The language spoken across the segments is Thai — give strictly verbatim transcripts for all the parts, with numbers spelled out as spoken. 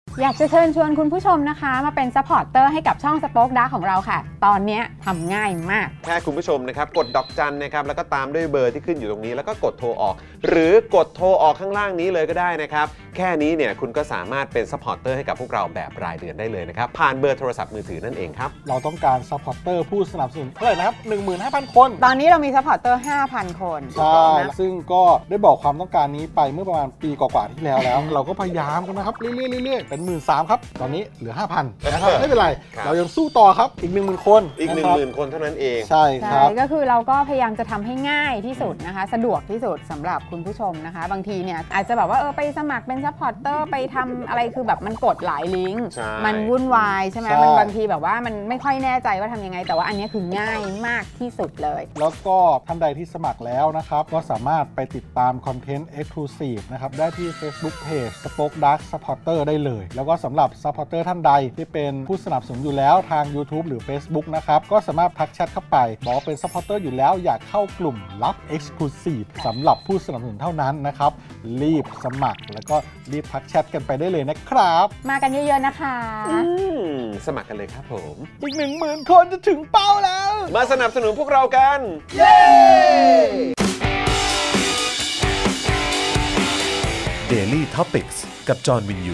อยากจะเชิญชวนคุณผู้ชมนะคะมาเป็นซัพพอร์ตเตอร์ให้กับช่อง Spoke Dark ของเราค่ะตอนนี้ทำง่ายมากแค่คุณผู้ชมนะครับกดดอกจันนะครับแล้วก็ตามด้วยเบอร์ที่ขึ้นอยู่ตรงนี้แล้วก็กดโทรออกหรือกดโทรออกข้างล่างนี้เลยก็ได้นะครับแค่นี้เนี่ยคุณก็สามารถเป็นซัพพอร์ตเตอร์ให้กับพวกเราแบบรายเดือนได้เลยนะครับผ่านเบอร์โทรศัพท์มือถือนั่นเองครับเราต้องการซัพพอร์ตเตอร์ผู้สนับสนุนเท่าไหร่นะครับ หนึ่งหมื่นห้าพัน คนตอนนี้เรามีซัพพอร์ตเตอร์ ห้าพัน คนใช่ซึ่งก็ได้บอกความต้องการนี้ไปเมื่อประมาณปีกว่าๆที่แล้วแล้ว เราก็พยายามกันนะครับเรื่อยๆๆเป็นหมื่นสามพันครับตอนนี้เหลือ ห้าพัน นะครับไม่เป็นไรเรายังสู้ต่อครับอีก หนึ่งหมื่น คนอีก หนึ่งหมื่น คนเท่านั้นเองใช่ครับก็คือเราก็พยายามจะทำให้ง่ายที่สุดนะคะสะดวกที่สุดสำหรับคุณผู้ชมนะคะบางทีเนี่ยอาจจะแบบว่าเออไปสมัครเป็นซัพพอร์ตเตอร์ไปทำอะไรคือแบบมันกดหลายลิงก์มันวุ่นวายใช่ไหมมันบางทีแบบว่ามันไม่ค่อยแน่ใจว่าทำยังไงแต่ว่าอันนี้คือง่ายมากที่สุดเลยแล้วก็ท่านใดที่สมัครแล้วนะครับก็สามารถไปติดตามคอนเทนต์ Exclusive นะครับได้ที่ Facebook Page Spoke Dark Supporter ได้เลยแล้วก็สำหรับ Supporter ท่านใดที่เป็นผู้สนับสนุนอยู่แล้วทาง YouTube หรือ Facebook นะครับก็สามารถทักแชทเข้าไปบอกว่าเป็น Supporter อยู่แล้วอยากเข้ากลุ่มลับ Exclusive สำหรับผู้สนับสนุนเท่านั้นนะครับรีบสมัครแล้วก็รีบทักแชทกันไปได้เลยนะครับมากันเยอะๆนะคะสมัครกันเลยครับผมอีก หนึ่งหมื่น คนจะถึงเป้าแล้วมาสนับสนุนพวกเรากันเย้ Daily Topics กับจอห์นวินยู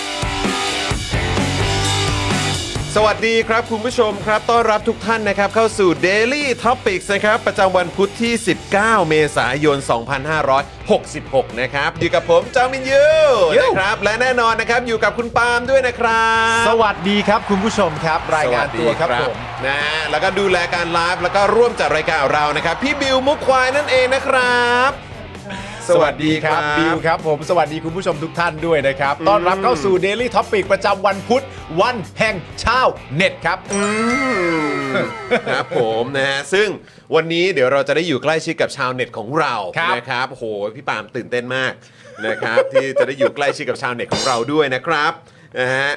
สวัสดีครับคุณผู้ชมครับต้อนรับทุกท่านนะครับเข้าสู่ Daily Topics นะครับประจำวันพุธที่สิบเก้าเมษายนสองพันห้าร้อยหกสิบหกนะครับอยู่กับผมจอห์นวินยูนะครับและแน่นอนนะครับอยู่กับคุณปาล์มด้วยนะครับสวัสดีครับคุณผู้ชมครับรายงานตัวครับผมนะแล้วก็ดูแลการไลฟ์แล้วก็ร่วมจัดรายการเรานะครับพี่บิวมุกควายนั่นเองนะครับสวัสดีครับบิวครับผมสวัสดีคุณผู้ชมทุกท่านด้วยนะครับต้อนรับเข้าสู่ Daily Topic ประจำวันพุธวันแห่งชาวเน็ตครับครับผมนะฮะซึ่งวันนี้เดี๋ยวเราจะได้อยู่ใกล้ชิดกับชาวเน็ตของเรานะครับโอ้โหพี่ปาล์มตื่นเต้นมากนะครับที่จะได้อยู่ใกล้ชิดกับชาวเน็ตของเราด้วยนะครับนะฮะ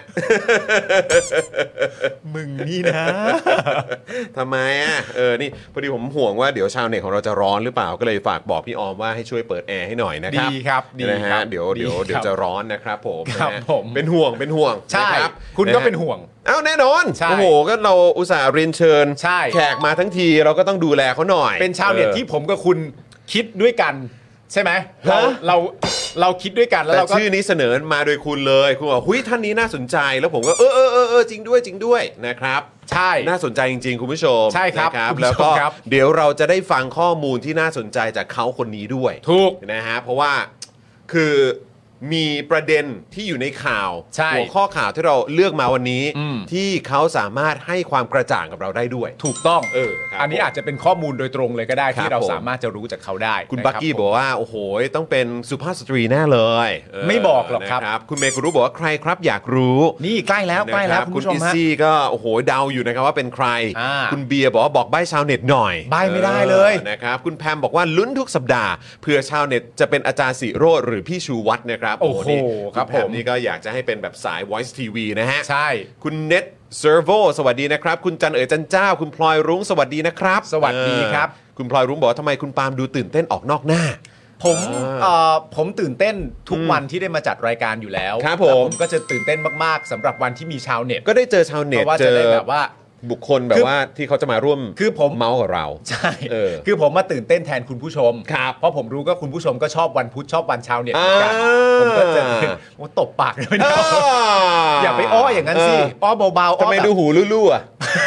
มึงนี่นะทำไมอ่ะเออนี่พอดีผมห่วงว่าเดี๋ยวชาวเน็ตของเราจะร้อนหรือเปล่าก็เลยฝากบอกพี่ออมว่าให้ช่วยเปิดแอร์ให้หน่อยนะครับดีครับดีนะฮะเดี๋ยวเดี๋ยวเดี๋ยวจะร้อนนะครับผมครับผมเป็นห่วงเป็นห่วงใช่คุณก็เป็นห่วงเอ้าแน่นอนโอ้โหก็เราอุตส่าห์เรียนเชิญแขกมาทั้งทีเราก็ต้องดูแลเขาหน่อยเป็นชาวเน็ตที่ผมกับคุณคิดด้วยกันใช่ไหมเราเราเราคิดด้วยกันแล้วเราก็ชื่อนี้เสนอมาโดยคุณเลยคุณบอกหุ้ยท่านนี้น่าสนใจแล้วผมก็เออเออเออเออจริงด้วยจริงด้วยนะครับใช่น่าสนใจจริงๆคุณผู้ชมใช่ครับแล้วก็เดี๋ยวเราจะได้ฟังข้อมูลที่น่าสนใจจากเขาคนนี้ด้วยถูกนะฮะเพราะว่าคือมีประเด็นที่อยู่ในข่าวหัวข้อข่าวที่เราเลือกมาวันนี้ที่เขาสามารถให้ความกระจ่างกับเราได้ด้วยถูกต้องเอออันนี้อาจจะเป็นข้อมูลโดยตรงเลยก็ได้ที่เราสามารถจะรู้จากเขาได้คุณบักกี้บอกว่าโอ้โหต้องเป็นสุภาพสตรีแน่เลยไม่บอกหรอกครับคุณเมย์กุรู้บอกว่าใครครับอยากรู้นี่ใกล้แล้วใกล้แล้วคุณอิซี่ก็โอ้โหเดาอยู่นะครับว่าเป็นใครคุณเบียร์บอกว่าบอกใบ้ชาวเน็ตหน่อยใบ้ไม่ได้เลยนะครับคุณแพมบอกว่าลุ้นทุกสัปดาห์เผื่อชาวเน็ตจะเป็นอาจารย์ศิโรจน์หรือพี่ชูวัฒน์นะครับโอ้โหครับผมนี่ก็อยากจะให้เป็นแบบสาย Voice ที วี นะฮะใช่คุณเน็ตเซอร์โวสวัสดีนะครับคุณจันเอ๋ยจันเจ้าคุณพลอยรุ้งสวัสดีนะครับสวัสดีครับคุณพลอยรุ้งบอกว่าทำไมคุณปาล์มดูตื่นเต้นออกนอกหน้าผมเอ่อผมตื่นเต้นทุกวันที่ได้มาจัดรายการอยู่แล้วครับผมผมก็จะตื่นเต้นมากๆสำหรับวันที่มีชาวเน็ตก็ได้เจอชาวเน็ตเจอแบบว่าบุคคลแบบว่าที่เขาจะมาร่วมคือผมเมาส์กับเราใช่คือผมมาตื่นเต้นแทนคุณผู้ชมเพราะผมรู้ก็คุณผู้ชมก็ชอบวันพุธชอบวันชาวเน็ตเหมือนกันผมก็จะผมตบปากเลยนะอย่าไปอ้ออย่างนั้นสิอ้อเบาๆทำไมดูหูลู่ๆอ่ะ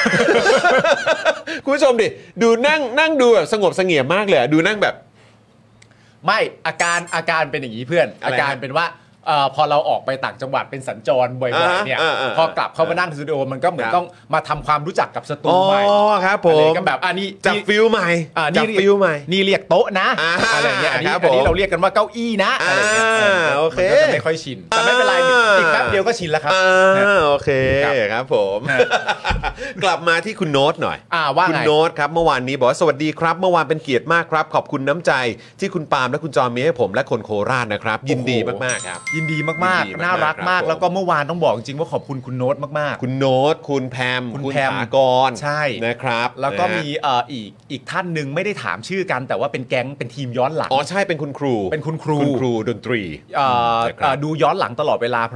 คุณผู้ชมดิดูนั่งนั่งดูแบบสงบเสงี่ยมมากเลยดูนั่งแบบไม่อาการอาการเป็นอย่างนี้เพื่อนอาการเป็นว่าเอ่อพอเราออกไปต่างจังหวัดเป็นสัญจรบ่อยๆเนี่ยพอกลับเข้ามานั่งสตูดิโอมันก็เหมือนต้องมาทำความรู้จักกับสตูใหม่อ๋อครับผมก็แบบอันนี้จับฟิลใหม่จับฟิลใหม่นี่เรียกโต๊ะนะอะไรเงี้ยอันนี้อันนี้เราเรียกกันว่าเก้าอี้นะอะไรเงี้ยโอเคมันก็จะไม่ค่อยชินแต่ไม่เป็นไรอีกแป๊บเดียวก็ชินแล้วครับโอเคครับผมกลับมาที่คุณโน้ตหน่อยว่าไงคุณโน้ตครับเมื่อวานนี้บอกว่าสวัสดีครับเมื่อวานเป็นเกียรติมากครับขอบคุณน้ำใจที่คุณปาล์มและคุณจอมมีให้ผมและคนโคราชนะครับยินดีมากๆครับยินดีมากๆน่ารักมากแล้วก็เมื่อวานต้องบอกจริงว่าขอบคุณคุณโน้ตมากๆคุณโน้ตคุณแพมคุณถากรใช่นะครับแล้วก็มีเอ่ออีกอีกท่านนึงไม่ได้ถามชื่อกันแต่ว่าเป็นแก๊งเป็นทีมย้อนหลังอ๋อใช่เป็นคุณครูเป็นคุณครูคุณครูดนตรีเอ่อดูย้อนหลังตลอดเวลาเพราะว่าในช่วง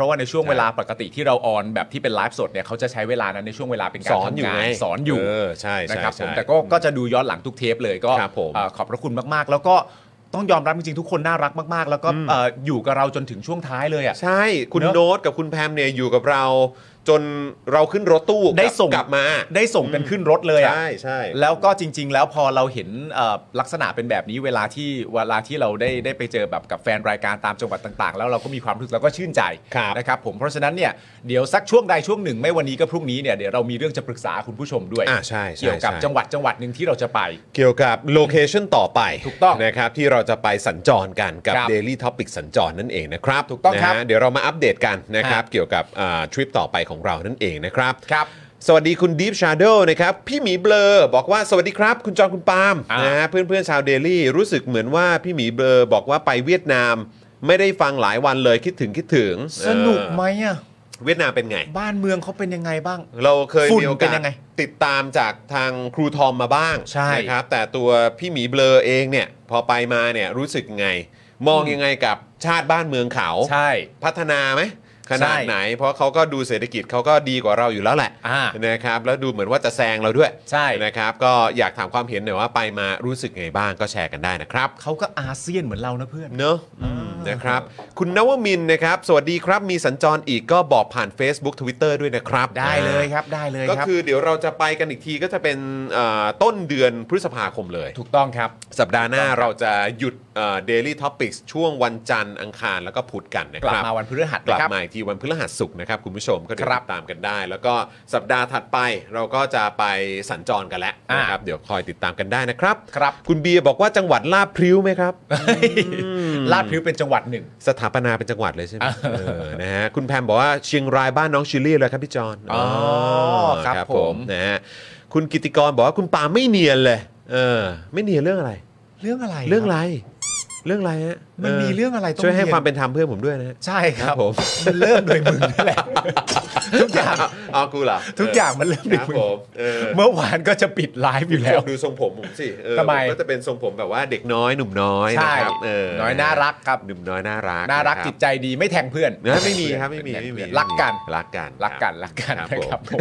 เวลาปกติที่เราออนแบบที่เป็นไลฟ์สดเนี่ยเขาจะใช้เวลานั้นในช่วงเวลาเป็นการสอนอยู่ทำงานไงสอนอยู่เออใช่ใช่นะครับผมใช่แต่ก็ก็จะดูย้อนหลังทุกเทปเลยก็ครับผมเอ่อขอบพระคุณมากๆ แล้วก็ต้องยอมรับจริงๆทุกคนน่ารักมากๆ แล้วก็เอ่ออยู่กับเราจนถึงช่วงท้ายเลยอ่ะใช่คุณเนอะโน้ตกับคุณแพมเนี่ยอยู่กับเราจนเราขึ้นรถตู้ได้ส่งกลับมาได้ส่งกันขึ้นรถเลยอ่ะใช่ใช่แล้วก็จริง ๆ แล้วพอเราเห็นเอ่อลักษณะเป็นแบบนี้เวลาที่เวลาที่เราได้ได้ไปเจอแบบกับแฟนรายการตามจังหวัดต่างๆ แล้วเราก็มีความรู้สึกแล้วก็ชื่นใจครับนะครับผมเพราะฉะนั้นเนี่ยเดี๋ยวสักช่วงใดช่วงหนึ่งไม่วันนี้ก็พรุ่งนี้เนี่ยเดี๋ยวเรามีเรื่องจะปรึกษาคุณผู้ชมด้วยอ่าใช่ใช่เกี่ยวกับใช่จังหวัดจังหวัดหนึ่งที่เราจะไปเกี่ยวกับโลเคชันต่อไปถูกต้องนะครับที่เราจะไปสัญจรกันกับครับ Daily Topic สัญจรนั่นเองนะครับถูกต้องครับนะฮะเดี๋ยวเรามาอัปเดตกันนะครับครับเกี่ยวกับทริปต่อไปของเรานั่นเองนะครับครับสวัสดีคุณ Deep Shadow นะครับพี่หมีเบลอบอกว่าสวัสดีครับคุณจอห์นคุณปาล์มอ่านนะฮะเพื่อนๆชาว Daily รู้สึกเหมือนว่าพี่หมีเบลอบอกว่าไปเวียดนามไม่ได้ฟังหลายวันเลยคิดถึงคิดถึงสนุกเออไหมอ่ะเวียดนามเป็นไงบ้านเมืองเขาเป็นยังไงบ้างเราเคยฝุ่นมีโอกาเป็สนยังไงติดตามจากทางครูทอมมาบ้างใช่นะครับแต่ตัวพี่หมีเบลอเองเนี่ยพอไปมาเนี่ยรู้สึกไง มองยังไงกับชาติบ้านเมืองเขาใช่พัฒนาไหมขนาดไหน เพราะเขาก็ดูเศรษฐกิจเขาก็ดีกว่าเราอยู่แล้วแหละอ่านะครับแล้วดูเหมือนว่าจะแซงเราด้วยใช่นะครับก็อยากถามความเห็นหน่อยว่าไปมารู้สึกไงบ้างก็แชร์กันได้นะครับเขาก็อาเซียนเหมือนเรานะเพื่อนเนอะอืมนะครับคุณนวมินทร์นะครับสวัสดีครับมีสัญจรอีกก็บอกผ่าน Facebook Twitter ด้วยนะครับได้เลยครับได้เลยก็ครับคือเดี๋ยวเราจะไปกันอีกทีก็จะเป็นเอ่อต้นเดือนพฤษภาคมเลยถูกต้องครับสัปดาห์หน้าเราจะหยุดเอ่อ Daily Topics ช่วงวันจันทร์อังคารแล้วก็พุธกันนะกคลับรับมาวันพฤหัสกลับนะครับมาอีกทีวันพฤหัสศุกร์นะครับคุณผู้ชมก็เดี๋ยวครับติดตามกันได้ แล้วก็สัปดาห์ถัดไปเราก็จะไปสัญจรกันแล้วอ่านนะครับเดี๋ยวคอยติดตามกันได้นะครับครับคุณเบียร์บอกว่าจังหวัดลาดพริ้วไหมครับลาดพริ้วเป็นจังหวัดหนึ่งสถาปนาเป็นจังหวัดเลยใช่ไหมเออนะฮะคุณแพมบอกว่าเชียงรายบ้านน้องชิลลี่เลยครับพี่จอนอ๋อครับผมนะฮะคุณกิติกรบอกว่าคุณปาไม่เนียนเลยเออไม่เนียนเรื่องอะไรเรื่องอะไรเรื่องอะไร เรื่องอะไรฮะมันมีเรื่องอะไรต้องช่วยให้เนียนความเป็นธรรมเพื่อนผมด้วยนะฮะใช่คครัรับบผมมันเริ่มโดยมึงนั่นแหละ ทุกอย่างเอากูเหรอทุกอย่างมันเริ่มโดคยรับมึงผมเออเมื่อวานก็จะปิดไลฟ์อยู่แล้วดูทรงผมผมสิเออทำไมก็จะเป็นทรงผมแบบว่าเด็กน้อยหนุ่มน้อยใช่นะครับเออน้อยน่ารักครับหนุ่มน้อยน่ารักน่ารักะคบจิตใจดีไม่แทงเพื่อนนะไม่มีครับไม่มีไม่มีรักกันรักกันรักกันรักกันครับนะครับผ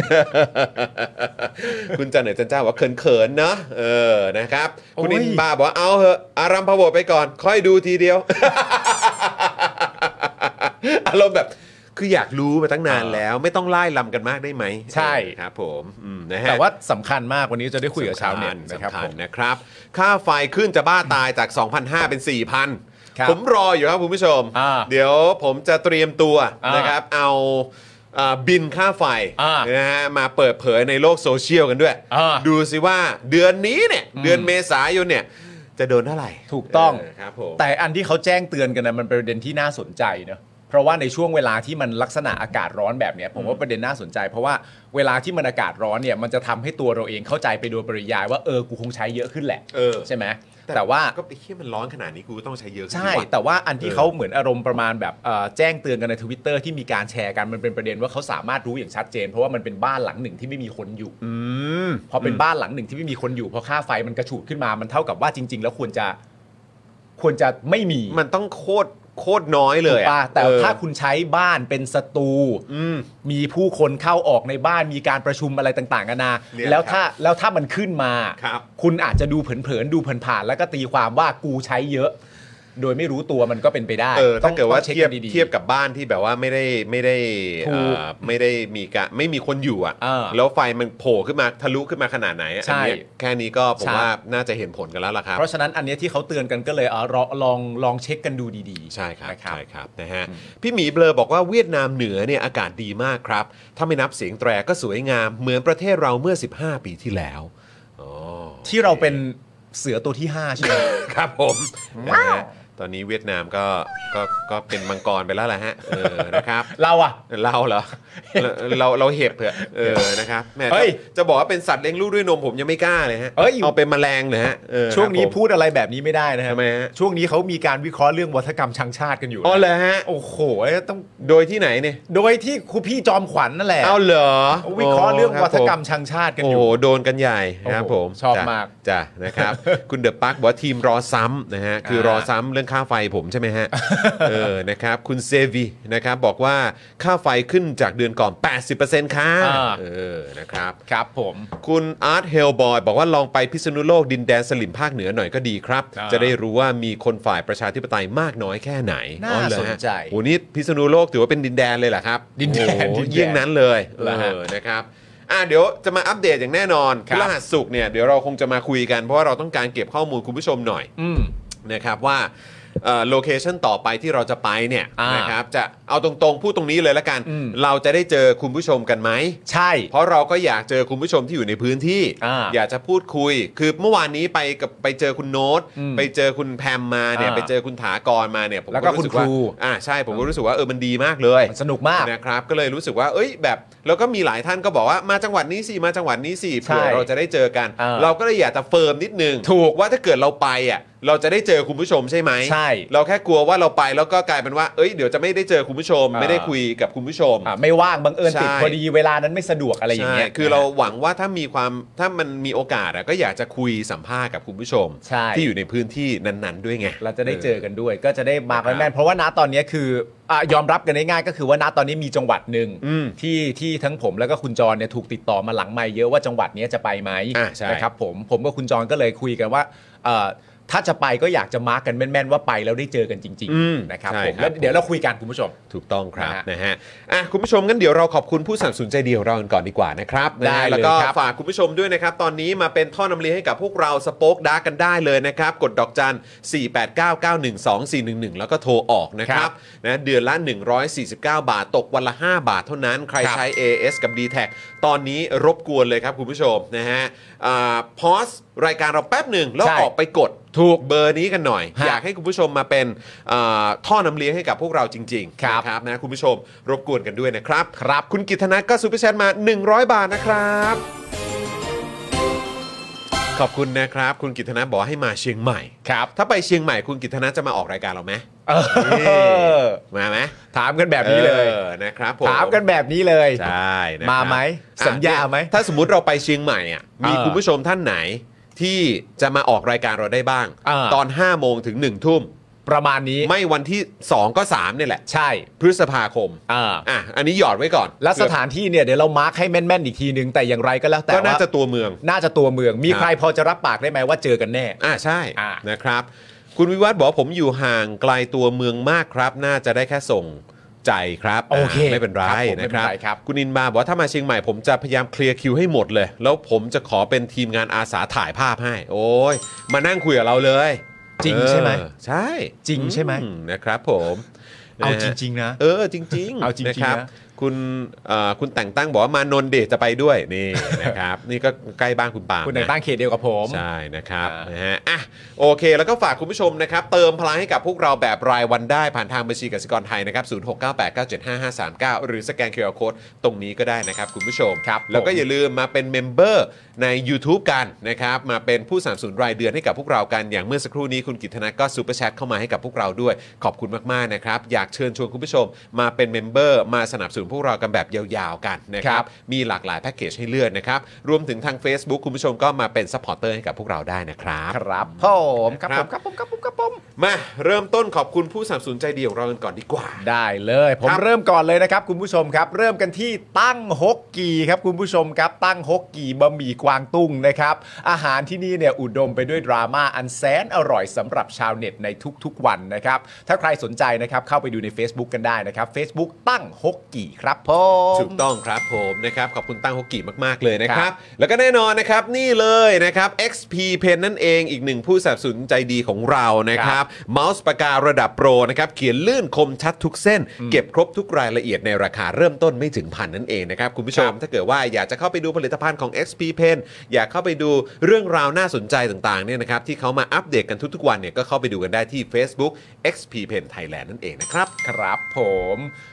ผม มคุณจันเหนือจันเจ้าบอกว่าเขินๆเนาะเออนะครับคุณโอ้ยอินบาบอกว่าเอาเหอะอารัมพบทไปก่อน ค่อยดูทีเดียว อารมณ์แบบคืออยากรู้มาตั้งนานแล้ว ไม่ต้องไล่ลำกันมากได้ไหมใช่เออครับผมอืมนะฮะแต่ว่าสำคัญมากวันนี้จะได้คุยกับชาวเน็ตสำนะครับคัผญมนะครับ ค่าไฟขึ้นจะบ้าตายจาก สองพันห้าร้อย เป็น สี่พันครับผมรออยู่ครับคุณผู้ชมอ่าเดี๋ยวผมจะเตรียมตัวอ่านนะครับเอาอ่าบินค่าไฟอ่านะฮะมาเปิดเผยในโลกโซเชียลกันด้วยอ่าดูสิว่าเดือนนี้เนี่ยเดือนเมษายนเนี่ยจะโดนเท่าไหร่ถูกต้องเครับผมแต่อันที่เขาแจ้งเตือนกันนะมันเป็นประเด็นที่น่าสนใจเนอะเพราะว่าในช่วงเวลาที่มันลักษณะอากาศร้อนแบบเนี้ยผมว่าประเด็นน่าสนใจ เพราะว่าเวลาที่มันอากาศร้อนเนี่ยมันจะทำให้ตัวเราเองเข้าใจไปโดยปริยายว่าเออกูคงใช้เยอะขึ้นแหละเออใช่ไหมแต่ว่าก็ไอ้เหี้ยมันร้อนขนาดนี้กูก็ต้องใช้เยอะขึ้นใช่ดีกว่าแต่ว่าอันที่เออเขาเหมือนอารมณ์ประมาณแบบเอ่อแจ้งเตือนกันใน Twitter ที่มีการแชร์กันมันเป็นประเด็นว่าเขาสามารถรู้อย่างชัดเจนเพราะว่ามันเป็นบ้านหลังหนึ่งที่ไม่มีคนอยู่อืมพอเป็นบ้านหลังหนึ่งที่ไม่มีคนอยู่พอค่าไฟมันกระฉูดขึ้นมามันเท่ากับว่าจริง ๆ แล้วควรจะควรจะไม่มีมันต้องโคตรโคตรน้อยเลยถูกอะป่ะแต่เออถ้าคุณใช้บ้านเป็นสตูอืมมีผู้คนเข้าออกในบ้านมีการประชุมอะไรต่างๆกันานาเนี่ยแล้วถ้าแล้วถ้ามันขึ้นมาครับคุณอาจจะดูเผินๆดูผ่านๆแล้วก็ตีความว่ากูใช้เยอะ โดยไม่รู้ตัวมันก็เป็นไปได้เออถ้าเกิดว่าต้องช็คเทียบกันดีๆเทียบกับบ้านที่แบบว่าไม่ได้ไม่ได้ถูกเอ่อไม่ได้มีกะไม่มีคนอยู่อ่ะเออแล้วไฟมันโผล่ขึ้นมาทะลุขึ้นมาขนาดไหนอะใช่อันเนี้ยแค่นี้ก็ผมใช่ว่าน่าจะเห็นผลกันแล้วล่ะครับเพราะฉะนั้นอันเนี้ยที่เขาเตือนกันก็เลยเออลองลองลองเช็คกันดูดีๆใช่ครับนะครับใช่ครับนะฮะพี่หมีเบลอบอกว่าเวียดนามเหนือเนี่ยอากาศดีมากครับ ถ้าไม่นับเสียงแตรก็สวยงามเหมือนประเทศเราเมื่อสิบห้าปีที่แล้วอ๋อที่เราเป็นเสือตัวที่ห้าใช่ไหมครับผมนะฮะตอนนี้เวียดนามก็ก็ก็เป็นมังกรไปแล้วแหละฮะเออนะครับเราอะเราเหรอ เราเราเราเห็บเถอะเออนะครับแหม่เฮ้ยจะจะบอกว่าเป็นสัตว์เลี้ยงลูกด้วยนมผมยังไม่กล้าเลยฮะเอ้ยเอาเป็นแมลงเลยฮะเออช่วงนี้ครับผมพูดอะไรแบบนี้ไม่ได้นะฮะทำไมฮะช่วงนี้เขามีการวิเคราะห์เรื่องวัฒกรรมชังชาติกันอยู่นะอ๋อเหรอฮะโอ้โหต้องโดยที่ไหนเนี่ยโดยที่ครูพี่จอมขวัญนั่นแหละเอาเหรอวิเคราะห์เรื่องโวัฒกรรมชังชาติกันโอ้อโหยู่โดนกันใหญ่ครับโอ้โหผมชอบจ้ะมากจ้ะนะครับ คุณเดอะปักบอกว่าทีมรอซ้ำนะฮะคือรอซ้ำเรื่องรื่องค่าไฟผมใช่ไหมฮะ เออนะครับคุณเซวีนะครับบอกว่าค่าไฟขึ้นจากเดือนก่อน แปดสิบเปอร์เซ็นต์ ค่ะอ่าเออนะครับครับผมคุณอาร์ตเฮลบอยบอกว่าลองไปพิษณุโลกดินแดนสลิมภาคเหนือหน่อยก็ดีครับอ่าจะได้รู้ว่ามีคนฝ่ายประชาธิปไตยมากน้อยแค่ไหนน่าอ๋อเหรอฮะสนใจโอ้นี่พิษณุโลกถือว่าเป็นดินแดนเลยเหรอครับดินแดนโอ้โหดินแดนเยี่ยงนั้นเลยเหรอฮะเออนะครับอ่ะเดี๋ยวจะมาอัปเดตอย่างแน่นอนครับพฤหัสศุกร์เนี่ยเดี๋ยวเราคงจะมาคุยกันเพราะว่าเราต้องการเก็บข้อมูลคุณผู้ชมหน่อยอืมนะครับว่าโลเคชันต่อไปที่เราจะไปเนี่ยอ่านนะครับจะเอาตรงๆพูดตรงนี้เลยละกันอืมเราจะได้เจอคุณผู้ชมกันไหมใช่เพราะเราก็อยากเจอคุณผู้ชมที่อยู่ในพื้นที่อ่าอยากจะพูดคุย คือเมื่อวานนี้ไปกับไปเจอคุณโน้ตอืมไปเจอคุณแพมมาเนี่ยอ่าไปเจอคุณถากรมาเนี่ยผมแล้วก็รู้สึว่าคุณครูอ่าใช่ผมก็รู้สึกว่าเออมันดีมากเลยมันสนุกมากนะครับก็เลยรู้สึกว่าเอ้ยแบบแล้วก็มีหลายท่านก็บอกว่ามาจังหวัดนี้สิมาจังหวัดนี้สิใช่เผื่อเราจะได้เจอกันอ่าเราก็เลยอยากจะเฟิร์มนิดนึงถูกว่าถ้าเกิดเราไปอ่ะเราจะได้เจอคุณผู้ชมใช่ไหมใช่เราแค่กลัวว่าเราไปแล้วก็กลายเป็นว่าเอ้ยเดี๋ยวจะไม่ได้เจอคุณผู้ชมอ่าไม่ได้คุยกับคุณผู้ชมอ่ะไม่ว่างบังเอิญติดใช่พอดีเวลานั้นไม่สะดวกอะไรอย่างเงี้ยใช่คือเราหวังว่าถ้ามีความถ้ามันมีโอกาสอะก็อยากจะคุยสัมภาษณ์กับคุณผู้ชมใช่ที่อยู่ในพื้นที่นั้นๆด้วยไงเราจะได้เจอกันด้วย ก็จะได้มากันครับแม่นเพราะว่าณตอนนี้คืออ่ะยอมรับกันง่ายๆก็คือว่าณตอนนี้มีจังหวัดหนึ่งอืมที่ที่ทั้งผมแล้วก็คุณจรเนี่ยถูกติดต่อมาหลังไมค์เยอะว่าจังหวัดนี้จะไปไหมอ่ะใช่นะครับผมผมกับคุณจรก็เลยคุยกันว่าเอ่อถ้าจะไปก็อยากจะมาร์กกันแม่นๆว่าไปแล้วได้เจอกันจริงอืมๆนะครับใช่ผมครับแล้วเดี๋ยวเราคุยกันคุณผู้ชมถูกต้องครับนะฮะนะฮะอ่ะคุณผู้ชมงั้นเดี๋ยวเราขอบคุณผู้สนับสนุนใจดีของเรากันก่อนดีกว่านะครับนะได้ฮะเลยแล้วก็ครับฝากคุณผู้ชมด้วยนะครับ ตอนนี้มาเป็นท่อนำเลี้ยงให้กับพวกเราสป็อคดาร์กกันได้เลยนะครับ กดดอกจัน สี่ แปด เก้า เก้า หนึ่ง สอง สี่ หนึ่ง หนึ่ง แล้วก็โทรออกนะครับนะเดือนละ หนึ่งร้อยสี่สิบเก้า บาทตกวันละ ห้า บาทเท่านั้นใครครับใช้ เอ เอส กับ ดี แท็ก ตอนนี้รบกวนเลยครับคุณผู้ชมนะฮะอ่าพอสรายการเราแป๊บหนึ่งแล้วใช่ออกไปกดถูกเบอร์นี้กันหน่อยฮะอยากให้คุณผู้ชมมาเป็นอ่าท่อนำเลี้ยงให้กับพวกเราจริงๆครับนะครับนะคุณผู้ชมรบกวนกันด้วยนะครับครับคุณกิตนัทก็ซูเปอร์แชทมา หนึ่งร้อย บาทนะครับ ขอบคุณนะครับ คุณกิตนัทบอกให้มาเชียงใหม่ครับถ้าไปเชียงใหม่คุณกิตนัทจะมาออกรายการเราไหมเออมาไหมถามกันแบบนี้เลยออนะครับผมถามกันแบบนี้เลยใช่นะครับมาไหมอ่ะสัญญาไหมถ้าสมมุติเราไปเชียงใหม่อ่ะมีเออคุณผู้ชมท่านไหนที่จะมาออกรายการเราได้บ้างเออตอนห้าโมงถึงหนึ่งทุ่มประมาณนี้ไม่วันที่สองก็สามเนี่ยแหละใช่พฤษภาคมอ่าอ่ะอันนี้หยอดไว้ก่อนแล้วสถานที่เนี่ยเดี๋ยวเรามาร์คให้แม่นๆอีกทีนึงแต่อย่างไรก็แล้วแต่ก็น่าว่าจะตัวเมืองน่าจะตัวเมือง มีครับใครพอจะรับปากได้ไหมว่าเจอกันแน่อ่าใช่อ่ะนะครับ คุณวิวัฒน์บอกว่าผมอยู่ห่างไกลตัวเมืองมากครับ น่าจะได้แค่ส่งใจครับโอเคไม่เป็นไรครับผมนะครับไม่เป็นไรครับคุณอินบาบอกว่าถ้ามาเชียงใหม่ผมจะพยายามเคลียร์คิวให้หมดเลย แล้วผมจะขอเป็นทีมงานอาสาถ่ายภาพให้ โอ้ยมานั่งคุยกับเราเลยจริงใช่ไหมเออใช่จริงใช่ไหมอืนะครับผมเอานะจฮะริง ๆ นะเออจริงๆเอาจริงๆนะครับนะคุณเอ่อคุณแต่งตั้งบอกว่ามานนท์เดชจะไปด้วยนี่ นะครับ นี่ก็ใกล้บ้านคุณปาล์มคุณในนะตั้งเขตเดียวกับผมใช่นะครับอ่านนะฮะอ่ะโอเค แล้วก็ฝากคุณผู้ชมนะครับ เติมพลังให้กับพวกเราแบบรายวันได้ผ่านทางบัญชีกสิกรไทยนะครับศูนย์ หก เก้า แปด เก้า เจ็ด ห้า ห้า สาม เก้า หรือสแกน คิว อาร์ Code ตรงนี้ก็ได้นะครับคุณผู้ชมครับแล้วก็ผมอย่าลืมมาเป็นเมมเบอร์ใน YouTube กันนะครับมาเป็นผู้สนับสนุนรายเดือนให้กับพวกเรากันอย่างเมื่อสักครู่นี้คุณกิตนัทก็ซูเปอร์แชทเข้ามาให้กับพวกเราด้วยขอบคุณมากๆนะครับอยากเชิญชวนคุณผู้ชมมาเป็นเมมเบอร์มาสนับสนุนพวกเรากันแบบยาวๆกันนะคครัรับ บมีหลากหลายแพ็กเกจให้เลือกนะครับรวมถึงทาง Facebook คุณผู้ชมก็มาเป็นซัพพอร์เตอร์ให้กับพวกเราได้นะครับครับผมครับคผรับมครับผมครับผมครับผมมาเริ่มต้นขอบคุณผู้สนับสนุนใจดีของเรากันก่อนดีกว่าได้เลย ผมครับเริ่มก่อนเลยนะครับคุณผู้ชมครับ เริ่มกันที่ตั้งฮกกีครับคุณผู้ชมครับตั้งฮกกีบะหมี่กวางตุ้งนะครับอาหารที่นี่เนี่ยอุดมไปด้วยดราม่าอันแสนอร่อยสำหรับชาวเน็ตในทุกๆวันนะครับถ้าใครสนใจนะครับเข้าไปดูใน Facebook กันได้นะครับ Facebook ตั้งฮกกีครับผมถูกต้องครับผมนะครับขอบคุณตั้งฮกกิมากๆเลยนะคครัรับบ แล้วก็แน่นอนนะครับนี่เลยนะครับ เอ็กซ์ พี Pen นั่นเองอีกหนึ่งผู้สนับสนุนใจดีของเรานะครับเมาส์ปากการะดับโปรนะครับเขียนลื่นคมชัดทุกเส้น เก็บครบทุกรายละเอียดในราคาเริ่มต้นไม่ถึงพันนั่นเองนะครับคุณผู้ชม ถ้าเกิดว่าอยากจะเข้าไปดูผลิตภัณฑ์ของ เอ็กซ์ พี Pen อยากเข้าไปดูเรื่องราวน่าสนใจต่างๆเนี่ยนะครับที่เขามาอัปเดตกันทุกๆวันเนี่ยก็เข้าไปดูกันได้ที่ Facebook เอ็กซ์ พี Pen Thailand นั่นเองนะครับครับผม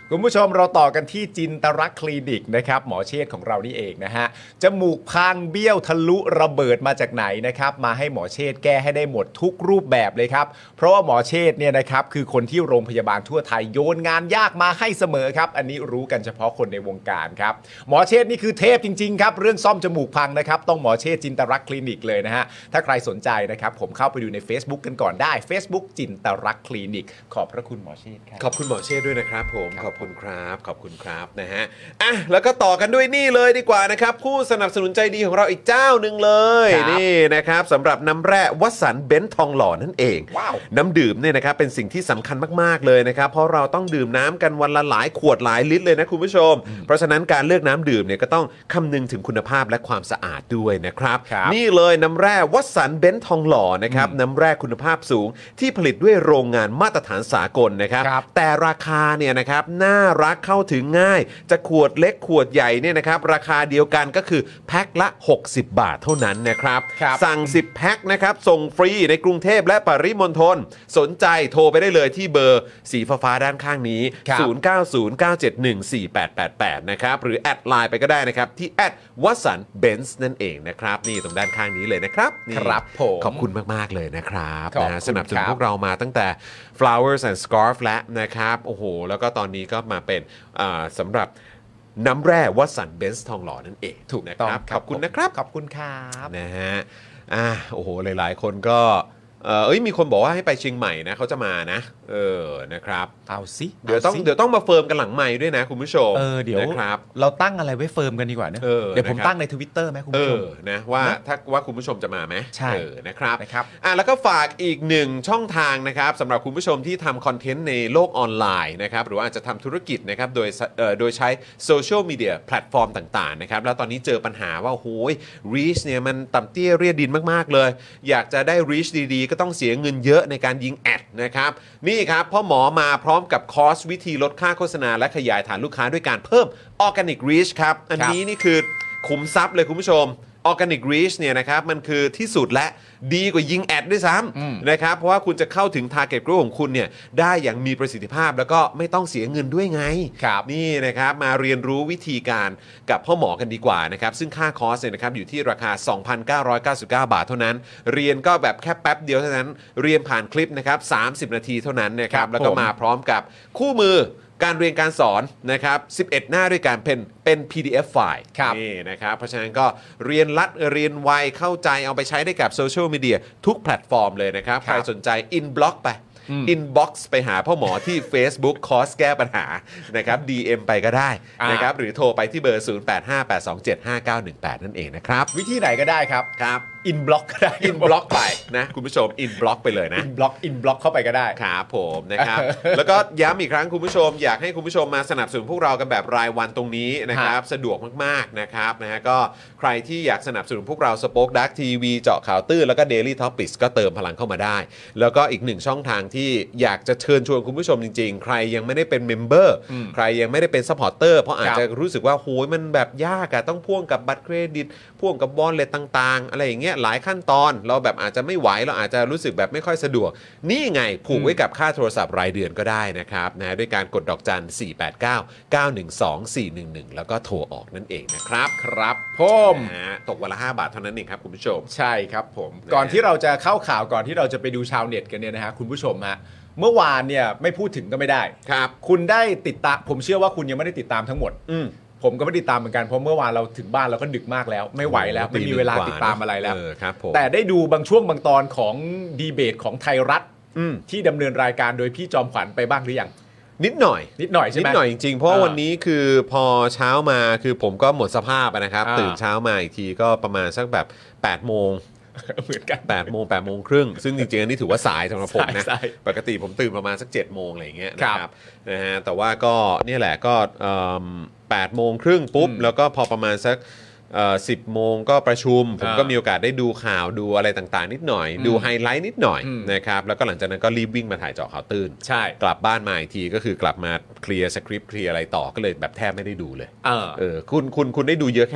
คุณผู้ชมเราต่อกันที่จินตรักษณ์คลินิกนะครับหมอเชษฐ์ของเรานี่เองนะฮะจมูกพังเบี้ยวทะลุระเบิดมาจากไหนนะครับมาให้หมอเชษฐ์แก้ให้ได้หมดทุกรูปแบบเลยครับเพราะว่าหมอเชษฐ์เนี่ยนะครับคือคนที่โรงพยาบาลทั่วไทยโยนงานยากมาให้เสมอครับอันนี้รู้กันเฉพาะคนในวงการครับหมอเชษฐ์นี่คือเทพจริงๆครับเรื่องซ่อมจมูกพังนะครับต้องหมอเชษฐ์จินตรักษณ์คลินิกเลยนะฮะถ้าใครสนใจนะครับผมเข้าไปดูใน Facebook กันก่อนได้ Facebook จินตรักษณ์คลินิกขอบพระคุณหมอเชษฐ์ครับขอบคุณหมอเชษฐ์ด้วยนะครับผมขอบคุณครับขอบคุณครับนะฮะอ่ะแล้วก็ต่อกันด้วยนี่เลยดีกว่านะครับผู้สนับสนุนใจดีของเราอีกเจ้าหนึ่งเลยนี่นะครับสำหรับน้ำแร่วัสันเบนซ์ทองหล่อนั่นเองน้ำดื่มเนี่ยนะครับเป็นสิ่งที่สำคัญมากๆเลยนะครับเพราะเราต้องดื่มน้ำกันวันละหลายขวดหลายลิตรเลยนะคุณผู้ชมเพราะฉะนั้นการเลือกน้ำดื่มเนี่ยก็ต้องคำนึงถึงคุณภาพและความสะอาดด้วยนะครับนี่เลยน้ำแร่วัสันเบนซ์ทองหล่อนะครับน้ำแร่คุณภาพสูงที่ผลิตด้วยโรงงานมาตรฐานสากลนะครับแต่ราคาเนี่ยนะครับน่ารักเข้าถึงง่ายจะขวดเล็กขวดใหญ่เนี่ยนะครับราคาเดียวกันก็คือแพ็คละหกสิบบาทเท่านั้นนะครับสั่งสิบแพ็คนะครับส่งฟรีในกรุงเทพและปริมณฑลสนใจโทรไปได้เลยที่เบอร์สีฟ้าๆด้านข้างนี้ศูนย์ เก้า ศูนย์ เก้า เจ็ด หนึ่ง สี่ แปด แปด แปดนะครับหรือแอดไลน์ไปก็ได้นะครับที่แอดวัสันเบนซ์นั่นเองนะครับนี่ตรงด้านข้างนี้เลยนะครับครับผมขอบคุณมากๆเลยนะครับนะสนับสนุนพวกเรามาตั้งแต่ flowers and scarf และนะครับโอ้โหแล้วก็ตอนนี้ก็มาเป็นสำหรับน้ำแร่วัสันเบนซ์ทองหล่อนั่นเองถูกนะครับขอบคุณนะครับขอบคุณครับนะฮะอ่าโอ้โหหลายๆคนก็เออเอ้ยมีคนบอกว่าให้ไปเชียงใหม่นะเขาจะมานะเออนะครับเอาสิเดี๋ยวต้องเดี๋ยวต้องมาเฟิร์มกันหลังใหม่ด้วยนะคุณผู้ชมเออเดี๋ยวนะครับเราตั้งอะไรไว้เฟิร์มกันดีกว่านะเดี๋ยวผมตั้งใน Twitter ไหมคุณผู้ชมนะว่าถ้าว่าคุณผู้ชมจะมาไหมใช่นะครับนะครับอ่ะแล้วก็ฝากอีกหนึ่งช่องทางนะครับสำหรับคุณผู้ชมที่ทำคอนเทนต์ในโลกออนไลน์นะครับหรือว่าอาจจะทำธุรกิจนะครับโดยเอ่อโดยใช้โซเชียลมีเดียแพลตฟอร์มต่างๆนะครับแล้วตอนนี้เจอปัญหาว่าโอ้ย reach เนี่ยมันต่ำเตี้ยเรียดินมากๆเลยอยากจะได้ reach ดีๆก็ต้องเสียเงินเยอะในการยิงแอดนะครับนี่ครับพ่อหมอมาพร้อมกับคอร์สวิธีลดค่าโฆษณาและขยายฐานลูกค้าด้วยการเพิ่ม Organic Reach ครับอันนี้นี่คือขุมทรัพย์เลยคุณผู้ชม Organic Reach เนี่ยนะครับมันคือที่สุดและดีกว่ายิงแอดด้วยซ้ำนะครับเพราะว่าคุณจะเข้าถึง Target Group ของคุณเนี่ยได้อย่างมีประสิทธิภาพแล้วก็ไม่ต้องเสียเงินด้วยไงนี่นะครับมาเรียนรู้วิธีการกับพ่อหมอกันดีกว่านะครับซึ่งค่าคอร์สเนี่ยนะครับอยู่ที่ราคา สองพันเก้าร้อยเก้าสิบเก้า บาทเท่านั้นเรียนก็แบบแค่แป๊บเดียวเท่านั้นเรียนผ่านคลิปนะครับสามสิบนาทีเท่านั้นนะครับแล้วก็มาพร้อมกับคู่มือการเรียนการสอนนะครับสิบเอ็ดหน้าด้วยการเป็นเป็น พี ดี เอฟ ไฟล์นี่นะครับเพราะฉะนั้นก็เรียนรัดเรียนไวเข้าใจเอาไปใช้ได้กับโซเชียลมีเดียทุกแพลตฟอร์มเลยนะครับใครสนใจอินบล็อกไปอินบ็อกซ์ไปหาพ่อหมอที่ Facebook คอร์สแก้ปัญหานะครับ ดี เอ็ม ไปก็ได้นะครับหรือโทรไปที่เบอร์ศูนย์ แปด ห้า แปด สอง เจ็ด ห้า เก้า หนึ่ง แปดนั่นเองนะครับวิธีไหนก็ได้ครับครับอินบล็อกก็ได้อินบล็อกไปนะคุณผู้ชมอินบล็อกไปเลยนะอินบล็อกอินบล็อกเข้าไปก็ได้ครับผมนะครับ แล้วก็ย้ำอีกครั้งคุณผู้ชมอยากให้คุณผู้ชมมาสนับสนุนพวกเรากันแบบรายวันตรงนี้นะครับสะดวกมากๆนะครับนะฮะก็ใครที่อยากสนับสนุนพวกเรา Spoke Dark ที วี เจาะข่าวตื้นแล้วก็ Daily Topics ก็เติมพลังเข้ามาได้แล้วก็อีกหนึ่งช่องทางที่อยากจะเชิญชวนคุณผู้ชมจริงๆใครยังไม่ได้เป็นเมมเบอร์ใครยังไม่ได้เป็นซัพพอร์เตอร์เพราะอาจจะรู้สึกว่าโหยมันแบบยากอะต้องพ่วงกับบัตรเครดิตพ่วงกับวอลเล็ตต่างๆอะไรอย่างเงี้ยหลายขั้นตอนเราแบบอาจจะไม่ไหวเราอาจจะรู้สึกแบบไม่ค่อยสะดวกนี่ไงผูกไว้กับค่าโทรศัพท์รายเดือนก็ได้นะครับนะด้วยการกดดอกจันสี่ แปด เก้า เก้า หนึ่ง สอง สี่ หนึ่ง หนึ่งแล้วก็โทรออกนั่นเองนะครับครับผมนะตกวันละห้าบาทเท่านั้นเองครับคุณผู้ชมใช่ครับผมก่อนที่เราจะเข้าข่าวก่อนที่เราจะไปดูชาวเน็ตกันเนี่ยนะฮะคุณผู้ชมฮะเมื่อวานเนี่ยไม่พูดถึงก็ไม่ได้ครับคุณได้ติดตามผมเชื่อว่าคุณยังไม่ได้ติดตามทั้งหมดอืผมก็ไม่ได้ติดตามเหมือนกันเพราะเมื่อวานเราถึงบ้านเราก็ดึกมากแล้วไม่ไหวแล้วไม่มีเวลาติดตามอะไรแล้วแต่ได้ดูบางช่วงบางตอนของดีเบตของไทยรัฐที่ดำเนินรายการโดยพี่จอมขวัญไปบ้างหรือยังนิดหน่อยนิดหน่อยใช่ไหมนิดหน่อยจริงๆเพราะวันนี้คือพอเช้ามาคือผมก็หมดสภาพนะครับตื่นเช้ามาอีกทีก็ประมาณสักแบบแปดโมงเหมือนกันแปดโมงแปดโมงครึ่งซึ่งจริงๆอันนี้ถือว่าสายสำหรับผมนะปกติผมตื่นประมาณสักเจ็ดโมงอะไรอย่างเงี้ยนะครับนะฮะแต่ว่าก็เนี่ยแหละก็แปดโมงครึ่งปุ๊บแล้วก็พอประมาณสักสิบโมงก็ประชุมผมก็มีโอกาสได้ดูข่าวดูอะไรต่างๆนิดหน่อยดูไฮไลท์นิดหน่อยนะครับแล้วก็หลังจากนั้นก็รีบวิ่งมาถ่ายเจาะข่าวตื้นใช่กลับบ้านมาอีกทีก็คือกลับมาเคลียร์สคริปต์เคลียร์อะไรต่อก็เลยแบบแทบไม่ได้ดูเลยเออเออคุณคุณคุณได้ดูเยอะแค่ไหน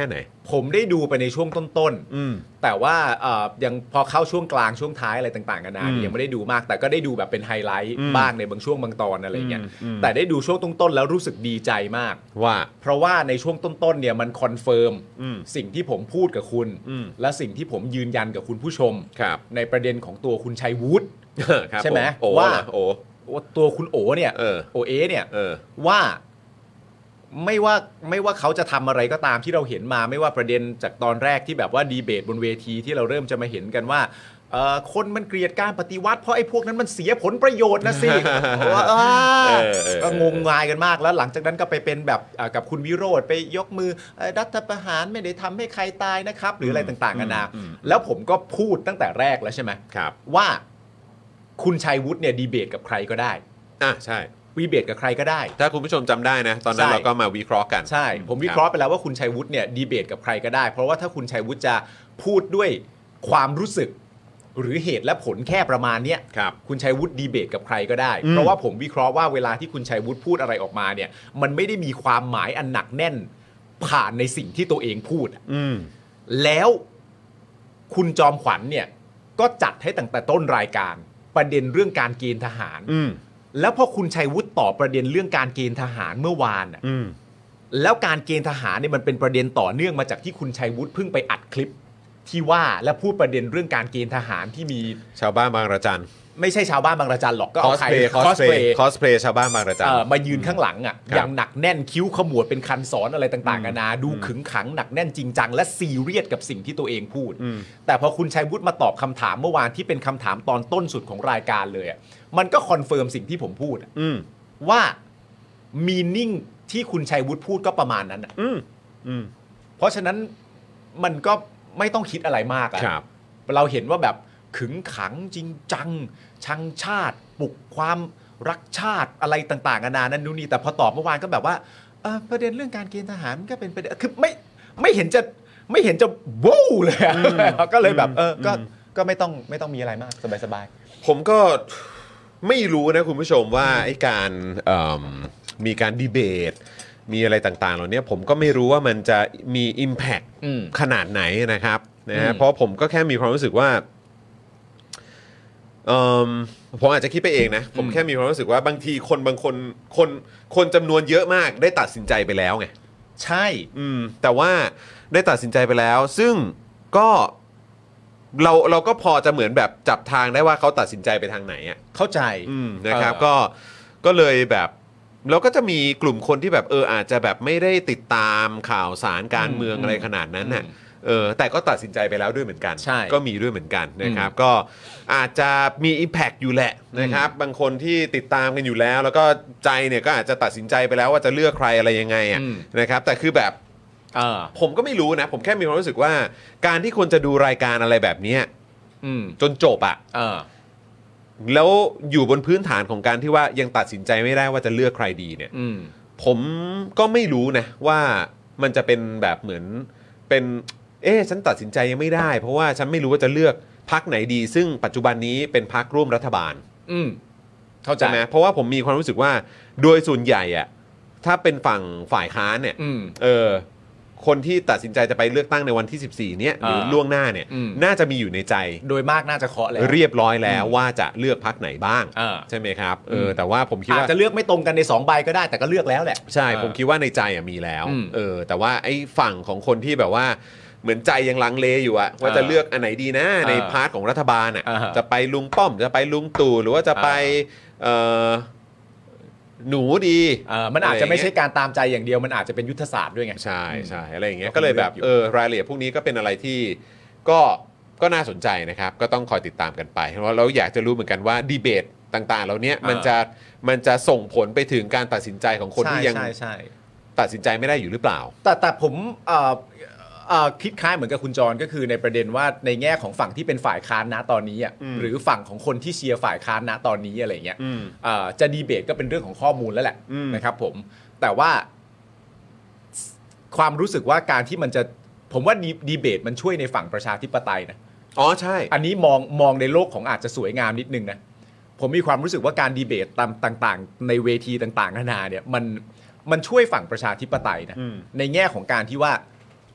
ผมได้ดูไปในช่วงต้นอืมๆแต่ว่าเอ่อยังพอเข้าช่วงกลางช่วงท้ายอะไรต่างๆกันานาอืมยังไม่ได้ดูมากแต่ก็ได้ดูแบบเป็นไฮไลท์อืมบ้างในบางช่วงบางตอนอะไรเงี้ยอืมอืมแต่ได้ดูช่วงต้นๆแล้วรู้สึกดีใจมากว่าเพราะว่าในช่วงต้นๆเนี่ยมันคอนเฟิร์มอืมสิ่งที่ผมพูดกับคุณอืมและสิ่งที่ผมยืนยันกับคุณผู้ชมครับในประเด็นของตัวคุณชัยวุฒิครับใช่ไหมโอ้ว่าเหรอโอ้ว่าตัวคุณโอเนี่ยเออโอเอเนี่ยเออว่าไม่ว่าไม่ว่าเขาจะทำอะไรก็ตามที่เราเห็นมา ไม่ว่าประเด็นจากตอนแรกที่แบบว่าดีเบตบนเวทีที่เราเริ่มจะมาเห็นกันว่าเอ่อคนมันเกลียดการปฏิวัติเพราะไอ้พวกนั้นมันเสียผลประโยชน์นะสิ ว่าอ่าเออเออก็งมงายกันมากแล้วหลังจากนั้นก็ไปเป็นแบบอ่ากับคุณวิโรธไปยกมือเอ่อรัฐประหารไม่ได้ทำให้ใครตายนะครับ หรืออะไรต่างๆกันานาแล้วผมก็พูดตั้งแต่แรกแล้วใช่ไหมครับว่าคุณชัยวุฒิเนี่ยดีเบตกับใครก็ได้อ่ะใช่ดีเบตกับใครก็ได้ถ้าคุณผู้ชมจำได้นะ ตอนนั้นใช่เราก็มาวิเคราะห์กันใช่ ผมวิเคราะห์ไปแล้วว่าคุณชัยวุฒิเนี่ยดีเบตกับใครก็ได้ เพราะว่าถ้าคุณชัยวุฒิจะพูดด้วยความรู้สึก หรือเหตุและผลแค่ประมาณเนี้ยครับคุณชัยวุฒิดีเบตกับใครก็ได้อืมเพราะว่าผมวิเคราะห์ว่าเวลาที่คุณชัยวุฒิพูดอะไรออกมาเนี่ย มันไม่ได้มีความหมายอันหนักแน่นผ่านในสิ่งที่ตัวเองพูดอืมแล้วคุณจอมขวัญเนี่ยก็จัดให้ตั้งแต่ต้นรายการประเด็นเรื่องการเกณฑ์ทหารอืมแล้วพอคุณชัยวุฒิตอบประเด็นเรื่องการเกณฑ์ทหารเมื่อวานน่ะอืมแล้วการเกณฑ์ทหารเนี่ยมันเป็นประเด็นต่อเนื่องมาจากที่คุณชัยวุฒิเพิ่งไปอัดคลิป ที่ว่าและพูดประเด็นเรื่องการเกณฑ์ทหารที่มีชาวบ้านบางระจันไม่ใช่ชาวบ้านบางระจันหรอกก็คอเอาสใครเพย์คอสเพย์คอสเพย์ชาวบ้านบางระจันเอ่อมายืนข้างหลังอ่ะครับอย่างหนักแน่นคิ้วขมวดเป็นคันสอนอะไรต่างๆกันานาดูขึงขังหนักแน่นจริงจังและซีเรียสกับสิ่งที่ตัวเองพูด แต่พอคุณชัยวุฒิมาตอบคำถามเมื่อวานที่เป็นคำถามตอนต้นสุดของรายการเลยอ่ะมันก็คอนเฟิร์มสิ่งที่ผมพูดอะอืมว่ามีนิ่งที่คุณชัยวุฒิพูดก็ประมาณนั้นอ่ะอืม อืมเพราะฉะนั้นมันก็ไม่ต้องคิดอะไรมากอะครับเราเห็นว่าแบบขึงขังจริงจัง ชังชาติปลุกความรักชาติอะไรต่างๆนานานั่นนู่นนี่แต่พอตอบเมื่อวานก็แบบว่าเอ่อประเด็นเรื่องการเกณฑ์ทหารมันก็เป็นประเด็นคือไม่ไม่เห็นจะไม่เห็นจะวู้เลยอะก็เลยแบบเออก็ก็ไม่ต้องไม่ต้องมีอะไรมากสบายผมก็ไม่รู้นะคุณผู้ชมว่าไอ้การเอิ่มมีการดีเบต มีอะไรต่างๆเหล่านี้ผมก็ไม่รู้ว่ามันจะมี Impact อืมขนาดไหนนะครับนะอืฮะมเพราะผมก็แค่มีความรู้สึกว่าเอิ่มผมอาจจะคิดไปเองนะ ผมแค่มีความรู้สึกว่าบางทีคนบางคนคนคนจำนวนเยอะมากได้ตัดสินใจไปแล้วไงๆ ใช่อืมแต่ว่าได้ตัดสินใจไปแล้ว ซึ่งก็เราเราก็พอจะเหมือนแบบจับทางได้ว่าเขาตัดสินใจไปทางไหนอ่ะเข้าใจอืมนะครับเออก็ก็เลยแบบแล้วก็จะมีกลุ่มคนที่แบบเอออาจจะแบบไม่ได้ติดตามข่าวสารการเมืองอะไรขนาดนั้นน่ะเออแต่ก็ตัดสินใจไปแล้วด้วยเหมือนกันใช่ก็มีด้วยเหมือนกันนะครับ ก็อาจจะมี Impact อยู่แหละนะครับ บางคนที่ติดตามกันอยู่แล้ว แล้วก็ใจเนี่ยก็อาจจะตัดสินใจไปแล้วว่าจะเลือกใครอะไรยังไงอ่ะอืมนะครับแต่คือแบบเออผมก็ไม่รู้นะ ผมแค่มีความรู้สึกว่า การที่คนจะดูรายการอะไรแบบเนี้ยอืมจนจบอะเออแล้วอยู่บนพื้นฐานของการที่ว่ายังตัดสินใจไม่ได้ว่าจะเลือกใครดีเนี่ยอืมผมก็ไม่รู้นะว่ามันจะเป็นแบบเหมือนเป็นเอ๊ะฉันตัดสินใจยังไม่ได้ เพราะว่าฉันไม่รู้ว่าจะเลือกพรรคไหนดี ซึ่งปัจจุบันนี้เป็นพรรคร่วมรัฐบาลอืมเข้าใจใช่ไหมเพราะว่าผมมีความรู้สึกว่าโดยส่วนใหญ่อะถ้าเป็นฝั่งฝ่ายค้านเนี่ยอืมเออคนที่ตัดสินใจจะไปเลือกตั้งในวันที่ สิบสี่ เนี่ยหรือเออล่วงหน้าเนี่ยอืมน่าจะมีอยู่ในใจโดยมากน่าจะเคาะแล้วเรียบร้อยแล้วว่าจะเลือกพรรคไหนบ้างเออใช่ไหมครับเออมแต่ว่าผมคิดอาจว่าจะเลือกไม่ตรงกันในสองใบก็ได้แต่ก็เลือกแล้วแหละใช่เออผมคิดว่าในใจอะมีแล้วอืมเออแต่ว่าไอ้ฝั่งของคนที่แบบว่าเหมือนใจยังลังเลอยู่อะว่าเออจะเลือกอันไหนดีนะในเออพาร์ทของรัฐบาลอะอ่าฮะจะไปลุงป้อมจะไปลุงตู่หรือว่าจะไปเอ่อหนูดีเออมันอาจจะไม่ใช่ไรย่งเงี้ยการตามใจอย่างเดียวมันอาจจะเป็นยุทธศาสตร์ด้วยไงใช่ใช่อะไรอย่างเงี้ยก็ก็เลยแบบเลือกอยู่เออรายละเอียดพวกนี้ก็เป็นอะไรที่ก็ก็น่าสนใจนะครับก็ต้องคอยติดตามกันไปเพราะเราอยากจะรู้เหมือนกันว่าดีเบตต่างๆเหล่านี้มันจะมันจะส่งผลไปถึงการตัดสินใจของคนที่ยังใช่ใช่ตัดสินใจไม่ได้อยู่หรือเปล่าแต่แต่ผมเอ่อเอ่อคิดคล้ายเหมือนกับคุณจรก็คือในประเด็นว่าในแง่ของฝั่งที่เป็นฝ่ายค้านนะตอนนี้อ่ะอืมหรือฝั่งของคนที่เชียร์ฝ่ายค้านนะตอนนี้อะไรเงี้ยอืมเอ่อจะดีเบตก็เป็นเรื่องของข้อมูลแล้วแหละอืมนะครับผมแต่ว่าความรู้สึกว่าการที่มันจะผมว่าดีดีเบตมันช่วยในฝั่งประชาธิปไตยนะอ๋อใช่อันนี้มองมองในโลกของอาจจะสวยงามนิดนึงนะผมมีความรู้สึกว่าการดีเบตตามต่างๆ ในเวทีต่างๆนานาเนี่ยมันมันช่วยฝั่งประชาธิปไตยนะอืมในแง่ของการที่ว่า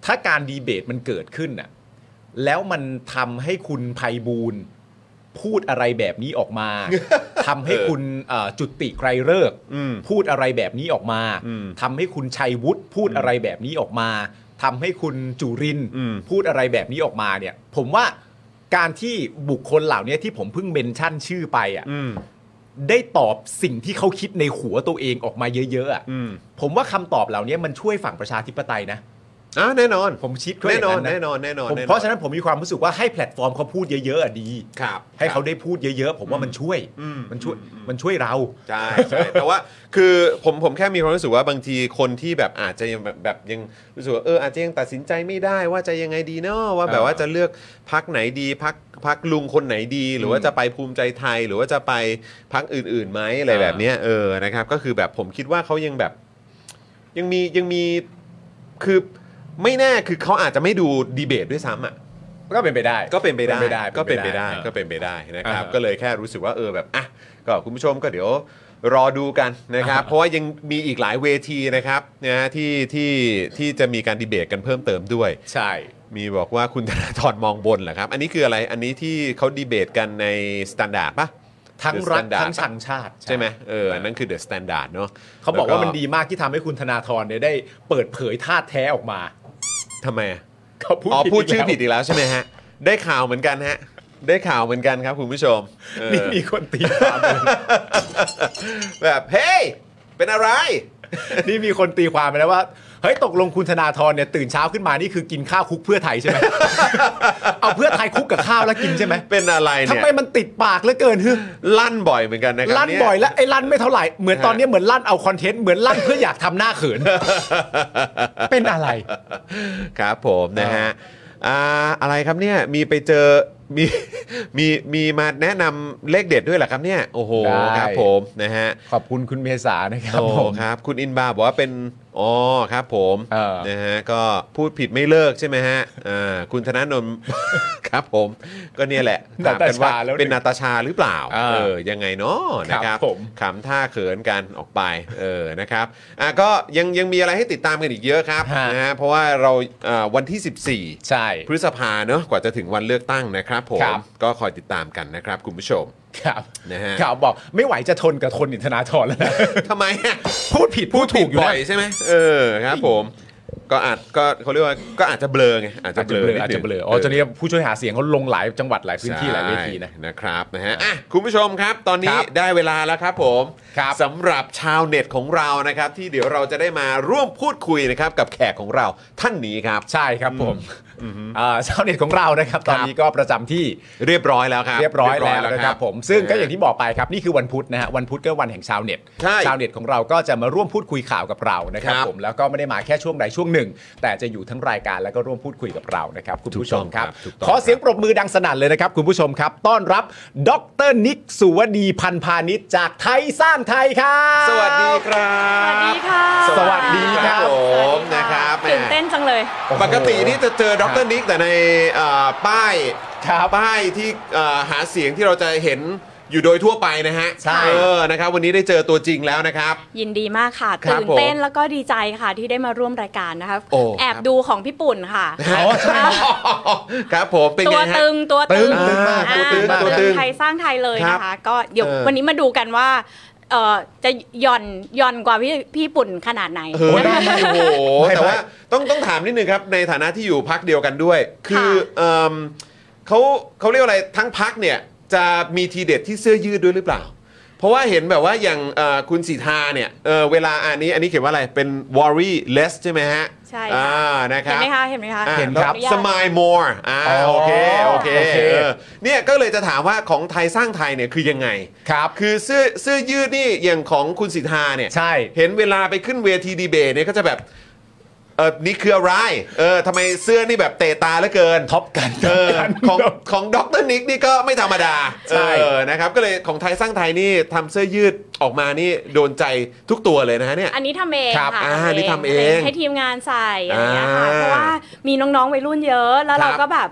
ถ้าการดีเบตมันเกิดขึ้นน่ะแล้วมันทำให้คุณไพบูลย์พูดอะไรแบบนี้ออกมา ทำให้คุณเอ่อจุติไกรฤกษ์พูดอะไรแบบนี้ออกมาทำให้คุณชัยวุฒิพูดอะไรแบบนี้ออกมาทำให้คุณจุรินทร์พูดอะไรแบบนี้ออกมาเนี่ยผมว่าการที่บุคคลเหล่านี้ที่ผมเพิ่งเมนชั่นชื่อไปอ่ะได้ตอบสิ่งที่เขาคิดในหัวตัวเองออกมาเยอะๆอ่ะผมว่าคำตอบเหล่านี้มันช่วยฝั่งประชาธิปไตยนะอ่าแน่นอนผมคิดแน่นอนแน่นอนแน่นอนเพราะฉะนั้นผมมีความรู้สึกว่าให้แพลตฟอร์มเขาพูดเยอะๆอ่ะดีครับให้เขาได้พูดเยอะๆผมว่ามันช่วยมันช่วยมันช่วยเราใช่ใช่แต่ว่าคือผมผมแค่มีความรู้สึกว่าบางทีคนที่แบบอาจจะยังแบบแบบยังรู้สึกว่าเอออาจจะยังตัดสินใจไม่ได้ว่าจะยังไงดีเนาะว่าแบบว่าจะเลือกพรรคไหนดีพรรคพรรคลุงคนไหนดี หรือว่าจะไปภูมิใจไทยหรือว่าจะไปพรรคอื่นๆไหมอะไรแบบเนี้ยเออนะครับก็คือแบบผมคิดว่าเขายังแบบยังมียังมีคือไม่แน่คือเขาอาจจะไม่ดูดีเบตด้วยซ้ำอ่ะก็เป็นไปได้ก็เป็นไปได้เป็นไปได้ก็เป็นไปได้เป็นไปได้ก็เป็นไปได้นะครับอ่าก็เลยแค่รู้สึกว่าเออแบบอ่ะก็คุณผู้ชมก็เดี๋ยวรอดูกันนะครับ เพราะว่ายังมีอีกหลายเวทีนะครับนะฮะที่ที่ที่จะมีการดีเบตกันเพิ่มเติมด้วยใช่มีบอกว่าคุณธนาธรมองบนเหรอครับอันนี้คืออะไรอันนี้ที่เขาดีเบตกันในสแตนดาร์ดป่ะทั้งรัฐ The Standard ทั้งชังชาติใช่ไหมเอออันนั้นคือ The Standard เนาะเขาบอกว่ามันดีมากที่ทำให้คุณธนาธรเนี่ยได้เปิดเผยท่าแท้ออกมาทำไมเขาพูดอ๋อพูดชื่อผิผิดดอีกแล้วใช่ไหมฮะได้ข่าวเหมือนกันฮะได้ข่าวเหมือนกันครับคุณผู้ชมนี่มีคนตีความแบบเฮ้ยเป็นอะไรนี่มีคนตีความไปแล้วว่าเฮ้ยตกลงคุณธนาธรเนี่ยตื่นเช้าขึ้นมานี่คือกินข้าวคุกเพื่อไทยใช่ไหม เอาเพื่อไทยคุกกับข้าวแล้วกินใช่ไหมเป็นอะไรเนี่ยทำไมมันติดปากเหลือเกินฮึลั่นบ่อยเหมือนกันนะครับลั่นบ่อยแล้วไอ้ลั่นไม่เท่าไหร่เหมือนตอนนี้เหมือนลั่นเอาคอนเทนต์เหมือนลั่นเพื่ออยากทำหน้าเขิน เป็นอะไรครับผมนะฮะอ่าอะไรครับเนี่ยมีไปเจอมีมีมีมาแนะนำเลขเด็ดด้วยเหรอครับเนี่ยโอ้โหครับผมนะฮะขอบคุณคุณเมษานะครับโอ้ครับคุณอินบาบอกว่าเป็นอ๋อครับผมนะฮะก็พูดผิดไม่เลิกใช่ไหมฮะอ่าคุณธนาโนนครับผมก็เนี่ยแหละถามกันว่าเป็นนาตาชาหรือเปล่าเออยังไงเนาะนะครับขำท่าเขินกันออกไปเออนะครับอ่ะก็ยังยังมีอะไรให้ติดตามกันอีกเยอะครับนะฮะเพราะว่าเราวันที่สิบสี่ใช่พฤษภาเนาะกว่าจะถึงวันเลือกตั้งนะครับผมก็คอยติดตามกันนะครับคุณผู้ชมครับนะฮะข่าวบอกไม่ไหวจะทนกับทนอินทนาธรแล้วนะทำไมพูดผิดพูดถูกอยู่บ่อยใช่ไหมเออครับผมก็อาจก็เขาเรียกว่าก็อาจจะเบลอไงอาจจะเบลออาจจะเบลออ๋อตอนนี้ผู้ช่วยหาเสียงเขาลงหลายจังหวัดหลายพื้นที่หลายเวทีนะนะครับนะฮะอ่ะคุณผู้ชมครับตอนนี้ได้เวลาแล้วครับผมสำหรับชาวเน็ตของเรานะครับที่เดี๋ยวเราจะได้มาร่วมพูดคุยนะครับกับแขกของเราท่านนี้ครับใช่ครับผมชาวเน็ตของเรานะครับตอนนี้ก็ประจำที่เรียบร้อยแล้วครับเรียบร้อยแล้วนะครับผมซึ่งก็อย่างที่บอกไปครับนี่คือวันพุธนะฮะวันพุธก็วันแห่งชาวเน็ตชาวเน็ตของเราก็จะมาร่วมพูดคุยข่าวกับเรานะครับผมแล้วก็ไม่ได้มาแค่ช่วงใดช่วงหนึ่งแต่จะอยู่ทั้งรายการแล้วก็ร่วมพูดคุยกับเรานะครับคุณผู้ชมครับขอเสียงปรบมือดังสนั่นเลยนะครับคุณผู้ชมครับต้อนรับดร.นิกสุวดีพันพาณิชย์จากไทยสร้างไทยครับสวัสดีครับสวัสดีค่ะสวัสดีครับผมนะครับตื่นเต้นจังเลยปกตินี่จะเจอดร.นิกแต่ในป้ายป้ายที่หาเสียงที่เราจะเห็นอยู่โดยทั่วไปนะฮะใช่เออนะครับวันนี้ได้เจอตัวจริงแล้วนะครับยินดีมากค่ะตื่นเต้นแล้วก็ดีใจค่ะที่ได้มาร่วมรายการนะคะแอบดูของพี่ปุ่นค่ะอ๋อใช่ครับผมเป็นไงฮะตัวตึงตัวตึงตัวตึงตัวตึงไทยสร้างไทยเลยนะคะก็เดี๋ยววันนี้มาดูกันว่าเอ่อจะหย่อนหย่อนกว่าพี่พี่ปุ่นขนาดไหนโอ้โหโอ้โหแต่ว่าต้องต้องถามนิดนึงครับในฐานะที่อยู่พรรคเดียวกันด้วยคือเอ่อเขาเขาเรียกอะไรทั้งพรรคเนี่ยจะมีทีเด็ดที่เสื้อยืดด้วยหรือเปล่าเพราะว่าเห็นแบบว่าอย่างคุณสีทาเนี่ย เ, เวลาอันนี้อันนี้เขียนว่าอะไรเป็น worry less ใช่ไหมฮะใช่ค่ะนะครับเห็นไหมคะเห็นไหมคะเห็นครับ smile more อ่าโอเคโอเคเนี่ยก็เลยจะถามว่าของไทยสร้างไทยเนี่ยคือยังไงครับคือเสื้อเสื้อยืดนี่อย่างของคุณสีทาเนี่ยใช่เห็นเวลาไปขึ้นเวทีดีเบตเนี่ยก็จะแบบเออนี่คืออะไรเออทำไมเสื้อนี่แบบเตะตาเหลือเกินท็อปกันเออของของดร.นิกนี่ก็ไม่ธรรมดาใช่นะครับก็เลยของไทยสร้างไทยนี่ทำเสื้อยืดออกมานี่โดนใจทุกตัวเลยนะฮะเนี่ยอันนี้ทำเองค่ะอ่านี่ทำเองให้ทีมงานใส่อะไรอย่างเงี้ยค่ะเพราะว่ามีน้องๆวัยรุ่นเยอะแล้วเราก็แบบ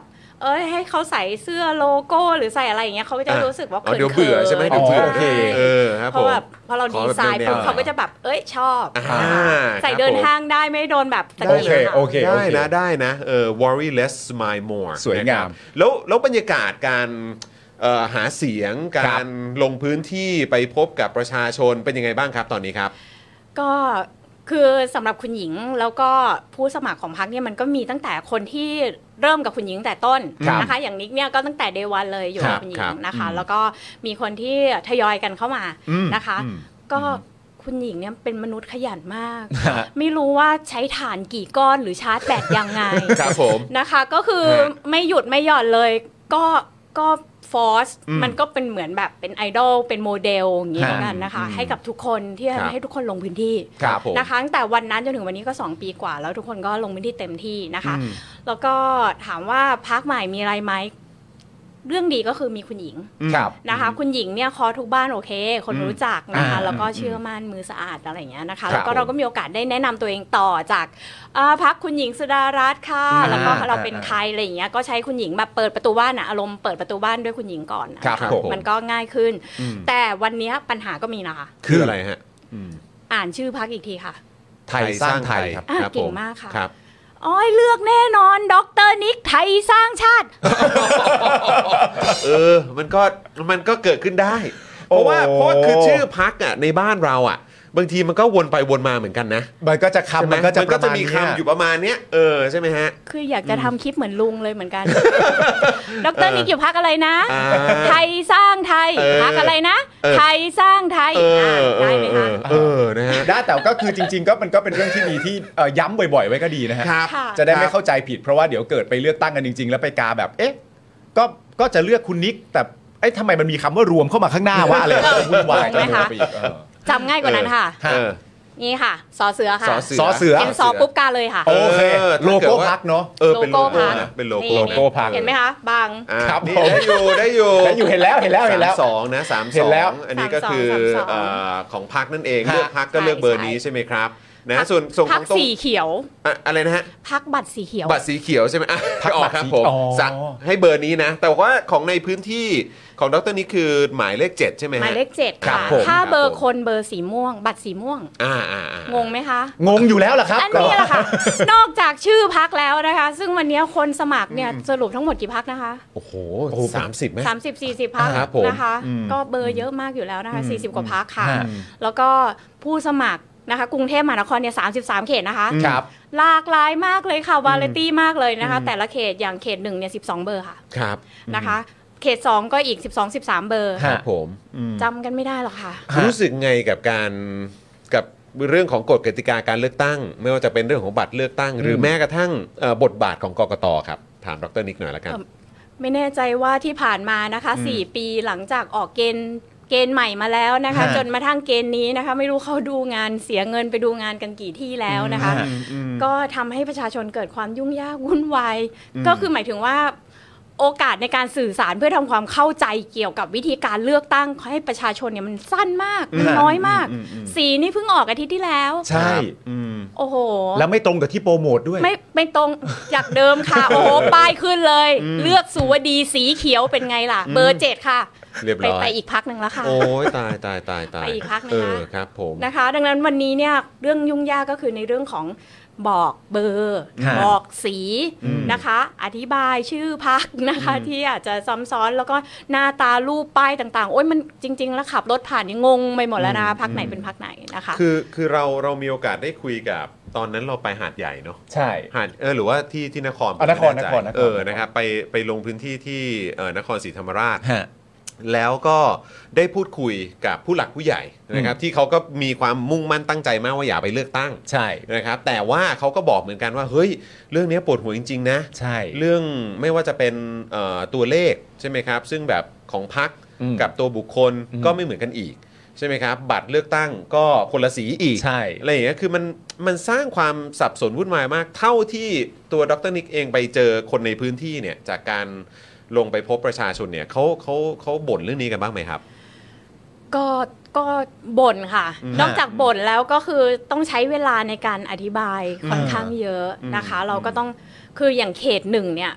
เอ้ยให้เขาใส่เสื้อโลโก้หรือใส่อะไรอย่างเงี้ยเขาก็จะรู้สึกว่าเขินๆเดี๋ยวเบื่อใช่ไหมเดี๋ยวเบื่อโอเคเออครับเพผราะมแบบพอเราดีไซน์ปุ๊บเขาก็จะแบบเอ้ยชอบอ่าใส่เดินห้างได้ไม่โดนแบบตะโอกี้เคค่ะโอเคได้นะได้นะเออ worry less smile more สวยงามนะครับแล้วแล้วบรรยากาศการเอ่อหาเสียงการลงพื้นที่ไปพบกับประชาชนเป็นยังไงบ้างครับตอนนี้ครับก็คือสำหรับคุณหญิงแล้วก็ผู้สมัครของพรรคเนี่ยมันก็มีตั้งแต่คนที่เริ่มกับคุณหญิงแต่ต้นครับนะคะอย่างนิกเนี่ยก็ตั้งแต่เดวันเลยอยู่ครักับบ คุณหญิครังบนะคะอืมแล้วก็มีคนที่ทยอยกันเข้ามาอืมนะคะอืมก็คุณหญิงเนี่ยเป็นมนุษย์ขยันมากฮะไม่รู้ว่าใช้ถ่านกี่ก้อนหรือชาร์จแบตยังไงครับผมนะคะก็คือฮะไม่หยุดไม่หย่อนเลยก็ก็ฟอร์สอืมมันก็เป็นเหมือนแบบเป็นไอดอลเป็นโมเดลอย่างนี้ฮะแล้วกันนะคะอืมให้กับทุกคนที่ครับให้ทุกคนลงพื้นที่ครับผมนะคะตั้งแต่วันนั้นจนถึงวันนี้ก็สองปีกว่าแล้วทุกคนก็ลงพื้นที่เต็มที่นะคะอืมแล้วก็ถามว่าพักใหม่มีอะไรไหมเรื่องดีก็คือมีคุณหญิงครับนะคะ คุณหญิงเนี่ยคอทุกบ้านโอเค คนรู้จักนะคะอ่าแล้วก็เชื่อมั่นมือสะอาดอะไรอย่างเงี้ยนะครับคะแล้วก็เราก็มีโอกาสได้แนะนำตัวเองต่อจากอ่าพักคุณหญิงสุดารัตน์ค่ะอ่าแล้วก็เราเป็นใครอะไรอย่างเงี้ยก็ใช้คุณหญิงแบบเปิดประตูบ้านอะอารมณ์เปิดประตูบ้านด้วยคุณหญิงก่อนนะครับผมมันก็ง่ายขึ้นอืมแต่วันเนี้ยปัญหาก็มีนะคะคืออะไรฮะอ่านชื่อพักอีกทีค่ะไทยสร้างไทยครับอ่ะครับเก่งผมมากค่ะครับอ๋อยเลือกแน่นอนดรนิกไทยสร้างชาติเออ มันก็มันก็เกิดขึ้นได้ เพราะว่าโอ้เพราะว่าคือชื่อพักอ่ะในบ้านเราอ่ะ บางทีมันก็วนไปวนมาเหมือนกันนะมันก็จะใช่ไหคำมันก็จะมันก็จะมีประาณเนี้คำอยู่ประมาณเนี้ยเออใช่ไหมฮะคืออยากจะทำคลิปเหมือนลุงเลยเหมือนกัน ดรนิกอยู่พักอะไรนะอ่าไทยสร้างไทยเออพักอะไรนะเออไทยสร้างไทยเอออ่ะเอได้อไหมเอคะอเออนะฮะได้แต่ก็คือจริง ๆ ก็มันก็เป็นเรื่องที่ดีที่เอ่อย้ำบ่อยๆ ไว้ก็ดีนะฮะครับค่ะจะได้ไม่เข้าใจผิดเพราะว่าเดี๋ยวเกิดไปเลือกตั้งกันจริง ๆ แล้วไปกาแบบ เอ๊ะ ก็ก็จะเลือกคุณนิก แต่เอ้ยทำไมมันมีคำว่ารวมเข้ามาข้างหน้าว่าอะไรจะวุ่นวายเออไหมคะไปอีกเออจำง่ายกว่านั้นค่ะเออนี่ค่ะสอเสือค่ะสอเสืสอเสือเป็นสอปุ๊บกาเลยค่ะโอเคเออโลถ้าเกิดโก้ว่าพักเนาะเออเป็นโลโก้พันะเป็นโลนี่โก้โลโก้พักเห็นไหมคะบางอ่ะครับนี่ผมได้อยู่ได้อยู่ได้อยู่เห็นแล้วเห็นแล้วเห็นแล้วสามสองนะสามเห็สอนแล้วงอันนี้ก็คือสามสองเอ่อของพักนั่นเองฮะเลือกพักก็เลือกเบอร์นี้ใช่ไหมครับนะส่วนส่วนพัขกองตรงสีเขียวอะอะไรนะฮะพักบัตรสีเขียวบัตรสีเขียวใช่ไหมอ่ะพักออบักตรครับสีผมอ๋อสั่งให้เบอร์นี้นะ แต่ว่าของในพื้นที่ของดรนี่คือหมายเลขเจ็ดใช่ไหมฮะหมายเลขเจ็ดครัค่ะบผมถ้าครับเบอผร์มคนเบอร์สีม่วง บัตรสีม่วงอ่าอ่าอ่างงไหมคะงงอยู่แล้วล่ะครับอันนี้แหละค่ะ นอกจากชื่อพักแล้วนะคะ ซึ่งวันนี้คนสมัครเนี่ยสรุปทั้งหมดกี่พักนะคะโอ้โหสามสิบไหมสามสิบ สี่สิบพักครับผมนะคะ ก็เบอร์เยอะมากอยู่แล้วนะคะ สี่สิบกว่าพักค่ะฮะแล้วก็ผู้สมัครนะคะกรุงเทพมหานครเนี่ยสามสิบสามเขตนะคะครับหลากหลายมากเลยค่ะวาไรตี้มากเลยนะคะ แต่ละเขตอย่างเขตหนึ่งเนี่ยสิบสองเบอร์ค่ะครับนะคะ เขตสองก็อีกสิบสอง สิบสามเบอร์ครับผมจำกันไม่ได้หรอกค่ะรู้สึกไงกับการกับเรื่องของกฎกติกาการเลือกตั้ง ไม่ว่าจะเป็นเรื่องของบัตรเลือกตั้ง หรือแม้กระทั่งเอ่อบทบาทของกกตครับถามดรนิกหน่อยละกันเอิ่ม ไม่แน่ใจว่าที่ผ่านมานะคะสี่ปีหลังจากออกเกณฑ์เกณฑ์ใหม่มาแล้วนะคะฮะจนมาทั้งเกณฑ์นี้นะคะ ไม่รู้เขาดูงานเสียเงินไปดูงานกันกี่ที่แล้วนะคะ ก็ทำให้ประชาชนเกิดความยุ่งยากวุ่นวายก็คือหมายถึงว่าโอกาสในการสื่อสารเพื่อทำความเข้าใจเกี่ยวกับวิธีการเลือกตั้งให้ประชาชนเนี่ยมันสั้นมากมันน้อยมาก สีนี่เพิ่งออกอาทิตย์ที่แล้วใช่โอ้โหแล้วไม่ตรงกับที่โปรโมทด้วยไม่ไม่ตรงจากเดิมค่ะ โอ้โหป้ายขึ้นเลย เลือกสุวดีสีเขียวเป็นไงล่ะ เบอร์เจ็ดค่ะเรียบไปร้อยไปอีกพักหนึ่งแล้วค่ะโอ้ยตายตายตายตายไปอีกพักนะคะเออครับผมนะคะ ดังนั้นวันนี้เนี่ยเรื่องยุ่งยากก็คือในเรื่องของบอกเบอร์ฮะบอกสีนะคะ อธิบายชื่อพักนะคะที่อาจจะซ้ำซ้อนแล้วก็หน้าตารูปป้ายต่างๆ โอ้ยมันจริง ๆ แล้วขับรถผ่านนี่งงไปหมดแล้วนะคะพักไหนเป็นพักไหนนะคะคือคือเราเรามีโอกาสได้คุยกับตอนนั้นเราไปหาดใหญ่เนาะใช่หาดเออหรือว่าที่ที่นครอ่ะนครไม่แใจนครนครเออนะครับไปไปลงพื้นที่ที่เออนครศรีธรรมราชฮะแล้วก็ได้พูดคุยกับผู้หลักผู้ใหญ่นะครับที่เขาก็มีความมุ่งมั่นตั้งใจมากว่าอย่าไปเลือกตั้งใช่นะครับแต่ว่าเขาก็บอกเหมือนกันว่าเฮ้ยเรื่องนี้ปวดหัวจริงๆนะใช่เรื่องไม่ว่าจะเป็นเอ่อตัวเลขใช่ไหมครับซึ่งแบบของพรรคอืมกับตัวบุคคลอืมก็ไม่เหมือนกันอีกใช่ไหมครับบัตรเลือกตั้งก็คนละสีอีกใช่อะไรอย่างเงี้ยคือมันมันสร้างความสับสนวุ่นวายมากเท่าที่ตัวดรนิกเองไปเจอคนในพื้นที่เนี่ยจากการลงไปพบประชาชนเนี่ยเขาเขาเขาบ่นเรื่องนี้กันบ้างไหมครับก็ก็บ่นค่ะอืมนอกจากบ่นแล้วก็คือต้องใช้เวลาในการอธิบายค่อนข้างเยอะนะคะอืมเราก็ต้องคืออย่างเขตหนึ่งเนี่ย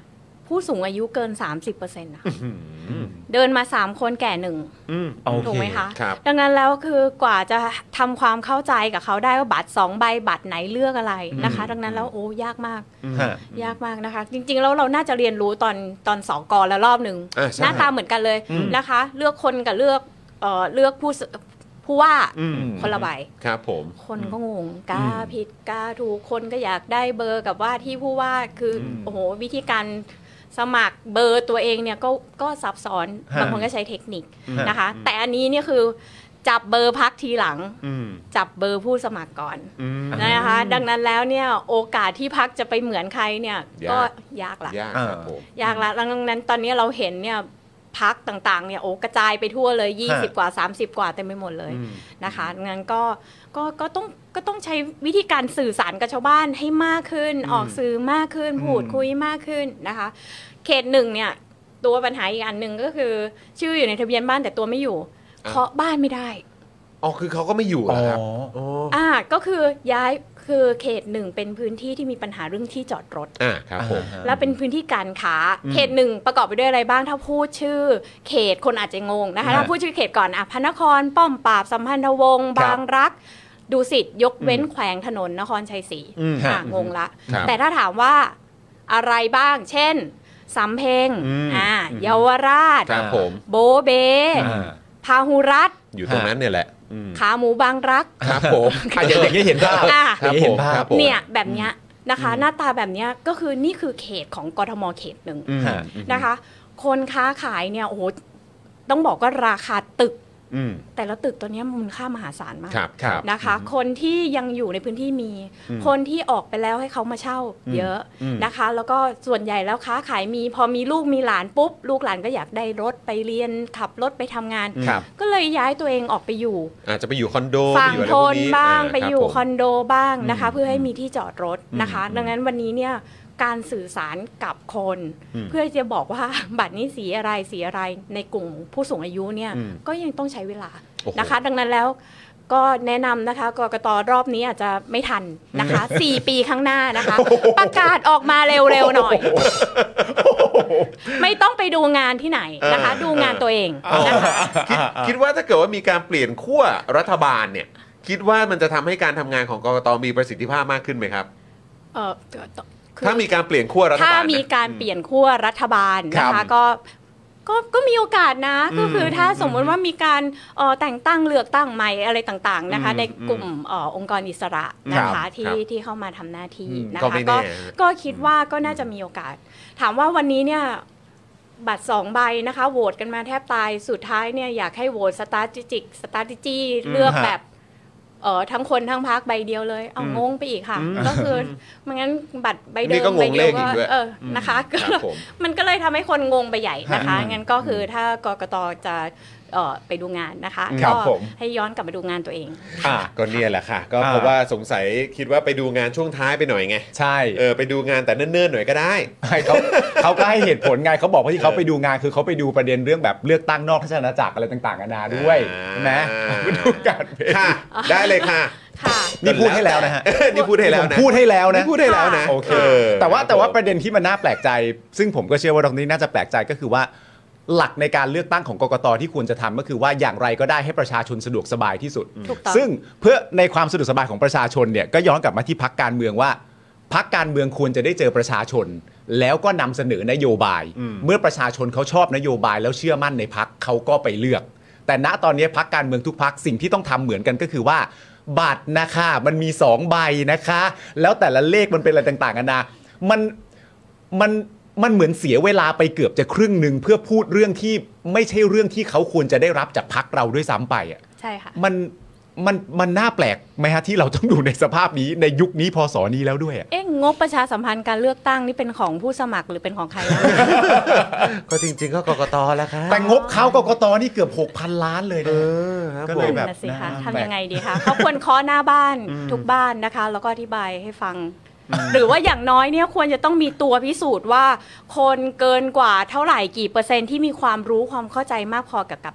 ผู้สูงอายุเกิน สามสิบเปอร์เซ็นต์ นะเดินมาสามคนแก่หนึ่งถูกไหมคะดังนั้นแล้วคือกว่าจะทำความเข้าใจกับเขาได้ว่าบัตรสองใบบัตรไหนเลือกอะไรนะคะดังนั้นแล้วโอ้ยากมากยากมากนะคะจริงๆแล้วเราน่าจะเรียนรู้ตอนตอนสกแล้วรอบหนึ่งหน้าตาเหมือนกันเลยนะคะเลือกคนกับเลือกเอ่อเลือกผู้ผู้ว่าคนละใบครับผมคนก็งงกล้าผิดกล้าถูกคนก็อยากได้เบอร์กับว่าที่ผู้ว่าคือโอ้โหวิธีการสมัครเบอร์ตัวเองเนี่ยก็ก็ซับซ้อนบางคนก็ใช้เทคนิคนะคะแต่อันนี้เนี่ยคือจับเบอร์พักทีหลังจับเบอร์ผู้สมัครก่อนนะคะดังนั้นแล้วเนี่ยโอกาสที่พักจะไปเหมือนใครเนี่ยก็ยากละยากครับผมยากละดังนั้นตอนนี้เราเห็นเนี่ยพักต่างๆเนี่ยโอ้กระจายไปทั่วเลยยี่สิบกว่าสามสิบกว่าเต็มไปหมดเลยนะคะงั้นก็ก็ก็ต้องก็ต้องใช้วิธีการสื่อสารกับชาวบ้านให้มากขึ้นออกสื่อมากขึ้นพูดคุยมากขึ้นนะคะเขตหนึ่งเนี่ยตัวปัญหาอีกอันหนึ่งก็คือชื่ออยู่ในทะเบียนบ้านแต่ตัวไม่อยู่เคาะบ้านไม่ได้อ๋อคือเขาก็ไม่อยู่เหรอครับอ๋ออ่าก็คือย้ายคือเขตหนึ่งเป็นพื้นที่ที่มีปัญหาเรื่องที่จอดรถอ่าครับผมและเป็นพื้นที่การค้าเขตหนึ่งประกอบไปด้วยอะไรบ้างถ้าพูดชื่อเขตคนอาจจะงงนะคะถ้าพูดชื่อเขตก่อนอ่ะพระนครป้อมปราบสัมพันธวงศ์บางรักดุสิตยกเว้นแขวงถนนนครชัยศรีอ่างงละแต่ถ้าถามว่าอะไรบ้างเช่นสำเพ็งอ่าเยาวราชโบเบพาหุรัตน์อยู่ตรงนั้นเนี่ยแหละขาหมูบางรักครับผมอย่างนี้เห็นภาพครับผมเนี่ยแบบเนี้ยนะคะหน้าตาแบบเนี้ยก็คือนี่คือเขตของกทมเขตหนึ่งนะคะคนค้าขายเนี่ยโอ้โหต้องบอกว่าราคาตึกแต่ละตึกตัวนี้มูลค่ามหาศาลมากนะคะคนที่ยังอยู่ในพื้นที่มีคนที่ออกไปแล้วให้เขามาเช่าเยอะนะคะแล้วก็ส่วนใหญ่แล้วค้าขายมีพอมีลูกมีหลานปุ๊บลูกหลานก็อยากได้รถไปเรียนขับรถไปทำงานก็เลยย้ายตัวเองออกไปอยู่อาจจะไปอยู่คอนโดฝั่งทนบ้างไปอยู่คอนโดบ้างนะคะเพื่อให้มีที่จอดรถนะคะดังนั้นวันนี้เนี่ยการสื่อสารกับคนเพื่อจะบอกว่าบัตรนี้สีอะไรสีอะไรในกลุ่มผู้สูงอายุเนี่ยก็ยังต้องใช้เวลานะคะดังนั้นแล้วก็แนะนำนะคะกกต.รอบนี้อาจจะไม่ทันนะคะสี่ปีข้างหน้านะคะประกาศออกมาเร็วๆหน่อยไม่ต้องไปดูงานที่ไหนนะคะดูงานตัวเองนะคะคิดคิดว่าถ้าเกิดว่ามีการเปลี่ยนขั้วรัฐบาลเนี่ยคิดว่ามันจะทำให้การทำงานของกกต.มีประสิทธิภาพมากขึ้นไหมครับเออถ้ามีการเปลี่ยนขั้วรัฐบาลถ้ามีการเปลี่ยนขั้วรัฐบาลนะคะก็ก็ก็มีโอกาสนะก็คือถ้าสมมติว่ามีการแต่งตั้งเลือกตั้งใหม่อะไรต่างๆนะคะในกลุ่มองค์กรอิสระนะคะที่ที่เข้ามาทำหน้าที่นะคะก็ก็คิดว่าก็น่าจะมีโอกาสถามว่าวันนี้เนี่ยบัตรสองใบนะคะโหวตกันมาแทบตายสุดท้ายเนี่ยอยากให้โหวตสตาร์จิกสตาร์จิเลือกแบบเออทั้งคนทั้งพรรคใบเดียวเลยเอางงไปอีกค่ะก็คือมันงั้นบัตรใบเดิมใบเดียวก็เออนะคะมันก็เลยทำให้คนงงไปใหญ่นะคะงั้นก็คือถ้ากกต.จะเอ่อไปดูงานนะคะก็ให้ย้อนกลับมาดูงานตัวเองอ่ะก็เนี่ยแหละค่ะก็เพราะว่าสงสัยคิดว่าไปดูงานช่วงท้ายไปหน่อยไงใช่เออไปดูงานแต่เนิ่นๆหน่อยก็ได้เขาเขาก็ให้เหตุผลไงเขาบอกว่าที่เขาไปดูงานคือเขาไปดูประเด็นเรื่องแบบเลือกตั้งนอกราชอาณาจักรอะไรต่างๆนานาด้วยนะไปดูการค่ะได้เลยค่ะนี่พูดให้แล้วนะฮะนี่พูดให้แล้วนะพูดให้แล้วนะพูดให้แล้วนะโอเคแต่ว่าแต่ว่าประเด็นที่มันน่าแปลกใจซึ่งผมก็เชื่อว่าตรงนี้น่าจะแปลกใจก็คือว่าหลักในการเลือกตั้งของกกต.ที่ควรจะทำก็คือว่าอย่างไรก็ได้ให้ประชาชนสะดวกสบายที่สุดซึ่งเพื่อในความสะดวกสบายของประชาชนเนี่ยก็ย้อนกลับมาที่พรรคการเมืองว่าพรรคการเมืองควรจะได้เจอประชาชนแล้วก็นำเสนอนโยบายเมื่อประชาชนเขาชอบนโยบายแล้วเชื่อมั่นในพรรคเขาก็ไปเลือกแต่ณตอนนี้พรรคการเมืองทุกพรรคสิ่งที่ต้องทำเหมือนกันก็คือว่าบัตรนะคะมันมีสองใบนะคะแล้วแต่ละเลขมันเป็นอะไรต่างๆกันานะมันมันมันเหมือนเสียเวลาไปเกือบจะครึ่งนึงเพื่อพูดเรื่องที่ไม่ใช่เรื่องที่เขาควรจะได้รับจากพรรคเราด้วยซ้ำไปอ่ะใช่ค่ะมันมันมันน่าแปลกไหมฮะที่เราต้องดูในสภาพนี้ในยุคนี้พศนี้แล้วด้วยเอ๊ะงบประชาสัมพันธ์การเลือกตั้งนี่เป็นของผู้สมัครหรือเป็นของใครนะก็จริงๆก็กกต.แล้วครับแต่งบเขากกต.นี่เกือบ หกพัน ล้านเลยนะก็เลยแบบสิคะทำยังไงดีคะเขาควรเคาะหน้าบ้านทุกบ้านนะคะแล้วก็อธิบายให้ฟังหรือว่าอย่างน้อยเนี่ยควรจะต้องมีตัวพิสูจน์ว่าคนเกินกว่าเท่าไหร่กี่เปอร์เซ็นต์ที่มีความรู้ความเข้าใจมากพอกับกับบัตร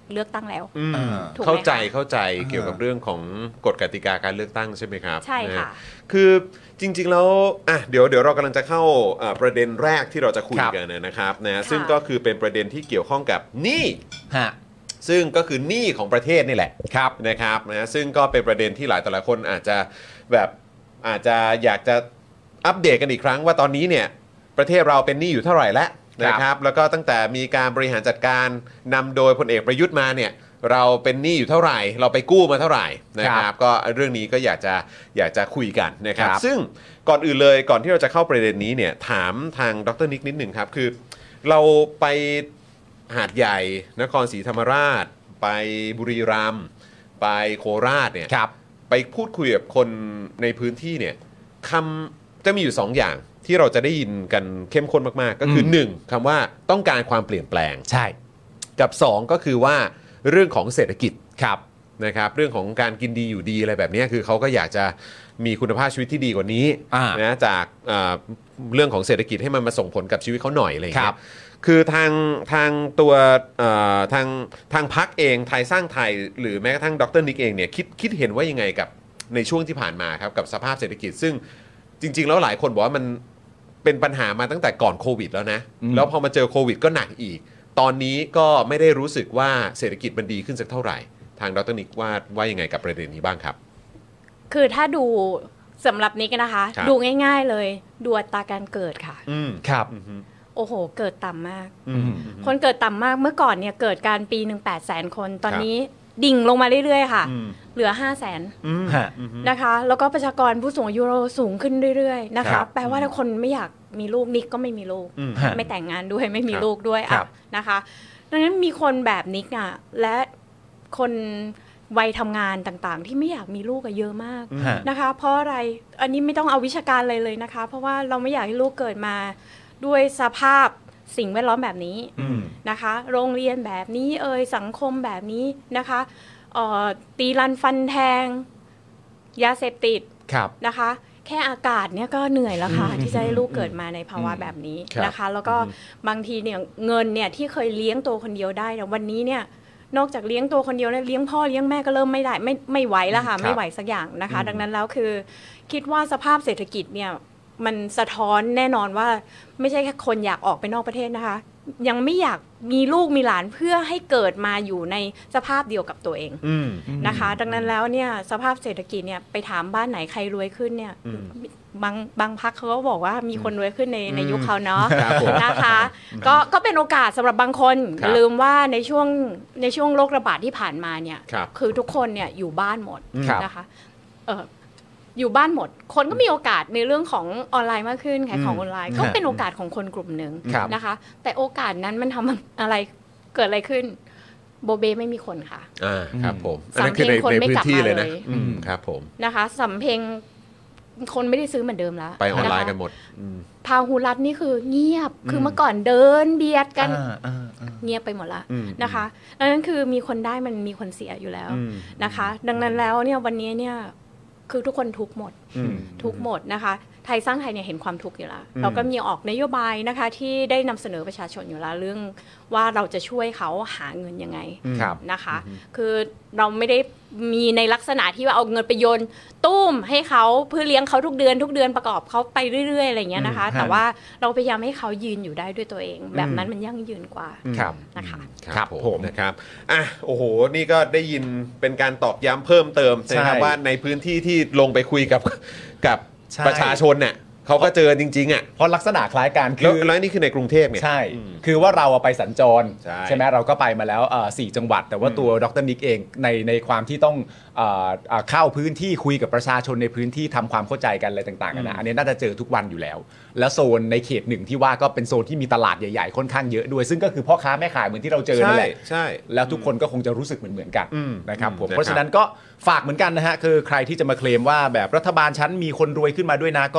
เลือกตั้งแล้วอืมถูกไหมคะเข้าใจเข้าใจเกี่ยวกับเรื่องของกฎกติกาการเลือกตั้งใช่ไหมครับใช่ค่ะนคือจริงๆแล้วอ่ะเดี๋ยวเดี๋ยวเรากำลังจะเข้าอ่าประเด็นแรกที่เราจะคุยกันนะครับนะซึ่งก็คือเป็นประเด็นที่เกี่ยวข้องกับหนี้ฮะซึ่งก็คือหนี้ของประเทศนี่แหละครับนะครับนะซึ่งก็เป็นประเด็นที่หลายแต่ละคนอาจจะแบบอาจจะอยากจะอัปเดตกันอีกครั้งว่าตอนนี้เนี่ยประเทศเราเป็นหนี้อยู่เท่าไหร่แล้วนะครับแล้วก็ตั้งแต่มีการบริหารจัดการนำโดยพลเอกประยุทธ์มาเนี่ยเราเป็นหนี้อยู่เท่าไหร่ เราไปกู้มาเท่าไหร่นะครับก็เรื่องนี้ก็อยากจะอยากจะคุยกันนะครับครับซึ่งก่อนอื่นเลยก่อนที่เราจะเข้าประเด็นนี้เนี่ยถามทางดรนิกนิดหนึ่งครับคือเราไปหาดใหญ่นครศรีธรรมราช ไปบุรีรัมย์ไปโคราชเนี่ยครับไปพูดคุยกับคนในพื้นที่เนี่ยคำจะมีอยู่สองอย่างที่เราจะได้ยินกันเข้มข้นมากๆ ก็คือมหนึ่งคำว่าต้องการความเปลี่ยนแปลงใช่กับสองก็คือว่าเรื่องของเศรษฐกิจครับนะครับเรื่องของการกินดีอยู่ดีอะไรแบบนี้คือเขาก็อยากจะมีคุณภาพชีวิตที่ดีกว่านี้อ่านะจากเอ่อเรื่องของเศรษฐกิจให้มันมาส่งผลกับชีวิตเขาหน่อยอะไรอย่างคเงี้รัยบคือทางทางตัวเอ่อทางทางพักเองไทยสร้างไทยหรือแม้กระทั่งดรนิกเองเนี่ยคิดคิดเห็นว่ายังไงกับในช่วงที่ผ่านมาครับกับสภาพเศรษฐกิจ ซึ่งจริง ๆ แล้วหลายคนบอกว่ามันเป็นปัญหามาตั้งแต่ก่อนโควิดแล้วนะอืมแล้วพอมาเจอโควิดก็หนักอีก ตอนนี้ก็ไม่ได้รู้สึกว่าเศรษฐกิจมันดีขึ้นสักเท่าไหร่ทางดรนิกว่าว่ายังไงกับประเด็นนี้บ้างครับคือถ้าดูสำหรับนิกนะคะครับดูง่ายๆเลยดูอัตราการเกิดค่ะอืมครับอืมอืมโอ้โห เกิดต่ำมากอืมคนเกิดต่ำมากเมื่อก่อนเนี่ยเกิดการปีหนึ่งแปดแสนคน ตอนครับนี้ดิ่งลงมาเรื่อยๆค่ะอืมเหลือห้าแสนอืมฮะนะคะ แล้วก็ประชากรผู้สูงอายุเราสูงขึ้นเรื่อยๆนะครัคะบแปลว่าถ้าคนไม่อยากมีลูกนิกก็ไม่มีลูกอืมฮะไม่แต่งงานด้วยไม่มีครับลูกด้วยครัอ่ะบนะคะ ดังนั้นมีคนแบบนิกอ่ะและคนวัยทำงานต่างๆ ที่ไม่อยากมีลูกอะเยอะมากฮะนะคะ เพราะอะไรอันนี้ไม่ต้องเอาวิชาการเลยเลยนะคะ เพราะว่าเราไม่อยากให้ลูกเกิดมาด้วยสภาพสิ่งแวดล้อมแบบนี้อืมนะคะ โรงเรียนแบบนี้เอ่ยสังคมแบบนี้นะคะเอ่อตีรันฟันแทงยาเสพติดครับนะคะ แค่อากาศเนี่ยก็เหนื่อยแล้วค่ะ ที่จะให้ลูกเกิดมาในภาวะแบบนี้ครับนะคะ แล้วก็บางทีเนี่ยเงินเนี่ยที่เคยเลี้ยงตัวคนเดียวได้แต่วันนี้เนี่ยนอกจากเลี้ยงตัวคนเดียวแล้วเลี้ยงพ่อเลี้ยงแม่ก็เริ่มไม่ได้ไม่ไม่ไหวแล้วค่ะครับไม่ไหวสักอย่างนะคะ ดังนั้นแล้วคือคิดว่าสภาพเศรษฐกิจเนี่ยมันสะท้อนแน่นอนว่าไม่ใช่แค่คนอยากออกไปนอกประเทศนะคะ ยังไม่อยากมีลูกมีหลานเพื่อให้เกิดมาอยู่ในสภาพเดียวกับตัวเองอืมนะคะ ดังนั้นแล้วเนี่ยสภาพเศรษฐกิจเนี่ยไปถามบ้านไหนใครรวยขึ้นเนี่ยอืมบางบางพักเขาก็บอกว่ามีคนรวยขึ้นในในยุคเขาเนาะครับผมนะคะก็ก็เป็นโอกาสสำหรับบางคนครับลืมว่าในช่วงในช่วงโรคระบาดที่ผ่านมาเนี่ยครับคือทุกคนเนี่ยอยู่บ้านหมดครับนะคะเอออยู่บ้านหมด คนก็มีโอกาสในเรื่องของออนไลน์มากขึ้นขายของออนไลน์ ก็เป็นโอกาสของคนกลุ่มหนึ่งครับนะคะ แต่โอกาสนั้นมันทำอะไรเกิดอะไรขึ้นโบเบไม่มีคนค่ะอ่าครับผมอันสานั้มนคือในเพลงคนในไม่พื้กลันบที่มาเลยนะเลยอืมครับผมนะคะสำเพ็งคนไม่ได้ซื้อเหมือนเดิมแล้วไปออนไลน์ะคะกันหมดอืมพาหุรัตน์นี่คือเงียบ คือเมื่อก่อนเดินเบียดกันอ่าอ่าอ่าเงียบไปหมดละอืมนะคะดังนั้นคือมีคนได้มันมีคนเสียอยู่แล้วอืมนะคะ ดังนั้นแล้วเนี่ยวันนี้เนี่ยคือทุกคนทุกข์หมดอืมทุกข์หมดนะคะ ไทยสร้างไทยเนี่ยเห็นความทุกข์อยู่แล้วอืมเราก็มีออกนโยบายนะคะที่ได้นำเสนอประชาชนอยู่แล้วเรื่องว่าเราจะช่วยเขาหาเงินยังไงครับนะคะ คือเราไม่ได้มีในลักษณะที่ว่าเอาเงินไปโยนตุ้มให้เขาเพื่อเลี้ยงเขาทุกเดือนทุกเดือนประกอบเขาไปเรื่อยๆอะไรอย่างเงี้ยนะคะอืมแต่ว่าเราพยายามให้เขายืนอยู่ได้ด้วยตัวเอง แบบนั้นมันยั่งยืนกว่าครับนะคะครับผมนะครับอ่ะโอ้โหนี่ก็ได้ยินเป็นการตอกย้ำเพิ่มเติมนะครับใช่ว่าในพื้นที่ที่ลงไปคุยกับกับใช่ประชาชนเนี่ยเขาก็เจอจริงๆอ่ะเพราะลักษณะคล้ายกันแล้วคือแล้วนี่คือในกรุงเทพเนี่ยใช่อืมคือว่าเราอะไปสัญจรใช่ไหมเราก็ไปมาแล้วเอ่อสี่จังหวัด แต่ว่าตัวดรนิกเองในในความที่ต้องเอ่อเอ่อเข้าพื้นที่คุยกับประชาชนในพื้นที่ทำความเข้าใจกันอะไรต่างๆกัอืมนนะอันนี้น่าจะเจอทุกวันอยู่แล้ว แล้วโซนในเขตหนึ่งที่ว่าก็เป็นโซนที่มีตลาดใหญ่ๆค่อนข้างเยอะด้วย ซึ่งก็คือพ่อค้าแม่ขายเหมือนที่เราเจอนั่นแหละใช่แล้วทุกคนก็คงจะรู้สึกเหมือนเหมือนๆกันอืมนะครับผมนะครับเพราะฉะนั้นก็ฝากเหมือนกันนะฮะคือใครที่จะมาเคลมว่าแบบรัฐบาลชั้นมีคนรวยขึ้นมาด้วยนะก็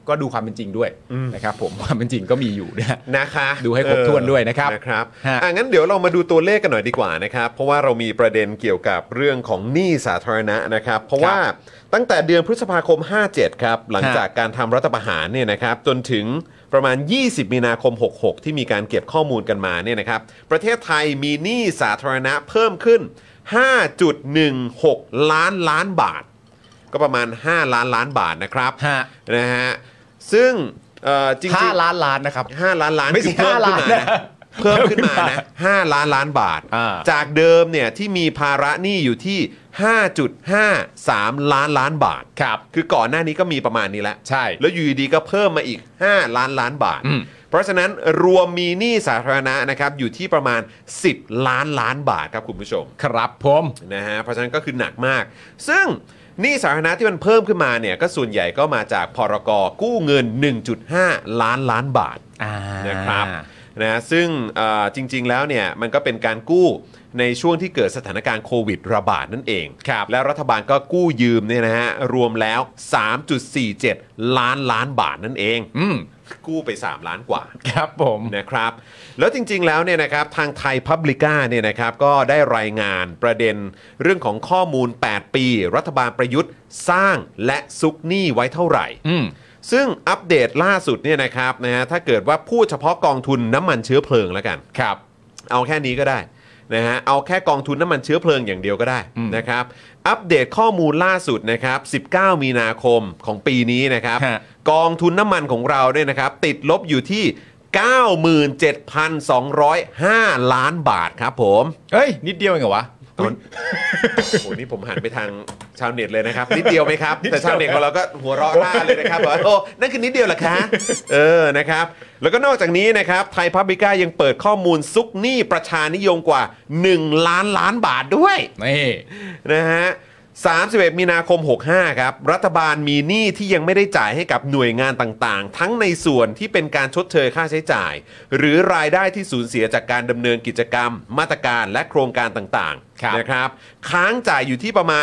ก็ดูความเป็นจริงด้วยนะครับผมความเป็นจริงก็มีอยู่นะนะคะดูให้ครบถ้วนด้วยนะครับนะครับฮะอ่ะงั้นเดี๋ยวเรามาดูตัวเลขกันหน่อยดีกว่านะครับเพราะว่าเรามีประเด็นเกี่ยวกับเรื่องของหนี้สาธารณะนะครับเพราะว่าตั้งแต่เดือนพฤษภาคมห้าเจ็ดครับหลังจากการทำรัฐประหารเนี่ยนะครับจนถึงประมาณยี่สิบมีนาคมหกสิบหกที่มีการเก็บข้อมูลกันมาเนี่ยนะครับประเทศไทยมีหนี้สาธารณะเพิ่มขึ้น ห้าจุดหนึ่งหก ล้านล้านบาทก็ประมาณห้าล้านล้านบาทนะครับฮะนะฮะซึ่งเอ่อจริงๆห้าล้านล้านนะครับห้าล้านล้านไม่ใช่คือเพิ่มขึ้นมาห้าล้านนะนะเพิ่มขึ้นมานะห้าล้านล้านบาทอ่าจากเดิมเนี่ยที่มีภาระหนี้อยู่ที่ ห้าจุดห้าสาม ล้านล้านบาทครับคือก่อนหน้านี้ก็มีประมาณนี้แล้วใช่แล้วอยู่ดีๆก็เพิ่มมาอีกห้าล้านล้านบาทอืมเพราะฉะนั้นรวมมีหนี้สาธารณะนะครับอยู่ที่ประมาณสิบล้านล้านบาทครับคุณผู้ชมครับผมนะฮะเพราะฉะนั้นก็คือหนักมาก ซึ่งหนี้สาธารณะที่มันเพิ่มขึ้นมาเนี่ยก็ส่วนใหญ่ก็มาจากพรกกู้เงิน หนึ่งจุดห้า ล้านล้านบาทอ่านะครับนะซึ่งเอ่อจริงๆแล้วเนี่ยมันก็เป็นการกู้ในช่วงที่เกิดสถานการณ์โควิดระบาดนั่นเองครับและรัฐบาลก็กู้ยืมเนี่ยนะฮะรวมแล้ว สามจุดสี่เจ็ด ล้านล้านบาทนั่นเองอืมกู้ไป สาม ล้านกว่าครับผมนะครับแล้วจริงๆแล้วเนี่ยนะครับทางไทยพับลิก้าเนี่ยนะครับก็ได้รายงานประเด็นเรื่องของข้อมูล แปด ปี รัฐบาลประยุทธ์สร้างและซุกหนี้ไว้เท่าไหร่อืมซึ่งอัปเดตล่าสุดเนี่ยนะครับนะฮะถ้าเกิดว่าพูดเฉพาะกองทุนน้ำมันเชื้อเพลิงแล้วกันครับเอาแค่นี้ก็ได้นะฮะเอาแค่กองทุนน้ำมันเชื้อเพลิงอย่างเดียวก็ได้อืมนะครับอัปเดตข้อมูลล่าสุดนะครับสิบเก้ามีนาคมของปีนี้นะครับฮะกองทุนน้ำมันของเราเนี่ยนะครับติดลบอยู่ที่ เก้าหมื่นเจ็ดพันสองร้อยห้า ล้านบาทครับผมเฮ้ย นิดเดียวเองเหรอวะตอนโอ้โหนี่ผมหันไปทางชาวเน็ตเลยนะครับ นิดเดียวไหมครับ แต่ชาวเน็ตของเราก็หัวเราะร่าเลยนะครับบอกว่าโอ้นั่นคือนิดเดียวเหรอคะเออนะครับแล้วก็นอกจากนี้นะครับไทยพับลิก้ายังเปิดข้อมูลซุกหนี้ประชานิยมกว่า หนึ่ง ล้านล้านบาทด้วยนี่นะฮะสามสิบเอ็ดมีนาคมหกสิบห้าครับรัฐบาลมีหนี้ที่ยังไม่ได้จ่ายให้กับหน่วยงานต่างๆ ทั้งในส่วนที่เป็นการชดเชยค่าใช้จ่าย หรือรายได้ที่สูญเสียจากการดำเนินกิจกรรม มาตรการและโครงการต่างครับๆนะครับค้างจ่ายอยู่ที่ประมาณ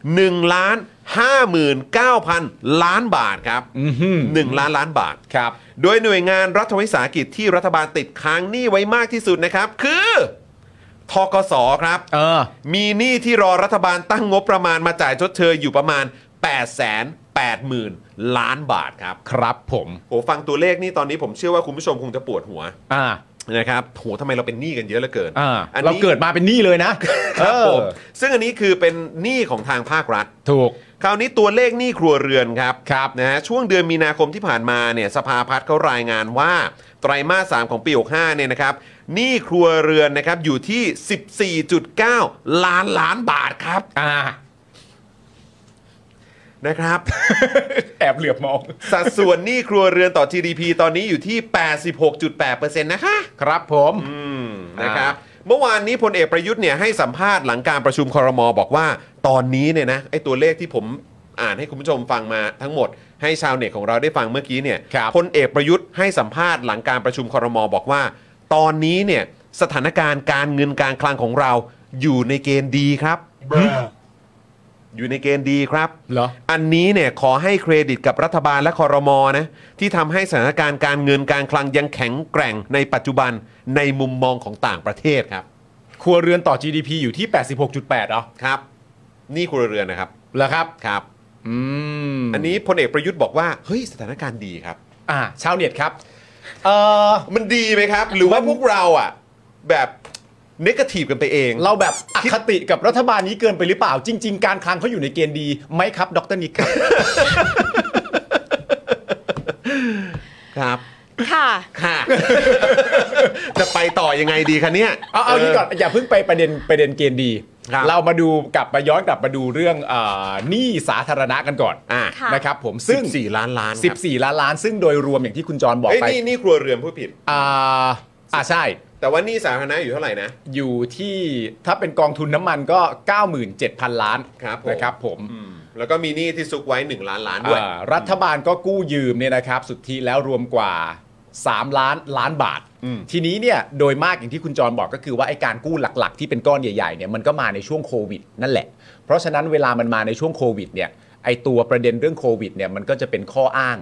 1ล้านห้าหมื่นเก้าพัน ล้านบาทครับอือหือหนึ่งล้านล้านบาทครับโดยหน่วยงานรัฐวิสาหกิจที่รัฐบาลติดค้างหนี้ไว้มากที่สุดนะครับคือธกสครับเออมีหนี้ที่รอรัฐบาลตั้งงบประมาณมาจ่ายชดเชยอยู่ประมาณ แปดแสนแปดหมื่น ล้านบาทครับครับผมโหฟังตัวเลขนี่ตอนนี้ผมเชื่อว่าคุณผู้ชมคงจะปวดหัวอ่านะครับโหทำไมเราเป็นหนี้กันเยอะเหลือเกินอ่าอันเรานี้เกิดมาเป็นหนี้เลยนะครับผมเออซึ่งอันนี้คือเป็นหนี้ของทางภาครัฐถูกคราวนี้ตัวเลขหนี้ครัวเรือนครับครับนะฮะช่วงเดือนมีนาคมที่ผ่านมาเนี่ยสภาพัฒน์เขารายงานว่าไตรมาสสามของปีหกสิบห้าเนี่ยนะครับหนี้ครัวเรือนนะครับอยู่ที่ สิบสี่จุดเก้า ล้านล้านบาทครับอ่านะครับแอบเหลือบมองสัดส่วนหนี้ครัวเรือนต่อ จี ดี พี ตอนนี้อยู่ที่ แปดสิบหกจุดแปดเปอร์เซ็นต์ นะคะครับผมอืมนะครับเมื่อวานนี้พลเอกประยุทธ์เนี่ยให้สัมภาษณ์หลังการประชุมครม.บอกว่าตอนนี้เนี่ยนะไอ้ตัวเลขที่ผมอ่านให้คุณผู้ชมฟังมาทั้งหมดให้ชาวเน็ตของเราได้ฟังเมื่อกี้เนี่ยครับพลเอกประยุทธ์ให้สัมภาษณ์หลังการประชุมครม.บอกว่า ตอนนี้เนี่ยสถานการณ์การเงินการคลังของเราอยู่ในเกณฑ์ดีครับ อยู่ในเกณฑ์ดีครับเหรออันนี้เนี่ยขอให้เครดิตกับรัฐบาลและครมนะที่ทำให้สถานการณ์การเงินการคลังยังแข็งแกร่งในปัจจุบันในมุมมองของต่างประเทศครับครัวเรือนต่อ จี ดี พี อยู่ที่ แปดสิบหกจุดแปด เหรอครับนี่ครัวเรือนนะครับเหรอครับครับอืมอันนี้พลเอกประยุทธ์บอกว่าเฮ้ยสถานการณ์ดีครับอ่า ชาวเน็ตครับ เอ่อมันดีไหมครับ หรือว่าพวกเราอ่ะแบบเนกาทีฟกันไปเองเราแบบอคติกับรัฐบาลนี้เกินไปหรือเปล่า จริง ๆ การคลังเขาอยู่ในเกณฑ์ดีไหมครับดรนิกครับครับค่ะค่ะ จะไปต่อยังไงดีคะเนี่ยเอาเอานี้ก่อนอย่าเพิ่งไปประเด็นประเด็นเกณฑ์ดีครับเรามาดูกลับมาย้อนกลับมาดูเรื่องเอ่อหนี้สาธารณะกันก่อนอ่าค่ะนะครับผมซึ่ซึ่งงสี่ล้านล้านครับสิบสี่ล้านล้านซึ่งโดยรวมอย่างที่คุณจรบอกเอ้ยไปนี่นี่ครัวเรือนผู้ผิดอ่าอ่าใช่แต่ว่านี่สาธารณะอยู่เท่าไหร่นะอยู่ที่ถ้าเป็นกองทุนน้ำมันก็ เก้าหมื่นเจ็ดพัน ล้านครับผมนะครับผมอืมแล้วก็มีหนี้ที่ซุกไว้หนึ่งล้านล้านด้วยอ่ารัฐบาลก็กู้ยืมเนี่ยนะครับสุทธิแล้วรวมกว่าสามล้านล้านบาทอืมทีนี้เนี่ยโดยมากอย่างที่คุณจรบอกก็คือว่าไอ้การกู้หลักๆ ที่เป็นก้อนใหญ่ๆเนี่ยมันก็มาในช่วงโควิดนั่นแหละเพราะฉะนั้นเวลามันมาในช่วงโควิดเนี่ยไอ้ตัวประเด็นเรื่องโควิดเนี่ยมันก็จะเป็นข้ออ้าง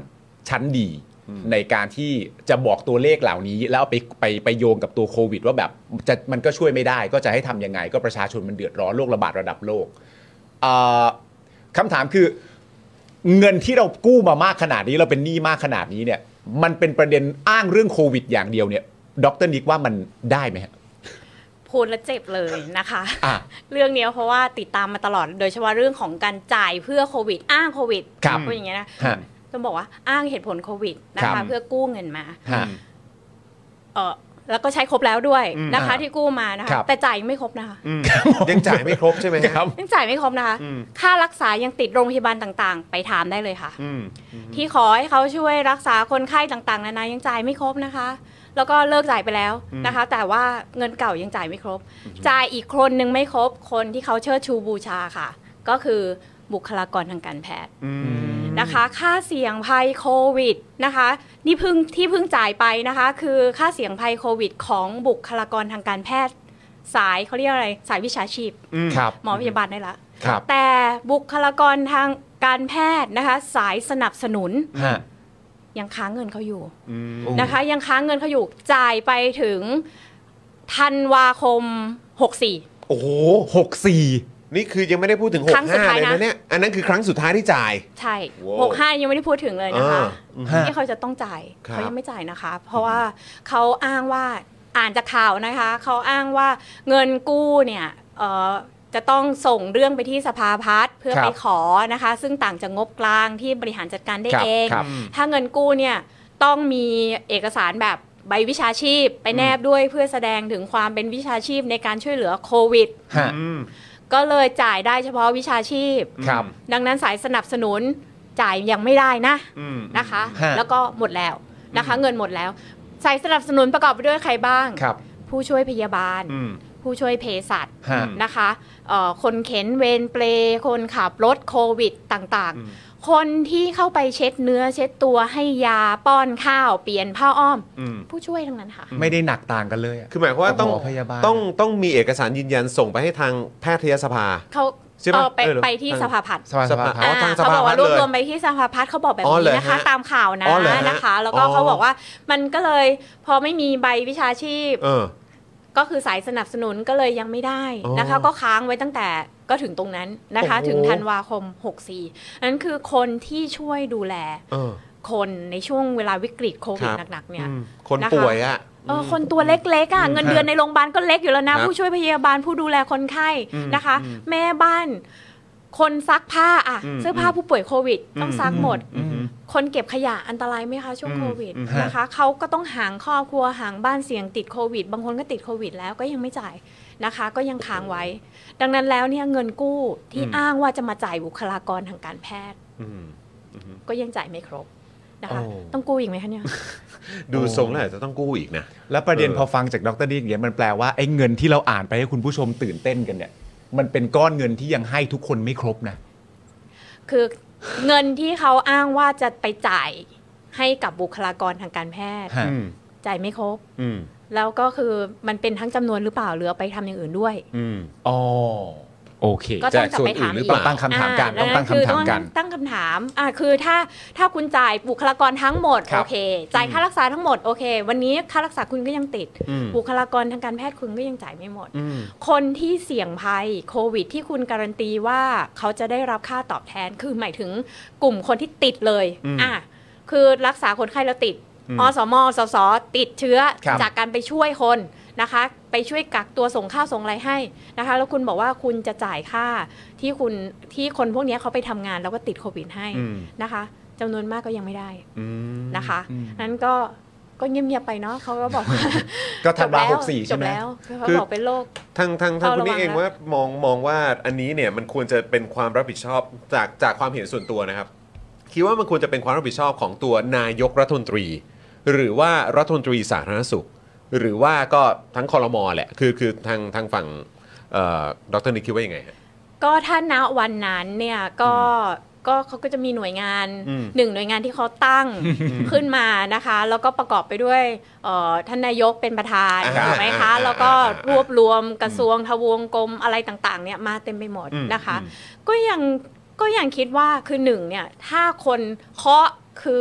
ชั้นดีในการที่จะบอกตัวเลขเหล่านี้แล้วเอาไปไปไปโยงกับตัวโควิดว่าแบบจะมันก็ช่วยไม่ได้ก็จะให้ทำยังไงก็ประชาชนมันเดือดร้อนโรคระบาดระดับโลกคำถามคือเงินที่เรากู้มามากขนาดนี้เราเป็นหนี้มากขนาดนี้เนี่ยมันเป็นประเด็นอ้างเรื่องโควิดอย่างเดียวเนี่ยดร.นิกว่ามันได้ไหมฮะพูดแล้วเจ็บเลยนะคะะเรื่องนี้เพราะว่าติดตามมาตลอดโดยเฉพาะเรื่องของการจ่ายเพื่อโควิดอ้างโควิดพูดอย่างเงี้ยนะต้องบอกว่าอ้างเหตุผลโควิดนะคะเพื่อกู้เงินมาเออแล้วก็ใช้ครบแล้วด้วยนะคะที่กู้มานะคะแต่จ่ายไม่ครบนะคะยังจ่ายไม่ครบใช่ไหมครับยังจ่ายไม่ครบนะคะค่ารักษายังติดโรงพยาบาลต่างๆไปถามได้เลยค่ะที่ขอให้เขาช่วยรักษาคนไข้ต่างๆนานายังจ่ายไม่ครบนะคะแล้วก็เลิกจ่ายไปแล้วนะคะแต่ว่าเงินเก่ายังจ่ายไม่ครบจ่ายอีกคนนึงไม่ครบคนที่เขาเชิดชูบูชาค่ะก็คือบุคลากรทางการแพทย์นะคะค่าเสี่ยงภัยโควิดนะคะนี่เพิ่งที่เพิ่งจ่ายไปนะคะคือค่าเสี่ยงภัยโควิดของบุคลากรทางการแพทย์สายเขาเรียกอะไรสายวิชาชีพหมอพยาบาลได้ละแต่บุคลากรทางการแพทย์นะคะสายสนับสนุนยังค้างเงินเขาอยู่นะคะยังค้างเงินเขาอยู่จ่ายไปถึงธันวาคมหกสิบสี่โอ้โหหกสิบสี่นี่คือยังไม่ได้พูดถึงหกสิบห้าเลยนะเนี่ยอันนั้นคือครั้งสุดท้ายที่จ่ายใช่หกสิบห้ายังไม่ได้พูดถึงเลยนะคะที่เขาจะต้องจ่ายเขายังไม่จ่ายนะคะเพราะว่าเขาอ้างว่าอ่านจากข่าวนะคะเขาอ้างว่าเงินกู้เนี่ยจะต้องส่งเรื่องไปที่สภาพัฒน์เพื่อไปขอนะคะซึ่งต่างจากงบกลางที่บริหารจัดการได้เองถ้าเงินกู้เนี่ยต้องมีเอกสารแบบใบวิชาชีพไปแนบด้วยเพื่อแสดงถึงความเป็นวิชาชีพในการช่วยเหลือโควิดก็เลยจ่ายได้เฉพาะวิชาชีพดังนั้นสายสนับสนุนจ่ายยังไม่ได้นะนะคะแล้วก็หมดแล้วนะคะเงินหมดแล้วสายสนับสนุนประกอบไปด้วยใครบ้างผู้ช่วยพยาบาลผู้ช่วยเภสัชนะคะคนเข็นเวรเปลคนขับรถโควิดต่างๆคนที่เข้าไปเช็ดเนื้อเช็ดตัวให้ยาป้อนข้าวเปลี่ยนผ้าอ้อมผู้ช่วยทั้งนั้นค่ะไม่ได้หนักต่างกันเลยคือหมายความว่าต้องต้องต้องมีเอกสารยืนยันส่งไปให้ทางแพทยสภาเขาเออไปไปที่สภาพัฒน์สภาพัฒน์เขาบอกว่ารวบรวมไปที่สภาพัฒน์เขาบอกแบบนี้นะคะตามข่าวนะนะคะแล้วก็เขาบอกว่ามันก็เลยพอไม่มีใบวิชาชีพก็คือสายสนับสนุนก็เลยยังไม่ได้นะคะก็ค้างไว้ตั้งแต่ก็ถึงตรงนั้นนะคะถึงธันวาคมหกสิบสี่นั่นคือคนที่ช่วยดูแลคนในช่วงเวลาวิกฤตโควิดหนักๆเนี่ยคนป่วยอ่ะเออคนตัวเล็กๆอ่ะเงินเดือนในโรงพยาบาลก็เล็กอยู่แล้วนะผู้ช่วยพยาบาลผู้ดูแลคนไข้นะคะแม่บ้านคนซักผ้าอ่ะเสื้อผ้าผู้ป่วยโควิดต้องซักหมดคนเก็บขยะอันตรายไหมคะช่วงโควิดนะคะเขาก็ต้องหางครอบครัวหางบ้านเสี่ยงติดโควิดบางคนก็ติดโควิดแล้วก็ยังไม่จ่ายนะคะก็ยังค้างไว้ดังนั้นแล้วเนี่ยเงินกู้ที่อ้างว่าจะมาจ่ายบุคลากรทางการแพทย์ก็ยังจ่ายไม่ครบนะคะต้องกู้อีกไหมคะเนี่ยดูทรงแล้วจะต้องกู้อีกนะแล้วประเด็นพอฟังจากดร.นิกเนี่ยมันแปลว่าไอ้เงินที่เราอ่านไปให้คุณผู้ชมตื่นเต้นกันเนี่ยมันเป็นก้อนเงินที่ยังให้ทุกคนไม่ครบนะคือเงินที่เขาอ้างว่าจะไปจ่ายให้กับบุคลากรทางการแพทย์จ่ายไม่ครบแล้วก็คือมันเป็นทั้งจำนวนหรือเปล่าหรือไปทำอย่างอื่นด้วยอ๋อโอเคก็ต้องกลับไปถามหรือเปล่าตั้งคำถามกันต้องตั้งคำถามกันตั้งคำถามอ่าคือถ้าถ้าคุณจ่ายบุคลากรทั้งหมดโอเคจ่ายค่ารักษาทั้งหมดโอเควันนี้ค่ารักษาคุณก็ยังติดบุคลากรทางการแพทย์คุณก็ยังจ่ายไม่หมดคนที่เสี่ยงภัยโควิดที่คุณการันตีว่าเขาจะได้รับค่าตอบแทนคือหมายถึงกลุ่มคนที่ติดเลยอ่ะคือรักษาคนไข้แล้วติดอสมสสติดเชื้อจากการไปช่วยคนนะคะไปช่วยกักตัวส่งข้าวส่งอะไรให้นะคะแล้วคุณบอกว่าคุณจะจ่ายค่าที่คุณที่คนพวกนี้เขาไปทำงานแล้วก็ติดโควิดให้นะคะจำนวนมากก็ยังไม่ได้นะคะนั้นก็ก็เงียบๆไปเนาะเขาก็บอกว่าก็ธันวาคมหกสิบสี่ใช่ไหมเขาบอกเป็นโรคทางทางทางคุณนี่เองว่ามองมองว่าอันนี้เนี่ยมันควรจะเป็นความรับผิดชอบจากจากความเห็นส่วนตัวนะครับคิดว่ามันควรจะเป็นความรับผิดชอบของตัวนายกรัฐมนตรีหรือว่ารัฐมนตรีสาธารณสุขหรือว่าก็ทั้งครม.แหละคือคือทางทางฝั่งดร.นิกคิดว่ายังไงฮะก็ถ้าณวันนั้นเนี่ยก็ก็เขาก็จะมีหน่วยงานหนึ่งหน่วยงานที่เขาตั้งขึ้นมานะคะแล้วก็ประกอบไปด้วยท่านนายกเป็นประธานถูกไหมคะแล้วก็รวบรวมกระทรวงทบวงกรมอะไรต่างๆเนี่ยมาเต็มไปหมดนะคะก็ยังก็ยังคิดว่าคือหนึ่งเนี่ยถ้าคนเคาะคือ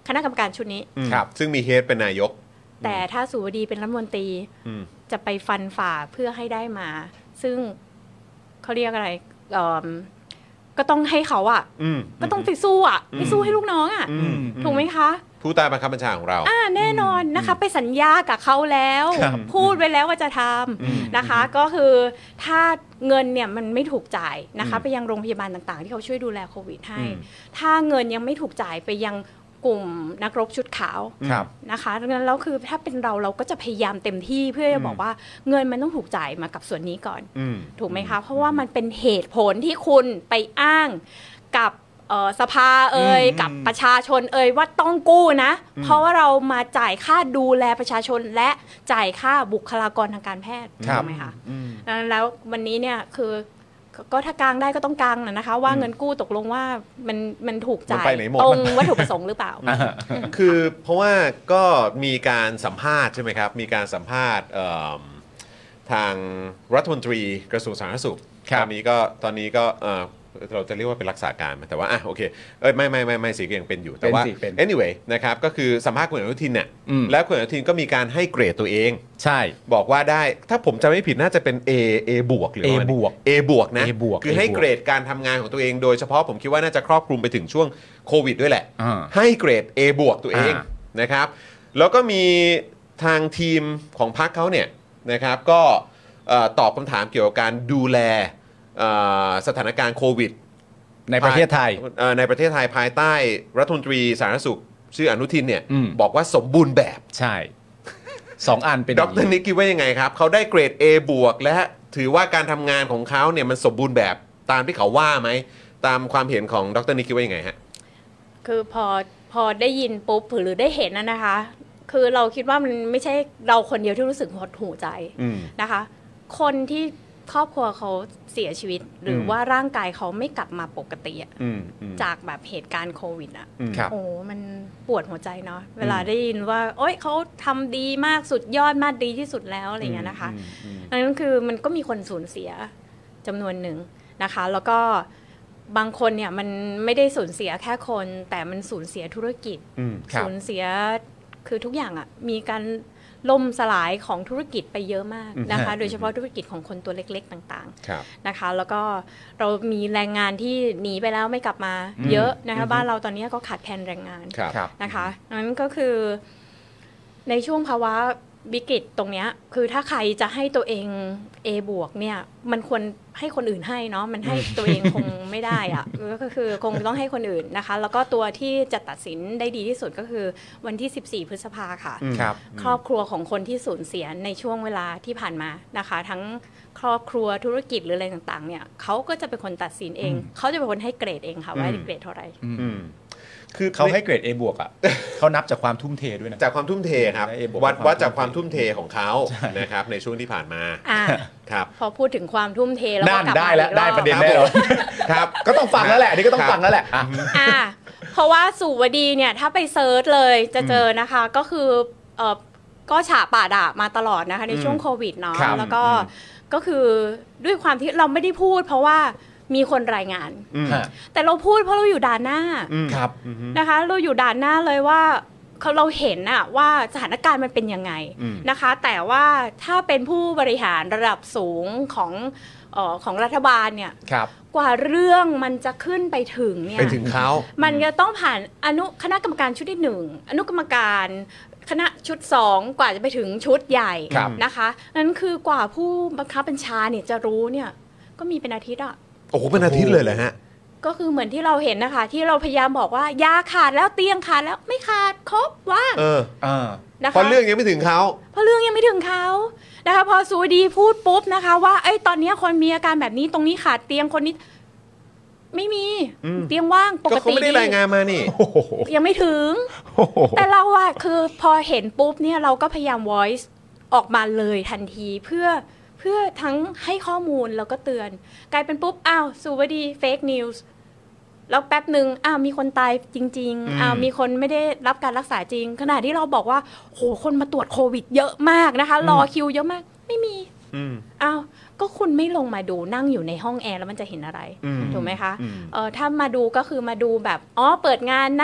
คณะกรรมการชุดนี้ครับซึ่งมีเฮดเป็นนายกแต่ถ้าสุวดีเป็นรัฐมนตรีจะไปฟันฝ่าเพื่อให้ได้มา ซึ่งเขาเรียกอะไรก็ต้องให้เขาอ่ะก็ต้องไปสู้อ่ะไปสู้ให้ลูกน้องอ่ะถูกไหมคะผู้ใต้บังคับบัญชาของเราอ่าแน่นอนนะคะไปสัญญากับเขาแล้วพูดไว้แล้วว่าจะทำนะคะก็คือถ้าเงินเนี่ยมันไม่ถูกจ่ายนะคะไปยังโรงพยาบาลต่างๆที่เขาช่วยดูแลโควิดให้ถ้าเงินยังไม่ถูกจ่ายไปยังกลุ่มนักรบชุดขาวนะคะดังนั้นแล้วคือถ้าเป็นเราเราก็จะพยายามเต็มที่เพื่อจะบอกว่าเงินมันต้องถูกจ่ายมากับส่วนนี้ก่อนถูกไหมคะเพราะว่ามันเป็นเหตุผลที่คุณไปอ้างกับสภาเอ่ยกับประชาชนเอ่ยว่าต้องกู้นะเพราะว่าเรามาจ่ายค่าดูแลประชาชนและจ่ายค่าบุคลากรทางการแพทย์ถูกไหมคะแล้ววันนี้เนี่ยคือก็ถ้ากลางได้ก็ต้องกลางนะคะว่าเงินกู้ตกลงว่ามันมันถูกจ่ายตรงวัตถุประสงค์หรือเปล่าคือเพราะว่าก็มีการสัมภาษณ์ใช่ไหมครับมีการสัมภาษณ์ทางรัฐมนตรีกระทรวงสาธารณสุขตอนนี้ก็ตอนนี้ก็เราจะเรียกว่าเป็นรักษาการแต่ว่าอ่ะโอเคเอ้ยไม่ไม่ไม่ไม่สิก็ยังเป็นอยู่แต่ว่า anyway นะครับก็คือสัมภาษณ์คุณอนุทินเนี่ยแล้วคุณอนุทินก็มีการให้เกรดตัวเองใช่บอกว่าได้ถ้าผมจำไม่ผิดน่าจะเป็น A A บวกหรือ A บวก A บวกนะคือให้เกรดการทำงานของตัวเองโดยเฉพาะผมคิดว่าน่าจะครอบคลุมไปถึงช่วงโควิดด้วยแหละให้เกรด A บวกตัวเองนะครับแล้วก็มีทางทีมของพรรคเขาเนี่ยนะครับก็ตอบคำถามเกี่ยวกับการดูแลสถานการณ์โควิดในประเทศไทยในประเทศไทยภายใต้รัฐมนตรีสาธารณสุขชื่ออนุทินเนี่ยบอกว่าสมบูรณ์แบบใช่สองอันเป็นดร.นิกคิดว่ายังไงครับเขาได้เกรด A บวกและถือว่าการทำงานของเขาเนี่ยมันสมบูรณ์แบบตามที่เขาว่าไหมตามความเห็นของดร.นิกคิดว่ายังไงฮะคือพอพอได้ยินปุ๊บหรือได้เห็นนะนะคะคือเราคิดว่ามันไม่ใช่เราคนเดียวที่รู้สึกหดหู่ใจนะคะคนที่ครอบครัวเขาเสียชีวิตหรือว่าร่างกายเขาไม่กลับมาปกติอ่ะจากแบบเหตุการณ์โควิดอ่ะโอ้มันปวดหัวใจเนาะเวลาได้ยินว่าโอ๊ยเขาทำดีมากสุดยอดมากดีที่สุดแล้วอะไรเงี้ยนะคะนั่นคือมันก็มีคนสูญเสียจำนวนหนึ่งนะคะแล้วก็บางคนเนี่ยมันไม่ได้สูญเสียแค่คนแต่มันสูญเสียธุรกิจสูญเสียคือทุกอย่างอ่ะมีการล่มสลายของธุรกิจไปเยอะมากนะคะโดยเฉพาะธุรกิจของคนตัวเล็กๆต่างๆนะคะแล้วก็เรามีแรงงานที่หนีไปแล้วไม่กลับมาเยอะนะคะบ้านเราตอนนี้ก็ขาดแคลนแรงงานนะคะนั้นก็คือในช่วงภาวะวิกฤตตรงนี้คือถ้าใครจะให้ตัวเอง A บวกเนี่ยมันควรให้คนอื่นให้เนาะมันให้ตัวเองคงไม่ได้อะก็คือคงต้องให้คนอื่นนะคะแล้วก็ตัวที่จะตัดสินได้ดีที่สุดก็คือวันที่สิบสี่พฤษภาค่ะครอบครัวของคนที่สูญเสียในช่วงเวลาที่ผ่านมานะคะทั้งครอบครัวธุรกิจหรืออะไรต่างๆเนี่ยเขาก็จะเป็นคนตัดสินเองเขาจะเป็นคนให้เกรดเองค่ะว่าเกรดเท่าไหร่คือเขาให้เกรด A บวกอ่ะเขานับจากความทุ่มเทด้วยนะจากความทุ่มเทครับวัดวัดจากความทุ่มเทของเขานะครับในช่วงที่ผ่านมาครับพอพูดถึงความทุ่มเทแล้วก็กลับได้แล้วได้ประเด็นแน่นอนครับก็ต้องฟังแล้วแหละนี่ก็ต้องฟังแล้วแหละอ่าเพราะว่าสุวดีเนี่ยถ้าไปเซิร์ชเลยจะเจอนะคะก็คือเอ่อก็ฉาป่าด่ามาตลอดนะคะในช่วงโควิดเนาะแล้วก็ก็คือด้วยความที่เราไม่ได้พูดเพราะว่ามีคนรายงานแต่เราพูดเพราะเราอยู่ด่านหน้านะคะเราอยู่ด่านหน้าเลยว่าเราเห็นอะว่าสถานการณ์มันเป็นยังไงนะคะแต่ว่าถ้าเป็นผู้บริหารระดับสูงของเอ่อของรัฐบาลเนี่ยกว่าเรื่องมันจะขึ้นไปถึงเนี่ยไปถึงเขามันจะต้องผ่านอนุคณะกรรมการชุดที่หนึ่งอนุกรรมการคณะชุดสองกว่าจะไปถึงชุดใหญ่นะคะนั่นคือกว่าผู้บังคับบัญชาเนี่ยจะรู้เนี่ยก็มีเป็นอาทิตย์อะโอ้โหเป็นอาทิตย์เลยเหรอฮะก็คือเหมือนที่เราเห็นนะคะที่เราพยายามบอกว่ายาขาดแล้วเตียงขาดแล้วไม่ขาดครบว่างเออเออนะคะเพราะเรื่องยังไม่ถึงเขาเพราะเรื่องยังไม่ถึงเขานะคะพอสุวดีพูดปุ๊บนะคะว่าไอ้ตอนนี้คนมีอาการแบบนี้ตรงนี้ขาดเตียงคนนี้ไม่มีเตียงว่างปกติก็เขาไม่ได้รายงานมานี่ยังไม่ถึงแต่เราอะคือพอเห็นปุ๊บเนี่ยเราก็พยายาม voice ออกมาเลยทันทีเพื่อเพื่อทั้งให้ข้อมูลแล้วก็เตือนกลายเป็นปุ๊บอ้าวสุวดีเฟกนิวส์แล้วแป๊บหนึ่งอ้าวมีคนตายจริงๆอ้าวมีคนไม่ได้รับการรักษาจริงขณะที่เราบอกว่าโหคนมาตรวจโควิดเยอะมากนะคะรอคิวเยอะมากไม่มีอ้าวก็คุณไม่ลงมาดูนั่งอยู่ในห้องแอร์แล้วมันจะเห็นอะไรถูกไหมคะเออถ้ามาดูก็คือมาดูแบบอ๋อเปิดงานนั้น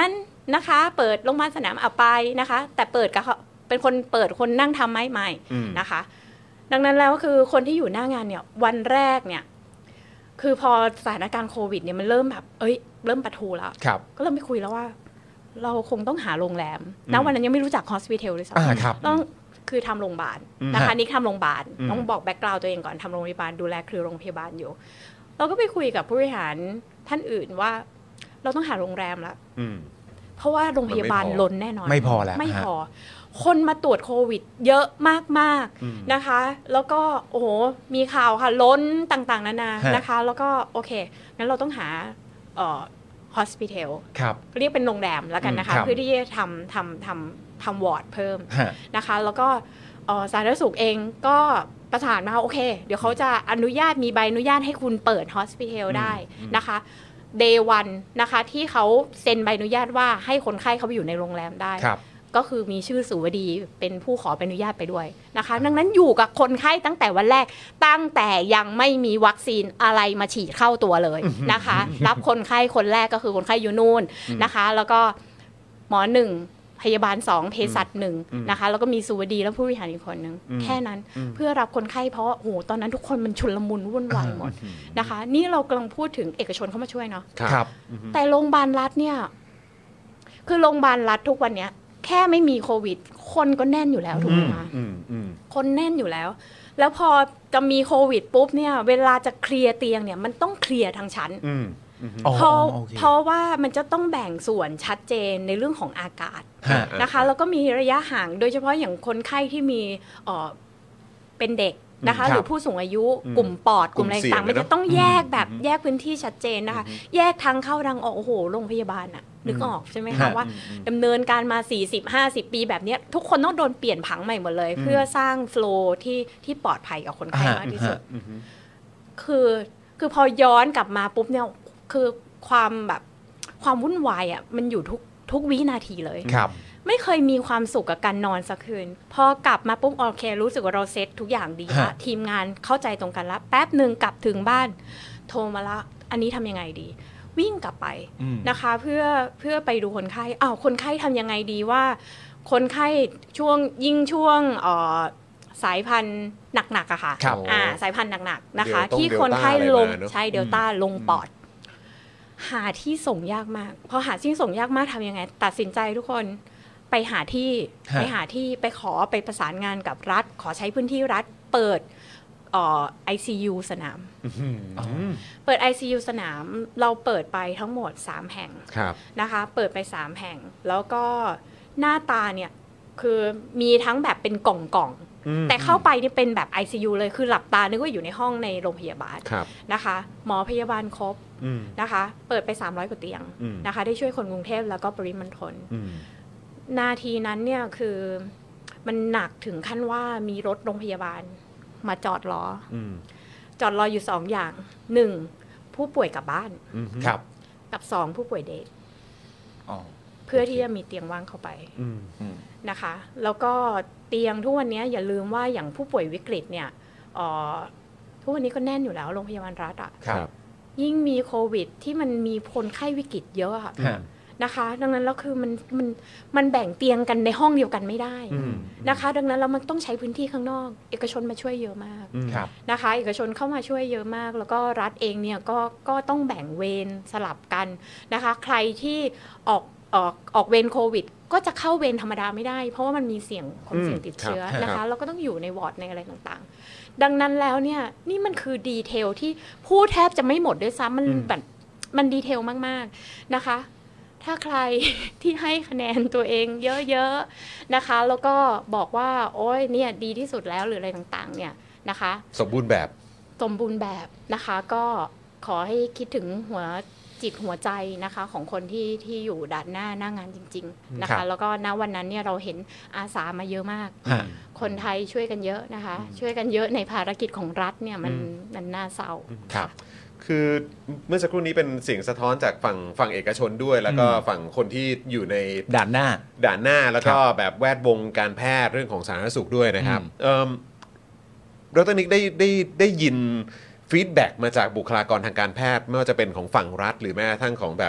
นะคะ เปิดโรงพยาบาลสนามเอาไปนะคะแต่เปิดกับเป็นคนเปิดคนนั่งทำไม่ไม่นะคะดังนั้นแล้วคือคนที่อยู่หน้างานเนี่ยวันแรกเนี่ยคือพอสถานการณ์โควิดเนี่ยมันเริ่มแบบเอ้ยเริ่มปะทุแล้วก็เริ่มไปคุยแล้วว่าเราคงต้องหาโรงแรมณวันนั้นยังไม่รู้จัก hospital เลยซ้ำต้องคือทำโรงพยาบาลนะคะนี่ทำโรงพยาบาลต้องบอกแบ็กกราวด์ตัวเองก่อนทำโรงพยาบาลดูแลคือโรงพยาบาลอยู่เราก็ไปคุยกับผู้บริหารท่านอื่นว่าเราต้องหาโรงแรมแล้วเพราะว่าโรงพยาบาลล้นแน่นอนไม่พอแล้วไม่พอคนมาตรวจโควิดเยอะมากๆนะคะแล้วก็โอ้โหมีข่าวค่ะล้นต่างๆนานานะคะแล้วก็โอเคงั้นเราต้องหาเอ่อ hospital เรียกเป็นโรงแรมแล้วกันนะคะเพื่อที่จะทำทำทำทำวอร์ดเพิ่มนะคะแล้วก็สาธารณสุขเองก็ประสานมาโอเคเดี๋ยวเขาจะอนุญาตมีใบอนุญาตให้คุณเปิด hospital ได้นะคะ day one นะคะที่เขาเซ็นใบอนุญาตว่าให้คนไข้เขาไปอยู่ในโรงแรมได้ก็คือมีชื่อสุวดีเป็นผู้ขอใบอนุญาตไปด้วยนะคะดังนั้นอยู่กับคนไข้ตั้งแต่วันแรกตั้งแต่ยังไม่มีวัคซีนอะไรมาฉีดเข้าตัวเลยนะคะรับคนไข้คนแรกก็คือคนไข้อยู่นู่นนะคะแล้วก็หมอหนึ่งพยาบาลสองเภสัชหนึ่งนะคะแล้วก็มีสุวดีและผู้บริหารอีกคนนึงแค่นั้นเพื่อรับคนไข้เพราะโอ้โหตอนนั้นทุกคนมันชุลมุนวุ่นวายหมดนะคะนี่เรากำลังพูดถึงเอกชนเข้ามาช่วยเนาะแต่โรงพยาบาลรัฐเนี่ยคือโรงพยาบาลรัฐทุกวันเนี้ยแค่ไม่มีโควิดคนก็แน่นอยู่แล้วถูกไหมคะคนแน่นอยู่แล้วแล้วพอจะมีโควิดปุ๊บเนี่ยเวลาจะเคลียร์เตียงเนี่ยมันต้องเคลียร์ทั้งชั้นเพราะเพราะว่ามันจะต้องแบ่งส่วนชัดเจนในเรื่องของอากาศนะคะแล้วก็มีระยะห่างโดยเฉพาะอย่างคนไข้ที่มีเอ่อเป็นเด็กนะคะหรือผู้สูงอายุกลุ่มปอดกลุ่มอะไรต่างมันจะต้องแยกแบบแยกพื้นที่ชัดเจนนะคะแยกทางเข้าทางออกโอ้โหโรงพยาบาลอะนึกออกใช่ไหมคะว่าดำเนินการมา สี่สิบ ห้าสิบ ปีแบบนี้ทุกคนต้องโดนเปลี่ยนผังใหม่หมดเลยเพื่อสร้างโฟลว์ที่ที่ปลอดภัยกับคนไข้มากที่สุดคือคือพอย้อนกลับมาปุ๊บเนี่ยคือความแบบความวุ่นวายอ่ะมันอยู่ทุกทุกวินาทีเลยไม่เคยมีความสุขกับการนอนสักคืนพอกลับมาปุ๊บโอเครู้สึกว่าเราเซตทุกอย่างดีละทีมงานเข้าใจตรงกันละแป๊บนึงกลับถึงบ้านโทรมาละอันนี้ทำยังไงดีวิ่งกลับไปนะคะเพื่อเพื่อไปดูคนไข้อ้าวคนไข้ทำยังไงดีว่าคนไข้ช่วงยิ่งช่วงเอ่อสายพันธุ์หนักๆอะค่ะอ่าสายพันธุ์หนักๆนะคะที่คนไข้ลงใช่เดลต้าลงปอดหาที่ส่งยากมากพอหาที่ส่งยากมากทำยังไงตัดสินใจทุกคนไปหาที่ไปหาที่ไปขอไปประสานงานกับรัฐขอใช้พื้นที่รัฐเปิดเอ่อ ไอ ซี ยู สนามเปิด ไอ ซี ยู สนามเราเปิดไปทั้งหมดสามแห่งนะคะเปิดไปสามแห่งแล้วก็หน้าตาเนี่ยคือมีทั้งแบบเป็นกล่องๆแต่เข้าไปนี่เป็นแบบ ไอ ซี ยู เลยคือหลับตานึกว่าอยู่ในห้องในโรงพยาบาลนะคะหมอพยาบาลครบนะคะเปิดไปสามร้อยกว่าเตียงนะคะได้ช่วยคนกรุงเทพแล้วก็ปริมณฑลนาทีนั้นเนี่ยคือมันหนักถึงขั้นว่ามีรถโรงพยาบาลมาจอดรอจอดรออยู่สองอย่างหนึ่งผู้ป่วยกลับบ้านครับกับสองผู้ป่วยเดทเพื่อที่จะมีเตียงว่างเข้าไปนะคะแล้วก็เตียงทุกวันนี้อย่าลืมว่าอย่างผู้ป่วยวิกฤตเนี่ยทุกวันนี้ก็แน่นอยู่แล้วโรงพยาบาลรัฐอ่ะยิ่งมีโควิดที่มันมีคนไข้วิกฤตเยอะค่ะนะคะดังนั้นแล้วคือมันมันมันแบ่งเตียงกันในห้องเดียวกันไม่ได้นะคะดังนั้นแล้วมันต้องใช้พื้นที่ข้างนอกเอกชนมาช่วยเยอะมากนะคะเอกชนเข้ามาช่วยเยอะมากแล้วก็รัฐเองเนี่ยก็ก็ต้องแบ่งเวรสลับกันนะคะใครที่ออกออกออกเวรโควิดก็จะเข้าเวรธรรมดาไม่ได้เพราะว่ามันมีเสี่ยงคนเสี่ยงติดเชื้อนะคะแล้วก็ต้องอยู่ในวอร์ดในอะไรต่างๆดังนั้นแล้วเนี่ยนี่มันคือดีเทลที่พูดแทบจะไม่หมดด้วยซ้ำมันแบบมันดีเทลมากๆนะคะถ้าใครที่ให้คะแนนตัวเองเยอะๆนะคะแล้วก็บอกว่าโอ๊ยเนี่ยดีที่สุดแล้วหรืออะไรต่างๆเนี่ยนะคะสมบูรณ์แบบสมบูรณ์แบบนะคะก็ขอให้คิดถึงหัวจิตหัวใจนะคะของคนที่ที่อยู่ด้านหน้าหน้างานจริงๆนะคะแล้วก็ณวันนั้นเนี่ยเราเห็นอาสามาเยอะมากคนไทยช่วยกันเยอะนะคะช่วยกันเยอะในภารกิจของรัฐเนี่ยมันมันน่าเศร้าครับคือเมื่อสักครู่นี้เป็นเสียงสะท้อนจากฝั่งฝั่งเอกชนด้วยแล้วก็ฝั่งคนที่อยู่ในด่านหน้าด่านหน้าแล้วก็แบบแวดวงการแพทย์เรื่องของสาธารณสุขด้วยนะครับเอ่อดร.นิกได้ได้ได้ยินฟีดแบ็กมาจากบุคลากรทางการแพทย์ไม่ว่าจะเป็นของฝั่งรัฐหรือแม้กระทั่งของแบบ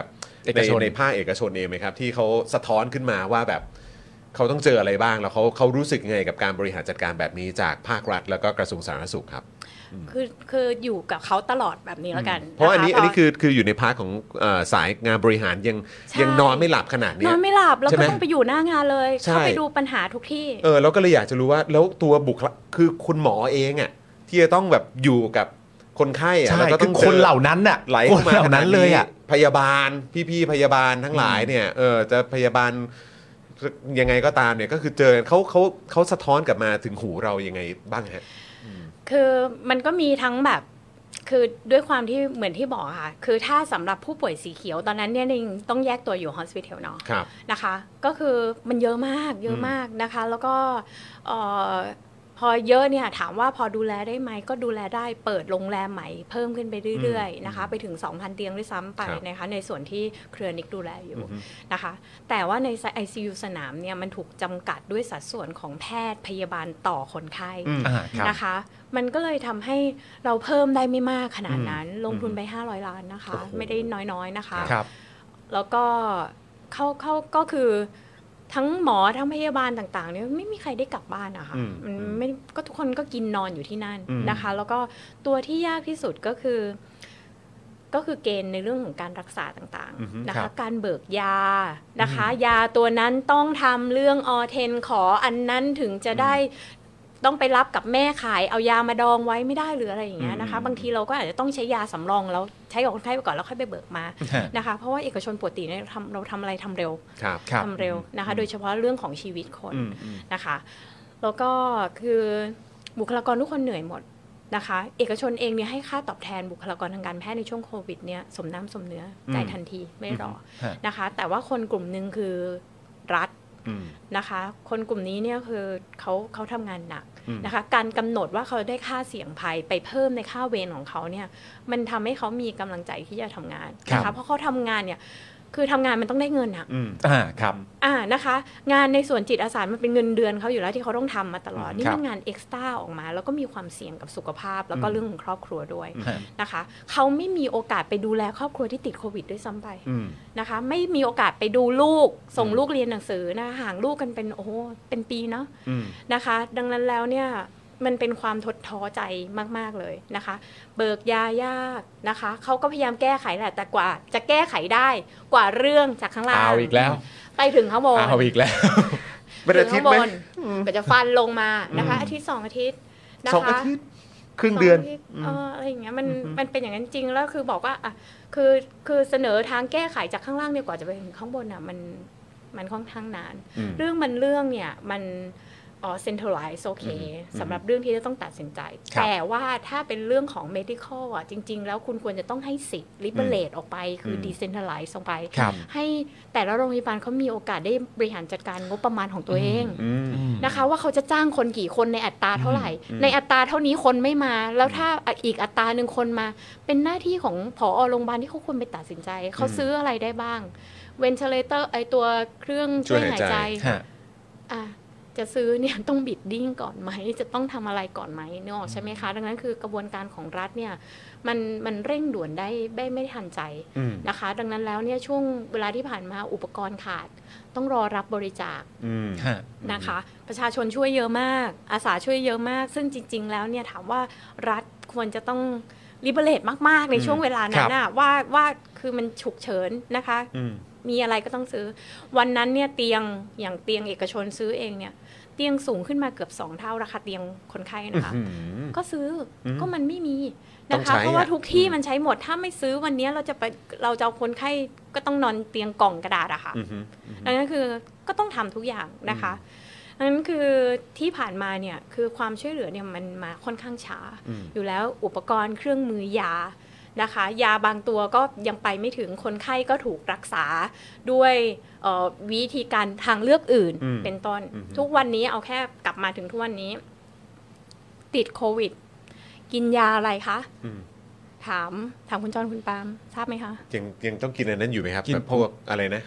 ในในภาคเอกชนเองไหมครับที่เขาสะท้อนขึ้นมาว่าแบบเขาต้องเจออะไรบ้างแล้วเขาเขารู้สึกยังไงกับการบริหารจัดการแบบนี้จากภาครัฐแล้วก็กระทรวงสาธารณสุขครับคือคืออยู่กับเขาตลอดแบบนี้แล้วกันเพราะอันนี้คอันนี้คือคืออยู่ในพาร์ทของเอ่อสายงานบริหารยังยังนอนไม่หลับขนาดนี้นอนไม่หลับแล้วใช่ไหก็มต้องไปอยู่หน้างานเลยใช่เข้าไปดูปัญหาทุกที่เออแล้วก็เลยอยากจะรู้ว่าแล้วตัวบุคลาคือคุณหมอเองอ่ะที่จะต้องแบบอยู่กับคนไข้อ่ะใช่แล้วก็คืต้ออง คนเหล่านั้นน่ะไหลคนเข้ามาเหล่านั้นเลยอ่ะพยาบาลพี่ๆพยาบาลทั้งหลายเนี่ยเออจะพยาบาลยังไงก็ตามเนี่ยก็คือเจอเขาเขาเขาสะท้อนกลับมาถึงหูเรายังไงบ้างฮะคือมันก็มีทั้งแบบคือด้วยความที่เหมือนที่บอกค่ะคือถ้าสำหรับผู้ป่วยสีเขียวตอนนั้นเนี่ยยังต้องแยกตัวอยู่ hospital เนาะครับนะคะก็คือมันเยอะมากเยอะมากนะคะแล้วก็เอ่อพอเยอะเนี่ยถามว่าพอดูแลได้ไหมก็ดูแลได้เปิดโรงแรมใหม่เพิ่มขึ้นไปเรื่อยๆนะคะไปถึง สองพัน เตียงด้วยซ้ำไปนะคะในส่วนที่เครือนิกดูแลอยู่นะคะแต่ว่าใน ไอ ซี ยู สนามเนี่ยมันถูกจำกัดด้วยสัดส่วนของแพทย์พยาบาลต่อคนไข้อ่าครับนะคะมันก็เลยทำให้เราเพิ่มได้ไม่มากขนาดนั้นลงทุนไปห้าร้อยล้านนะคะไม่ได้น้อยๆนะคะครับแล้วก็เขาเขาก็คือทั้งหมอทั้งพยาบาลต่างๆเนี่ยไม่มีใครได้กลับบ้านนะคะมันไม่ก็ทุกคนก็กินนอนอยู่ที่นั่นนะคะแล้วก็ตัวที่ยากที่สุดก็คือก็คือเกณฑ์ในเรื่องของการรักษาต่างๆนะคะการเบิกยานะคะยาตัวนั้นต้องทำเรื่องออเทนขออันนั้นถึงจะได้ต้องไปรับกับแม่ขายเอายามาดองไว้ไม่ได้หรืออะไรอย่างเงี้ยนะคะบางทีเราก็อาจจะต้องใช้ยาสำรองแล้วใช้กับคนไข้ไปก่อนแล้วค่อยไปเบิกมานะคะเพราะว่าเอกชนปกติเนี่ยเราทำเราทำอะไรทำเร็วครับทำเร็วนะคะโดยเฉพาะเรื่องของชีวิตคนนะคะแล้วก็คือบุคลากรทุกคนเหนื่อยหมดนะคะเอกชนเองเนี่ยให้ค่าตอบแทนบุคลากรทางการแพทย์ในช่วงโควิดเนี่ยสมน้ำสมเนื้อจ่ายทันทีไม่รอนะคะแต่ว่าคนกลุ่มหนึ่งคือรัฐนะคะคนกลุ่มนี้เนี่ยคือเขาเขาทำงานหนักนะคะการกำหนดว่าเขาได้ค่าเสี่ยงภัยไปเพิ่มในค่าเวรของเขาเนี่ยมันทำให้เขามีกำลังใจที่จะทำงานนะคะเพราะเขาทำงานเนี่ยคือทำงานมันต้องได้เงินอะอ่าครับอ่านะคะงานในส่วนจิตอาสามันเป็นเงินเดือนเขาอยู่แล้วที่เขาต้องทำมาตลอดนี่ครับมันงานเอ็กซ์ตร้าออกมาแล้วก็มีความเสี่ยงกับสุขภาพแล้วก็เรื่องของครอบครัวด้วยครับนะคะเขาไม่มีโอกาสไปดูแลครอบครัวที่ติดโควิดด้วยซ้ำไปนะคะไม่มีโอกาสไปดูลูกส่งลูกเรียนหนังสือนะห่างลูกกันเป็นโอ้โหเป็นปีเนาะนะคะดังนั้นแล้วเนี่ยมันเป็นความทดท้อใจมากๆเลยนะคะเบิกยายากนะคะเขาก็พยายามแก้ไขแหละแต่กว่าจะแก้ไขได้กว่าเรื่องจากข้างล่างเอาอีกแล้วไปถึงข้างบนเอาอีกแล้วเป็นอาทิตย์ไหมถึงข้างบนก็จะฟันลงมานะคะอาทิตย์สองอาทิตย์นะคะสองอาทิตย์ครึ่งเดือนสทิตย์เอออะไรอย่างเงี้ยมันมันเป็นอย่างนั้นจริงแล้วคือบอกว่าอ่ะคือคือเสนอทางแก้ไขจากข้างล่างเนี่ยกว่าจะไปถึงข้างบนอ่ะมันมันค่อนข้างนาน เรื่องมันเรื่องเนี่ยมันอ๋อ centralize โอเคสำหรับเรื่องที่จะต้องตัดสินใจ แต่ว่าถ้าเป็นเรื่องของ medical อ่ะจริงๆแล้วคุณควรจะต้องให้สิทธิ์ liberate ออกไปคือ decentralize ออกไป ให้แต่ละโรงพยาบาลเขามีโอกาสได้บริหารจัดการงบประมาณของตัวเองนะคะว่าเขาจะจ้างคนกี่คนในอัตราเท่าไหร่ ในอัตราเท่านี้คนไม่มาแล้วถ้าอีกอัตราหนึ่งคนมาเป็นหน้าที่ของผอโรงพยาบาลที่เขาควรไปตัดสินใจเขาซื้ออะไรได้บ้าง ventilator ไอตัวเครื่องช่วยหายใจอ่ะจะซื้อเนี่ยต้องบิดดิ้งก่อนไหมจะต้องทำอะไรก่อนไหมเนอะใช่ไหมคะดังนั้นคือกระบวนการของรัฐเนี่ยมันมันเร่งด่วนได้ได้ไม่ทันใจนะคะดังนั้นแล้วเนี่ยช่วงเวลาที่ผ่านมาอุปกรณ์ขาดต้องรอรับบริจาคนะคะประชาชนช่วยเยอะมากอาสาช่วยเยอะมากซึ่งจริงๆแล้วเนี่ยถามว่ารัฐควรจะต้องลิเบเรตมากๆในช่วงเวลานั้นน่ะว่าว่าคือมันฉุกเฉินนะคะมีอะไรก็ต้องซื้อวันนั้นเนี่ยเตียงอย่างเตียงเอกชนซื้อเองเนี่ยเตียงสูงขึ้นมาเกือบสองเท่าราคาเตียงคนไข้นะคะก็ซื้อก็มันไม่มีนะคะเพราะว่าทุกที่มันใช้หมดถ้าไม่ซื้อวันนี้เราจะไปเราจะเอาคนไข้ก็ต้องนอนเตียงกล่องกระดาษอะค่ะดังนั้นคือก็ต้องทำทุกอย่างนะคะดังนั้นคือที่ผ่านมาเนี่ยคือความช่วยเหลือเนี่ยมันมาค่อนข้างช้าอยู่แล้วอุปกรณ์เครื่องมือยานะคะยาบางตัวก็ยังไปไม่ถึงคนไข้ก็ถูกรักษาด้วยวิธีการทางเลือกอื่นเป็นต้นทุกวันนี้เอาแค่กลับมาถึงทุกวันนี้ติดโควิดกินยาอะไรคะถามถามคุณจอนคุณปาล์มทราบไหมคะยังยังต้องกินอันนั้นอยู่ไหมครับแบบพวกอะไรนะ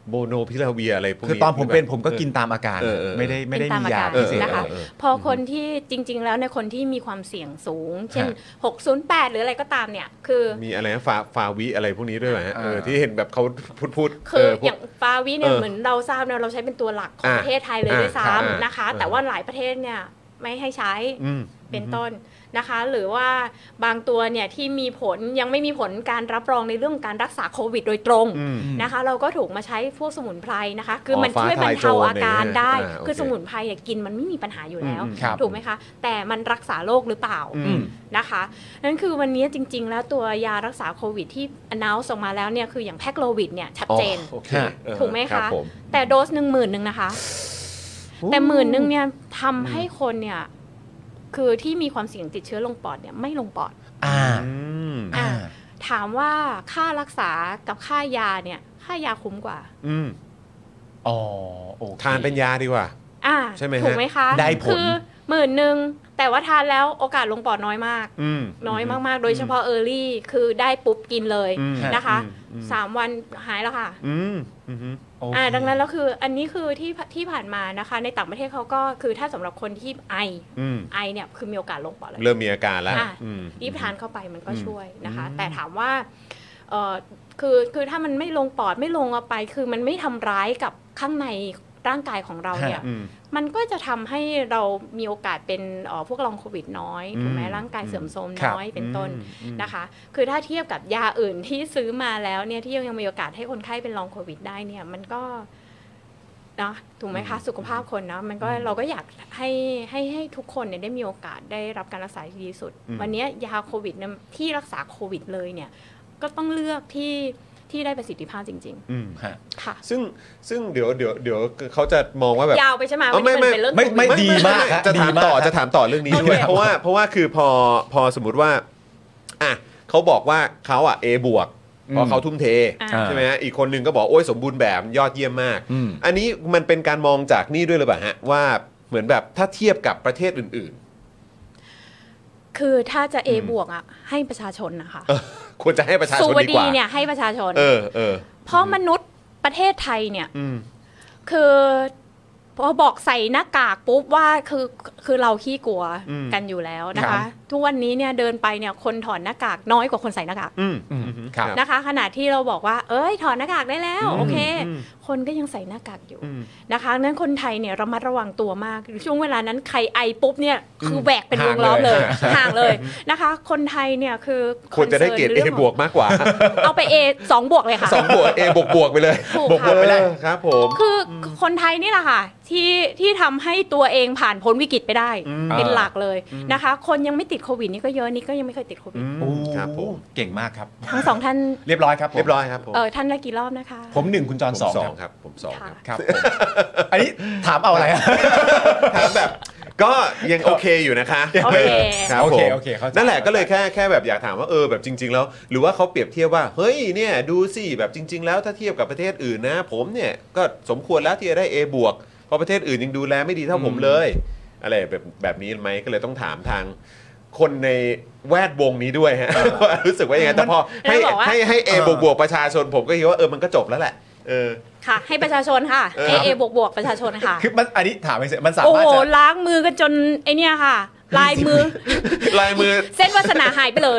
โมโนพิลาเวียอะไรพวกนี้คือตอนผมเป็นผมก็กินตามอาการเออเออไม่ได้ไม่ได้เป็นตามมียาอาการพิเศษนะคะเออพอคนที่จริง ๆ แล้วในคนที่มีความเสี่ยงสูง เช่นฮะหกศูนย์แปดหรืออะไรก็ตามเนี่ยคือมีอะไรนะฟาฟาวิอะไรพวกนี้ด้วยไหมฮะอ่าเออที่เห็นแบบเขาพูดพูดคือเพวกอย่างฟาวิเนี่ยเออเหมือนเราทราบเนี่ยเราใช้เป็นตัวหลักของอ่าประเทศไทยเลยอ่าด้วยอ่าซ้ำนะคะอ่าแต่ว่าหลายประเทศเนี่ยไม่ให้ใช้อืมเป็นต้นนะคะ หรือว่าบางตัวเนี่ยที่มีผลยังไม่มีผลการรับรองในเรื่องการรักษาโควิดโดยตรงอืมนะคะ เราก็ถูกมาใช้พวกสมุนไพรนะคะ คือออมันช่วยบรรเทาอาการได้ฟ้าทลายโจรอะไรเงี้ยอ่าโอเคคือสมุนไพรเนี่ยกินมันไม่มีปัญหาอยู่แล้วอืมครับถูกไหมคะ แต่มันรักษาโรคหรือเปล่าอืมนะคะนั่นคือวันนี้จริง ๆ แล้วตัวยารักษาโควิดที่ announce ออกมาแล้วเนี่ยคืออย่างแพคโลวิดเนี่ยชัดเจนอ๋อโอเคฮะเออถูกไหมรับคะผมแต่โดสหนึ่งหมื่นหนึ่งนะคะ แต่หมื่นหนึ่งเนี่ยทำให้คนเนี่ยคือที่มีความเสี่ยงติดเชื้อลงปอดเนี่ยไม่ลงปอดอ่าอืมอ่าถามว่าค่ารักษากับค่ายาเนี่ยค่ายาคุ้มกว่าอืมอ๋อโอเคทานเป็นยาดีกว่าอ่าใช่ไหมฮะถูกไหมคะได้ผลคือหมื่นหนึ่งแต่ว่าทานแล้วโอกาสลงปอดน้อยมากอืมน้อยมากๆ โดยเฉพาะ Early คือได้ปุ๊บกินเลยอืมนะคะอืมอืมสามวันหายแล้วค่ะอืมอืมโอเคอ่าดังนั้นแล้วคืออันนี้คือที่ที่ผ่านมานะคะ ในต่างประเทศเขาก็คือถ้าสำหรับคนที่ไออืมไอเนี่ยคือมีโอกาสลงปอดเลยเริ่มมีอาการแล้วอ่ะอืมรีบทานเข้าไปมันก็อืมช่วยนะคะอืมแต่ถามว่าเออคือคือถ้ามันไม่ลงปอดไม่ลงเอาไป คือมันไม่ทำร้ายกับข้างในร่างกายของเราเนี่ยอืมมันก็จะทำให้เรามีโอกาสเป็นเอ่อพวกลองโควิดน้อยถูกไหมอืมร่างกายเสื่อมโทรมครับน้อยเป็นต้นอืมนะคะ คือถ้าเทียบกับยาอื่นที่ซื้อมาแล้วเนี่ยที่ยังมีโอกาสให้คนไข้เป็นลองโควิดได้เนี่ยมันก็นะถูกไหมคะสุขภาพคนนะมันก็เราก็อยากให้ให้ให้ทุกคนเนี่ยได้มีโอกาสได้รับการรักษาที่ดีที่สุดอืมวันนี้ยาโควิดเนี่ยที่รักษาโควิดเลยเนี่ยก็ต้องเลือกที่ที่ได้ประสิทธิภาพจริงอืมฮะๆ ค่ะซึ่งซึ่งเดี๋ยวเดี๋ยวเดี๋ยวเขาจะมองว่าแบบยาวไปใช่ไหมเอาวันนี้ไม่มันเป็นเรื่องไม่โควิดไม่ดีมากจะถามต่อดีมากจะถามต่อเรื่องนี้ด้วยโอเคเพราะว่าเพราะว่าคือพอพอสมมุติว่าอ่ะเขาบอกว่าเขาอ่ะ A บวกเพราะเขาทุ่มเทอ่าใช่ไหมฮะอีกคนนึงก็บอกโอ้ยสมบูรณ์แบบยอดเยี่ยมมากอืมอันนี้มันเป็นการมองจากนี่ด้วยหรือเปล่าฮะว่าเหมือนแบบถ้าเทียบกับประเทศอื่นคือถ้าจะ A บวกอ่ะให้ประชาชนนะคะๆเออควรจะให้ประชาชสูนวดีดีกว่าเนี่ยให้ประชาชนเออเออเพราะมนุษย์ประเทศไทยเนี่ยอืมคือพอบอกใส่หน้ากากปุ๊บว่าคือคือเราขี้กลัวอืมกันอยู่แล้วนะครัคะบทุกวันนี้เนี่ยเดินไปเนี่ยคนถอดหน้ากากน้อยกว่าคนใส่หน้ากากอืมอืมครับนะคะ ขณะที่เราบอกว่า เอ้ยถอดหน้ากากได้แล้วอืมโอเคอืมคนก็ยังใส่หน้ากากอยู่อืมนะคะนั้นคนไทยเนี่ยระมัดระวังตัวมากช่วงเวลานั้นใครไอปุ๊บเนี่ยคือแหวกเป็นวงล้อมเลยห่างเลยห่างเลยนะคะ คนไทยเนี่ยคือควรจะได้เกรด A บวกมากกว่าเอาไป A สองบวกเลยค่ะสองบวก A บวกบวกไปเลยถูกบวกบวกค่ะไปเลยครับผมคืออคนไทยนี่แหละค่ะที่ที่ทำให้ตัวเองผ่านพ้นวิกฤตไปได้ เป็นหลักเลยนะคะ คนยังไม่ติดโควิดนี่ก็เยอะนี่ก็ยังไม่เคยติดโควิดโอ้ครับผมเก่งมากครับทั้งสองท่านเรียบร้อยครับผมเรียบร้อยครับผมเออท่านละกี่รอบนะคะผมหนึ่งคุณจผรมสองสองครับครับผมสองครับครับผมอันนี้ถามเอาอะไรอะถามแบบก็ยังโอเคอยู่นะคะโอเคครับโอผเคมโอเคเข้าใจนั่นแหละก็เลยแค่แค่แบบอยากถามว่าเออแบบจริง ๆ แล้ว หรือว่าเขาเปรียบเทียบว่าเฮ้ยเนี่ยดูสิแบบจริง ๆ แล้วถ้าเทียบกับประเทศอื่นนะ ผมเนี่ยก็สมควรแล้วที่จะได้ A บวกเพราะประเทศอื่นยังดูแลไม่ดีเท่าผมเลย อะไรแบบแบบนี้ไหมก็เลยต้องถามทางคนในแวดวงนี้ด้วยฮะว่ารู้สึกว่ายังไงแต่พอให้แล้วบอกว่าให้ให้ A บวกบวกประชาชนผมก็คิดว่าเออมันก็จบแล้วแหละเออค่ะ ให้ประชาชนค่ะเออเอเอบวกบวกประชาชนค่ะคือมันอันนี้ถามไปเสร็จมันสาโอ้มารถโหจะล้างมือกันจนไอเนี่ยค่ะ ลายมือลายมือเส้นวาสนาหายไปเลย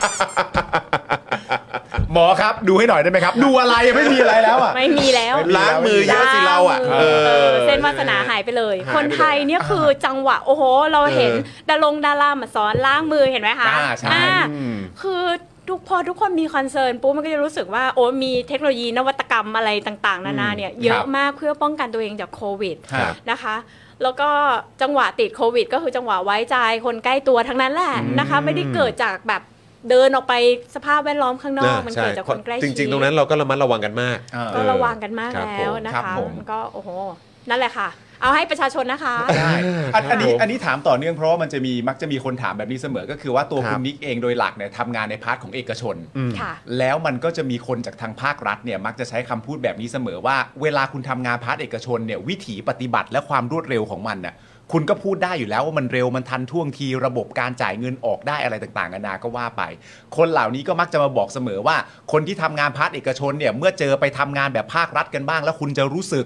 หมอครับดูให้หน่อยได้ไหมครับ ดูอะไรไม่มีอะไรแล้วอ่ะไม่มีแล้วล้างมือเยอะสิเราอ่ะเออเส้นวาสนาหายไปเลยหายไปเลยคนไทยเนี่ยคือจังหวะโอ้โห เราเห็นเออดารงดารามาสอนล้างมือเห็นไหมคะอ่าใช่อ่าอืมคือทุกพอทุกคนมีคอนเซิร์นปุ๊บมันก็จะรู้สึกว่าโอ้มีเทคโนโลยีนวัตกรรมอะไรต่างๆ นานาเนี่ยเยอะมากเพื่อป้องกันตัวเองจากโควิดครับนะคะ แล้วก็จังหวะติดโควิด ก็คือจังหวะไว้ใจคนใกล้ตัวทั้งนั้นแหละนะคะ ไม่ได้เกิดจากแบบเดินออกไปสภาพแวดล้อมข้างนอก มันเกิดจากคนใกล้ชิดจริง ๆ ตรงนั้นเราก็ระมัดระวังกันมากอ่าก็ระวังกันมากครับแล้วนะครัคะบผมมันก็โอ้โหนั่นแหละค่ะ เอาให้ประชาชนนะคะใช่อันอันนี้ครับผมอันนี้ถามต่อเนื่องเพราะว่ามันจะมีมักจะมีคนถามแบบนี้เสมอ ก็คือว่าตัวครับคุณนิกเองโดยหลักเนี่ยทำงานในพาร์ทของเอกชนค่ะแล้วมันก็จะมีคนจากทางภาครัฐเนี่ยมักจะใช้คำพูดแบบนี้เสมอว่า เวลาคุณทำงานพาร์ทเอกชนเนี่ยวิถีปฏิบัติและความรวดเร็วของมันน่ะคุณก็พูดได้อยู่แล้วว่ามันเร็วมันทันท่วงทีระบบการจ่ายเงินออกได้อะไรต่างๆนานาก็ว่าไปคนเหล่านี้ก็มักจะมาบอกเสมอว่าคนที่ทำงานพาร์ทเอกชนเนี่ยเมื่อเจอไปทำงานแบบภาครัฐกันบ้างแล้วคุณจะรู้สึก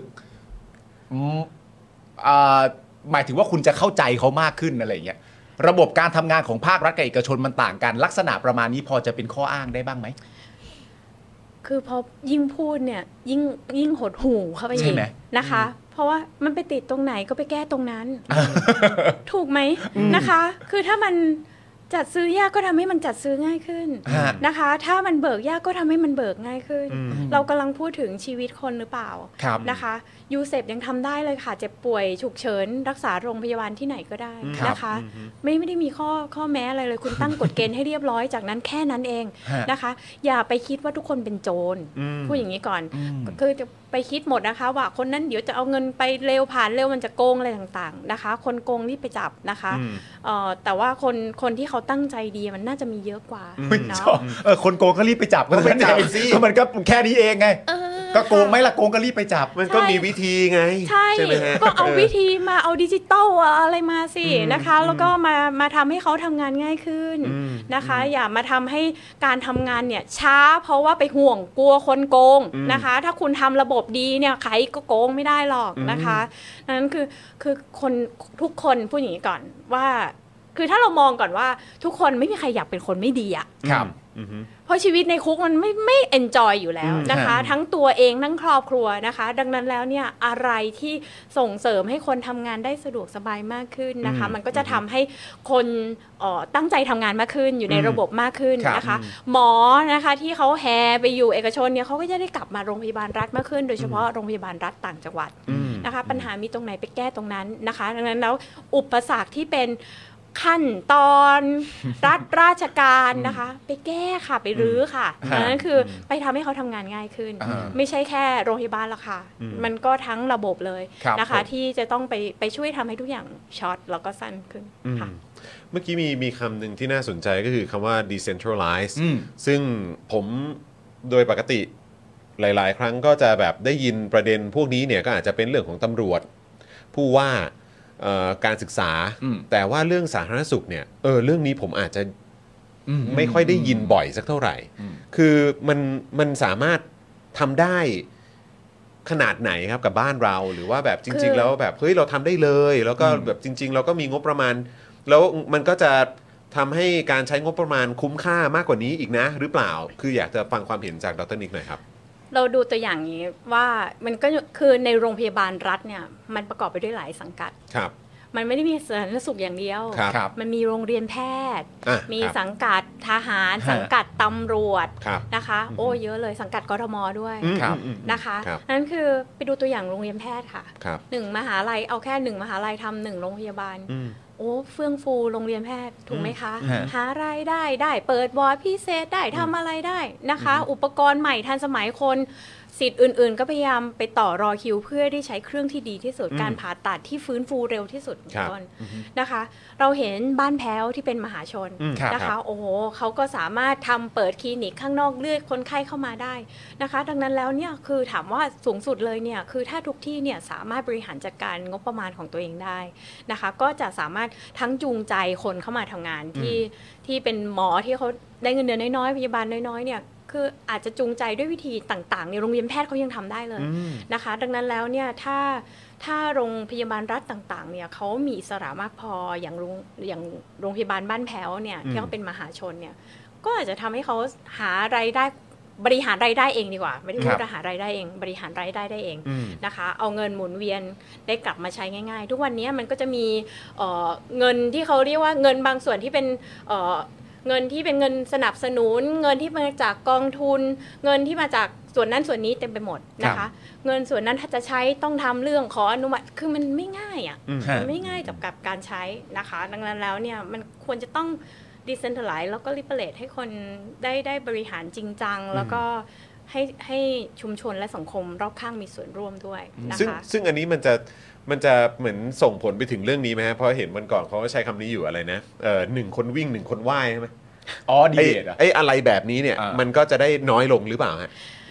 หมายถึงว่าคุณจะเข้าใจเขามากขึ้นอะไรอย่างเงี้ยระบบการทำงานของภาครัฐกับเอกชนมันต่างกันลักษณะประมาณนี้พอจะเป็นข้ออ้างได้บ้างไหมคือพอยิ่งพูดเนี่ยยิ่งยิ่งหดหู่เข้าไปอีกนะคะเพราะว่ามันไปติดตรงไหนก็ไปแก้ตรงนั้น ถูกไหมนะคะคือถ้ามันจัดซื้อยากก็ทำให้มันจัดซื้อง่ายขึ้นนะคะถ้ามันเบิกยากก็ทำให้มันเบิกง่ายขึ้นเรากำลังพูดถึงชีวิตคนหรือเปล่านะคะยูเซฟยังทำได้เลยค่ะเจ็บป่วยฉุกเฉินรักษาโรงพยาบาลที่ไหนก็ได้นะคะไม่ไม่ได้มีข้อข้อแม้อะไรเลยคุณตั้งกฎเกณฑ์ให้เรียบร้อยจากนั้นแค่นั้นเองนะคะอย่าไปคิดว่าทุกคนเป็นโจรพูดอย่างนี้ก่อนคือจะไปคิดหมดนะคะว่าคนนั้นเดี๋ยวจะเอาเงินไปเร็วผ่านเร็วมันจะโกงอะไรต่างๆนะคะคนโกงรีบไปจับนะคะแต่ว่าคนคนที่เขาตั้งใจดีมันน่าจะมีเยอะกว่าเนาะคนโกงก็รีบไปจับก็ไม่จับสิมันก็แค่นี้เองไงก็โกงไหมล่ะโกงก็รีบไปจับมันก็มีวิธีไงใช่ก็เอาวิธีมาเอาดิจิตอลอะไรมาสินะคะแล้วก็มามาทำให้เขาทำงานง่ายขึ้นนะคะอย่ามาทำให้การทำงานเนี่ยช้าเพราะว่าไปห่วงกลัวคนโกงนะคะถ้าคุณทำระบบดีเนี่ยใครก็โกงไม่ได้หรอกนะคะนั้นคือคือคนทุกคนพูดอย่างนี้ก่อนว่าคือถ้าเรามองก่อนว่าทุกคนไม่มีใครอยากเป็นคนไม่ดีอ่ะครับเพราะชีวิตในคุกมันไม่ไม่เอนจอยอยู่แล้วนะคะทั้งตัวเองทั้งครอบครัวนะคะดังนั้นแล้วเนี่ยอะไรที่ส่งเสริมให้คนทำงานได้สะดวกสบายมากขึ้นนะคะมันก็จะทำให้คนตั้งใจทำงานมากขึ้นอยู่ในระบบมากขึ้นนะคะหมอนะคะที่เขาแฮไปอยู่เอกชนเนี่ยเขาก็จะได้กลับมาโรงพยาบาลรัฐมากขึ้นโดยเฉพาะโรงพยาบาลรัฐต่างจังหวัดนะคะปัญหามีตรงไหนไปแก้ตรงนั้นนะคะดังนั้นแล้วอุปสรรคที่เป็นขั้นตอนรัฐราชการนะคะไปแก้ค่ะไปรื้อค่ะนั่นคือไปทำให้เขาทำงานง่ายขึ้นไม่ใช่แค่โรงพยาบาลหรอกค่ะมันก็ทั้งระบบเลยนะคะที่จะต้องไปไปช่วยทำให้ทุกอย่างช็อตแล้วก็สั้นขึ้นค่ะเมื่อกี้มีมีคำหนึ่งที่น่าสนใจก็คือคำว่า decentralize ซึ่งผมโดยปกติหลายๆครั้งก็จะแบบได้ยินประเด็นพวกนี้เนี่ยก็อาจจะเป็นเรื่องของตำรวจผู้ว่าการศึกษาแต่ว่าเรื่องสาธารณสุขเนี่ยเออเรื่องนี้ผมอาจจะไม่ค่อยได้ยินบ่อยสักเท่าไหร่คือมันมันสามารถทำได้ขนาดไหนครับกับบ้านเราหรือว่าแบบจริงๆแล้วแบบเฮ้ยเราทำได้เลยแล้วก็แบบจริงๆเราก็มีงบประมาณแล้วมันก็จะทำให้การใช้งบประมาณคุ้มค่ามากกว่านี้อีกนะหรือเปล่าคืออยากจะฟังความเห็นจากดร.นิกหน่อยครับเราดูตัวอย่างนี้ว่ามันก็คือในโรงพยาบาลรัฐเนี่ยมันประกอบไปด้วยหลายสังกัดครับมันไม่ได้มีสาธารณสุขอย่างเดียวมันมีโรงเรียนแพทย์มีสังกัดทหารสังกัดตำรวจนะคะโอ้เยอะเลยสังกัดกทมด้วยนะคะนั่นคือไปดูตัวอย่างโรงเรียนแพทย์ค่ะหนึ่งมหาลัยเอาแค่หนึ่งมหาลัยทำหนึ่งโรงพยาบาลโอ้เฟื่องฟูโรงเรียนแพทย์ถูกไหมคะหารายได้ได้เปิดวอร์ดพิเศษได้ทำอะไรได้นะคะอุปกรณ์ใหม่ทันสมัยคนสิทธิ์อื่นๆก็พยายามไปต่อรอคิวเพื่อได้ใช้เครื่องที่ดีที่สุดการผ่าตัดที่ฟื้นฟูเร็วที่สุดต้นนะคะเราเห็นบ้านแพ้วที่เป็นมหาชนนะคะโอ้โหเขาก็สามารถทำเปิดคลินิกข้างนอกเลือกคนไข้เข้ามาได้นะคะดังนั้นแล้วเนี่ยคือถามว่าสูงสุดเลยเนี่ยคือถ้าทุกที่เนี่ยสามารถบริหารจัดการงบประมาณของตัวเองได้นะคะก็จะสามารถทั้งจูงใจคนเข้ามาทำงานที่ที่เป็นหมอที่เขาได้เงินเดือนน้อยๆพยาบาลน้อยๆเนี่ยคืออาจจะจูงใจด้วยวิธีต่างๆในโรงเรียนแพทย์เขายังทำได้เลยนะคะดังนั้นแล้วเนี่ยถ้าถ้าโรงพยาบาลรัฐต่างๆเนี่ยเขามีอิสระมากพออย่างโรงอย่างโรงพยาบาลบ้านแพ้วเนี่ยที่เขาเป็นมหาชนเนี่ยก็อาจจะทำให้เขาหารายได้บริหารรายได้เองดีกว่าไม่ได้พูดหารายได้เองบริหารรายได้ได้เองนะคะเอาเงินหมุนเวียนได้กลับมาใช้ง่ายๆทุกวันนี้มันก็จะมีเอ่อเงินที่เขาเรียกว่าเงินบางส่วนที่เป็นเอ่อเงินที่เป็นเงินสนับสนุนเงินที่มาจากกองทุนเงินที่มาจากส่วนนั้นส่วนนี้เต็มไปหมดนะคะเงินส่วนนั้นถ้าจะใช้ต้องทำเรื่องขออนุมัติคือมันไม่ง่ายอ่ะมันไม่ง่ายกับกับการใช้นะคะดังนั้นแล้วเนี่ยมันควรจะต้องdecentralize แล้วก็ liberate ให้คนได้ได้บริหารจริงจังแล้วก็ให้ให้ชุมชนและสังคมรอบข้างมีส่วนร่วมด้วยนะคะซึ่งซึ่งอันนี้มันจะมันจะเหมือนส่งผลไปถึงเรื่องนี้ไหมฮะเพราะเห็นวันก่อนเขาก็ใช้คำนี้อยู่อะไรนะเอ่อหนึ่งคนวิ่งหนึ่งคนว่ายใช่ไหมอ๋อดีเบตอ่ะไอ้อะไรแบบนี้เนี่ยมันก็จะได้น้อยลงหรือเปล่าฮะ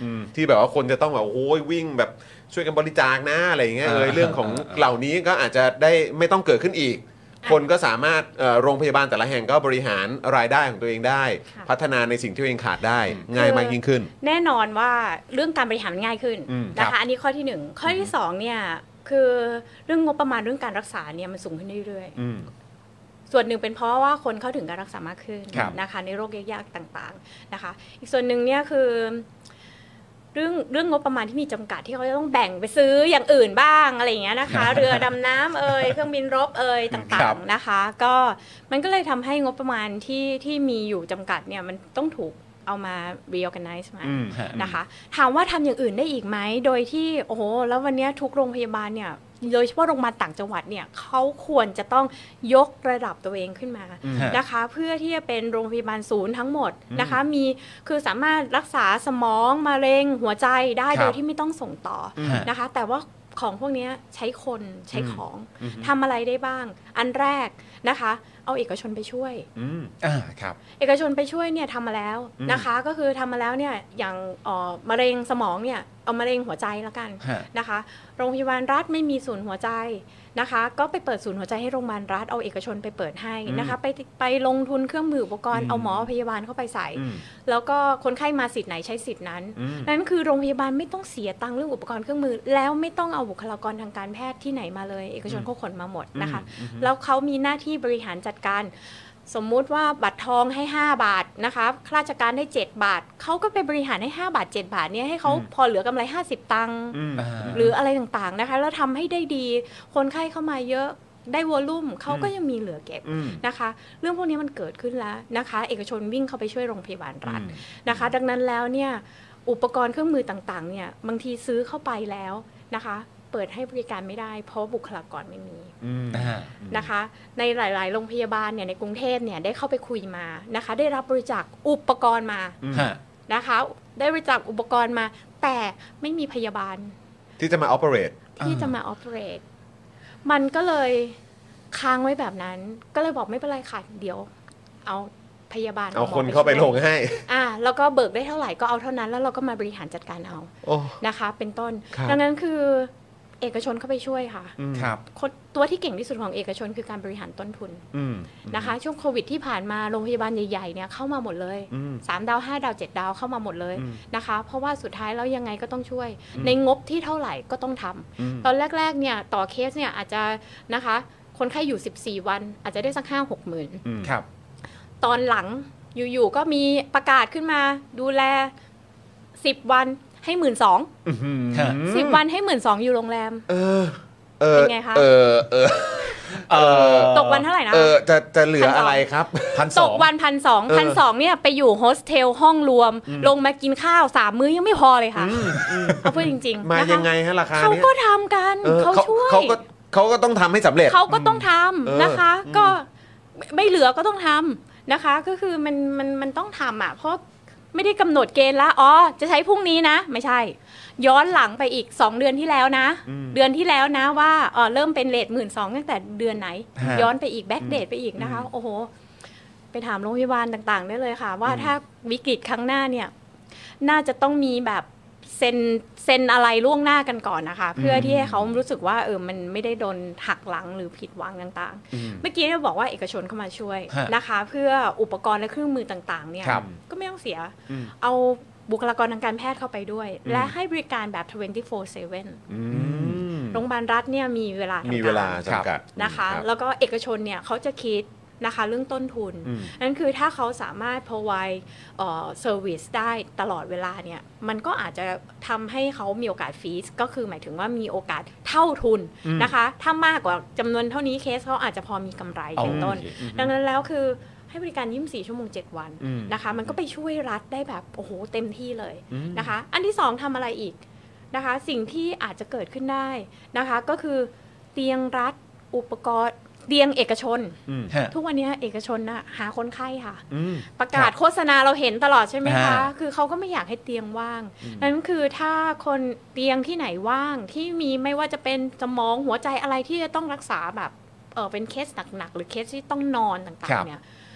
อืมที่แบบว่าคนจะต้องแบบโอ้ยวิ่งแบบช่วยกันบริจาคนะอะไรอย่างเงี้ยเออเรื่องของเหล่านี้ก็อาจจะได้ไม่ต้องเกิดขึ้นอีก คนก็สามารถเอ่อโรงพยาบาลแต่ละแห่งก็บริหารรายได้ของตัวเองได้ พัฒนาในสิ่งที่ตัวเองขาดได้ง่ายมากยิ่งขึ้นแน่นอนว่าเรื่องการบริหารง่ายขึ้นนะคะอันนี้ข้อที่หนึ่งข้อที่สองเนี่ยคือเรื่องงบประมาณเรื่องการรักษาเนี่ยมันสูงขึ้นเรื่อยๆส่วนหนึ่งเป็นเพราะว่าคนเข้าถึงการรักษามากขึ้นนะคะในโรคยากๆต่างๆนะคะอีกส่วนหนึ่งเนี่ยคือเรื่องเรื่องงบประมาณที่มีจำกัดที่เขาจะต้องแบ่งไปซื้ออย่างอื่นบ้างอะไรอย่างเงี้ยนะคะเรือดำน้ำเอ่ยเครื่องบินรบเอ่ยต่างๆนะคะก็มันก็เลยทำให้งบประมาณที่ที่มีอยู่จำกัดเนี่ยมันต้องถูกเอามา reorganize มานะคะถามว่าทำอย่างอื่นได้อีกไหมโดยที่โอ้โหแล้ววันนี้ทุกโรงพยาบาลเนี่ยโดยเฉพาะโรงพยาบาลต่างจังหวัดเนี่ยเขาควรจะต้องยกระดับตัวเองขึ้นมานะคะเพื่อที่จะเป็นโรงพยาบาลศูนย์ทั้งหมดนะคะมีคือสามารถรักษาสมองมะเร็งหัวใจได้โดยที่ไม่ต้องส่งต่อนะคะแต่ว่าของพวกนี้ใช้คนใช้ของทำอะไรได้บ้างอันแรกนะคะเอาเอกชนไปช่วยอ่าครับเอกชนไปช่วยเนี่ยทำมาแล้วนะคะก็คือทำมาแล้วเนี่ยอย่างเอ่อมะเร็งสมองเนี่ยเอามะเร็งหัวใจแล้วกันนะคะโรงพยาบาลรัฐไม่มีศูนย์หัวใจนะคะก็ไปเปิดศูนย์หัวใจให้โรงพยาบาลรัฐเอาเอกชนไปเปิดให้นะคะไปไปลงทุนเครื่องมืออุปกรณ์เอาหมอพยาบาลเข้าไปใส่แล้วก็คนไข้มาสิทธิ์ไหนใช้สิทธิ์นั้นนั่นคือโรงพยาบาลไม่ต้องเสียตังค์เรื่องอุปกรณ์เครื่องมือแล้วไม่ต้องเอาบุคลากรทางการแพทย์ที่ไหนมาเลยเอกชนเขาขนมาหมดนะคะแล้วเขามีหน้าที่บริหารจัดการสมมุติว่าบัตรทองให้ห้าบาทนะคะข้าราชการได้เจ็ดบาทเขาก็ไปบริหารให้ห้าบาทเจ็ดบาทเนี่ยให้เขาพอเหลือกำไรห้าสิบตังค์หรืออะไรต่างๆนะคะแล้วทำให้ได้ดีคนไข้เข้ามาเยอะได้วอลลุ่มเขาก็ยังมีเหลือเก็บนะคะเรื่องพวกนี้มันเกิดขึ้นแล้วนะคะเอกชนวิ่งเข้าไปช่วยโรงพยาบาลรัฐนะคะดังนั้นแล้วเนี่ยอุปกรณ์เครื่องมือต่างๆเนี่ยบางทีซื้อเข้าไปแล้วนะคะเปิดให้บริการไม่ได้เพราะบุคลากรไม่มีนะคะในหลายๆโรงพยาบาลเนี่ยในกรุงเทพเนี่ยได้เข้าไปคุยมานะคะได้รับบริจาคอุปกรณ์มานะคะได้บริจาคอุปกรณ์มาแต่ไม่มีพยาบาลที่จะมา operate ที่จะมา operate มันก็เลยค้างไว้แบบนั้นก็เลยบอกไม่เป็นไรค่ะเดี๋ยวเอาพยาบาลเอาคนเข้าไปลงให้อ่าแล้วก็เบิกได้เท่าไหร่ก็เอาเท่านั้นแล้วเราก็มาบริหารจัดการเอานะคะเป็นต้นดังนั้นคือเอกชนเข้าไปช่วยค่ะครับตัวที่เก่งที่สุดของเอกชนคือการบริหารต้นทุนนะคะช่วงโควิดที่ผ่านมาโรงพยาบาลใหญ่ๆเนี่ยเข้ามาหมดเลยสามดาวห้าดาวเจ็ดดาวเข้ามาหมดเลยนะคะเพราะว่าสุดท้ายแล้วยังไงก็ต้องช่วยในงบที่เท่าไหร่ก็ต้องทำตอนแรกๆเนี่ยต่อเคสเนี่ยอาจจะนะคะคนไข้อยู่สิบสี่วันอาจจะได้สัก ห้าหกหมื่นครับตอนหลังอยู่ๆก็มีประกาศขึ้นมาดูแลสิบวันให้หมื่นสองสิบวันให้หมื่นสองอยู่โรงแรมเออเป็นไงคะเออเออเออตกวันเท่าไหร่นะเออจะจะเหลืออะไรครับพันสองตกวันพันสองพันสองเนี่ยไปอยู่โฮสเทลห้องรวมลงมากินข้าวสามมื้อยังไม่พอเลยค่ะเอาพูดจริงๆมายังไงฮะราคาเขาก็ทำกันเขาช่วยเขาก็เขาก็ต้องทำให้สำเร็จเขาก็ต้องทำนะคะก็ไม่เหลือก็ต้องทำนะคะก็คือมันมันมันต้องทำอ่ะเพราะไม่ได้กำหนดเกณฑ์แล้วอ๋อจะใช้พรุ่งนี้นะไม่ใช่ย้อนหลังไปอีกสองเดือนที่แล้วนะเดือนที่แล้วนะว่าเออเริ่มเป็นเรทหมื่นสองตั้งแต่เดือนไหนย้อนไปอีกแบ็กเดทไปอีกนะคะโอ้โหไปถามโรงพยาบาลต่างๆได้เลยค่ะว่าถ้าวิกฤตครั้งหน้าเนี่ยน่าจะต้องมีแบบเซ็นเซ็นอะไรล่วงหน้ากันก่อนนะคะเพื่อที่ให้เขารู้สึกว่าเออมันไม่ได้โดนหักหลังหรือผิดหวังต่างๆเมื่อกี้เราบอกว่าเอกชนเข้ามาช่วยนะคะเพื่ออุปกรณ์และเครื่องมือต่างๆเนี่ยก็ไม่ต้องเสียเอาบุคลากรทางการแพทย์เข้าไปด้วยและให้บริการแบบ ทเวนตี้โฟร์ เซเว่น โรงพยาบาลรัฐเนี่ยมีเวลาทำงานมีเวลาจำกัดนะคะแล้วก็เอกชนเนี่ยเขาจะคิดนะคะเรื่องต้นทุนนั่นคือถ้าเขาสามารถ provide เอ่อ service ได้ตลอดเวลาเนี่ยมันก็อาจจะทำให้เขามีโอกาสฟีสก็คือหมายถึงว่ามีโอกาสเท่าทุนนะคะถ้ามากกว่าจำนวนเท่านี้เคสเขาอาจจะพอมีกำไรเป็นต้นดังนั้นแล้วคือให้บริการยี่สิบสี่ชั่วโมงเจ็ดวันนะคะมันก็ไปช่วยรัฐได้แบบโอ้โหเต็มที่เลยนะคะอันที่สองทำอะไรอีกนะคะสิ่งที่อาจจะเกิดขึ้นได้นะคะก็คือเตียงรัฐอุปกรณ์เตียงเอกชนทุกวันนี้เอกชนนะหาคนไข้ค่ะประกาศโฆษณาเราเห็นตลอดใช่ไหมคะคือเขาก็ไม่อยากให้เตียงว่างนั้นคือถ้าคนเตียงที่ไหนว่างที่มีไม่ว่าจะเป็นสมองหัวใจอะไรที่จะต้องรักษาแบบเออเป็นเคสหนักๆหรือเคสที่ต้องนอนต่างๆเนี่ย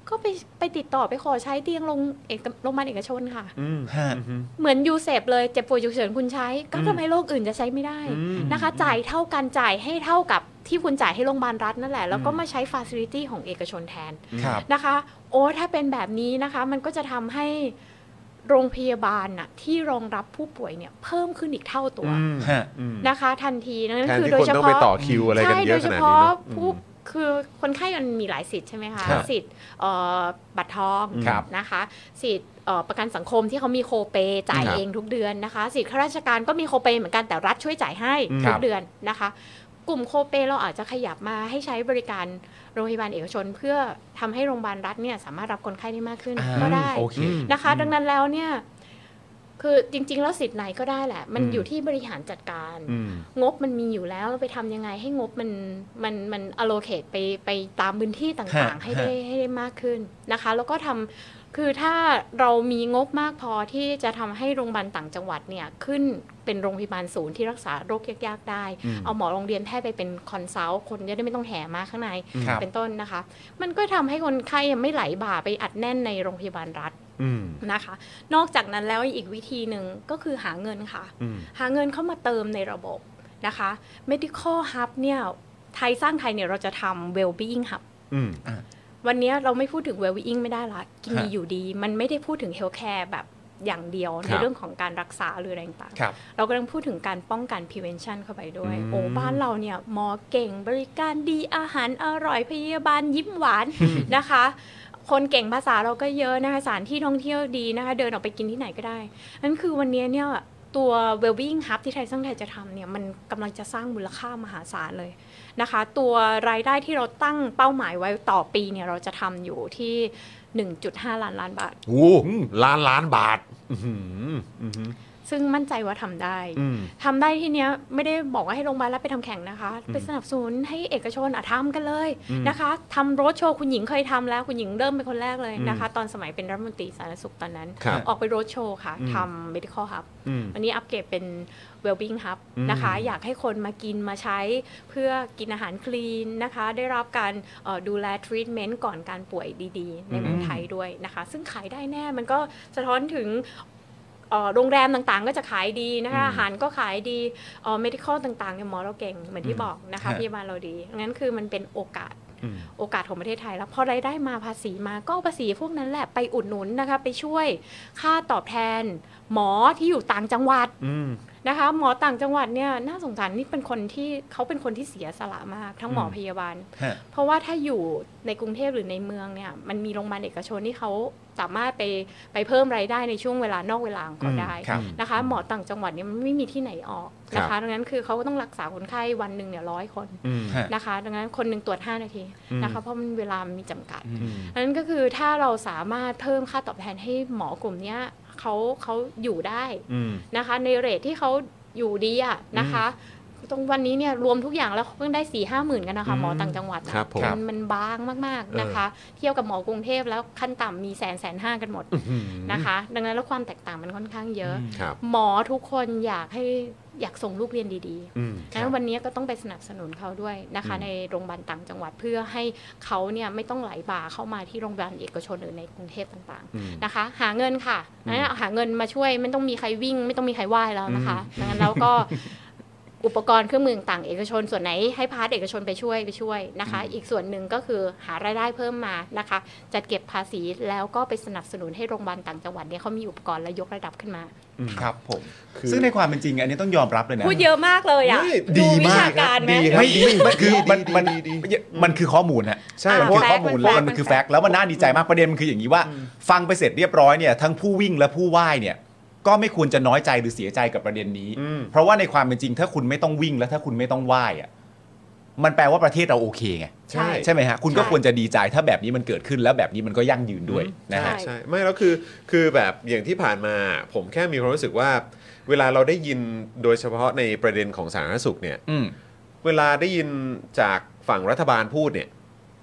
ก็ไปไปติดต่อไปขอใช้เตียงโรงเอกโรงพยาบาลเอกชนค่ะอืมฮะเหมือนยูเซฟเลยเจ็บป่วยฉุกเฉินคุณใช้ก็ทำไมโรคอื่นจะใช้ไม่ได้นะคะจ่ายเท่ากันจ่ายให้เท่ากับที่คุณจ่ายให้โรงพยาบาลรัฐนั่นแหละแล้วก็มาใช้ฟาซิลิตี้ของเอกชนแทนครับนะคะโอ้ถ้าเป็นแบบนี้นะคะมันก็จะทำให้โรงพยาบาลน่ะที่รองรับผู้ป่วยเนี่ยเพิ่มขึ้นอีกเท่าตัวฮะนะคะทันทีนั่นแทนคือที่โดยคนเฉต้องพาะไปต่อคิวอะไรกันใช่เยโดอะยขเฉนาดนี้พาะเนาะผู้คือคนไข้มันมีหลายสิทธิ์ใช่ไหมคะครับสิทธิ์เอ่อบัตรทองครับนะคะสิทธิ์เอ่อประกันสังคมที่เขามีโคเปจ่ายครับเองทุกเดือนนะคะสิทธิ์ข้าราชการก็มีโคเปเหมือนกันแต่รัฐช่วยจ่ายให้ครัทุบกเดือนนะคะกลุ่มโคเปเราอาจจะขยับมาให้ใช้บริการโรงพยาบาลเอกชน เพื่อทำให้โรงพยาบาลรัฐเนี่ยสามารถรับคนไข้ได้มากขึ้นก็ได้โอเคนะคะดังนั้นแล้วเนี่ยคือจริงๆแล้วสิทธิ์ไหนก็ได้แหละมันอยู่ที่บริหารจัดการอืมงบมันมีอยู่แล้วเราไปทำยังไงให้งบมันมันมัน allocate ไปไปตามพื้นที่ต่างๆฮะให้ได้ให้ได้มากขึ้นนะคะแล้วก็ทำคือถ้าเรามีงบมากพอที่จะทำให้โรงพยาบาลต่างจังหวัดเนี่ยขึ้นเป็นโรงพยาบาลศูนย์ที่รักษาโรคยากๆได้ เอาหมอโรงเรียนแพทย์ไปเป็นคอนซัลท์คนจะได้ไม่ต้องแห่มาข้างในครับเป็นต้นนะคะมันก็ทำให้คนไข้ไม่ไหลบ่าไปอัดแน่นในโรงพยาบาลรัฐอืมนะคะนอกจากนั้นแล้วอีกวิธีหนึ่งก็คือหาเงินค่ะอืมหาเงินเข้ามาเติมในระบบนะคะ medical hub เนี่ยไทยสร้างไทยเนี่ยเราจะทำ well-being hub อืมวันนี้เราไม่พูดถึง well-being ไม่ได้ละกินดีฮะอยู่ดี มันไม่ได้พูดถึง healthcare แบบอย่างเดียวคในรับเรื่องของการรักษาหรืออะไรต่างๆครับเรากำลังพูดถึงการป้องกัน prevention เข้าไปด้วยอืมโอ้บ้านเราเนี่ยหมอเก่งบริการดีอาหารอร่อยพยาบาลยิ้มหวานนะคะ คนเก่งภาษาเราก็เยอะนะคะสถานที่ท่องเที่ยวดีนะคะเดินออกไปกินที่ไหนก็ได้นั่นคือวันนี้เนี่ยตัว well-being hub ที่ไทยสร้างไทยจะทำเนี่ยมันกำลังจะสร้างมูลค่ามหาศาลเลยนะคะตัวรายได้ที่เราตั้งเป้าหมายไว้ต่อปีเนี่ยเราจะทำอยู่ที่ หนึ่งจุดห้า ล้านล้านบาทโอ้ล้านล้านบาทอื้อหืออื้อหือซึ่งมั่นใจว่าทำได้อืมทำได้ที่เนี้ยไม่ได้บอกว่าให้โรงพยาบาลรัฐไปทำแข่งนะคะ ไปสนับสนุนให้เอกชนอะทำกันเลยนะคะทำโรดโชว์คุณหญิงเคยทำแล้วคุณหญิงเริ่มเป็นคนแรกเลยนะคะ ตอนสมัยเป็นรัฐมนตรีสาธารณสุขตอนนั้นครับออกไปโรดโชว์ค่ะทำ medical hub อืมวันนี้อัปเกรดเป็น well-being hub นะคะ อยากให้คนมากินมาใช้เพื่อกินอาหารคลีนนะคะ ได้รับการเอ่อดูแล treatment ก่อนการป่วยดีๆ ในเมืองไทยด้วยนะคะ ซึ่งขายได้แน่มันก็สะท้อนถึงเอ่อโรงแรมต่างๆ ก็จะขายดีนะคะอาหารก็ขายดีเอ่อ medical ต่างๆเนี่ยหมอเราเก่งเหมือนที่บอกนะคะฮะพยาบาลเราดีงั้นคือมันเป็นโอกาส โอกาสของประเทศไทยแล้วพอรายได้มาภาษีมาก็เอาภาษีพวกนั้นแหละไปอุดหนุนนะคะไปช่วยค่าตอบแทน หมอที่อยู่ต่างจังหวัดนะคะหมอต่างจังหวัดเนี่ยน่าสงสารนี่เป็นคนที่เขาเป็นคนที่เสียสละมากทั้งหมอพยาบาลฮะเพราะว่าถ้าอยู่ในกรุงเทพหรือในเมืองเนี่ยมันมีโรงพยาบาลเอกชนที่เขาสามารถไปไปเพิ่มรายได้ในช่วงเวลานอกเวลาของเขาได้ครับนะคะหมอต่างจังหวัดเนี่ยมันไม่มีที่ไหนออกนะคะดังนั้นคือเขาก็ต้องรักษาคนไข้วันหนึ่งเนี่ยร้อยคนฮะนะคะดังนั้นคนหนึ่งตรวจห้านาทีนะคะเพราะมันเวลามีจำกัดนั้นก็คือถ้าเราสามารถเพิ่มค่าตอบแทนให้หมอกลุ่มเนี้ยเขาเขาอยู่ได้นะคะในเรทที่เขาอยู่ดีอะนะคะตรงวันนี้เนี่ยรวมทุกอย่างแล้วเขาเพิ่งได้สี่ห้าหมื่นกันนะคะหมอต่างจังหวัดนะครับผมมันมันบางมากๆนะคะ เทียบกับหมอกรุงเทพแล้วขั้นต่ำมีแสนแสนห้ากันหมดนะคะ ดังนั้นแล้วความแตกต่างมันค่อนข้างเยอะครับหมอทุกคนอยากให้อยากส่งลูกเรียนดีอืมๆงั้นวันนี้ก็ต้องไปสนับสนุนเขาด้วยนะคะ ในโรงพยาบาลต่างจังหวัดเพื่อให้เขาเนี่ยไม่ต้องไหลบ่าเข้ามาที่โรงพยาบาลเอกชนหรือในกรุงเทพต่างๆนะคะ หาเงินค่ะนะหาเงินมาช่วยไม่ต้องมีใครวิ่ง ไม่ต้องมีใครว่ายแล้วนะคะดังนั้นแล้วก็ อุปกรณ์เครื่องมือต่างเอกชนส่วนไหนให้พาร์ทเอกชนไปช่วยไปช่วยนะคะ อีกส่วนหนึ่งก็คือหารายได้เพิ่มมานะคะจัดเก็บภาษีแล้วก็ไปสนับสนุนให้โรงพยาบาลต่างจังหวัดเนี่ยเขามีอุปกรณ์และยกระดับขึ้นมาครับผมซึ่งในความเป็นจริงอันนี้ต้องยอมรับเลยนะพูดเยอะมากเลยอ่ะไม่ดูดีวิมากชาการไหมดีครับไม่ดีมันคือมันมันดีดีดีมันคือข้อมูลฮะใช่มันคือข้อมูลมันแล้ว fact มันคือมันแฟ fact กต์แล้วมันน่าดีใจมากประเด็นมันคืออย่างนี้ว่า ฟังไปเสร็จเรียบร้อยเนี่ยทั้งผู้วิ่งและผู้ว่ายเนี่ยก็ไม่ควรจะน้อยใจหรือเสียใจกับประเด็นนี้ เพราะว่าในความเป็นจริงถ้าคุณไม่ต้องวิ่งและถ้าคุณไม่ต้องว่ายอ่ะมันแปลว่าประเทศเราโอเคไงใช่ใช่ไหมฮะคุณก็ใช่ควรจะดีใจถ้าแบบนี้มันเกิดขึ้นแล้วแบบนี้มันก็ยั่งยืนด้วยนะฮะใช่ใช่ไม่แล้วคือคือแบบอย่างที่ผ่านมาผมแค่มีความรู้สึกว่า เวลาเราได้ยินโดยเฉพาะในประเด็นของสาธารณสุขเนี่ยอืมเวลาได้ยินจากฝั่งรัฐบาลพูดเนี่ย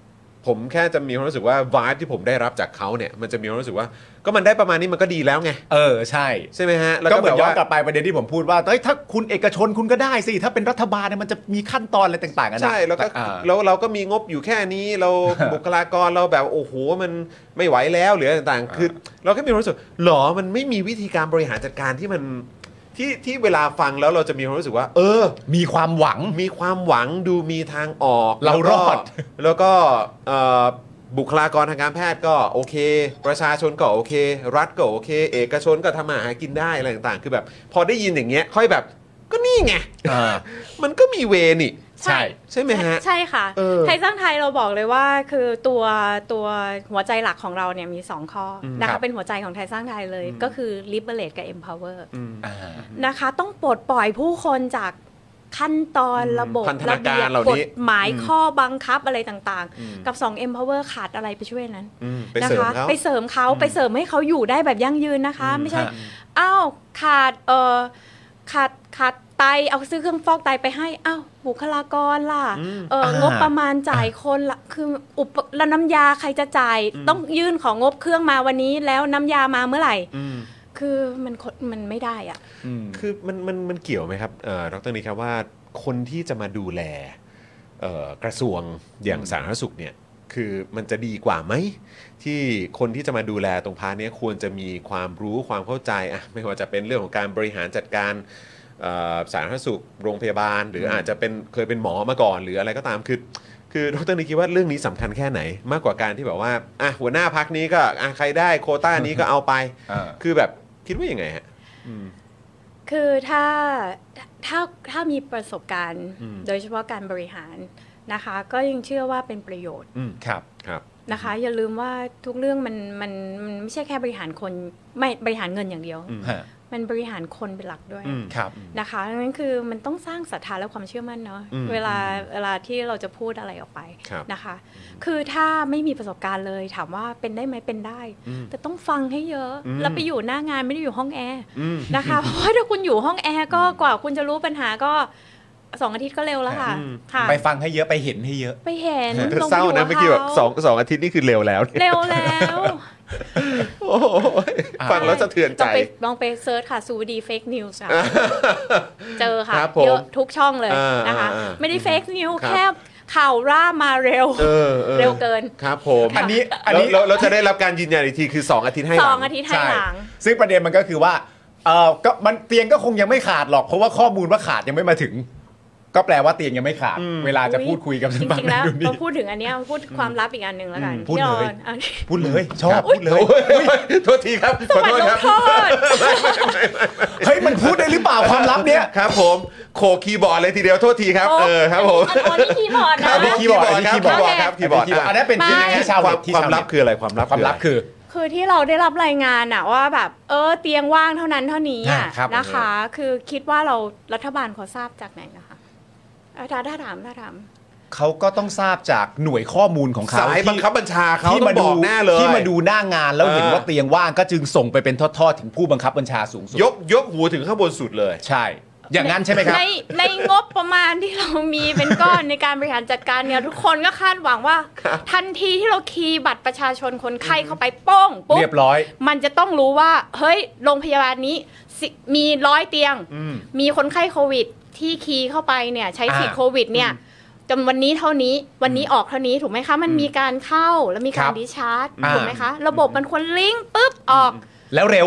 ผมแค่จะมีความรู้สึกว่า vibe ที่ผมได้รับจากเขาเนี่ยมันจะมีความรู้สึกว่าก็มันได้ประมาณนี้มันก็ดีแล้วไงเออใช่ใช่ไหมฮะแล้วก็เหมือนย้อนกลับไปประเด็นที่ผมพูดว่าเฮ้ยถ้าคุณเอกชนคุณก็ได้สิถ้าเป็นรัฐบาลเนี่ยมันจะมีขั้นตอนอะไรต่างๆกันนะใช่แล้วก็แล้วเราก็มีงบอยู่แค่นี้เรา บุคลากรเราแบบโอ้โหมันไม่ไหวแล้วหรืออะไรต่างๆคือเราแค่มีความรู้สึกหรอมันไม่มีวิธีการบริหารจัดการที่มันที่ที่เวลาฟังแล้วเราจะมีความรู้สึกว่าเออมีความหวังมีความหวังดูมีทางออกเรารอดแล้วก็บุคลากรทางการแพทย์ก็โอเคประชาชนก็โอเครัฐก็โอเคเอกชนก็ทำมาหากินได้อะไรต่างๆคือแบบพอได้ยินอย่างเงี้ยค่อยแบบก็นี่ไงมันก็มีเวนี่ใช่ใช่ไหมฮะใช่ค่ะไทยสร้างไทยเราบอกเลยว่าคือตัวตัวหัวใจหลักของเราเนี่ยมีสองข้อนะคะเป็นหัวใจของไทยสร้างไทยเลยก็คือ liberate กับ empower นะคะต้องปลดปล่อยผู้คนจากขั้นตอนระบบระเบียบกฎหมายข้อบังคับอะไรต่างๆกับสอง empower ขาดอะไรไปช่วยนั้นนะคะไปเสริมเขาไปเสริมให้เขาอยู่ได้แบบยั่งยืนนะคะไม่ใช่อ้าวขาดเออขาดขาดไตเอาซื้อเครื่องฟอกไตไปให้อ้าวบุคลากรล่ะเอองบประมาณจ่ายคนละคืออุปแล้วน้ำยาใครจะจ่ายต้องยื่นของงบเครื่องมาวันนี้แล้วน้ำยามาเมื่อไหร่คือมันมันไม่ได้อ่ะคือมันมันมันเกี่ยวไหมครับเอ่อดร.นี้ครับว่าคนที่จะมาดูแลเอ่อกระทรวงอย่างสาธารณสุขเนี่ยคือมันจะดีกว่าไหมที่คนที่จะมาดูแลตรงพาร์ทนี้ควรจะมีความรู้ความเข้าใจอ่ะไม่ว่าจะเป็นเรื่องของการบริหารจัดการสาธารณสุขโรงพยาบาลหรืออาจจะเป็นเคยเป็นหมอมาก่อนหรืออะไรก็ตามคือคือดร.นี้คิดว่าเรื่องนี้สำคัญแค่ไหนมากกว่าการที่แบบว่าอ่ะหัวหน้าพรรคนี้ก็อ่ะใครได้โควต้านี้ก็เอาไปคือแบบคิดว่ายังไงฮะคือถ้าถ้าถ้ามีประสบการณ์โดยเฉพาะการบริหารนะคะก็ยังเชื่อว่าเป็นประโยชน์ครับครับนะคะอย่าลืมว่าทุกเรื่องมันมันมันไม่ใช่แค่บริหารคนไม่บริหารเงินอย่างเดียวมันบริหารคนเป็นหลักด้วยนะคะดังนั้นคือมันต้องสร้างศรัทธาและความเชื่อมั่นเนาะเวลาเวลาที่เราจะพูดอะไรออกไปนะคะคือถ้าไม่มีประสบการณ์เลยถามว่าเป็นได้ไหมเป็นได้แต่ต้องฟังให้เยอะแล้วไปอยู่หน้างานไม่ได้อยู่ห้องแอร์นะคะเพราะว่าถ้าคุณอยู่ห้องแอร์ก็กว่าคุณจะรู้ปัญหาก็สองอาทิตย์ก็เร็วแล้วค่ะไปฟังให้เยอะไปเห็นให้เยอะไปเห็นเศร้านะเมื่อกี้แบบสองสองอาทิตย์นี่คือเร็วแล้วเร็วแล้วโอ้ฟังแล้วสะเทือนใจลองไปเซิร์ชค่ะซูดีเฟกนิวส์ค่ะเจอค่ะเยอะทุกช่องเลยนะคะไม่ได้เฟกนิวแค่ข่าวร่ามาเร็วเร็วเกินครับผมอันนี้อันนี้เราจะได้รับการยืนยันอีกทีคือสองอาทิตย์ให้หลังสองอาทิตย์ให้หลังซึ่งประเด็นมันก็คือว่าเออก็มันเตียงก็คงยังไม่ขาดหรอกเพราะว่าข้อมูลว่าขาดยังไม่มาถึงก็แปลว่าเตียงยังไม่ขาดเวลาจะพูดคุยกับจริงๆแล้วเราพูดถึงอันนี้พูดความลับอีกอันหนึ่งแล้วกันพูดเลยพูดเลยชอบพูดเลยโทษทีครับขอโทษครับเฮ้ยมันพูดได้หรือเปล่าความลับเนี้ยครับผมโขกคีย์บอร์ดเลยทีเดียวโทษทีครับเออครับผมอันนี้คีย์บอร์ดนะคีย์บอร์ดคีย์บอร์ดครับคีย์บอร์ดอันนี้เป็นที่ชาวความลับคืออะไรความลับความลับคือคือที่เราได้รับรายงานอะว่าแบบเออเตียงว่างเท่านั้นเท่านี้อะนะคะคือคิดว่าเรารัฐบาลเขาทราบจากไหนนะคะถ้าถ้าถามถ้าถามเขาก็ต้องทราบจากหน่วยข้อมูลของเขาสายบังคับบัญชาเขาที่มาดูแน่เลยที่มาดูหน้างานแล้วเห็นว่าเตียงว่างก็จึงส่งไปเป็นทอดๆถึงผู้บังคับบัญชาสูงสุดยกยกหัวถึงข้างบนสุดเลยใช่อย่างนั้นใช่ไหมครับในในงบประมาณที่เรามีเป็นก้อนในการบริหารจัดการเนี่ยทุกคนก็คาดหวังว่าทันทีที่เราคีย์บัตรประชาชนคนไข้เข้าไปโป้งปุ๊บเรียบร้อยมันจะต้องรู้ว่าเฮ้ยโรงพยาบาลนี้มีร้อยเตียงมีคนไข้โควิดที่คีย์เข้าไปเนี่ยใช้สิทธิ์โควิดเนี่ยจนวันนี้เท่านี้วันนี้ออกเท่านี้ถูกไหมคะมันมีการเข้าแล้วมีการดิชาร์จถูกไหมคะระบบมันควรลิงก์ปุ๊บออกแล้วเร็ว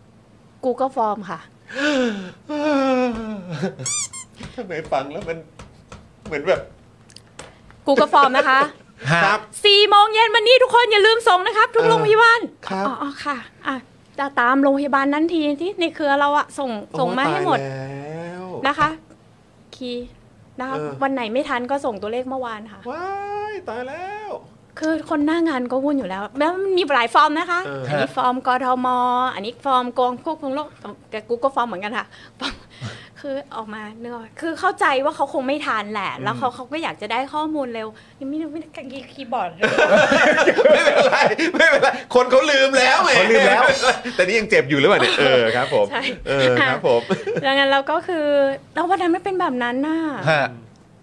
Google Form ค่ะทำไมฟังแล้วมันเหมือนแบบ Google Form นะคะครับสี่โมงเย็นวันนี้ทุกคนอย่าลืมส่งนะครับทุกโรงพยาบาลครับอ๋อค่ะอ่ะจะตามโรงพยาบาลนั้นทีที่ในเครือเราอะส่งส่งมาให้หมดนะคะคีย์นะคะวันไหนไม่ทันก็ส่งตัวเลขเมื่อวานค่ะว้ายตายแล้วคือคนหน้างานก็วุ่นอยู่แล้วแล้วมีหลายฟอร์มนะคะอันนี้ฟอร์มกทมอันนี้ฟอร์มกองควบคุมโรคแต่กูก็ฟอร์มเหมือนกันค่ะคือออกมาเนื้อคือเข้าใจว่าเขาคงไม่ทันแหละแล้วเขาเขาก็อยากจะได้ข้อมูลเร็วยังไม่ไม่กันคีย์บอร์ดไม่เป็นไรไม่เป็นไรคนเขาลืมแล้วไงเขาลืมแล้วแต่นี่ยังเจ็บอยู่หรือเปล่าเนี่ยเออครับผมเออครับผมดังนั้นเราก็คือแล้ววันนั้นไม่เป็นแบบนั้นน่ะ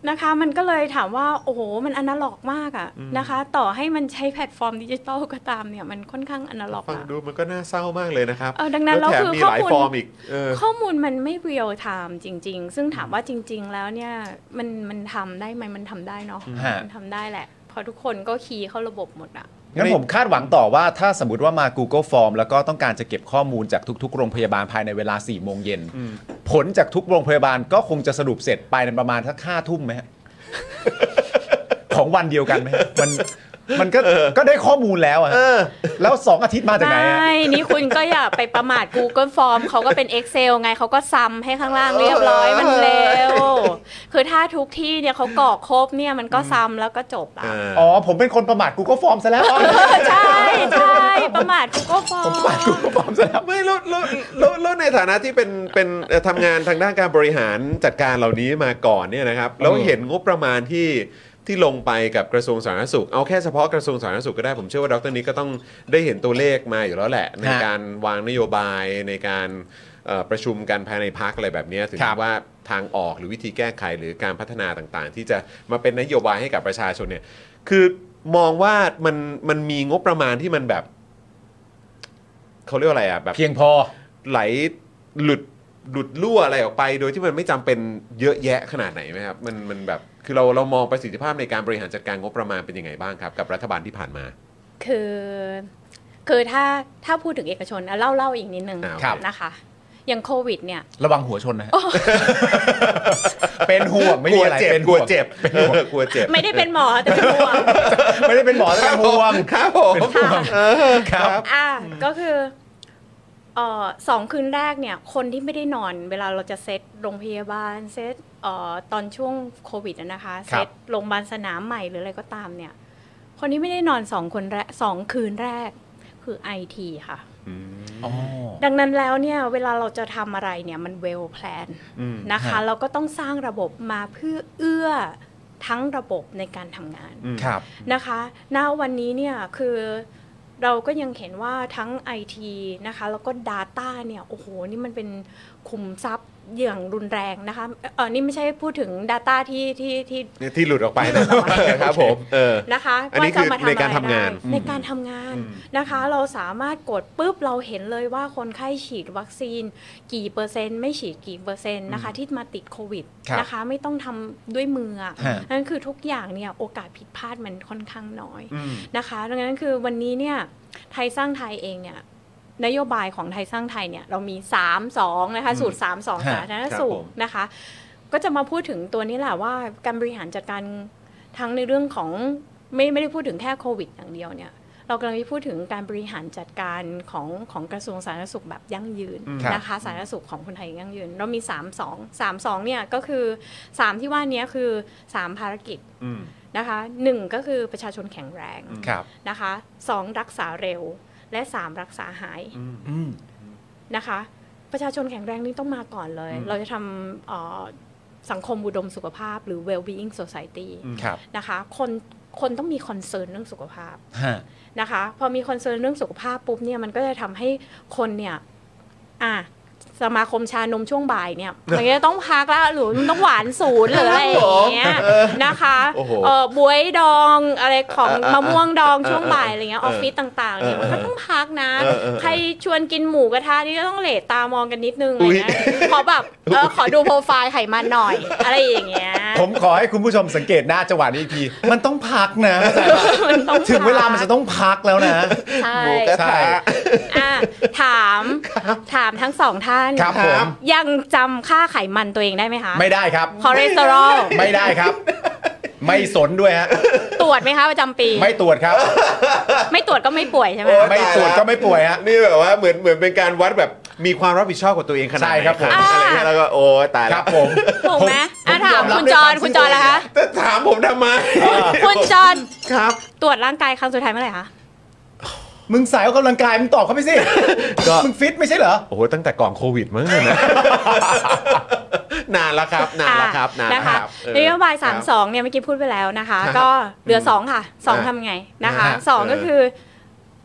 นะคะมันก็เลยถามว่าโอ้โหมันอนาล็อกมากอะนะคะต่อให้มันใช้แพลตฟอร์มดิจิตอลก็ตามเนี่ยมันค่อนข้างอนาล็อกฟังดูมันก็น่าเศร้ามากเลยนะครับเออดังนั้นแล้วแถมคือมีข้อหลายมูลฟอร์มอีกเออข้อมูลมันไม่เรียลไทม์จริงๆซึ่งถามว่าจริงๆแล้วเนี่ยมันมันทำได้ไหมมันทำได้เนาะฮะมันทำได้แหละเพราะทุกคนก็คีย์เข้าระบบหมดอะงั้นผมคาดหวังต่อว่าถ้าสมมติว่ามา Google Form แล้วก็ต้องการจะเก็บข้อมูลจากทุกๆโรงพยาบาลภายในเวลาสี่โมงเย็นผลจากทุกโรงพยาบาลก็คงจะสรุปเสร็จไปในประมาณสักห้าทุ่มไหมฮะ ของวันเดียวกันไหมฮะมันมันก็ก็ได้ข้อมูลแล้วอะแล้วสองอาทิตย์มาจากไหนอะไม่นี่คุณก็อย่าไปประมาท Google Form เขาก็เป็น Excel ไงเขาก็ซัมให้ข้างล่างเรียบร้อยมันเร็วคือถ้าทุกที่เนี่ยเขากรอกครบเนี่ยมันก็ซัมแล้วก็จบละอ๋อผมเป็นคนประมาท Google Form ซะแล้วใช่ใช่ประมาท Google Form ผมประมาท Google Form ซะแล้วไม่แล้วแล้วแล้วแล้วในฐานะที่เป็นเป็นเอ่อทำงานทางด้านการบริหารจัดการเหล่านี้มาก่อนเนี่ยนะครับแล้วเห็นงบประมาณที่ที่ลงไปกับกระทรวงสาธารณสุขเอาแค่เฉพาะกระทรวงสาธารณสุขก็ได้ผมเชื่อว่าดร.นิกก็ต้องได้เห็นตัวเลขมาอยู่แล้วแหละในการวางนโยบายในการเอ่อประชุมกันภายในพรรคอะไรแบบนี้ถึงว่าทางออกหรือวิธีแก้ไขหรือการพัฒนาต่างๆ ที่จะมาเป็นนโยบายให้กับประชาชนเนี่ยคือมองว่ามันมันมีงบประมาณที่มันแบบเขาเรียกว่าอะไรอ่ะแบบเพียงพอไหลหลุดหลุดรั่วอะไรออกไปโดยที่มันไม่จำเป็นเยอะแยะขนาดไหนไหมครับมันมันแบบคือเราเรามองประสิทธิภาพในการบริหารจัดการงบประมาณเป็นยังไงบ้างครับกับรัฐบาลที่ผ่านมาคือคือถ้าถ้าพูดถึงเอกชนเล่าเล่าอีกนิดนึงอ่าครับนะคะอย่างโควิดเนี่ยระวังหัวชนนะฮะ เป็นห่วงไม่กมีลัวอะไรเจ็บเป็นกลัวห่วงเจ็บเออกลัวเจ็บไม่ได้เป็นหมอแต่เป็นห่วงไม่ได้เป็นหมอแต่เป็นห่วงครับผมค่ะเออครับอ่าก็คือเอ่อสองคืนแรกเนี่ยคนที่ไม่ได้นอนเวลาเราจะเซตโรงพยาบาลเซตเอ่อตอนช่วงโควิดอะนะคะคเซรับตโรงพยาบาลสนามใหม่หรืออะไรก็ตามเนี่ยคนที่ไม่ได้นอนสองคนแรกสองคืนแรกคือ ไอ ที ค่ะอ๋อดังนั้นแล้วเนี่ยเวลาเราจะทำอะไรเนี่ยมัน well plan นะคะฮะเราก็ต้องสร้างระบบมาเพื่อเอื้อทั้งระบบในการทำงานครับนะคะณวันนี้เนี่ยคือเราก็ยังเห็นว่าทั้ง ไอ ที นะคะแล้วก็ Data เนี่ยโอ้โหนี่มันเป็นขุมทรัพย์อย่างรุนแรงนะคะเออนี่ไม่ใช่พูดถึง Data ที่ที่ที่ที่หลุดออกไปนะครับผมเออนะคะอันนี้ว่าจะมาคือในการทำอะไรทำงานได้ในการทำงานนะคะเราสามารถกดปุ๊บเราเห็นเลยว่าคนไข้ฉีดวัคซีนกี่เปอร์เซ็นต์ไม่ฉีดกี่เปอร์เซ็นต์นะคะที่มาติดโควิดครับนะคะไม่ต้องทำด้วยมืออะฮะนั่นคือทุกอย่างเนี่ยโอกาสผิดพลาดมันค่อนข้างน้อยนะคะดังนั้นคือวันนี้เนี่ยไทยสร้างไทยเองเนี่ยนโยบายของไทยสร้างไทยเนี่ยเรามีสาม สองนะคะสูตรสาม สองฮะสาธารณสุขนะคะก็จะมาพูดถึงตัวนี้แหละว่าการบริหารจัดการทั้งในเรื่องของไม่ไม่ได้พูดถึงแค่โควิดอย่างเดียวเนี่ยเรากำลังจะพูดถึงการบริหารจัดการของของกระทรวงสาธารณสุขแบบยั่งยืนนะคะสาธารณสุขของคนไทยยั่งยืนเรามีสาม สอง สาม สองเนี่ยก็คือสามที่ว่านี้คือสามภารกิจนะคะหนึ่งก็คือประชาชนแข็งแรงครับนะคะสองรักษาเร็วและสามรักษาหายอืมนะคะประชาชนแข็งแรงนี่ต้องมาก่อนเลย เราจะทำเอ่อสังคมอุดมสุขภาพหรือ well-being society ครับนะคะคนคนต้องมีคอนเซิร์นเรื่องสุขภาพฮะนะคะพอมีคอนเซิร์นเรื่องสุขภาพปุ๊บเนี่ยมันก็จะทำให้คนเนี่ยอ่ะสมาคมชานมช่วงบ่ายเนี่ยมันก็จะต้องพักแล้วหรือมันต้องหวานศูนย์หรืออะไรอย่างเงี้ยนะคะโอ้โหเออบวยดองอะไรของมะม่วงดองช่วงบ่ายอะไรเงี้ยออฟฟิศต่างๆเนี่ยมันก็ต้องพักนะเออเออเออใครชวนกินหมูกระทะนี่ก็ต้องเหลตตามองกันนิดนึงอะไรเงี้ยขอแบบเออขอดูโปรไฟล์ไขมันหน่อยอะไรอย่างเงี้ยผมขอให้คุณผู้ชมสังเกตหน้าจังหวะนี้อีกที มันต้องพักนะมันต้องถึงเวลามันจะต้องพักแล้วนะใช่หมูกระทะอ่ะถามถามทั้งสองท่านครับผมยังจำค่าไขมันตัวเองได้ไหมคะไม่ได้ครับคอเลสเตอรอลไม่ได้ครับ ไม่สนด้วยฮะตรวจไหมคะประจำปีไม่ตรวจครับไม่ตรวจก็ไม่ป่วยใช่ไหมโอ้ยไม่ตรวจก็ไม่ป่วยฮะนี่แบบว่าเหมือนเหมือนเป็นการวัดแบบมีความรับผิดชอบกับตัวเองขนาดไหนใช่ครับผมอะไรเงี้ยแล้วก็โอ้ตายคแล้รัวบผมถูกไหมผอ่ะมถามยอรับคุณจรด้วยวามคุณจรล่ะคะแต่ถามผมทำไมคุณจรครับตรวจร่างกายครั้งสุดท้ายเมื่อไหร่คะมึงสายออกกำลังกายมึงตอบเขาไปสิก็มึงฟิตไม่ใช่เหรอโอ้โหตั้งแต่ก่อนโควิดมั้งเนี่ยนะนานแล้วครับนานแล้วครับนานนะแล้วคะครับเออนโยบายสามครับสองเนี่ยเมื่อกี้พูดไปแล้วนะคะครับก็เหลือสองค่ะสองทำไงนะคะฮะสองก็เออคือ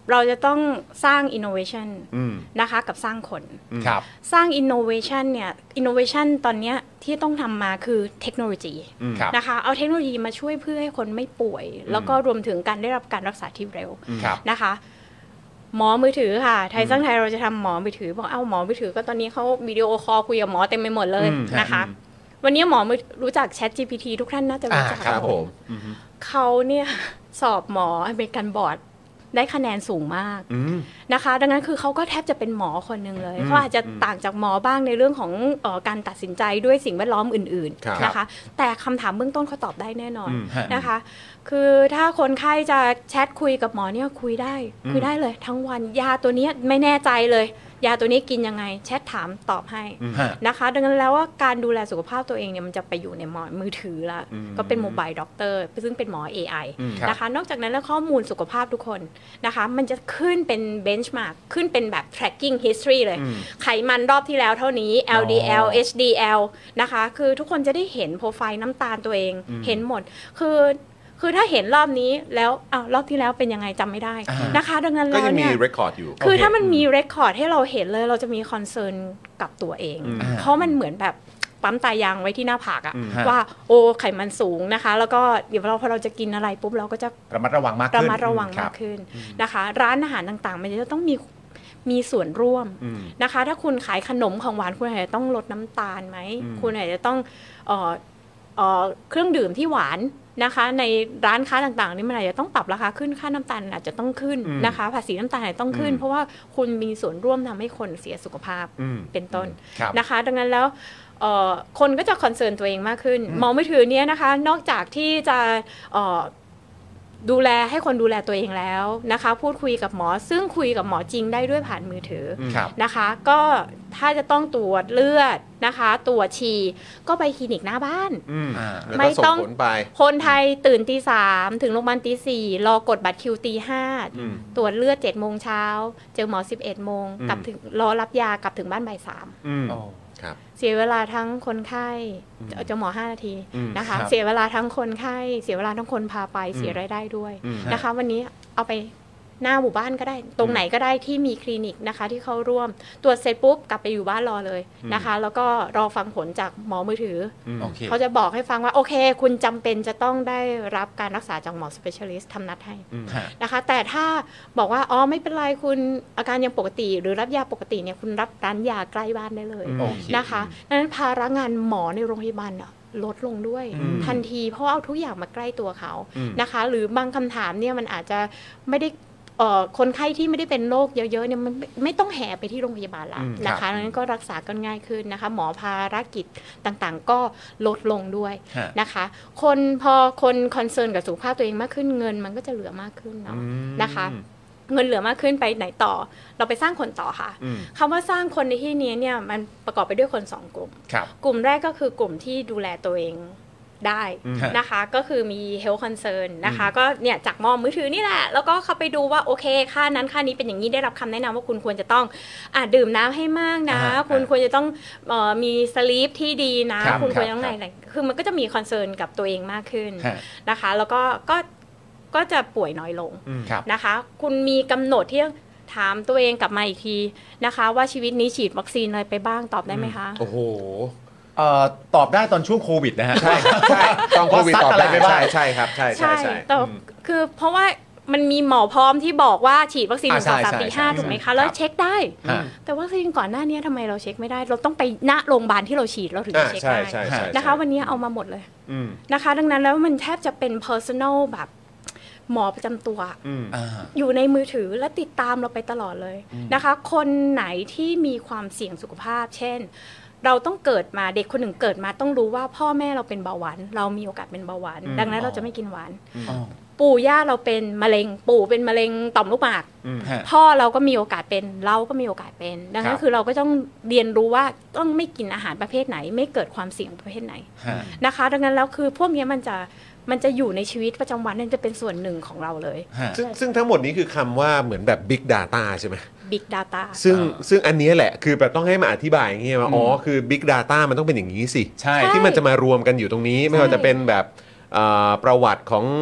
เราจะต้องสร้าง innovation อืมนะคะกับสร้างคนครับสร้าง innovation เนี่ย innovation ตอนเนี้ยที่ต้องทำมาคือเทคโนโลยีครับนะคะเอาเทคโนโลยีมาช่วยเพื่อให้คนไม่ป่วย แล้วก็รวมถึงการได้รับการรักษาที่เร็วครับนะคะหมอมือถือค่ะไทยสร้างไทยเราจะทำหมอมือถือบอกเอ้าหมอมือถือก็ตอนนี้เขาวิดีโอคอลคุยกับหมอเต็มไปหมดเลยอืมนะคะวันนี้หมอมือรู้จัก Chat จี พี ที ทุกท่านน่าจะรู้จักอ่าครับผมเขาเนี่ยสอบหมออเมริกันบอร์ดได้คะแนนสูงมากอืมนะคะดังนั้นคือเขาก็แทบจะเป็นหมอคนหนึ่งเลยเขาอาจจะต่างจากหมอบ้างในเรื่องของเอ่อการตัดสินใจด้วยสิ่งแวดล้อมอื่นครับๆนะคะแต่คำถามเบื้องต้นเขาตอบได้แน่นอนอืมนะคะ คือถ้าคนไข้จะแชทคุยกับหมอเนี่ยคุยได้คุยได้เลยทั้งวันยาตัวเนี้ยไม่แน่ใจเลยยาตัวนี้กินยังไงแชทถามตอบให้ฮะนะคะดังนั้นแล้วว่าการดูแลสุขภาพตัวเองเนี่ยมันจะไปอยู่ในหมอมือถือละก็เป็นโมบายด็อกเตอร์ซึ่งเป็นหมอ เอ ไอครับนะคะนอกจากนั้นแล้วข้อมูลสุขภาพทุกคนนะคะมันจะขึ้นเป็นเบนช์มาร์กขึ้นเป็นแบบ tracking history เลย ไขมันรอบที่แล้วเท่านี้ แอล ดี แอล เอช ดี แอล นะคะคือทุกคนจะได้เห็นโปรไฟล์น้ำตาลตัวเองเห็นหมดคือคือถ้าเห็นรอบนี้แล้วอ้าวรอบที่แล้วเป็นยังไงจำไม่ได้นะคะดังนั้นก็แล้วยังมีเนี่ยเรคคอร์ดอยู่คือโอเคถ้ามันมีเรคคอร์ดให้เราเห็นเลยเราจะมีคอนเซิร์นกับตัวเอง เพราะมันเหมือนแบบปั๊มตายางไว้ที่หน้าผากอะฮะว่าโอ้ไขมันสูงนะคะ แล้วก็เดี๋ยวเราพอเราจะกินอะไรปุ๊บเราก็จะระมัดระวังมากขึ้นระมัดระวังคมาบกขึ้นนะคะ ร้านอาหารต่างๆ มันจะต้องมีมีส่วนร่วมนะคะ ถ้าคุณขายขนมของหวานคุณอาจจะต้องลดน้ำตาลไหมคุณอาจจะต้องเอ่อเอ่อเครื่องดื่มที่หวานนะคะในร้านค้าต่างๆนี่มันอาจจะต้องปรับราคาขึ้นค่าน้ำตาลอาจจะต้องขึ้นนะคะภาษีน้ำตาลอาจจะต้องขึ้น เพราะว่าคุณมีส่วนร่วมทำให้คนเสียสุขภาพเป็นต้นครับนะคะ ดังนั้นแล้วเอ่อคนก็จะคอนเซิร์นตัวเองมากขึ้นหมอมือถือเนี้ยนะคะนอกจากที่จะเอ่อดูแลให้คนดูแลตัวเองแล้วนะคะพูดคุยกับหมอซึ่งคุยกับหมอจริงได้ด้วยผ่านมือถือครับนะคะก็ถ้าจะต้องตรวจเลือดนะคะตรวจฉี่ก็ไปคลินิกหน้าบ้านอ่าแล้วไม่ก็ส่ต้องงผลไปคนไทยตื่นตีสามถึงโรงพยาบาลตีสี่รอกดบัตรคิวตีห้าอืมตรวจเลือดเจ็ดโมงเช้าเจอหมอสิบเอ็ดโมงอืมกลับถึงรอรับยากลับถึงบ้านบ่ายสามอืมโอ้ครับเสียเวลาทั้งคนไข้เจอหมอห้านาทีอืมนะคะครับเสียเวลาทั้งคนไข้เสียเวลาทั้งคนพาไปเสียรายได้ด้วยอืมนะคะ วันนี้เอาไปหน้าหมู่บ้านก็ได้ ตรงไหนก็ได้ที่มีคลินิกนะคะที่เข้าร่วมตรวจเสร็จปุ๊บกลับไปอยู่บ้านรอเลยนะคะ แล้วก็รอฟังผลจากหมอมือถืออโอเคเขาจะบอกให้ฟังว่าโอเค คุณจำเป็นจะต้องได้รับการรักษาจากหมอ specialist ทำนัดให้ฮะนะคะ แต่ถ้าบอกว่าอ๋อไม่เป็นไรคุณอาการยังปกติ หรือรับยาปกติเนี่ยคุณรับร้านยาใกล้บ้านได้เลยโอเคนะคะดังนั้นภาระงานหมอในโรงพยาบาลน่ะลดลงด้วยทันทีเพราะว่าเอาทุกอย่างมาใกล้ตัวเขานะคะ หรือบางคำถามเนี่ยมันอาจจะไม่ได้เอ่อคนไข้ที่ไม่ได้เป็นโรคเยอะๆเนี่ยมันไม่ไม่ต้องแห่ไปที่โรงพยาบาลละนะคะดังนั้นก็รักษากันง่ายขึ้นนะคะ หมอภารกิจต่างๆ ก็ลดลงด้วยฮะนะคะ คนพอคนคอนเซิร์นกับสุขภาพตัวเองมากขึ้นเงินมันก็จะเหลือมากขึ้นเนาะนะคะ เงินเหลือมากขึ้นไปไหนต่อ เราไปสร้างคนต่อค่ะคำว่าสร้างคนในที่นี้เนี่ยมันประกอบไปด้วยคนสองกลุ่มครับกลุ่มแรกก็คือกลุ่มที่ดูแลตัวเองได้นะคะ ก็คือมี health concern นะคะ ก็เนี่ยจากมอมือถือนี่แหละ แล้วก็เข้าไปดูว่าโอเคค่านั้นค่านี้เป็นอย่างนี้ได้รับคำแนะนำว่าคุณควรจะต้องอ่ะดื่มน้ำให้มากนะอ่าคุณควรจะต้องเอ่อมีสลีปที่ดีนะครับคุณควรจะครับต้องไหนไหนคือมันก็จะมี concern กับตัวเองมากขึ้นฮะนะคะ แล้วก็ก็ก็จะป่วยน้อยลงครับนะคะ คุณมีกำหนดที่ถามตัวเองกลับมาอีกทีนะคะ ว่าชีวิตนี้ฉีดวัคซีนอะไรไปบ้างตอบได้ไหมคะโอ้โหเอ่อตอบได้ตอนช่วงโควิดนะฮะใช่ครับใช่ตอนโควิดว่าซัดตอบอะไรได้ไปบ้างใช่ใช่ครับใช่ใช่ใช่แต่คือเพราะว่ามันมีหมอพร้อมที่บอกว่าฉีดวัคซีนหอ่านึ่งสองสามใช่สี่ห้าใช่ถูกไหมครัคะบแล้วเช็คได้ฮะแต่วัคซีนก่อนหน้านี้ทำไมเราเช็คไม่ได้ เราต้องไปณโรงพยาบาลที่เราฉีดเราถึงอ่าจะเช็คใช่ได้ใช่ใช่นะคะ วันนี้เอามาหมดเลยอืมนะคะ ดังนั้นแล้วมันแทบจะเป็น personal แบบหมอประจำตัวอืมอ่าอยู่ในมือถือและติดตามเราไปตลอดเลยนะคะ คนไหนที่มีความเสี่ยงสุขภาพ เช่น เราต้องเกิดมาเด็กคนหนึ่งเกิดมาต้องรู้ว่าพ่อแม่เราเป็นเบาหวานเรามีโอกาสเป็นเบาหวาน ดังนั้นเราจะไม่กินหวานอ๋อปู่ย่าเราเป็นมะเร็งปู่เป็นมะเร็งต่อมลูกหมากฮะพ่อเราก็มีโอกาสเป็นเราก็มีโอกาสเป็น ดังนั้ครันบคือเราก็ต้องเรียนรู้ว่าต้องไม่กินอาหารประเภทไหน ไม่เกิดความเสี่ยงประเภทไหนฮะนะคะ ดังนั้นแล้วคือพวกนี้มันจะมันจะอยู่ในชีวิตประจำวันนั่นจะเป็นส่วนหนึ่งของเราเลยฮะซึ่งซึ่งทั้งหมดนี้คือคำว่าเหมือนแบบ Big Data ใช่ไหม Big Data ซึ่งอ่าซึ่งอันเนี้ยแหละคือแบบต้องให้มาอธิบายอย่างเงี้ยว่าอ๋อคือ Big Data มันต้องเป็นอย่างนี้สิใช่ที่มันจะมารวมกันอยู่ตรงนี้ ไม่ว่าจะเป็นแบบเอ่อประวัติของ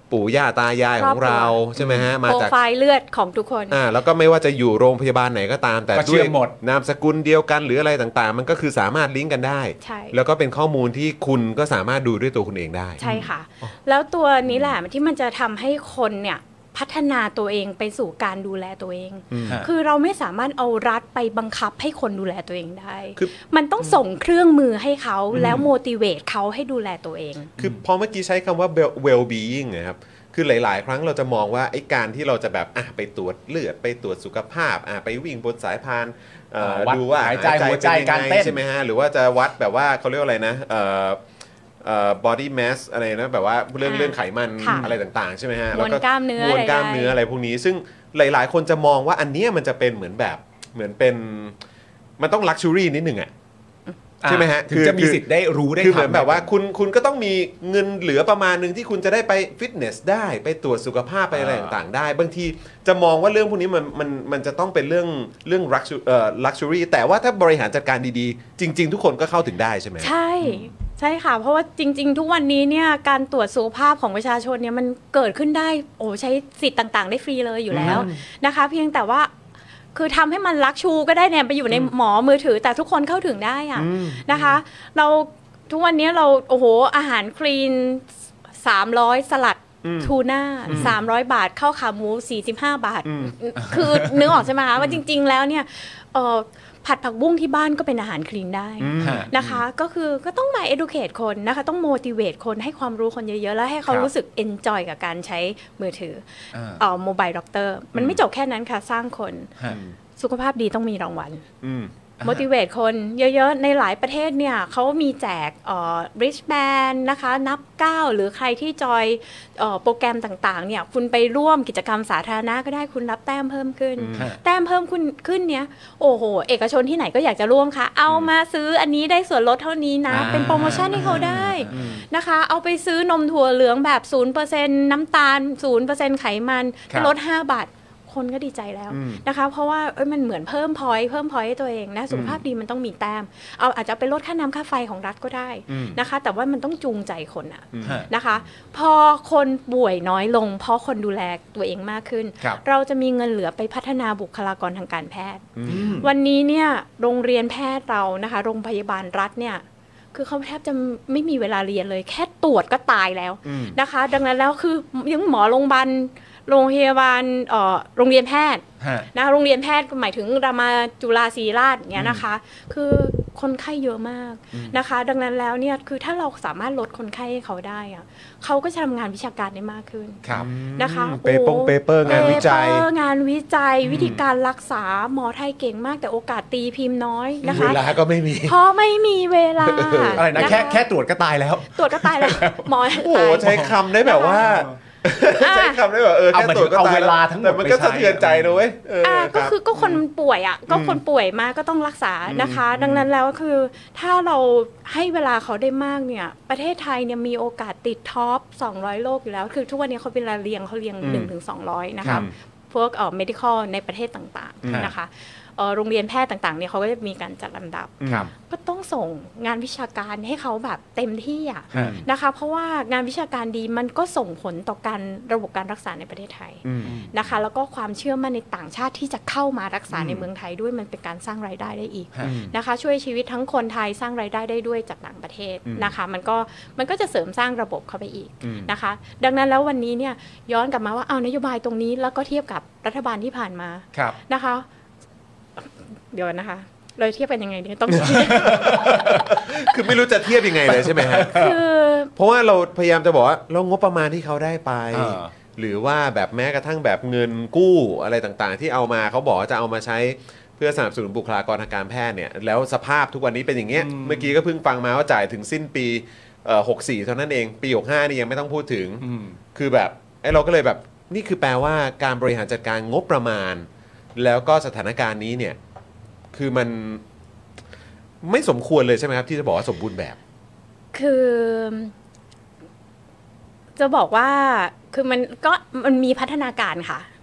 ปู่ย่าตายายของเราใช่ไหมฮะมาโปรจากไฟล์เลือดของทุกคนอ่าแล้วก็ไม่ว่าจะอยู่โรงพยาบาลไหนก็ตามแต่ก็ด้เชื่วอย หมดนามสกุลเดียวกันหรืออะไรต่างๆ มันก็คือสามารถลิงก์กันได้ใช่แล้วก็เป็นข้อมูลที่คุณก็สามารถดูด้วยตัวคุณเองได้ใช่ค่ะ แล้วตัวนี้แหละที่มันจะทำให้คนเนี่ยพัฒนาตัวเองไปสู่การดูแลตัวเองฮะคือเราไม่สามารถเอารัฐไปบังคับให้คนดูแลตัวเองได้คือมันต้องส่งเครื่องมือให้เขาแล้ว motivate เขาให้ดูแลตัวเองคือพอเมื่อกี้ใช้คำว่า well being นะครับคือหลาย ๆ ครั้งเราจะมองว่าไอ้การที่เราจะแบบอ่ะไปตรวจเลือดไปตรวจสุขภาพอ่ะไปวิ่งบนสายพานเอ่อวัดดูว่าหายใจหัวใจป็นยังไงการเต้นใช่ไหมฮะหรือว่าจะวัดแบบว่าเขาเรียกว่าอะไรนะเอ่อเอ่อ body mass อะไรนะแบบว่าเรื่องอ่าเรื่องไขมันค่ะอะไรต่าง ๆ ใช่ไหมฮะมวลกล้ามเนื้อมวลกล้ามใดๆเนื้ออะไรพวกนี้ซึ่งหลาย ๆ คนจะมองว่าอันเนี้ยมันจะเป็นเหมือนแบบเหมือนเป็นมันต้อง luxury นิดหนึ่งอ่ะ ใช่ไหมฮะถึงจะมีสิทธิ์ได้รู้ได้คือเหมือนทำแบบว่าคุณคุณก็ต้องมีเงินเหลือประมาณหนึ่งที่คุณจะได้ไปฟิตเนสได้ไปตรวจสุขภาพไปอะไรต่างๆได้ บางทีจะมองว่าเรื่องพวกนี้มันมันมันจะต้องเป็นเรื่องเรื่อง luxury เอ่อ luxury แต่ว่าถ้าบริหารจัดการดีๆ จริง ๆ ทุกคนก็เข้าถึงได้ใช่ไหมใช่ใช่ค่ะ เพราะว่าจริง ๆ ทุกวันนี้เนี่ยการตรวจสุขภาพของประชาชนเนี่ยมันเกิดขึ้นได้โอ้ใช้สิทธิ์ต่างๆ ได้ฟรีเลยอยู่แล้วนะคะ เพียงแต่ว่าคือทำให้มันลักชูก็ได้เนี่ยไปอยู่ในหมอมือถือแต่ทุกคนเข้าถึงได้อะนะคะ เราทุกวันนี้เราโอ้โหอาหารคลีนสามร้อยสลัดทูน่าสามร้อยบาทข้าวขาหมูสี่สิบห้าบาท คือนึกออกใช่ไหมคะว่าจริง ๆ แล้วเนี่ยเอ่อผัดผักบุ้งที่บ้านก็เป็นอาหารคลีนได้นะคะก็คือก็ต้องมา educate คนนะคะต้อง motivate คนให้ความรู้คนเยอะๆแล้วให้เขารู้สึก enjoy กับการใช้มือถือเอ่อ mobile doctor มันไม่จบแค่นั้นค่ะสร้างคนสุขภาพดีต้องมีรางวัลmotivate คนเยอะๆในหลายประเทศเนี่ยเขามีแจกเอ่อ wristband นะคะนับก้าวหรือใครที่จอยเอ่อโปรแกรมต่างๆเนี่ยคุณไปร่วมกิจกรรมสาธารณะก็ได้คุณรับแต้มเพิ่มขึ้นแต้มเพิ่มขึ้นขึ้นเนี้ยโอ้โหเอกชนที่ไหนก็อยากจะร่วมค่ะเอามาซื้ออันนี้ได้ส่วนลดเท่านี้นะเป็นโปรโมชั่นให้เขาได้นะคะเอาไปซื้อนมถั่วเหลืองแบบ ศูนย์เปอร์เซ็นต์ น้ำตาล ศูนย์เปอร์เซ็นต์ ไขมันลดห้าบาทคนก็ดีใจแล้วนะคะเพราะว่าเอ้ยมันเหมือนเพิ่มพอยต์เพิ่มพอยต์ให้ตัวเองนะสุขภาพดีมันต้องมีแต้มเอาอาจจะไปลดค่าน้ำค่าไฟของรัฐก็ได้นะคะแต่ว่ามันต้องจูงใจคนอะนะคะพอคนป่วยน้อยลงเพราะคนดูแลตัวเองมากขึ้นเราจะมีเงินเหลือไปพัฒนาบุคลากรทางการแพทย์วันนี้เนี่ยโรงเรียนแพทย์เรานะคะโรงพยาบาลรัฐเนี่ยคือเขาแทบจะไม่มีเวลาเรียนเลยแค่ตรวจก็ตายแล้วนะคะดังนั้นแล้วคือยังหมอโรงพยาบาลโรงพยาบาลเอ่อโรงเรียนแพทย์นะโรงเรียนแพทย์หมายถึงรามาจุฬาศรีราชอย่างเงี้ยนะคะคือคนไข้เยอะมากนะคะดังนั้นแล้วเนี่ยคือถ้าเราสามารถลดคนไข้ให้เขาได้อะเขาก็จะทำงานวิชาการได้มากขึ้นนะคะเปเปอร์เปเปอร์งานวิจัยงานวิจัยวิธีการรักษาหมอไทยเก่งมากแต่โอกาสตีพิมพ์น้อยนะคะเวลาก็ไม่มีเพราะไม่มีเวลาอะไรนะแค่แค่ตรวจก็ตายแล้วตรวจก็ตายแล้วหมอโอ้โหใช้คำได้แบบว่าใช้คำได้แบบเออแค่ตรวจก็ตายแล้วแต่มันก็สะเทือนใจนะเว้ยอ่าก็คือก็คนป่วยอ่ะก็คนป่วยมาก็ต้องรักษานะคะ ดังนั้นแล้วคือถ้าเราให้เวลาเขาได้มากเนี่ยประเทศไทยเนี่ยมีโอกาสติดท็อปสองร้อยโลกอยู่แล้วคือทุกวันนี้เขาเป็นเรียงเขาเรียง หนึ่งถึงสองร้อย นะคะพวกเอ่อ medical ในประเทศต่างๆนะคะโรงเรียนแพทย์ต่างๆเนี่ยเขาก็จะมีการจัดลำดับก็ต้องส่งงานวิชาการให้เขาแบบเต็มที่อ่ะนะคะเพราะว่างานวิชาการดีมันก็ส่งผลต่อการระบบการรักษาในประเทศไทยนะคะแล้วก็ความเชื่อมั่นในต่างชาติที่จะเข้ามารักษาในเมืองไทยด้วยมันเป็นการสร้างรายได้ได้อีกนะคะช่วยชีวิตทั้งคนไทยสร้างรายได้ได้ด้วยจากต่างประเทศนะคะมันก็มันก็จะเสริมสร้างระบบเข้าไปอีกนะคะดังนั้นแล้ววันนี้เนี่ยย้อนกลับมาว่าเอานโยบายตรงนี้แล้วก็เทียบกับรัฐบาลที่ผ่านมานะคะเดี๋ยวนะคะเราเทียบกันยังไงดีต้องคือไม่รู้จะเทียบยังไงเลยใช่ไหมฮะคือเพราะว่าเราพยายามจะบอกว่าเรางบประมาณที่เขาได้ไปหรือว่าแบบแม้กระทั่งแบบเงินกู้อะไรต่างๆที่เอามาเขาบอกว่าจะเอามาใช้เพื่อสนับสนุนบุคลากรทางการแพทย์เนี่ยแล้วสภาพทุกวันนี้เป็นอย่างเงี้ยเมื่อกี้ก็เพิ่งฟังมาว่าจ่ายถึงสิ้นปีเอ่อหกสิบสี่เท่านั้นเองปีหกสิบห้านี่ยังไม่ต้องพูดถึงคือแบบไอ้เราก็เลยแบบนี่คือแปลว่าการบริหารจัดการงบประมาณแล้วก็สถานการณ์นี้เนี่ยคือมันไม่สมควรเลยใช่ไหมครับที่จะบอกว่าสมบูรณ์แบบคือจะบอกว่าคือมันก็มันมีพัฒนาการค่ะ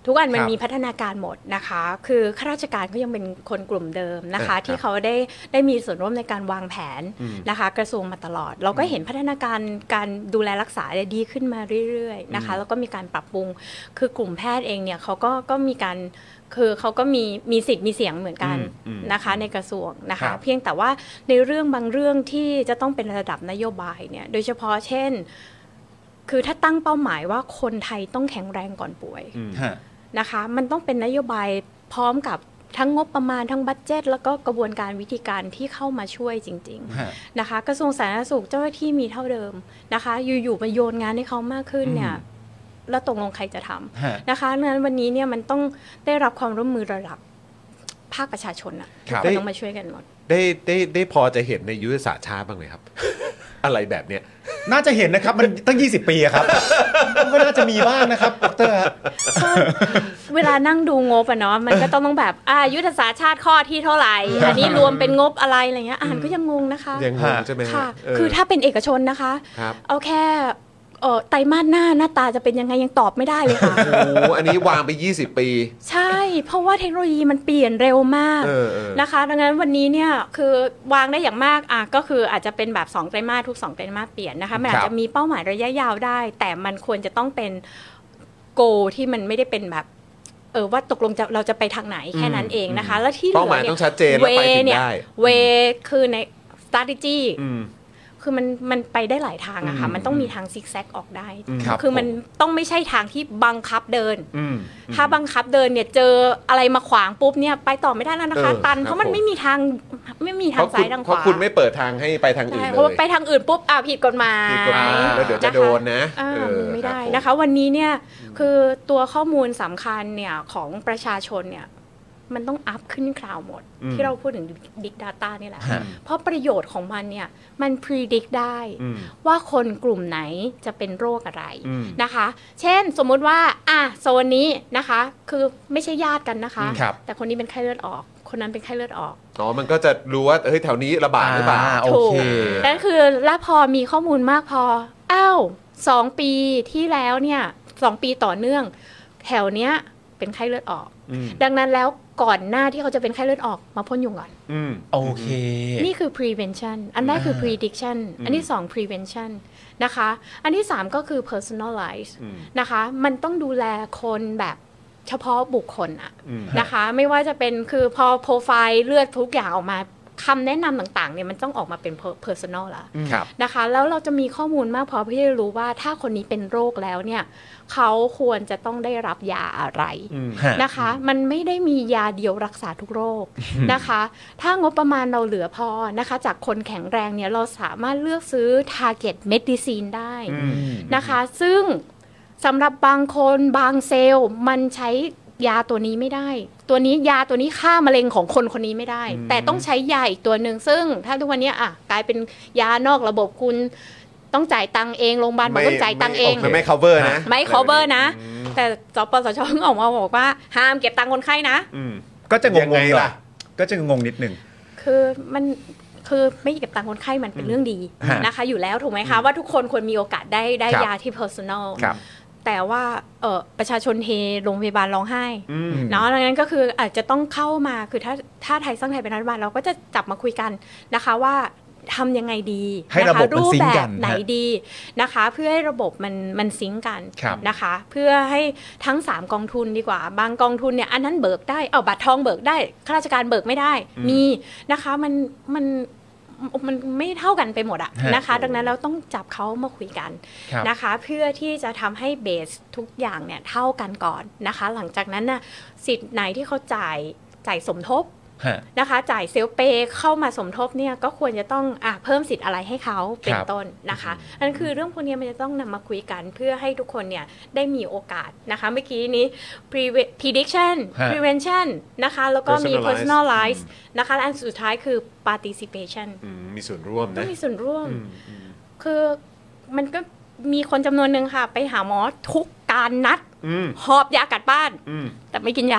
ทุกอันมันครับมีพัฒนาการหมดนะคะ คือข้าราชการก็ยังเป็นคนกลุ่มเดิมนะคะเออที่เขาได้ได้มีส่วนร่วมในการวางแผนนะคะ กระทรวงมาตลอด เราก็เห็นพัฒนาการการดูแลรักษาดีขึ้นมาเรื่อยๆนะคะ แล้วก็มีการปรับปรุง คือกลุ่มแพทย์เองเนี่ยเขาก็ก็มีการคือเขาก็มีมีสิทธิ์มีเสียงเหมือนกันอืมนะคะในกระทรวงนะครัคะบเพียงแต่ว่าในเรื่องบางเรื่องที่จะต้องเป็นระดับนโยบายเนี่ยโดยเฉพาะเช่น คือถ้าตั้งเป้าหมายว่าคนไทยต้องแข็งแรงก่อนป่วยฮะนะคะมันต้องเป็นนโยบายพร้อมกับทั้งงบประมาณทั้งบัดเจ็ตแล้วก็กระบวนการวิธีการที่เข้ามาช่วยจริงฮะๆนะคะกระทรวงสาธารณสุขเจ้าหน้าที่มีเท่าเดิมนะคะอยู่ๆมาโยนงานให้เขามากขึ้นเนี่ยแล้วตกลงใครจะทฮะำนะคะดังนั้นวันนี้เนี่ยมันต้องได้รับความร่วมมือระดับภาคประชาชนอ่ะครับทุกคนต้องมาช่วยกันหมดได้ได้ได้พอจะเห็นในยุทธศาสตร์ชาติบ้างไหมครับ อะไรแบบเนี้ยน่าจะเห็นนะครับมันตั้งยี่สิบปีอะครับก็น่าจะมีบ้างนะครับดรฮะเวลานั่งดูงบอะเนาะมันก็ต้องต้องแบบอ่ายุทธศาสตร์ชาติข้อที่เท่าไหร่ อันนี้รวมเป็นงบอะไรอะไรเงี้ยอ่านก็ยังงงนะคะยังงงใช่ไหมฮค่ะเออคือถ้าเป็นเอกชนนะคะครับเอาแค่เออไตรมาสหน้าหน้าตาจะเป็นยังไงยังตอบไม่ได้เลยค่ะโอ้โหอันนี้วางไปยี่สิบปีใช่ เพราะว่าเทคโนโลยีมันเปลี่ยนเร็วมากเออเออนะคะ ดังนั้นวันนี้เนี่ยคือวางได้อย่างมากอ่ะก็คืออาจจะเป็นแบบสองไตรมาสทุกสองไตรมาสเปลี่ยนนะคะมันอาจจะมีเป้าหมายระยะยาวได้ แต่มันควรจะต้องเป็นโกที่มันไม่ได้เป็นแบบเออว่าตกลงจะเราจะไปทางไหนแค่นั้นเองนะคะ แล้วที่เหลืเป้าหมายต้องชัดเจนแล้วไปถึงเนี่ยได้เวคือใน strategy อืมคือมันมันไปได้หลายทางอะค่ะมันต้องมีทางซิกแซกออกได้ครับคือมันผมต้องไม่ใช่ทางที่บังคับเดินอืมถ้าบังคับเดินเนี่ยเจออะไรมาขวางปุ๊บเนี่ยไปต่อไม่ได้แล้วนะคะเออตันครับเพราะมันผมไม่มีทางไม่มีเพทางราะคุซ้าณยทางขเพราะวาคุณไม่เปิดทางให้ไปทางอื่นใช่เลเพราะว่าย ไปทางอื่นปุ๊บอ่าผิดกฎหมายผิดกฎหมายแล้วเดี๋ยวจะโดนนะอ่าเออไม่ได้ครับผมนะคะ วันนี้เนี่ยคือตัวข้อมูลสำคัญเนี่ยของประชาชนเนี่ยมันต้องอัพขึ้นคราวหมด ที่เราพูดถึง Big Data นี่แหละฮะเพราะประโยชน์ของมันเนี่ยมัน predict ได้อืมว่าคนกลุ่มไหนจะเป็นโรคอะไรอืมนะคะ เช่นสมมุติว่าอ่ะโซนนี้นะคะคือไม่ใช่ญาติกันนะคะครับแต่คนนี้เป็นไข้เลือดออก คนนั้นเป็นไข้เลือดออกอ๋อมันก็จะรู้ว่าเฮ้ยแถวนี้ระบาดหรือเปล่าโอถูกเคนั่นคือแล้วพอมีข้อมูลมากพออ้าวสองปีที่แล้วเนี่ยสองปีต่อเนื่อง แถวเนี้ยเป็นไข้เลือดออกอืมดังนั้นแล้วก่อนหน้าที่เขาจะเป็นไข้เลือดออกมาพ่นยุงก่อนอืมโอเคนี่คือ prevention อันแรกคือ prediction อันที่สอง prevention นะคะ อันที่สามก็คือ personalize อืมนะคะ มันต้องดูแลคนแบบเฉพาะบุคคลอะอืมนะคะ ไม่ว่าจะเป็นคือพอโปรไฟล์เลือดทุกอย่างออกมาคำแนะนำต่างๆเนี่ยมันต้องออกมาเป็น per- personal ละครับนะคะ แล้วเราจะมีข้อมูลมากพอเพื่อที่จะรู้ว่าถ้าคนนี้เป็นโรคแล้วเนี่ยเขาควรจะต้องได้รับยาอะไรฮะนะคะ มันไม่ได้มียาเดียวรักษาทุกโรคนะคะ ถ้างบประมาณเราเหลือพอนะคะ จากคนแข็งแรงเนี่ยเราสามารถเลือกซื้อ target medicine ได้นะคะ ซึ่งสำหรับบางคนบางเซลล์มันใช้ยาตัวนี้ไม่ได้ ตัวนี้ยาตัวนี้ฆ่ามะเร็งของคนคนนี้ไม่ได้ แต่ต้องใช้ยาอีกตัวหนึ่งซึ่งถ้าทุกวันนี้อ่ะกลายเป็นยานอกระบบคุณต้องจ่ายตังค์เองโรงพยาบาลบอกต้องจ่ายตังค์เองไม่ไม่ cover นะไม่ cover นะ แต่สปสชเพิ่งออกมาบอกว่าห้ามเก็บตังค์คนไข้นะอืมก็จะงยังงไงๆหน่อล่ะยก็จะงงนิดนึงคือมันคือไม่เก็บตังค์คนไข้มันเป็นเรื่องดีฮะนะคะ อยู่แล้วถูกไหมคะว่าทุกคนควรมีโอกาสได้ได้ครับยาที่ personal ครับแต่ว่าเออประชาชนเฮโรงพยาบาลร้องไห้อืมเนาะดังนั้นก็คืออาจจะต้องเข้ามาคือถ้าถ้าไทยสร้างไทยเป็นรัฐบาลเราก็จะจับมาคุยกันนะคะว่าทำยังไงดีให้นคระบบมันรูปซิงค์แบกับ นไหนฮะดีนะคะ เพื่อให้ระบบมันมันซิงก์กันครับนะคะ เพื่อให้ทั้งสามกองทุนดีกว่า บางกองทุนเนี่ยอันนั้นเบิกได้เอาบัตรทองเบิกได้ข้าราชการเบิกไม่ได้ มีนะคะมันมันมันไม่เท่ากันไปหมดอะฮะนะคะ ดังนั้นเราต้องจับเขามาคุยกันครับนะคะ เพื่อที่จะทำให้เบสทุกอย่างเนี่ยเท่ากันก่อนนะคะ หลังจากนั้นน่ะสิทธิ์ไหนที่เขาจ่ายจ่ายสมทบฮะนะคะจ่ายเซลเปย์เข้ามาสมทบเนี่ยก็ควรจะต้องอ่ะเพิ่มสิทธิ์อะไรให้เขาเป็นครับต้นนะคะนั่นคือเรื่องพวกนี้มันจะต้องนำมาคุยกันเพื่อให้ทุกคนเนี่ยได้มีโอกาสนะคะเมื่อกี้นี้ pre- prediction ฮะ prevention นะคะแล้วก็มี Personalize personalize นะคะและอันสุดท้ายคือ participation อืมมีส่วนร่วมต้อนะงมีส่วนร่วม คือมันก็มีคนจำนวนหนึ่งค่ะ ไปหาหมอทุกการนัดอืมหอบยากัดบ้านอืมแต่ไม่กินยา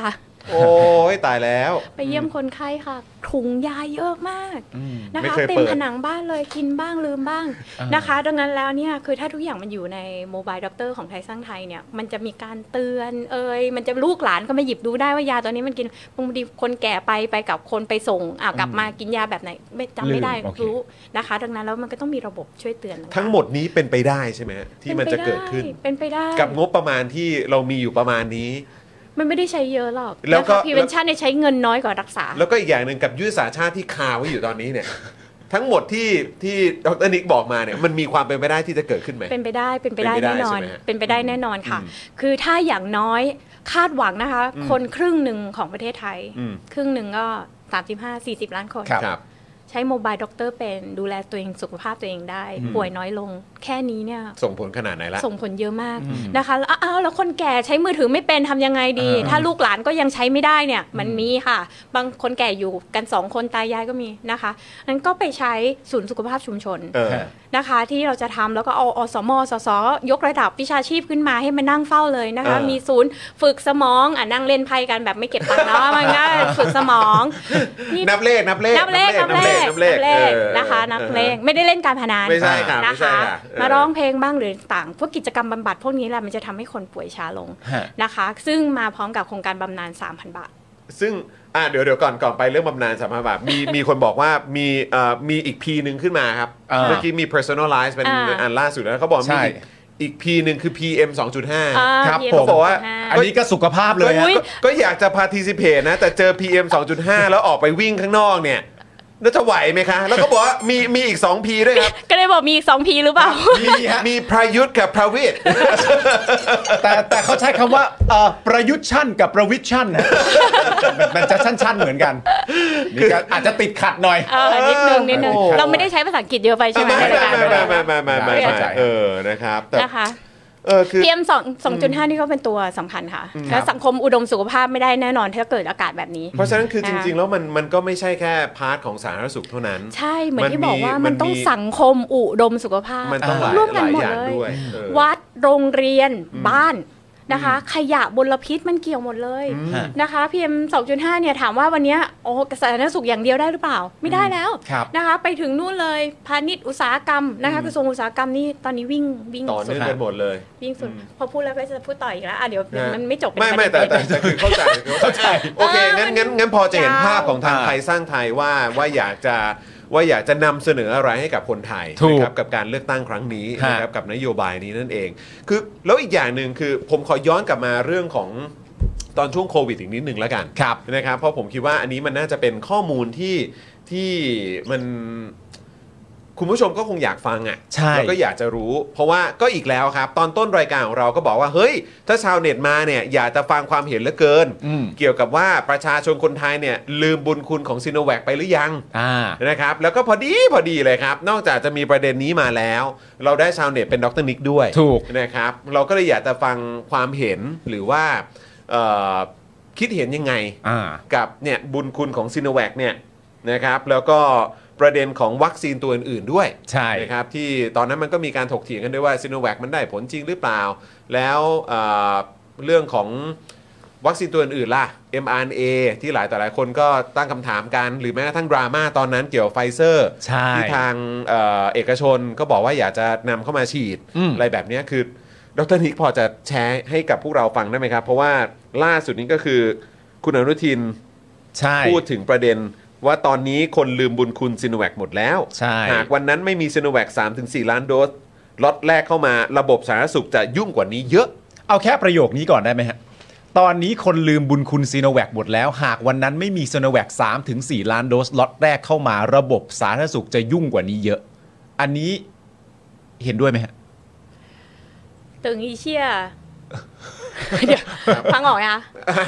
โอ้ยตายแล้วไปเยี่ยมคนไข้ค่ะถุงยาเยอะมากนะคะเต็มผนังบ้านเลยกินบ้างลืมบ้างนะคะดังนั้นแล้วเนี่ยคือถ้าทุกอย่างมันอยู่ในโมบายด็อกเตอร์ของไทยสร้างไทยเนี่ยมันจะมีการเตือนเอ่ยมันจะลูกหลานก็มาหยิบดูได้ว่ายาตัวนี้มันกินบางทีคนแก่ไปไปกับคนไปส่งอ่ะกลับมากินยาแบบไหนไม่จำไม่ได้รู้นะคะดังนั้นแล้วมันก็ต้องมีระบบช่วยเตือนทั้งหมดนี้เป็นไปได้ใช่ไหมที่มันจะเกิดขึ้นเป็นไปได้กับงบประมาณที่เรามีอยู่ประมาณนี้มันไม่ได้ใช้เยอะหรอกแล้วก็ prevention เนี่ยใช้เงินน้อยกว่ารักษาแล้วก็อีกอย่างนึงกับยุทธศาสตร์ชาติที่คาไว้อยู่ตอนนี้เนี่ยทั้งหมดที่ที่ดร.นิกบอกมาเนี่ยมันมีความเป็นไปได้ที่จะเกิดขึ้นไหมเป็นไปได้เป็นไปได้แน่นอนเป็นไปได้แน่นอนค่ะคือถ้าอย่างน้อยคาดหวังนะคะคนครึ่งหนึ่งของประเทศไทยครึ่งหนึ่งก็สามสิบห้า สี่สิบล้านคนใช้โมบายด็อกเตอร์เป็นดูแลตัวเองสุขภาพตัวเองได้ป่วยน้อยลงแค่นี้เนี่ยส่งผลขนาดไหนละส่งผลเยอะมากนะคะแล้วอ้าวแล้วคนแก่ใช้มือถือไม่เป็นทำยังไงดีถ้าลูกหลานก็ยังใช้ไม่ได้เนี่ยมันมีค่ะบางคนแก่อยู่กันสองคนตายายก็มีนะคะนั้นก็ไปใช้ศูนย์สุขภาพชุมชนนะคะที่เราจะทำแล้วก็เอาอสมสสยกระดับวิชาชีพขึ้นมาให้มันนั่งเฝ้าเลยนะคะมีศูนย์ฝึกสมองอ่ะนั่งเล่นไพ่กันแบบไม่เก็บตังค์เนาะมันก็ฝึกสมองนับเลขนับเลขนับเลขนับเลขนับเลขนะคะนับเลขไม่ได้เล่นการพนันไม่ใช่ค่ะนะคะมาร้องเพลงบ้างหรือต่างพวกกิจกรรมบำบัดพวกนี้แหละมันจะทำให้คนป่วยช้าลงนะคะซึ่งมาพร้อมกับโครงการบำนาญ สามพัน บาทซึ่งอ่ะเดี๋ยวเดี๋ยวก่อนก่อนไปเรื่องบำนาญ สามพัน บาทมีมีคนบอกว่ามีเอ่อมีอีกพีนึงขึ้นมาครับเมื่อกี้มี personalize เป็นอันล่าสุดแล้วเขาบอกมีอีกพีนึงคือ พี เอ็ม สองจุดห้าครับผมบอกว่าอันนี้ก็สุขภาพเลยก็อยากจะ participate นะแต่เจอ พี เอ็ม สองจุดห้า แล้วออกไปวิ่งข้างนอกเนี่ยแล้วจะไหวไหมคะแล้วก็บอกว่ามีมีอีก สอง พี ด้วยครับก็เลยบอกมีอีก สอง พี หรือเปล่ามีมีประยุทธ์กับประวิตรแต่แต่เขาใช้คำว่าเอ่อประยุทธ์ชั่นกับประวิทย์ชั่นนะมันจะชั่นๆเหมือนกันนี่ก็อาจจะติดขัดหน่อยเออนิดนึงนิดนึงเราไม่ได้ใช้ภาษาอังกฤษเยอะไปใช่ไหมในรายการไม่ไม่ไม่ไม่ไม่ไม่เออนะครับนะคะเออคือ พี เอ็ม สองจุดห้า นี่ก็เป็นตัวสำคัญค่ะและสังคมอุดมสุขภาพไม่ได้แน่นอนถ้าเกิดอากาศแบบนี้เพราะฉะนั้นคือจริงๆแล้วมันมันก็ไม่ใช่แค่พาร์ทของสาธารณสุขเท่านั้นใช่เหมือนที่บอกว่ามันต้องสังคมอุดมสุขภาพมันต้องร่วมกันหมดเลยวัดโรงเรียนบ้านนะคะขยะมลพิษมันเกี่ยวหมดเลยนะคะ พี เอ็ม สองจุดห้า เนี่ยถามว่าวันนี้โอ้สาธารณสุขอย่างเดียวได้หรือเปล่าไม่ได้แล้วนะคะไปถึงนู่นเลยพาณิชย์อุตสาหกรรมนะคะกระทรวงอุตสาหกรรมนี่ตอนนี้วิ่งวิ่งต่อเนื่องกันหมดเลยวิ่งสุดพอพูดแล้วก็จะพูดต่ออีกแล้วอ่ะเดี๋ยวมันไม่จบไม่ไม่แต่แต่คือเข้าใจเข้าใจโอเคงั้นงั้นงั้นพอจะเห็นภาพของทางไทยสร้างไทยว่าว่าอยากจะว่าอยากจะนำเสนออะไรให้กับคนไทยนะครับกับการเลือกตั้งครั้งนี้นะครับกับนโยบายนี้นั่นเองคือแล้วอีกอย่างหนึ่งคือผมขอย้อนกลับมาเรื่องของตอนช่วงโควิดอีกนิดหนึ่งแล้วกันนะครับเพราะผมคิดว่าอันนี้มันน่าจะเป็นข้อมูลที่ที่มันคุณผู้ชมก็คงอยากฟังอ่ะแล้วก็อยากจะรู้เพราะว่าก็อีกแล้วครับตอนต้นรายการของเราก็บอกว่าเฮ้ยถ้าชาวเน็ตมาเนี่ยอยากจะฟังความเห็นเหลือเกินเกี่ยวกับว่าประชาชนคนไทยเนี่ยลืมบุญคุณของซิโนแวคไปหรือยังนะครับแล้วก็พอดีพอดีเลยครับนอกจากจะมีประเด็นนี้มาแล้วเราได้ชาวเน็ตเป็นดร.นิกด้วยถูกนะครับเราก็เลยอยากจะฟังความเห็นหรือว่าคิดเห็นยังไงกับเนี่ยบุญคุณของซิโนแวคเนี่ยนะครับแล้วก็ประเด็นของวัคซีนตัวอื่นๆด้วยใช่นะครับที่ตอนนั้นมันก็มีการถกเถียงกันด้วยว่าซิโนแวคมันได้ผลจริงหรือเปล่าแล้วเอ่อเรื่องของวัคซีนตัวอื่นๆล่ะ เอ็ม อาร์ เอ็น เอ ที่หลายต่อหลายคนก็ตั้งคำถามกันหรือแม้กระทั่งดราม่าตอนนั้นเกี่ยวกับไฟเซอร์ที่ทางเอ่อเอกชนก็บอกว่าอยากจะนำเข้ามาฉีดอะไรแบบนี้คือดร.นิกพอจะแชร์ให้กับพวกเราฟังได้ไหมครับเพราะว่าล่าสุดนี้ก็คือคุณอนุทินพูดถึงประเด็นว่าตอนนี้คนลืมบุญคุณซิโนแวคหมดแล้วหากวันนั้นไม่มีซิโนแวค สามถึงสี่ ล้านโดสล็อตแรกเข้ามาระบบสาธารณสุขจะยุ่งกว่านี้เยอะเอาแค่ประโยคนี้ก่อนได้ไหมฮะตอนนี้คนลืมบุญคุณซิโนแวคหมดแล้วหากวันนั้นไม่มีซิโนแวค สามถึงสี่ ล้านโดสล็อตแรกเข้ามาระบบสาธารณสุขจะยุ่งกว่านี้เยอะอันนี้เห็นด้วยไหมฮะตึงอีเชี่ยเดี๋ยวฟังออกนะคะ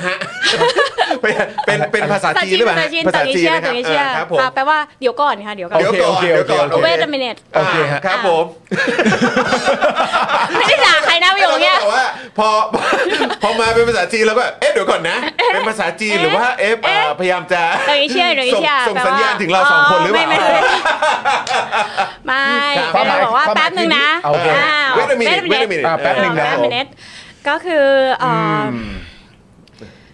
เป็นเป็นภาษาจีนหรือเปล่าภาษาจีนนะครับผมแปลว่าเดี๋ยวก่อนค่ะเดี๋ยวก่อนเดี๋ยวก่อนเดี๋ยวก่อน wait a minute โอเคครับผมไม่ได้ด่าใครนะประโยคเนี้ยพอพอมาเป็นภาษาจีนแล้วก็เอ๊ะเดี๋ยวก่อนนะเป็นภาษาจีนหรือว่าเอ๊ะพยายามจะส่งสัญญาณถึงเราสองคนหรือเปล่าไม่ไม่ได้บอกว่าแป๊บนึงนะ wait a minute wait a minute แป๊บนึงนะก็คือ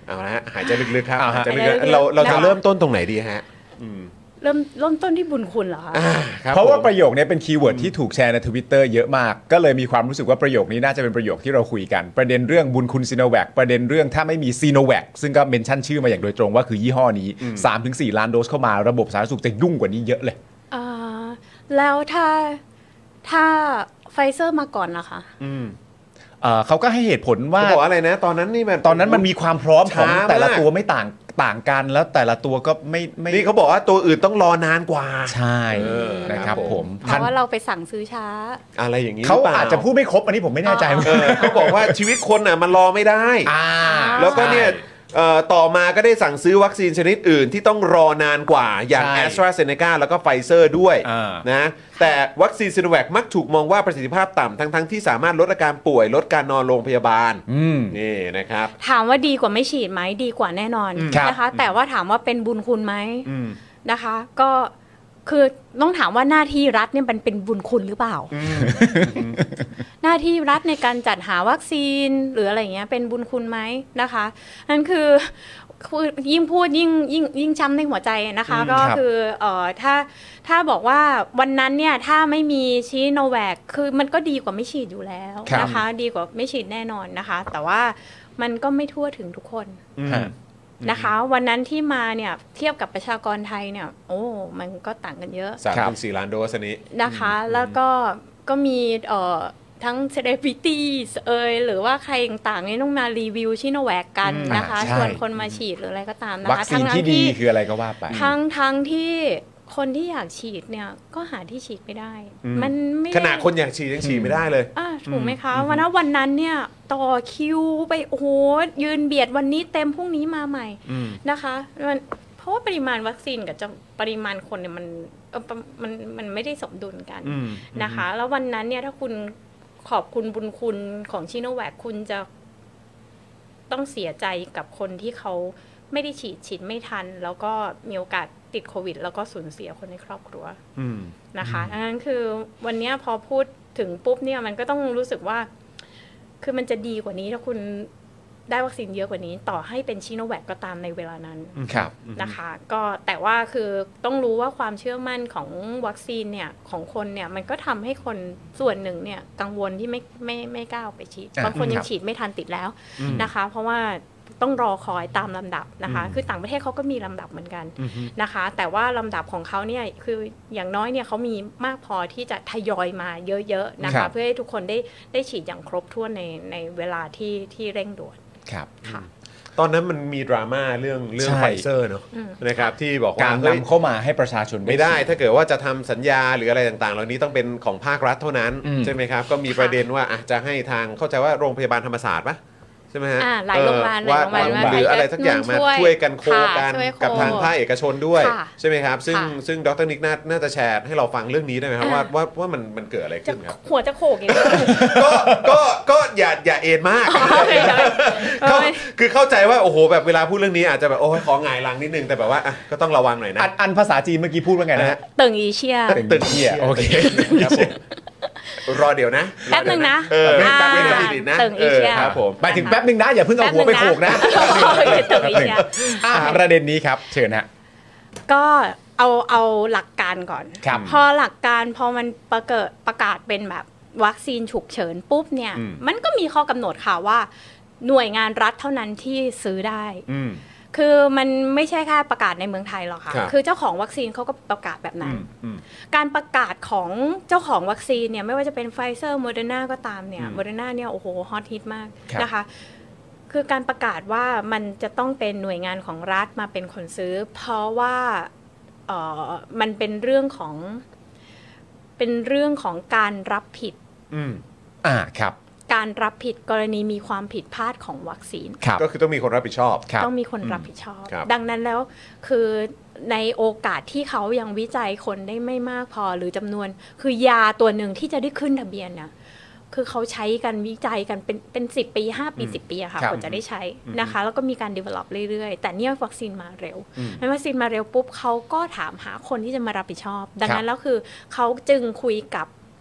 เอาละฮะหายใจลึกๆครับเอาฮะหายใจลึกๆเราเราจะเริ่มต้นตรงไหนดีฮะอืมเริ่มเริ่มต้นที่บุญคุณเหรอคะอ่าคบเพราะว่าผมประโยคนี้เป็นคีย์เวิร์ดที่ถูกแชร์ใน Twitter เยอะมากก็เลยมีความรู้สึกว่าประโยคนี้น่าจะเป็นประโยคที่เราคุยกันประเด็นเรื่องบุญคุณซีโนแวคประเด็นเรื่องถ้าไม่มีซีโนแวคซึ่งก็เมนชั่นชื่อมาอย่างโดยตรงว่าคือยี่ห้อนี้ สามถึงสี่ ล้านโดสเข้ามาระบบสาธารณสุขจะยุ่งกว่านี้เยอะเลยอ่าแล้วถ้าถ้าไฟเซอร์มาก่อนนะคะอืมเอ่อเขาก็ให้เหตุผลว่าเขาบอกอะไรนะตอนนั้นนี่มันตอนนั้นมันมีความพร้อมของช้ามากแต่ละตัวไม่ต่างต่างกันแล้วแต่ละตัวก็ไม่ไม่นี่เขาบอกว่าตัวอื่นต้องรอนานกว่าใช่เออนะครับครับผผม มเพราะว่าเราไปสั่งซื้อช้าอะไรอย่างนี้เขาหรืปล่อาจจะพูดไม่ครบอันนี้ผมไม่แน่ใจเออเขาบอกว่าชีวิตคนน่ะมันรอไม่ได้อ่าแล้วก็เนี่ยเอ่อต่อมาก็ได้สั่งซื้อวัคซีนชนิดอื่นที่ต้องรอนานกว่าอย่างใช่แอสตราเซเนกาแล้วก็ไฟเซอร์ด้วยอ่านะแต่วัคซีนซิโนแวคมักถูกมองว่าประสิทธิภาพต่ำทั้งๆที่สามารถลดอาการป่วยลดการนอนโรงพยาบาลอืมนี่นะครับถามว่าดีกว่าไม่ฉีดไหมดีกว่าแน่นอนครับนะคะ แต่ว่าถามว่าเป็นบุญคุณไหมอืมนะคะ ก็คือต้องถามว่าหน้าที่รัฐเนี่ยมันเป็นบุญคุณหรือเปล่า หน้าที่รัฐในการจัดหาวัคซีนหรืออะไรเงี้ยเป็นบุญคุณไหมนะคะนั่นคือคือยิ่งพูดยิ่งยิ่งยิ่งช้ำในหัวใจนะคะ ก็ครับคือเอ่อถ้าถ้าบอกว่าวันนั้นเนี่ยถ้าไม่มีชีโนแวคคือมันก็ดีกว่าไม่ฉีดอยู่แล้วนะคะ ดีกว่าไม่ฉีดแน่นอนนะคะ แต่ว่ามันก็ไม่ทั่วถึงทุกคนฮะนะคะ วันนั้นที่มาเนี่ยเทียบกับประชากรไทยเนี่ยโอ้มันก็ต่างกันเยอะสามครับถึงสี่ล้านโดสอันนี้นะคะแล้วก็ก็มีเอ่อทั้งเซเลบริตี้เอยหรือว่าใครต่างๆนี่ต้องมารีวิวชิโนแวคกันนะคะอ่าใช่ชวนคนมาฉีดหรืออะไรก็ตามนะวัคคะซีนที่ดีคืออะไรก็ว่าไปทั้งทั้งที่คนที่อยากฉีดเนี่ยก็หาที่ฉีดไม่ได้อืมมันไม่ขนาดคนอยากฉีดยังฉีดไม่ได้เลยอ่าถูกไหมคะวันนั้นวันนั้นเนี่ยต่อคิวไปโอ้โหยืนเบียดวันนี้เต็มพรุ่งนี้มาใหม่อืมนะคะมันเพราะว่าปริมาณวัคซีนกับจำปริมาณคนเนี่ยมันเอ่อมันมันไม่ได้สมดุลกันอืมนะคะ แล้ววันนั้นเนี่ยถ้าคุณขอบคุณบุญคุณของชิโนแวคคุณจะต้องเสียใจกับคนที่เขาไม่ได้ฉีดฉีดไม่ทัน แล้วก็มีโอกาสติดโควิด แล้วก็สูญเสียคนในครอบครัวอืมนะคะดังนั้นคือวันนี้พอพูดถึงปุ๊บเนี่ยมันก็ต้องรู้สึกว่า คือมันจะดีกว่านี้ถ้าคุณได้วัคซีนเยอะกว่านี้ ต่อให้เป็นชิโนแวคก็ตามในเวลานั้นครับนะคะก็แต่ว่าคือต้องรู้ว่าความเชื่อมั่นของวัคซีนเนี่ยของคนเนี่ยมันก็ทำให้คนส่วนหนึ่งเนี่ยกังวลที่ไม่ไม่ไม่กล้าไปฉีดอ่ะบางคนยัคงรับฉีดไม่ทันติดแล้วนะคะ เพราะว่าต้องรอคอยตามลำดับนะคะ คือต่างประเทศเขาก็มีลำดับเหมือนกันนะคะ แต่ว่าลำดับของเขาเนี่ยคืออย่างน้อยเนี่ยเขามีมากพอที่จะทยอยมาเยอะๆนะครัคะบเพื่อให้ทุกคนได้ได้ฉีดอย่างครบถ้วนในในเวลาที่ที่เร่งด่วนครับค่ะตอนนั้นมันมีดราม่าเรื่องเรื่องใช่ไฟเซอร์เนอะอืมนะครับที่บอกว่าการเฮ้ยนำเข้ามาให้ประชาชนไม่ได้ฉีถ้าเกิดว่าจะทำสัญญาหรืออะไรต่างๆ เหล่านี้ต้องเป็นของภาครัฐเท่านั้นอืมใช่ไหมครับ ก็มีประเด็นว่าอ่ะจะให้ทางเข้าใจว่าโรงพยาบาลธรรมศาสตร์ปะใช่ไหมฮะอ่าหลายโรงพยาบาลเออว่าหลายโรงพยาบาลหรืออะไรสักอย่างมาช่วยช่วยกันโคค่ะกันช่วยโคกับทางภาคเอกชนด้วยค่ะใช่ไหมครับ ซึ่งค่ะซึ่งดรนิกน่าน่าจะแชร์ให้เราฟังเรื่องนี้ได้ไหมครับอ่าว่าว่าว่ามันมันเกิดอะไรจะขึ้นครับหัวจะโขกอย่างนี้ก็ก็ก็อย่าอย่าเอ็นมากอ๋อโอเคโอเคก็โอ้ยคือเข้าใจว่าโอ้โหแบบเวลาพูดเรื่องนี้อาจจะแบบโอ้ยของายหลังนิดนึงแต่แบบว่าอ่ะก็ต้องระวังหน่อยนะอันอันภาษาจีนเมื่อกี้พูดว่าไงนะฮะตึงอีเชียตึงตึกเหี้ยโอเคครับผมรอเดี๋ยวนะแป๊บนึงนะเอออ่าแป๊บนึงนะดิดนะตึงอีเชียเออครับผมหมายถึงแป๊บหนึ่งนะ อย่าเพิ่งเอาหัวไปโขกนะแป๊บนึงนะตึงอีเชียอ่ะประเด็นนี้ครับ เชิญฮะก็เอาเอาหลักการก่อนครับพอหลักการพอมันประเกิดประกาศเป็นแบบวัคซีนฉุกเฉินปุ๊บเนี่ยอืมมันก็มีข้อกำหนดค่ะว่า หน่วยงานรัฐเท่านั้นที่ซื้อได้อืมคือมันไม่ใช่แค่ประกาศในเมืองไทยหรอกค่ะครับคือเจ้าของวัคซีนเขาก็ประกาศแบบนั้นอืมการประกาศของเจ้าของวัคซีนเนี่ยไม่ว่าจะเป็นไฟเซอร์โมเดอร์นาก็ตามเนี่ยอืมโมเดอร์นาเนี่ยโอ้โหฮอตฮิตมากครับนะคะ คือการประกาศว่ามันจะต้องเป็นหน่วยงานของรัฐมาเป็นคนซื้อ เพราะว่าเอ่อมันเป็นเรื่องของเป็นเรื่องของการรับผิดอืมอ่าครับการรับผิดกรณีมีความผิดพลาดของวัคซีนครับก็คือต้องมีคนรับผิดชอบครับต้องมีคนรับผิดชอบครับดังนั้นแล้วคือในโอกาสที่เขายังวิจัยคนได้ไม่มากพอหรือจำนวน คือยาตัวหนึ่งที่จะได้ขึ้นทะเบียนเนี่ยคือเขาใช้กันวิจัยกันเป็นเป็นสิบปีห้าปีสิบปีอะค่ะครับกว่าจะได้ใช้นะคะ แล้วก็มีการ develop เรื่อยๆ แต่เนี่ยวัคซีนมาเร็วแล้ววัคซีนมาเร็วปุ๊บเขาก็ถามหาคนที่จะมารับผิดชอบ ดังนั้นแล้วคือเขาจึงคุยกับ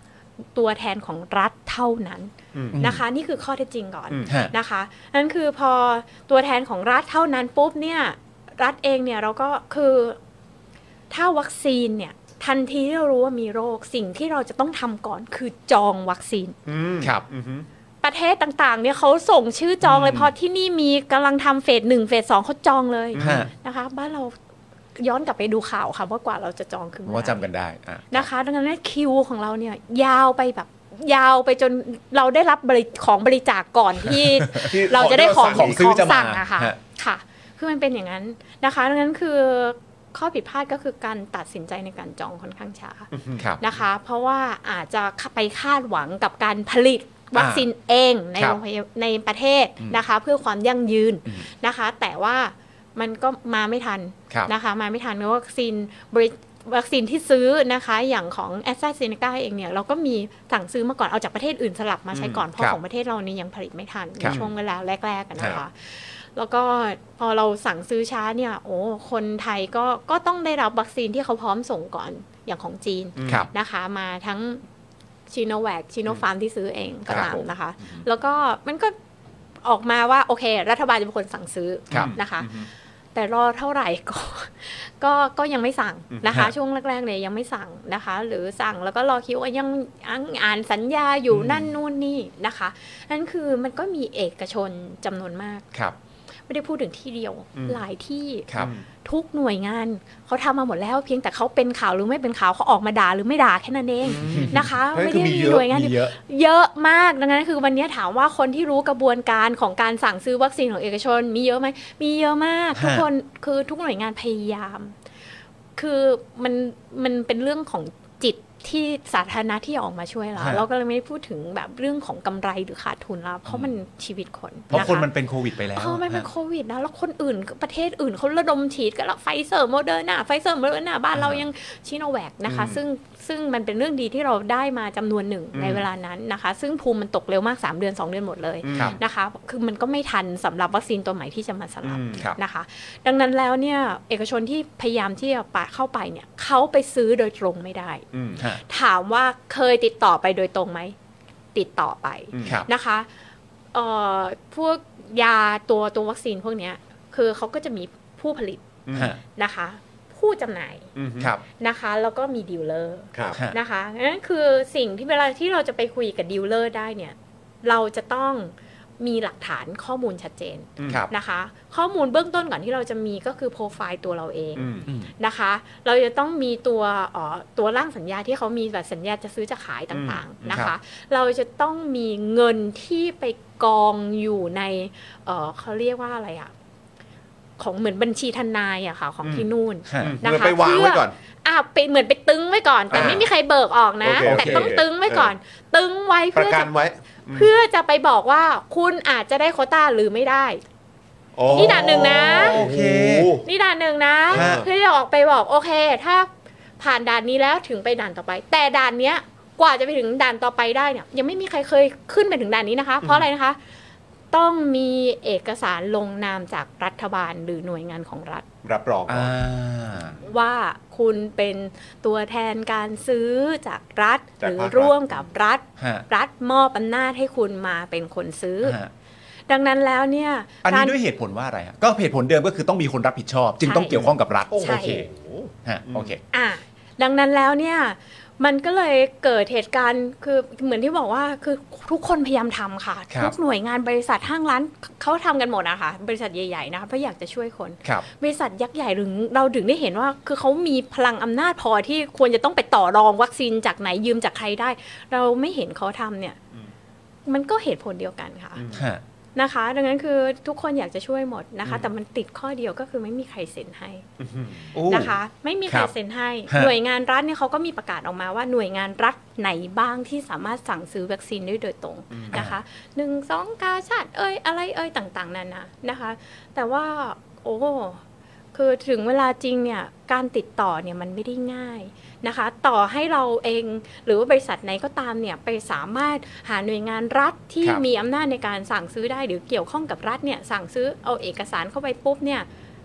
ตัวแทนของรัฐเท่านั้นนะคะนี่คือข้อเท็จจริงก่อนนะคะนั่นคือพอตัวแทนของรัฐเท่านั้นปุ๊บเนี่ยรัฐเองเนี่ยเราก็คือถ้าวัคซีนเนี่ยทันทีที่เรารู้ว่ามีโรคสิ่งที่เราจะต้องทำก่อนคือจองวัคซีนครับประเทศต่างๆเนี่ยเขาส่งชื่อจองเลยพอที่นี่มีกำลังทำเฟสหนึ่งเฟสสองเขาจองเลยนะคะบ้านเราย้อนกลับไปดูข่าวค่ะว่ากว่าเราจะจองคือว่าจำกันได้นะคะดังนั้นคิวของเราเนี่ยยาวไปแบบยาวไปจนเราได้รับบริของบริจาคก่อนที่เราจะได้ของของสั่งอะค่ะค่ะคือมันเป็นอย่างนั้นนะคะดังนั้นคือข้อผิดพลาดก็คือการตัดสินใจในการจองค่อนข้างช้านะคะเพราะว่าอาจจะไปคาดหวังกับการผลิตวัคซีนเองในโรงพยาบาลในประเทศนะคะเพื่อความยั่งยืนนะคะแต่ว่ามันก็มาไม่ทันนะคะมาไม่ทันเพราะวัคซีนวัคซีนที่ซื้อนะคะอย่างของ AstraZeneca เองเนี่ยเราก็มีสั่งซื้อมาก่อนเอาจากประเทศอื่นสลับมาใช้ก่อนเพราะของประเทศเรานี่ยังผลิตไม่ทันในช่วงเวลาแรกๆกันนะคะแล้วก็พอเราสั่งซื้อช้าเนี่ยโอ้คนไทยก็ก็ต้องได้รับวัคซีนที่เขาพร้อมส่งก่อนอย่างของจีนนะคะมาทั้งชิโนแวคชิโนฟาร์มที่ซื้อเองก็ตามนะคะแล้วก็มันก็ออกมาว่าโอเครัฐบาลจะเป็นคนสั่งซื้อนะคะแต่รอเท่าไหร่ก็ก็ก็ยังไม่สั่งนะคะช่วงแรกๆเลยยังไม่สั่งนะคะหรือสั่งแล้วก็รอคิวยังอ่านสัญญาอยู่นั่นนู่นนี่นะคะนั่นคือมันก็มีเอกชนจำนวนมากไม่ได้พูดถึงที่เดียวหลายที่ทุกหน่วยงานเขาทำมาหมดแล้วเพียงแต่เขาเป็นข่าวหรือไม่เป็นข่าวเขาออกมาด่าหรือไม่ด่าแค่นั้นเองนะคะไม่ได้มีหน่วยงานเยอะมากดังนั้นคือวันนี้ถามว่าคนที่รู้กระบวนการของการสั่งซื้อวัคซีนของเอกชนมีเยอะไหมมีเยอะมากทุกคนคือทุกหน่วยงานพยายามคือมันมันเป็นเรื่องของจิตที่สาธารณะที่ออกมาช่วยเราเราก็เลยไม่ได้พูดถึงแบบเรื่องของกำไรหรือขาดทุนแล้วเพราะมันชีวิตคนเพราะคนมันเป็นโควิดไปแล้วเพราะมันเป็นโควิดนะแล้วคนอื่นประเทศอื่นเขาระดมฉีดกันแล้วไฟเซอร์โมเดอร์นาไฟเซอร์โมเดอร์นาบ้านเรายังชิโนแวคนะคะซึ่งซึ่งมันเป็นเรื่องดีที่เราได้มาจำนวนหนึ่งในเวลานั้นนะคะซึ่งภูมิมันตกเร็วมากสามเดือนสองเดือนหมดเลยนะคะคือมันก็ไม่ทันสำหรับวัคซีนตัวใหม่ที่จะมาสลับนะคะดังนั้นแล้วเนี่ยเอกชนที่พยายามที่จะเข้าไปเนี่ยเขาไปซื้อโดยตรงไม่ได้ถามว่าเคยติดต่อไปโดยตรงไหมติดต่อไปนะคะเอ่อพวกยาตัวตัววัคซีนพวกนี้คือเขาก็จะมีผู้ผลิตนะคะผู้จำหน่ายนะคะแล้วก็มีดีลเลอร์นะคะนั่นคือสิ่งที่เวลาที่เราจะไปคุยกับดีลเลอร์ได้เนี่ยเราจะต้องมีหลักฐานข้อมูลชัดเจนนะคะข้อมูลเบื้องต้นก่อนที่เราจะมีก็คือโปรไฟล์ตัวเราเองนะคะเราจะต้องมีตัวอ๋อตัวร่างสัญญาที่เขามีแบบสัญญาจะซื้อจะขายต่างๆนะคะเราจะต้องมีเงินที่ไปกองอยู่ในเอ่อเขาเรียกว่าอะไรอ่ะของเหมือนบัญชีทนายอะค่ะของที่นู่นนะคะไปวางไว้ก่อนอ่ะไปเหมือนไปตึงไว้ก่อนแต่ไม่มีใครเบิกออกนะแต่ต้องตึงไว้ก่อนตึงไว้เพื่อจะเพื่อจะไปบอกว่าคุณอาจจะได้โควต้าหรือไม่ได้นี่ด่านหนึ่งนะนี่ด่านหนึ่งนะเพื่อจะออกไปบอกโอเคถ้าผ่านด่านนี้แล้วถึงไปด่านต่อไปแต่ด่านเนี้ยกว่าจะไปถึงด่านต่อไปได้เนี่ยยังไม่มีใครเคยขึ้นไปถึงด่านนี้นะคะเพราะอะไรนะคะต้องมีเอกสารลงนามจากรัฐบาลหรือหน่วยงานของรัฐรับรองว่าคุณเป็นตัวแทนการซื้อจากรัฐหรือร่วมกับรัฐรัฐมอบอำนาจให้คุณมาเป็นคนซื้อดังนั้นแล้วเนี่ยอันนี้ด้วยเหตุผลว่าอะไรก็เหตุผลเดิมก็คือต้องมีคนรับผิดชอบจึงต้องเกี่ยวข้องกับรัฐโอเคฮะโอเคอ่ะดังนั้นแล้วเนี่ยมันก็เลยเกิดเหตุการณ์คือเหมือนที่บอกว่าคือทุกคนพยายามทำค่ะทุกหน่วยงานบริษัทห้างร้านเขาทำกันหมดนะคะบริษัทใหญ่ๆนะคะเพราะอยากจะช่วยคนบริษัทยักษ์ใหญ่ถึงเราถึงได้เห็นว่าคือเขามีพลังอำนาจพอที่ควรจะต้องไปต่อรองวัคซีนจากไหนยืมจากใครได้เราไม่เห็นเขาทำเนี่ยมันก็เหตุผลเดียวกันค่ะนะคะดังนั้นคือทุกคนอยากจะช่วยหมดนะคะแต่มันติดข้อเดียวก็คือไม่มีใครเซ็นให้นะคะไม่มีใครเซ็นให้หน่วยงานรัฐเนี่ยเขาก็มีประกาศออกมาว่าหน่วยงานรัฐไหนบ้างที่สามารถสั่งซื้อวัคซีนได้โดยตรงนะคะหนึ่งสองกาชาดเอ้ยอะไรเอ้ยต่างๆนั่นนะนะคะแต่ว่าโอ้คือถึงเวลาจริงเนี่ยการติดต่อเนี่ยมันไม่ได้ง่ายนะคะต่อให้เราเองหรือว่าบริษัทไหนก็ตามเนี่ยไปสามารถหาหน่วยงานรัฐที่มีอำนาจในการสั่งซื้อได้หรือเกี่ยวข้องกับรัฐเนี่ยสั่งซื้อเอาเอกสารเข้าไปปุ๊บเนี่ยอ่ะ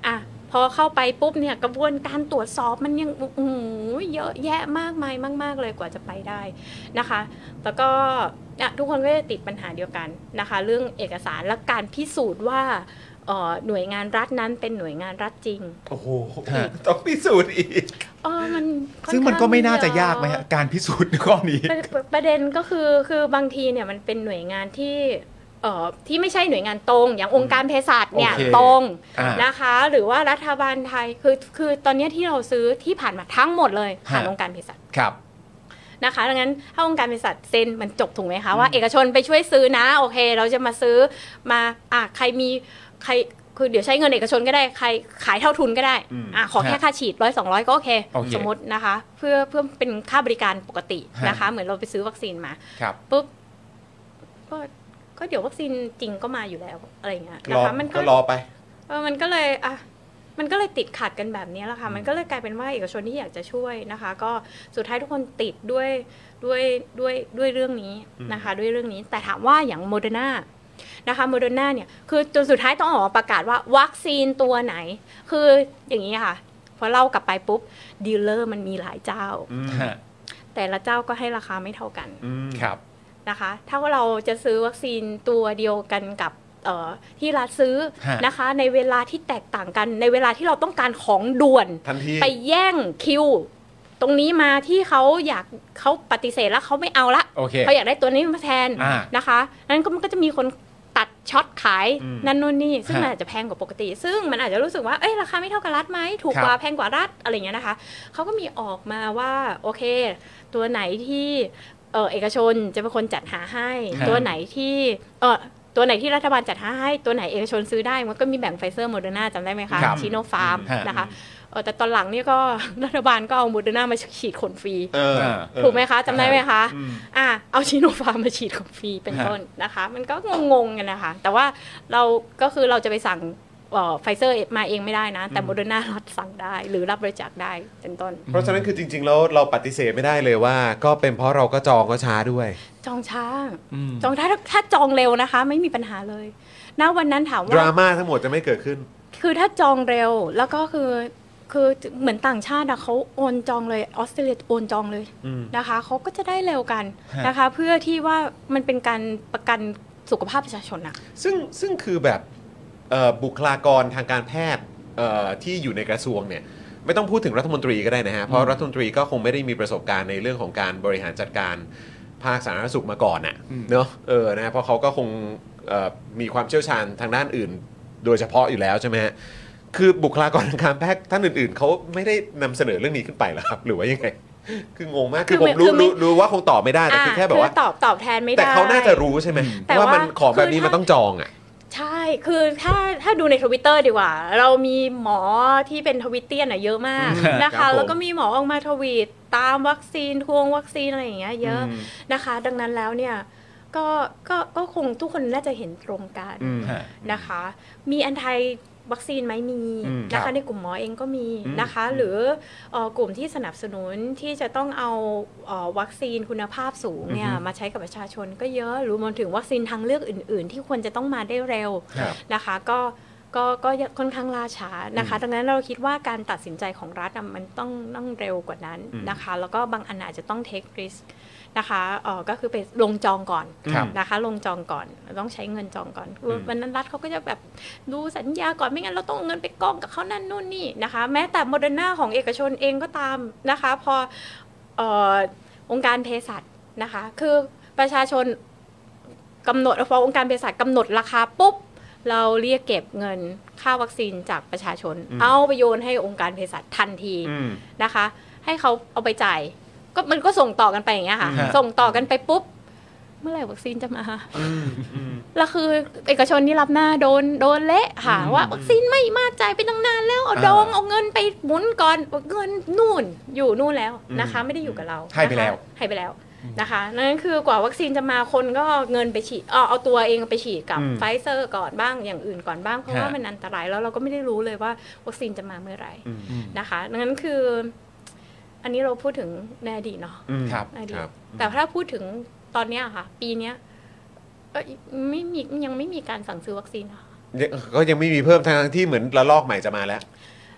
พอเข้าไปปุ๊บเนี่ยกระบวนการตรวจสอบมันยังโอ้โหเยอะแยะมากมายมากๆเลยกว่าจะไปได้นะคะแล้วก็ทุกคนก็จะติดปัญหาเดียวกันนะคะเรื่องเอกสารและการพิสูจน์ว่าหน่วยงานรัฐนั้นเป็นหน่วยงานรัฐจริงโอ้โหต้องพิสูจน์อีกอ๋อมันซึ่งมันก็ไม่น่าจะยากไหมฮะการพิสูจน์ข้อนี้ประเด็นก็คือคือบางทีเนี่ยมันเป็นหน่วยงานที่เอ่อที่ไม่ใช่หน่วยงานตรงอย่างองค์การเภสัชเนี่ยตรงนะคะหรือว่ารัฐบาลไทยคือคือตอนนี้ที่เราซื้อที่ผ่านมาทั้งหมดเลยผ่านองค์การเภสัชครับนะคะดังนั้นถ้าองค์การเภสัชเซ็นมันจบถูกไหมคะว่าเอกชนไปช่วยซื้อนะโอเคเราจะมาซื้อมาอ่ะใครมีใครคือเดี๋ยวใช้เงินเอกชนก็ได้ใครขายเท่าทุนก็ได้อ่ะขอแค่ค่าฉีดร้อยสองร้อยก็โอเคสมมตินะคะเพื่อเพื่อเป็นค่าบริการปกตินะคะเหมือนเราไปซื้อวัคซีนมาปุ๊บก็ก็เดี๋ยววัคซีนจริงก็มาอยู่แล้วอะไรเงี้ยนะคะมันก็รอไปเออมันก็เลยอ่ะมันก็เลยติดขัดกันแบบนี้แหละค่ะมันก็เลยกลายเป็นว่าเอกชนที่อยากจะช่วยนะคะก็สุดท้ายทุกคนติดด้วยด้วยด้วยด้วยเรื่องนี้นะคะด้วยเรื่องนี้แต่ถามว่าอย่างโมเดอร์นานะคะโมเดอร์นาเนี่ยคือจนสุดท้ายต้องออกมาประกาศว่าวัคซีนตัวไหนคืออย่างนี้ค่ะพอเล่ากลับไปปุ๊บดีลเลอร์มันมีหลายเจ้าแต่ละเจ้าก็ให้ราคาไม่เท่ากันครับนะคะถ้าว่าเราจะซื้อวัคซีนตัวเดียวกันกับที่รัฐซื้อนะคะในเวลาที่แตกต่างกันในเวลาที่เราต้องการของด่วนไปแย่งคิวตรงนี้มาที่เขาอยากเขาปฏิเสธแล้วเขาไม่เอาละ okay. เขาอยากได้ตัวนี้มาแทนนะคะนั้นก็มันก็จะมีคนตัดช็อตขายนั่นนู่นนี่ซึ่งมันอาจจะแพงกว่าปกติซึ่งมันอาจจะรู้สึกว่าเอ้ยราคาไม่เท่ากับรัฐไหมถูกกว่าแพงกว่ารัฐอะไรอย่างเงี้ยนะคะเขาก็มีออกมาว่าโอเคตัวไหนที่เออเอกชนจะเป็นคนจัดหาให้ตัวไหนที่เออตัวไหนที่รัฐบาลจัดหาให้ตัวไหนเอกชนซื้อได้มันก็มีแบ่งไฟเซอร์โมเดอร์นาจำได้ไหมคะชิโนฟาร์มนะคะเออแต่ตอนหลังนี่ก็รัฐบาลก็เอาโมเดอร์นามาฉีดคนฟรีถูกไหมคะจำได้ไหมคะอ่าเอาชิโนฟาร์มมาฉีดคนฟรีเป็นต้นนะคะมันก็งงๆกันนะคะแต่ว่าเราก็คือเราจะไปสั่งไฟเซอร์มาเองไม่ได้นะแต่โมเดอร์นารับสั่งได้หรือรับบริจาคได้เป็นต้นเพราะฉะนั้นคือจริงๆแล้วเราปฏิเสธไม่ได้เลยว่าก็เป็นเพราะเราก็จองก็ช้าด้วยจองช้าจองถ้าถ้าจองเร็วนะคะไม่มีปัญหาเลยณวันนั้นถามว่าดราม่าทั้งหมดจะไม่เกิดขึ้นคือถ้าจองเร็วแล้วก็คือคือเหมือนต่างชาติเขาโอนจองเลยออสเตรเลียโอนจองเลยนะคะเขาก็จะได้เร็วกันนะคะเพื่อที่ว่ามันเป็นการประกันสุขภาพประชาชนอะซึ่งซึ่งคือแบบบุคลากรทางการแพทย์ที่อยู่ในกระทรวงเนี่ยไม่ต้องพูดถึงรัฐมนตรีก็ได้นะฮะเพราะรัฐมนตรีก็คงไม่ได้มีประสบการณ์ในเรื่องของการบริหารจัดการภาคสาธารณสุขมาก่อนน่ะเนาะเออนะเพราะเขาก็คงมีความเชี่ยวชาญทางด้านอื่นโดยเฉพาะอยู่แล้วใช่ไหมฮะคือบุคลากรทางการแพทย์ท่านอื่นๆเขาไม่ได้นำเสนอเรื่องนี้ขึ้นไปหรอครับหรือว่ายังไงคืองงมากคือผมรู้รู้รู้ว่าคงตอบไม่ได้แต่คือแค่แบบว่าตอบตอบแทนไม่ได้แต่เขาน่าจะรู้ใช่ไหมว่ามันของแบบนี้มันต้องจองอ่ะใช่คือถ้าถ้าดูใน Twitter ดีกว่าเรามีหมอที่เป็นทวิตเตียนเยอะมากนะคะแล้วก็มีหมอออกมาทวีตตามวัคซีนทวงวัคซีนอะไรอย่างเงี้ยเยอะนะคะดังนั้นแล้วเนี่ยก็ก็ก็คงทุกคนน่าจะเห็นตรงกันนะคะมีอันไทยวัคซีนไหมมีนะคะในกลุ่มหมอเองก็มีนะคะหรือกลุ่มที่สนับสนุนที่จะต้องเอาวัคซีนคุณภาพสูงเนี่ยมาใช้กับประชาชนก็เยอะรวมถึงวัคซีนทางเลือกอื่นๆที่ควรจะต้องมาได้เร็วนะคะก็ก็ก็ค่อนข้างล่าช้านะคะดังนั้นเราคิดว่าการตัดสินใจของรัฐมันต้องต้องเร็วกว่านั้นนะคะแล้วก็บางอันอาจจะต้อง take riskนะคะอ๋อก็คือไปลงจองก่อนนะคะลงจองก่อนต้องใช้เงินจองก่อนวันนั้นรัฐเขาก็จะแบบดูสัญญาก่อนไม่งั้นเราต้องเงินไปกองกับเขานั่นนู่นนี่นะคะแม้แต่โมเดอร์นาของเอกชนเองก็ตามนะคะพอเอ่อองค์การเภสัชนะคะคือประชาชนกำหนดพอองค์การเภสัชกำหนดราคาปุ๊บเราเรียกเก็บเงินค่าวัคซีนจากประชาชนเอาไปโยนให้องค์การเภสัชทันทีนะคะให้เขาเอาไปจ่ายก็มันก็ส่งต่อกันไปอย่างเงี้ยค่ะส่งต่อกันไปปุ๊บเมื่อไหร่วัคซีนจะมาแล้วคือเอกชนที่รับหน้าโดนโดนเละค่ะว่าวัคซีนไม่มาจ่ายไปตั้งนานแล้วเอาดองเอาเงินไปหมุนก่อนเงินนู่นอยู่นู่นแล้วนะคะไม่ได้อยู่กับเราให้ไปแล้วให้ไปแล้วนะคะนั่นคือกว่าวัคซีนจะมาคนก็เงินไปฉีดเอาเอาตัวเองไปฉีดกับไฟเซอร์ก่อนบ้างอย่างอื่นก่อนบ้างเพราะว่ามันอันตรายแล้วเราก็ไม่ได้รู้เลยว่าวัคซีนจะมาเมื่อไหร่นะคะดังนั้นคืออันนี้เราพูดถึงในอดีตเนาะอดีตแต่ถ้าพูดถึงตอนนี้ค่ะปีนี้ไม่มียังไม่มีการสั่งซื้อวัคซีนค่ะก็ยังไม่มีเพิ่มทางที่เหมือนระลอกใหม่จะมาแล้ว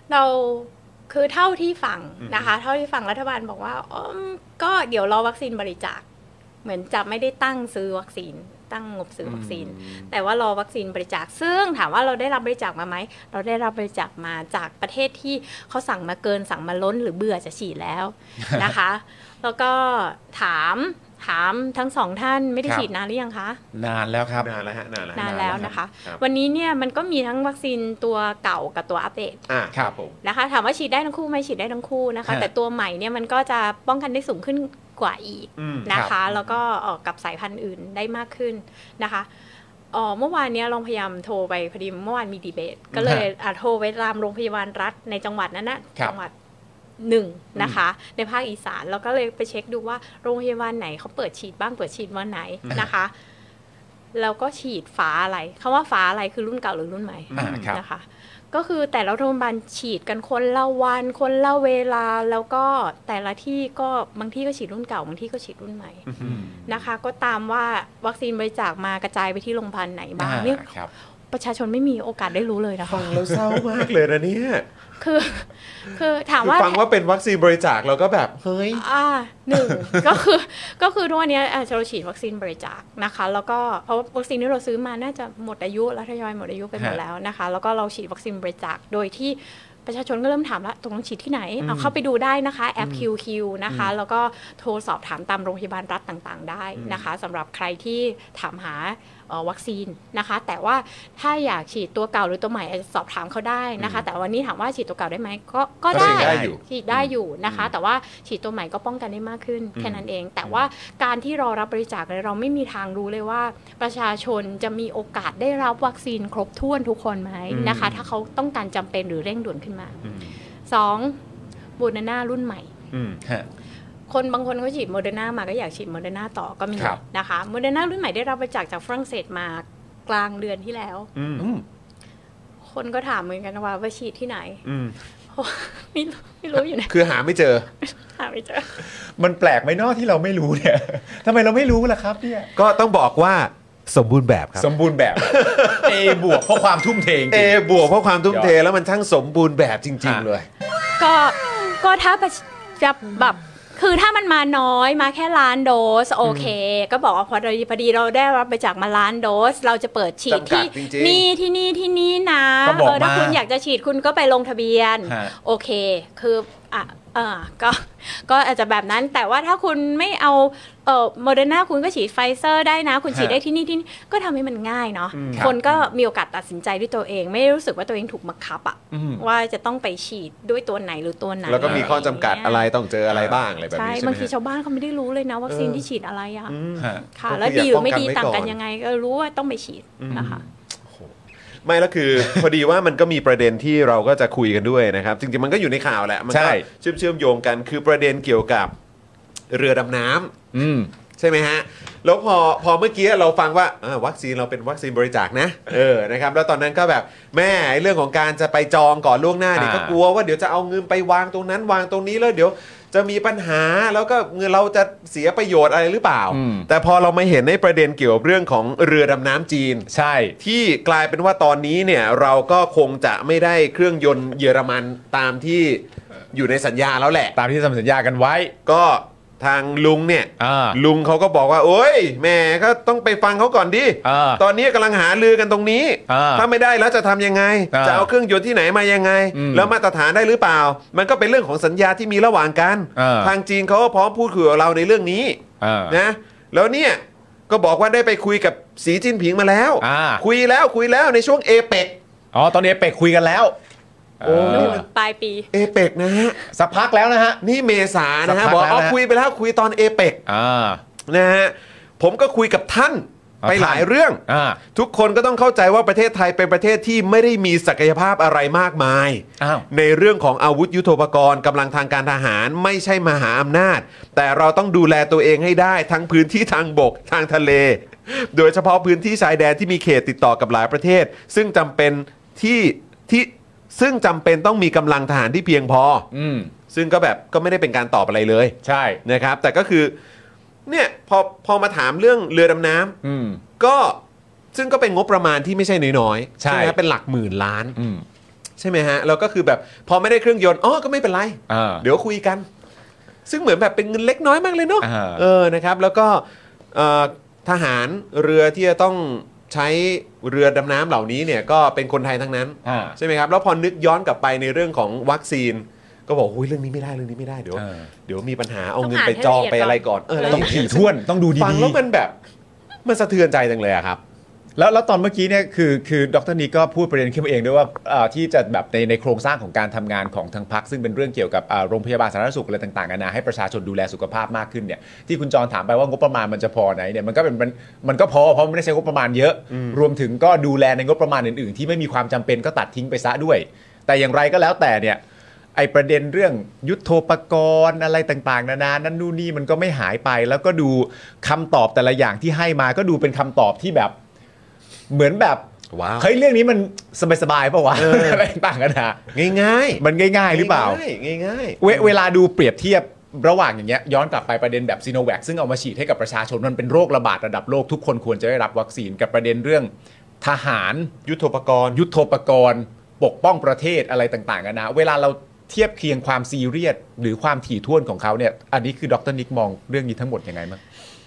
เราคือเท่าที่ฟังนะคะเท่าที่ฟังรัฐบาลบอกว่าอ๋อก็เดี๋ยวรอวัคซีนบริจาคเหมือนจะไม่ได้ตั้งซื้อวัคซีนตั้งงบซื้อวัคซีนแต่ว่ารอวัคซีนบริจาคซึ่งถามว่าเราได้รับบริจาคมาไหมเราได้รับบริจาคมาจากประเทศที่เขาสั่งมาเกินสั่งมาล้นหรือเบื่อจะฉีดแล้วนะคะแล้วก็ถามถามทั้งสองท่านไม่ได้ฉีดนานหรือยังคะนานแล้วครับนานแล้วฮะนานแล้วนานแล้วนะคะวันนี้เนี่ยมันก็มีทั้งวัคซีนตัวเก่ากับตัวอัปเดตอ่าครับผมนะคะถามว่าฉีดได้ทั้งคู่ไหมฉีดได้ทั้งคู่นะคะแต่ตัวใหม่เนี่ยมันก็จะป้องกันได้สูงขึ้นกว่าอีกนะคะแล้วก็ออกกับสายพันธุ์อื่นได้มากขึ้นนะคะอ๋อเมื่อวานนี้เราพยายามโทรไปพอดีเมื่อวานมีดีเบตก็เลยโทรไปตามโรงพยาบาลรัฐในจังหวัดนั้นนะจังหวัดหนึ่งนะคะในภาคอีสานแล้วก็เลยไปเช็คดูว่าโรงพยาบาลไหนเขาเปิดฉีดบ้างเปิดฉีดวันไหนนะคะแล้วก็ฉีดฝาอะไรคำว่าฝาอะไรคือรุ่นเก่าหรือรุ่นใหม่นะคะก็คือแต่ละโรงพยาบาลฉีดกันคนละวันคนละเวลาแล้วก็แต่ละที่ก็บางที่ก็ฉีดรุ่นเก่าบางที่ก็ฉีดรุ่นใหม่นะคะก็ตามว่าวัคซีนบริจาคมากระจายไปที่โรงพยาบาลไหนบ้างนี่ประชาชนไม่มีโอกาสได้รู้เลยนะคะฟังแล้วเศร้ามากเลยนะเนี่ยคือคือถามว่าฟังว่าเป็นวัคซีนบริจาคเราก็แบบเฮ้ยอ่าหนึ่งก็คือก็คือทุกวันนี้เราฉีดวัคซีนบริจาคนะคะแล้วก็เพราะวัคซีนที่เราซื้อมาน่าจะหมดอายุแล้วทยอยหมดอายุไปหมดแล้วนะคะแล้วก็เราฉีดวัคซีนบริจาคโดยที่ประชาชนก็เริ่มถามแล้วตรงฉีดที่ไหนเอาเข้าไปดูได้นะคะแอป คิว คิว นะคะแล้วก็โทรสอบถามตามโรงพยาบาลรัฐต่างๆได้นะคะสำหรับใครที่ถามหาวัคซีนนะคะแต่ว่าถ้าอยากฉีดตัวเก่าหรือตัวใหม่สอบถามเขาได้นะคะแต่วันนี้ถามว่าฉีดตัวเก่าได้ไหมก็ก็ได้ฉีดได้อยู่นะคะแต่ว่าฉีดตัวใหม่ก็ป้องกันได้มากขึ้นแค่นั้นเองแต่ว่าการที่รอรับบริจาคเราไม่มีทางรู้เลยว่าประชาชนจะมีโอกาสได้รับวัคซีนครบถ้วนทุกคนไหมนะคะถ้าเขาต้องการจำเป็นหรือเร่งด่วนขึ้นมาสองโมเดอร์นารุ่นใหม่คนบางคนเขาฉีดโมเดอร์นามาก็อยากฉีดโมเดอร์นาต่อก็มีนะคะโมเดอร์นารุ่นใหม่ได้รับบริจาคจากฝรั่งเศสมากลางเดือนที่แล้วคนก็ถามเหมือนกันว่าว่าฉีดที่ไหนไม่ไม่รู้อยู่นะคือหาไม่เจอหาไม่เจอมันแปลกไหมเนาะที่เราไม่รู้เนี่ยทำไมเราไม่รู้ล่ะครับเนี่ยก็ต้องบอกว่าสมบูรณ์แบบครับสมบูรณ์แบบ A บวกเพราะความทุ่มเท A บวกเพราะความทุ่มเทแล้วมันช่างสมบูรณ์แบบจริงๆเลยก็ก็ถ้าจะแบบคือถ้ามันมาน้อยมาแค่ล้านโดสโอเคก็บอกว่าพอดีพอดีเราได้รับไปจากมาล้านโดสเราจะเปิดฉีดที่นี่ที่นี่ที่นี่นะเออถ้าคุณอยากจะฉีดคุณก็ไปลงทะเบียนโอเคคืออ่ะเออก็ก็อาจจะแบบนั้นแต่ว่าถ้าคุณไม่เอาเอ่อโมเดอร์นาคุณก็ฉีดไฟเซอร์ได้นะคุณฉีดได้ที่นี่ที่นี่ก็ทำให้มันง่ายเนาะคนก็มีโอกาสตัดสินใจด้วยตัวเองไม่รู้สึกว่าตัวเองถูกบังคับอะว่าจะต้องไปฉีดด้วยตัวไหนหรือตัวไหนแล้วก็มีข้อจำกัดอะไรต้องเจออะไรบ้างอะไรแบบนี้ใช่ไหมบางทีชาวบ้านเขาไม่ได้รู้เลยนะวัคซีนที่ฉีดอะไรอะค่ะแล้วดีหรือไม่ดีต่างกันยังไงก็รู้ว่าต้องไปฉีดนะคะไม่แล้วคือ พอดีว่ามันก็มีประเด็นที่เราก็จะคุยกันด้วยนะครับจริงๆมันก็อยู่ในข่าวแหละมันก็เชื่อมเชื่อมโยงกันคือประเด็นเกี่ยวกับเรือดำน้ำใช่ไหมฮะแล้วพอพอเมื่อกี้เราฟังว่าวัคซีนเราเป็นวัคซีนบริจาคนะเออนะครับแล้วตอนนั้นก็แบบแม่เรื่องของการจะไปจองก่อนล่วงหน้าเนี่ยก็กลัวว่าเดี๋ยวจะเอาเงินไปวางตรงนั้นวางตรงนี้แล้วเดี๋ยวจะมีปัญหาแล้วก็เงินเราจะเสียประโยชน์อะไรหรือเปล่าแต่พอเรามาเห็นในประเด็นเกี่ยวกับเรื่องของเรือดำน้ำจีนใช่ที่กลายเป็นว่าตอนนี้เนี่ยเราก็คงจะไม่ได้เครื่องยนต์เยอรมันตามที่อยู่ในสัญญาแล้วแหละตามที่ทำสัญญากันไว้ก็ทางลุงเนี่ยลุงเขาก็บอกว่าโอ๊ยแม่ก็ต้องไปฟังเขาก่อนดิตอนนี้กำลังหาเรือกันตรงนี้ถ้าไม่ได้แล้วจะทำยังไงจะเอาเครื่องยนต์ที่ไหนมายังไงแล้วมาตรฐานได้หรือเปล่ามันก็เป็นเรื่องของสัญญาที่มีระหว่างกันทางจีนเขาก็พร้อมพูดคุยกับเราในเรื่องนี้นะแล้วเนี่ยก็บอกว่าได้ไปคุยกับสีจิ้นผิงมาแล้วคุยแล้วคุยแล้วในช่วงเอเปกอ๋อตอนนี้เอเปกคุยกันแล้วโอ้ปลายปีเอเปกนะฮะสักพักแล้วนะฮะนี่เมษานะฮะบอกอ๋อคุยไปแล้วคุยตอนเอเปกนะฮะผมก็คุยกับท่านไปหลายเรื่องทุกคนก็ต้องเข้าใจว่าประเทศไทยเป็นประเทศที่ไม่ได้มีศักยภาพอะไรมากมายในเรื่องของอาวุธยุทโธปกรณ์กำลังทางการทหารไม่ใช่มหาอำนาจแต่เราต้องดูแลตัวเองให้ได้ทั้งพื้นที่ทางบกทางทะเลโดยเฉพาะพื้นที่ชายแดนที่มีเขตติดต่อกับหลายประเทศซึ่งจำเป็นที่ที่ซึ่งจำเป็นต้องมีกำลังทหารที่เพียงพออืมซึ่งก็แบบก็ไม่ได้เป็นการตอบอะไรเลยใช่นะครับแต่ก็คือเนี่ยพอพอมาถามเรื่องเรือดำน้ำก็ซึ่งก็เป็นงบประมาณที่ไม่ใช่น้อยๆใช่ไหมเป็นหลักหมื่นล้านใช่ไหมฮะแล้วก็คือแบบพอไม่ได้เครื่องยนต์อ๋อก็ไม่เป็นไรอ่าเดี๋ยวคุยกัน ซึ่งเหมือนแบบเป็นเงินเล็กน้อยมากเลยเนาะอ่าเออนะครับแล้วก็เอ่อทหารเรือที่จะต้องใช้เรือดำน้ำเหล่านี้เนี่ยก็เป็นคนไทยทั้งนั้นอ่าใช่ไหมครับแล้วพอนึกย้อนกลับไปในเรื่องของวัคซีนก็บอกหุ้ยเรื่องนี้ไม่ได้เรื่องนี้ไม่ได้เดี๋ยวเออเดี๋ยวมีปัญหาเอาต้องเงินอ่านไปจองให้ละเอียดไปอะไรก่อนเอออะไรต้องย่าถี่เยถ้วนต้องดูดีฟังแล้วมันแบบมันสะเทือนใจจังเลยอะครับแล้วแล้วตอนเมื่อกี้เนี่ยคือคือดร.นี้ก็พูดประเด็นขึ้นมาเองด้วยว่าเอ่อที่จะแบบในในโครงสร้างของการทำงานของทางพรรคซึ่งเป็นเรื่องเกี่ยวกับอ่าโรงพยาบาลสาธารณสุขอะไรต่างๆนานาให้ประชาชนดูแลสุขภาพมากขึ้นเนี่ยที่คุณจรถามไปว่างบประมาณมันจะพอไหนเนี่ยมันก็เป็นมันมันก็พอเพราะมันไม่ได้ใช้งบประมาณเยอะ รวมถึงก็ดูแลในงบประมาณอื่นๆที่ไม่มีความจำเป็นก็ตัดทิ้งไปซะด้วย แต่อย่างไรก็แล้วแต่เนี่ยไอประเด็นเรื่องยุทโธปกรณ์อะไรต่างๆนานานั่นนู่นนี่มันก็ไม่หายไปแล้วก็ดูคำตอบแต่ละอย่างที่ให้มาก็ดูเป็นคำตอบที่แบบเหมือนแบบว้าวเฮ้ยเรื่องนี้มันสบายๆป่าววะ อะไรต่างกันนะง่ายๆมันง่ายๆหรือเปล่าง่ายๆง่ายๆเวเวลาดูเปรียบเทียบระหว่างอย่างเงี้ยย้อนกลับไปประเด็นแบบซีโนแวคซึ่งเอามาฉีดให้กับประชาชนมันเป็นโรคระบาดระดับโลกทุกคนควรจะได้รับวัคซีนกับประเด็นเรื่องทหารยุทโธปกรณ์ยุทโธปกรณ์ปกป้องประเทศอะไรต่างๆกันนะเวลาเราเทียบเคียงความซีเรียสหรือความถี่ถ้วนของเขาเนี่ยอันนี้คือดร.นิกมองเรื่องนี้ทั้งหมดยังไงมั้ง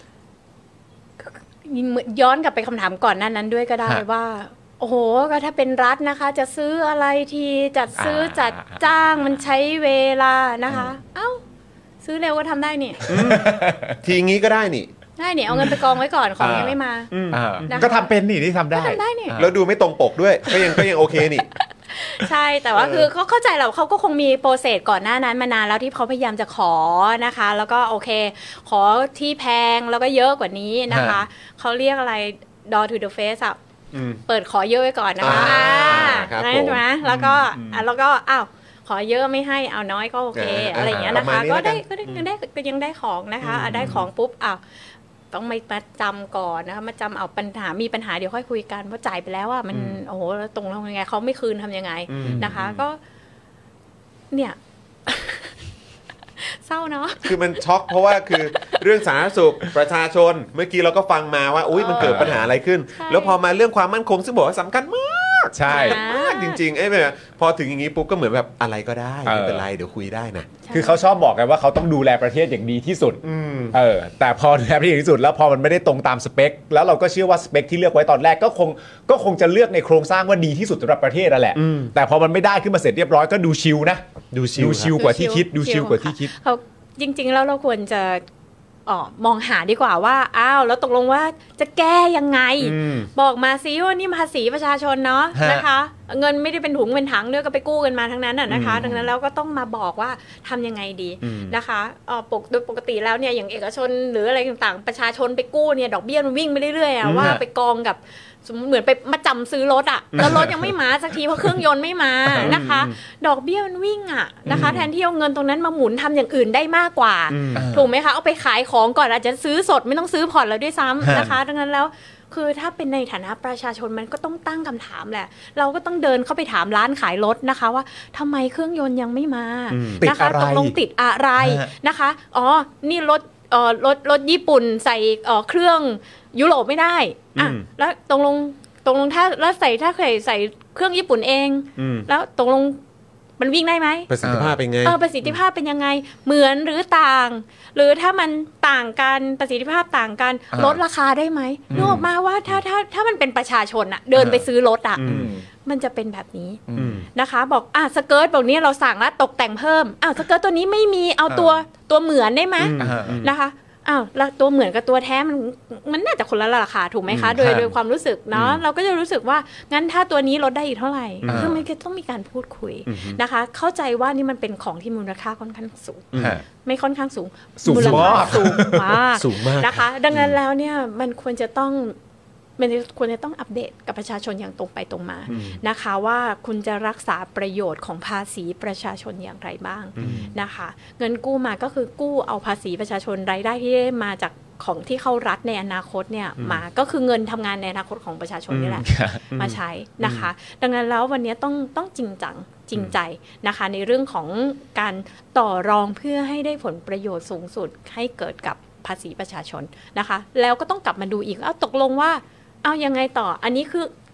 ย้อนกลับไปคำถามก่อนหน้านั้นด้วยก็ได้ฮะว่า โอ้โหก็ถ้าเป็นรัฐนะคะ จะซื้ออะไรทีจัดซื้ออ่าจัดจ้างมันใช้เวลานะคะ เอ้า ซื้อเร็วก็ทำได้นี่ทีงี้ก็ได้นี่ได้เนี่ยเอาเงินไปกองไว้ก่อนของยังไม่มาอ่านะคะก็ทำเป็นนี่ที่ทำได้ก็ทำได้นี่อ่าแล้วดูไม่ตรงปกด้วยก็ยังก็ยังโอเคนี่ใช่แต่ว่าคือเขาเข้าใจแหละว่าเขาก็คงมีโปรเซสก่อนหน้านั้นมานานแล้วที่เขาพยายามจะขอนะคะ แล้วก็โอเค ขอที่แพงแล้วก็เยอะกว่านี้นะคะ เขาเรียกอะไร door to the face อะอืมเปิดขอเยอะไว้ก่อนนะคะอ่าอ่าครับนั่ผมนใช่ไหมแล้วก็อ่ะแล้วก็อ้าวขอเยอะไม่ให้เอาน้อยก็โอเคอ่าอะไรอย่างเงี้ยนะประมาคะณนี้ก็แล้วกัได้นก็ได้ก็ได้ก็ยังได้ของนะคะอ่ะได้ของปุ๊บอ้าวต้องไม่มาจำก่อนนะคะมาจำเอาปัญหามีปัญหาเดี๋ยวค่อยคุยกันเพราะจ่ายไปแล้วอ่ะมันโอ้โหแล้วตรงลงยังไงเขาไม่คืนทำยังไงนะคะ ก็ เนี่ย เศร้าเนาะคือมันช็อกเพราะว่าคือเรื่องสาธารณสุขประชาชนเมื่อกี้เราก็ฟังมาว่าอุ้ยมันเกิดปัญหาอะไรขึ้นใช่แล้วพอมาเรื่องความมั่นคงซึ่งบอกว่าสำคัญมากใช่มากจริงๆไอ้แบบพอถึงอย่างนี้ปุ๊บก็เหมือนแบบอะไรก็ได้เออไม่เป็นไรเดี๋ยวคุยได้นะคือเขาชอบบอกกันว่าเขาต้องดูแลประเทศอย่างดีที่สุดเออแต่พอดูแลประเทศอย่างดีที่สุดแล้วพอมันไม่ได้ตรงตามสเปคแล้วเราก็เชื่อว่าสเปคที่เลือกไว้ตอนแรกก็คงก็คงจะเลือกในโครงสร้างว่าดีที่สุดสำหรับประเทศนั่นแหละแต่พอมันไม่ได้ขึ้นมาเสร็จเรียบร้อยก็ดูชิลนะดูชิลดูชิลกว่าที่คิดดูชิลกว่าที่คิดเขาจริง ๆ แล้วเราควรจะอ๋อมองหาดีกว่าว่าอ้าวแล้วตกลงว่าจะแก้ยังไง บอกมาซิว่านี่ภาษีประชาชนเนาะฮะนะคะ เงินไม่ได้เป็นถุงเป็นถังเนื้อก็ไปกู้กันมาทั้งนั้นน่ะนะคะ ดังนั้นแล้วก็ต้องมาบอกว่าทำยังไงดีนะคะเอ่อปกโดยปกติแล้วเนี่ยอย่างเอกชนหรืออะไรต่างๆประชาชนไปกู้เนี่ยดอกเบี้ยมันวิ่งไปเรื่อยๆอะว่าไปกองกับสมมุติเหมือนไปมาจำซื้อรถอะแล้วรถยังไม่มาสักทีเพราะเครื่องยนต์ไม่มานะคะ ดอกเบี้ยมันวิ่งอะนะคะ แทนที่เอาเงินตรงนั้นมาหมุนทำอย่างอื่นได้มากกว่า ถูกไหมคะเอาไปขายของก่อนอาจจะซื้อสดไม่ต้องซื้อผ่อนแล้วด้วยซ้ำนะคะ ดังนั้นแล้วคือถ้าเป็นในฐานะประชาชนมันก็ต้องตั้งคำถามแหละ เราก็ต้องเดินเข้าไปถามร้านขายรถนะคะ ว่าทำไมเครื่องยนต์ยังไม่มานะคะติดอะไรตกลงติดอะไรฮะนะคะอ๋อนี่รถเอ่อรถรถญี่ปุ่นใส่เอ่อเครื่องยุโรปไม่ได้อ่ะแล้วตกลงตกลงถ้าแล้วใส่ถ้าใส่ใส่เครื่องญี่ปุ่นเอง แล้วตกลงมันวิ่งได้ไหมประสิทธิภาพเป็นไงเออประสิทธิภาพเป็นยังไงเหมือนหรือต่าง หรือถ้ามันต่างกันประสิทธิภาพต่างกันอ่าลดราคาได้ไหมนึกออกมาว่าถ้าถ้าถ้ามันเป็นประชาชนอะเดินไปซื้อรถอะมันจะเป็นแบบนี้นะคะ บอกอ่ะสเกิร์ตบอกนี้เราสั่งแล้วตกแต่งเพิ่มอ้าวสเกิร์ตตัวนี้ไม่มีเอาตัวตัวเหมือนได้ไหมอ่านะคะอ้าวแล้วตัวเหมือนกับตัวแท้มันมันน่าจะคนละราคาถูกไหมคะ โดยครับโดยความรู้สึกเนาะเราก็จะรู้สึกว่างั้นถ้าตัวนี้ลดได้อีกเท่าไหร่อ่าคือมันก็ต้องมีการพูดคุยนะคะ เข้าใจว่านี่มันเป็นของที่มูลค่าค่อนข้างสูงฮะไม่ค่อนข้างสูงสูงมูลค่ามากสูงมากสูงมากนะคะ ดังนั้นแล้วเนี่ยมันควรจะต้องมันควรจะต้องอัปเดตกับประชาชนอย่างตรงไปตรงมานะคะ ว่าคุณจะรักษาประโยชน์ของภาษีประชาชนอย่างไรบ้างนะคะ เงินกู้มาก็คือกู้เอาภาษีประชาชนรายได้ที่ได้มาจากของที่เข้ารัฐในอนาคตเนี่ยมาก็คือเงินทำงานในอนาคตของประชาชนนี่แหละ มาใช้นะคะ ดังนั้นแล้ววันนี้ต้องต้องจริงจังจริงใจนะคะในเรื่องของการต่อรองเพื่อให้ได้ผลประโยชน์สูงสุดให้เกิดกับภาษีประชาชนนะคะ แล้วก็ต้องกลับมาดูอีกเอาตกลงว่าเอายังไงต่ออันนี้คือ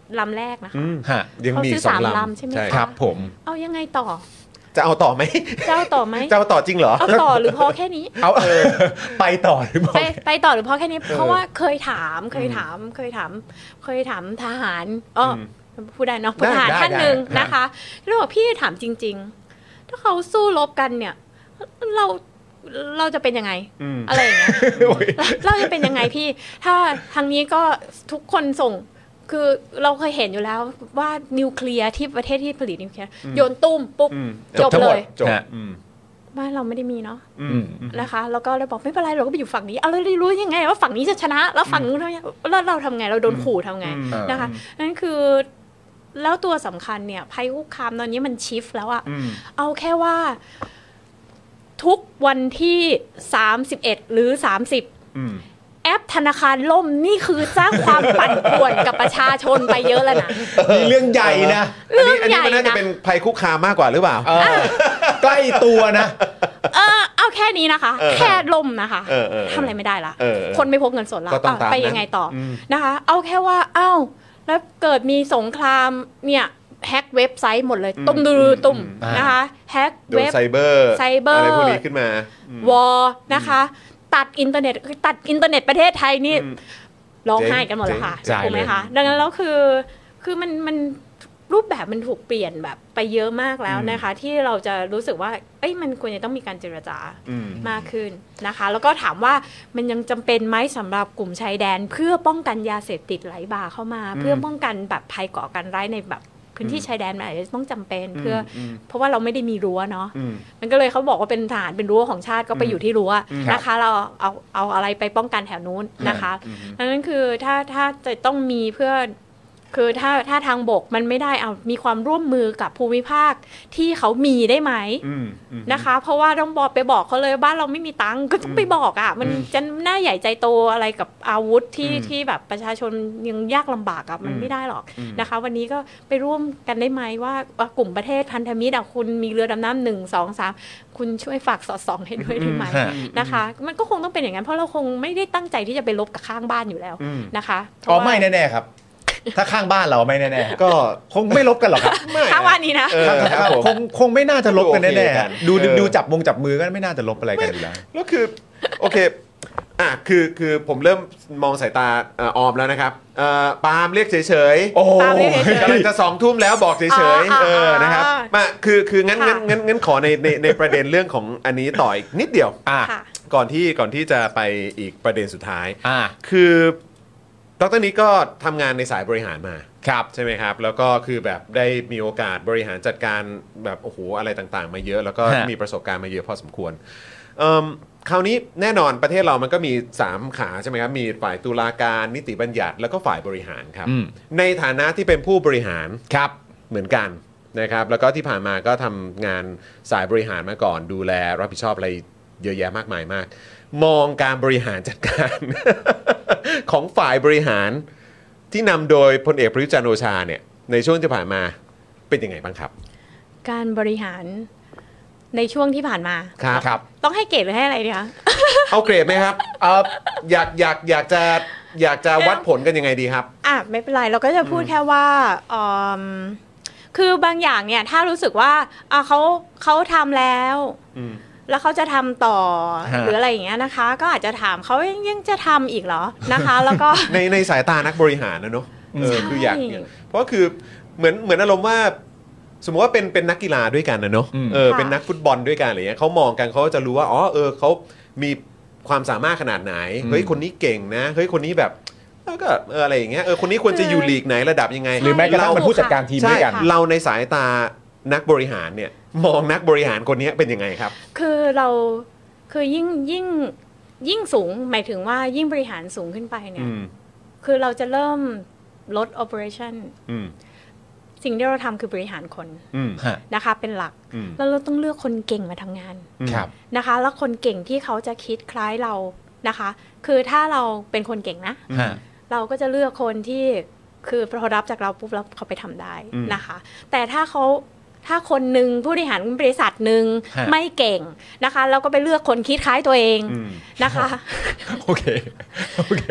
ลำแรกนะคะอืมฮะยังเขามีซื้อีอกสองสามลำลำใช่ไหมคะครับผมเอายังไงต่อจะเอาต่อไหมจะเอาต่อไหมจะเอาต่อจริงเหรอเอาต่อหรือพอแค่นี้เอาเออไปต่อหรือเปล่าไปไปต่อหรือพอแค่นี้ เพราะว่าเคยถามเคยถามเคยถามเคยถามทหารอ๋อพูดได้เนาะได้ทหารได้ท่านหนึ่งได้นะคะแล้วบอกพี่ถามจริง ๆ ถ้าเขาสู้รบกันเนี่ย เราเราจะเป็นยังไงอืมอะไรอย่างเงี้ยเราจะเป็นยังไงพี่ ถ้าทางนี้ก็ทุกคนส่ง คือเราเคยเห็นอยู่แล้วว่านิวเคลียร์ที่ประเทศที่ผลิตนิวเคลียร์โยนตุ้มปุ๊บอืมจบทั้งหเลมดยจบฮะอืมบ้านเราไม่ได้มีเนาะอือืมมนะคะแล้วก็เลยบอกไม่เป็นไรเราก็ไปอยู่ฝั่งนี้เอาแล้วเรารู้ยังไงว่าฝั่งนี้จะชนะแล้วฝั่งนู้นทำไงแล้วเราทำไงเราโดนขู่ทำไงอืมนะคะนั่นคือแล้วตัวสำคัญเนี่ยภัยคุกคามตอนนี้มันชิฟแล้วอะอืมเอาแค่ว่าทุกวันที่สามสิบเอ็ดหรือสามสิบอืมแอปธนาคารล่มนี่คือสร้างความปั่นป่วนกับประชาชนไปเยอะแล้วนะนี่เรื่องใหญ่นะอันนี้อันนี้เรื่องใหญ่มันน่าจะนะเป็นภัยคุกคามมากกว่าหรือเปล่าเออใกล้ตัวนะเออเอาแค่นี้นะคะเออแค่ล่มนะคะเออเออเออทำอะไรไม่ได้ละเออเออคนไม่พกเงินสดแล้วก็ต้องตามไปนั้นยังไงต่ออมนะคะ เอาแค่ว่าอ้าวแล้วเกิดมีสงครามเนี่ยแฮกเว็บไซต์หมดเลยอืมตุ้มดูอืมตุ่มอืมนะคะแฮกโดนเว็บไซเบอร์ไซเบอร์อะไรพวกนี้ขึ้นมาอืมวอลนะคะ ตัดอินเทอร์เน็ตตัดอินเทอร์เน็ตประเทศไทยนี่อืมร้องไห้กันหมดแล้วค่ะเจ๊งถูกไหมเลยคะดังนั้นแล้วคือคือมันมันรูปแบบมันถูกเปลี่ยนแบบไปเยอะมากแล้วนะคะ ที่เราจะรู้สึกว่าเอ้ยมันควรจะต้องมีการเจรจาอืมมากขึ้นนะคะ แล้วก็ถามว่ามันยังจำเป็นไหมสำหรับกลุ่มชายแดน เพื่อป้องกันยาเสพติดไหลบ่าเข้ามา เพื่อป้องกันแบบภัยก่อการร้ายในแบบพื้นที่ชายแดนมันอาจจะต้องจำเป็นเพื่ออมเพราะว่าเราไม่ได้มีรั้วเนาะอืมมันก็เลยเขาบอกว่าเป็นทหารเป็นรั้วของชาติก็ไปอยู่ที่รั้วอืมนะคะ เราเอาเอาอะไรไปป้องกันแถวนู้นนะคะอืมดังนั้นคือถ้าถ้าจะต้องมีเพื่อคือถ้าถ้าทางบกมันไม่ได้เอามีความร่วมมือกับภูมิภาคที่เขามีได้ไหมอืมอืมนะคะ เพราะว่าต้องบอกไปบอกเขาเลยบ้านเราไม่มีตังค์ก็ต้องไปบอกอ่ะมันจะหน้าใหญ่ใจโตอะไรกับอาวุธที่อืมที่แบบประชาชนยังยากลำบากอ่ะมันอืมไม่ได้หรอกอืมนะคะ วันนี้ก็ไปร่วมกันได้ไหมว่าว่ากลุ่มประเทศพันธมิตรอ่ะคุณมีเรือดำน้ำหนึ่งสองสามคุณช่วยฝากสอดส่องให้ด้วยได้ไหมฮะนะคะ มันก็คงต้องเป็นอย่างนั้นเพราะเราคงไม่ได้ตั้งใจที่จะไปลบกับข้างบ้านอยู่แล้วอืมนะคะเพอ๋อราะว่าไม่แน่ๆครับ ถ้าข้างบ้านเราไม่แน่ๆก็คงไม่ลบกันหรอกครับไม่ข้างบ้านนี้นะเออครับผมคงคงไม่น่าจะลบกันโอเคแน่กันๆดูเออดูจับมงจับมือก็ไม่น่าจะลบอะไรกันอยู่แล้วแล้วคือ โอเคอ่ะคือคือผมเริ่มมองสายตาเอ่อออมแล้วนะครับเอ่อปาล์มเรียกเฉยๆโอ้ปาล์มเรียกเฉยๆกำลังจะสองทุ่มแล้วบอกเฉยอ๋อๆเอออ๋อนะครับมาคือคืองั้นค่ะงั้นงั้นงั้นขอในในในประเด็นเรื่องของอันนี้ต่ออีกนิดเดียวอ่ะค่ะก่อนที่ก่อนที่จะไปอีกประเด็นสุดท้ายอ่ะคือดรนี้ก็ทำงานในสายบริหารมาครับใช่ไหมครับ แล้วก็คือแบบได้มีโอกาสบริหารจัดการแบบโอ้โหอะไรต่างๆ มาเยอะ แล้วก็ฮะมีประสบการณ์มาเยอะพอสมควรเอิ่มคราวนี้แน่นอนประเทศเรามันก็มีสามขาใช่ไหมครับมีฝ่ายตุลาการนิติบัญญัติแล้วก็ฝ่ายบริหารครับอืมในฐานะที่เป็นผู้บริหารครับเหมือนกันนะครับ แล้วก็ที่ผ่านมาก็ทำงานสายบริหารมาก่อนดูแลรับผิดชอบอะไรเยอะแยะมากมายมาก มองการบริหารจัดการ ของฝ่ายบริหารที่นำโดยพลเอกประยุทธ์จันทร์โอชาเนี่ยในช่วงที่ผ่านมาเป็นยังไงบ้างครับการบริหารในช่วงที่ผ่านมาครับครับต้องให้เกรดหรือให้อะไรดีคะเอาเกรดไหมครับเอออยากอยากอยากจะอยากจะวัดผลกันยังไงดีครับอ่ะไม่เป็นไรเราก็จะพูดแค่ว่าอืมคือบางอย่างเนี่ยถ้ารู้สึกว่าอ่ะเขาเขาทำแล้วอืมแล้วเขาจะทำต่อฮะหรืออะไรอย่างเงี้ยนะคะ ก็อาจจะถามเขายังยังจะทำอีกเหรอนะคะ แล้วก็ในในสายตานักบริหารนะเนอะเออใช่คืออยากเนี่ยเพราะคือเหมือนเหมือนอารมณ์ว่า สมมติว่าเป็นเป็นนักกีฬาด้วยกันนะเนอะอืมเออค่ะเป็นนักฟุตบอลด้วยกันอะไรเงี้ยเขามองกันเขาจะรู้ว่าอ๋อเออเขามีความสามารถขนาดไหนเฮ้ยคนนี้เก่งนะเฮ้ยคนนี้แบบเออก็เอออะไรอย่างเงี้ยเออคนนี้ควรจะอยู่ลีกไหนระดับยังไงหรือแม้กระทั่งเป็นผู้จัดการทีมใช่ด้วยกันเราในสายตานักบริหารเนี่ยมองนักบริหารคนนี้เป็นยังไงครับคือเราคือยิ่งยิ่งยิ่งสูงหมายถึงว่ายิ่งบริหารสูงขึ้นไปเนี่อืยมคือเราจะเริ่มลด operation อืมสิ่งที่เราทำคือบริหารคนอืมฮะนะคะเป็นหลักอืมแล้วเราต้องเลือกคนเก่งมาทำงานครับนะคะแล้วคนเก่งที่เขาจะคิดคล้ายเรานะคะ คือถ้าเราเป็นคนเก่งนะฮะเราก็จะเลือกคนที่คือพอรับจากเราปุ๊บแล้วเขาไปทำได้อืมนะคะ แต่ถ้าเขาถ้าคนหนึ่งผู้บริหารบริษัทหนึ่งฮะไม่เก่งนะคะเราก็ไปเลือกคนคิดคล้ายตัวเองอืมนะคะโอเค โอเค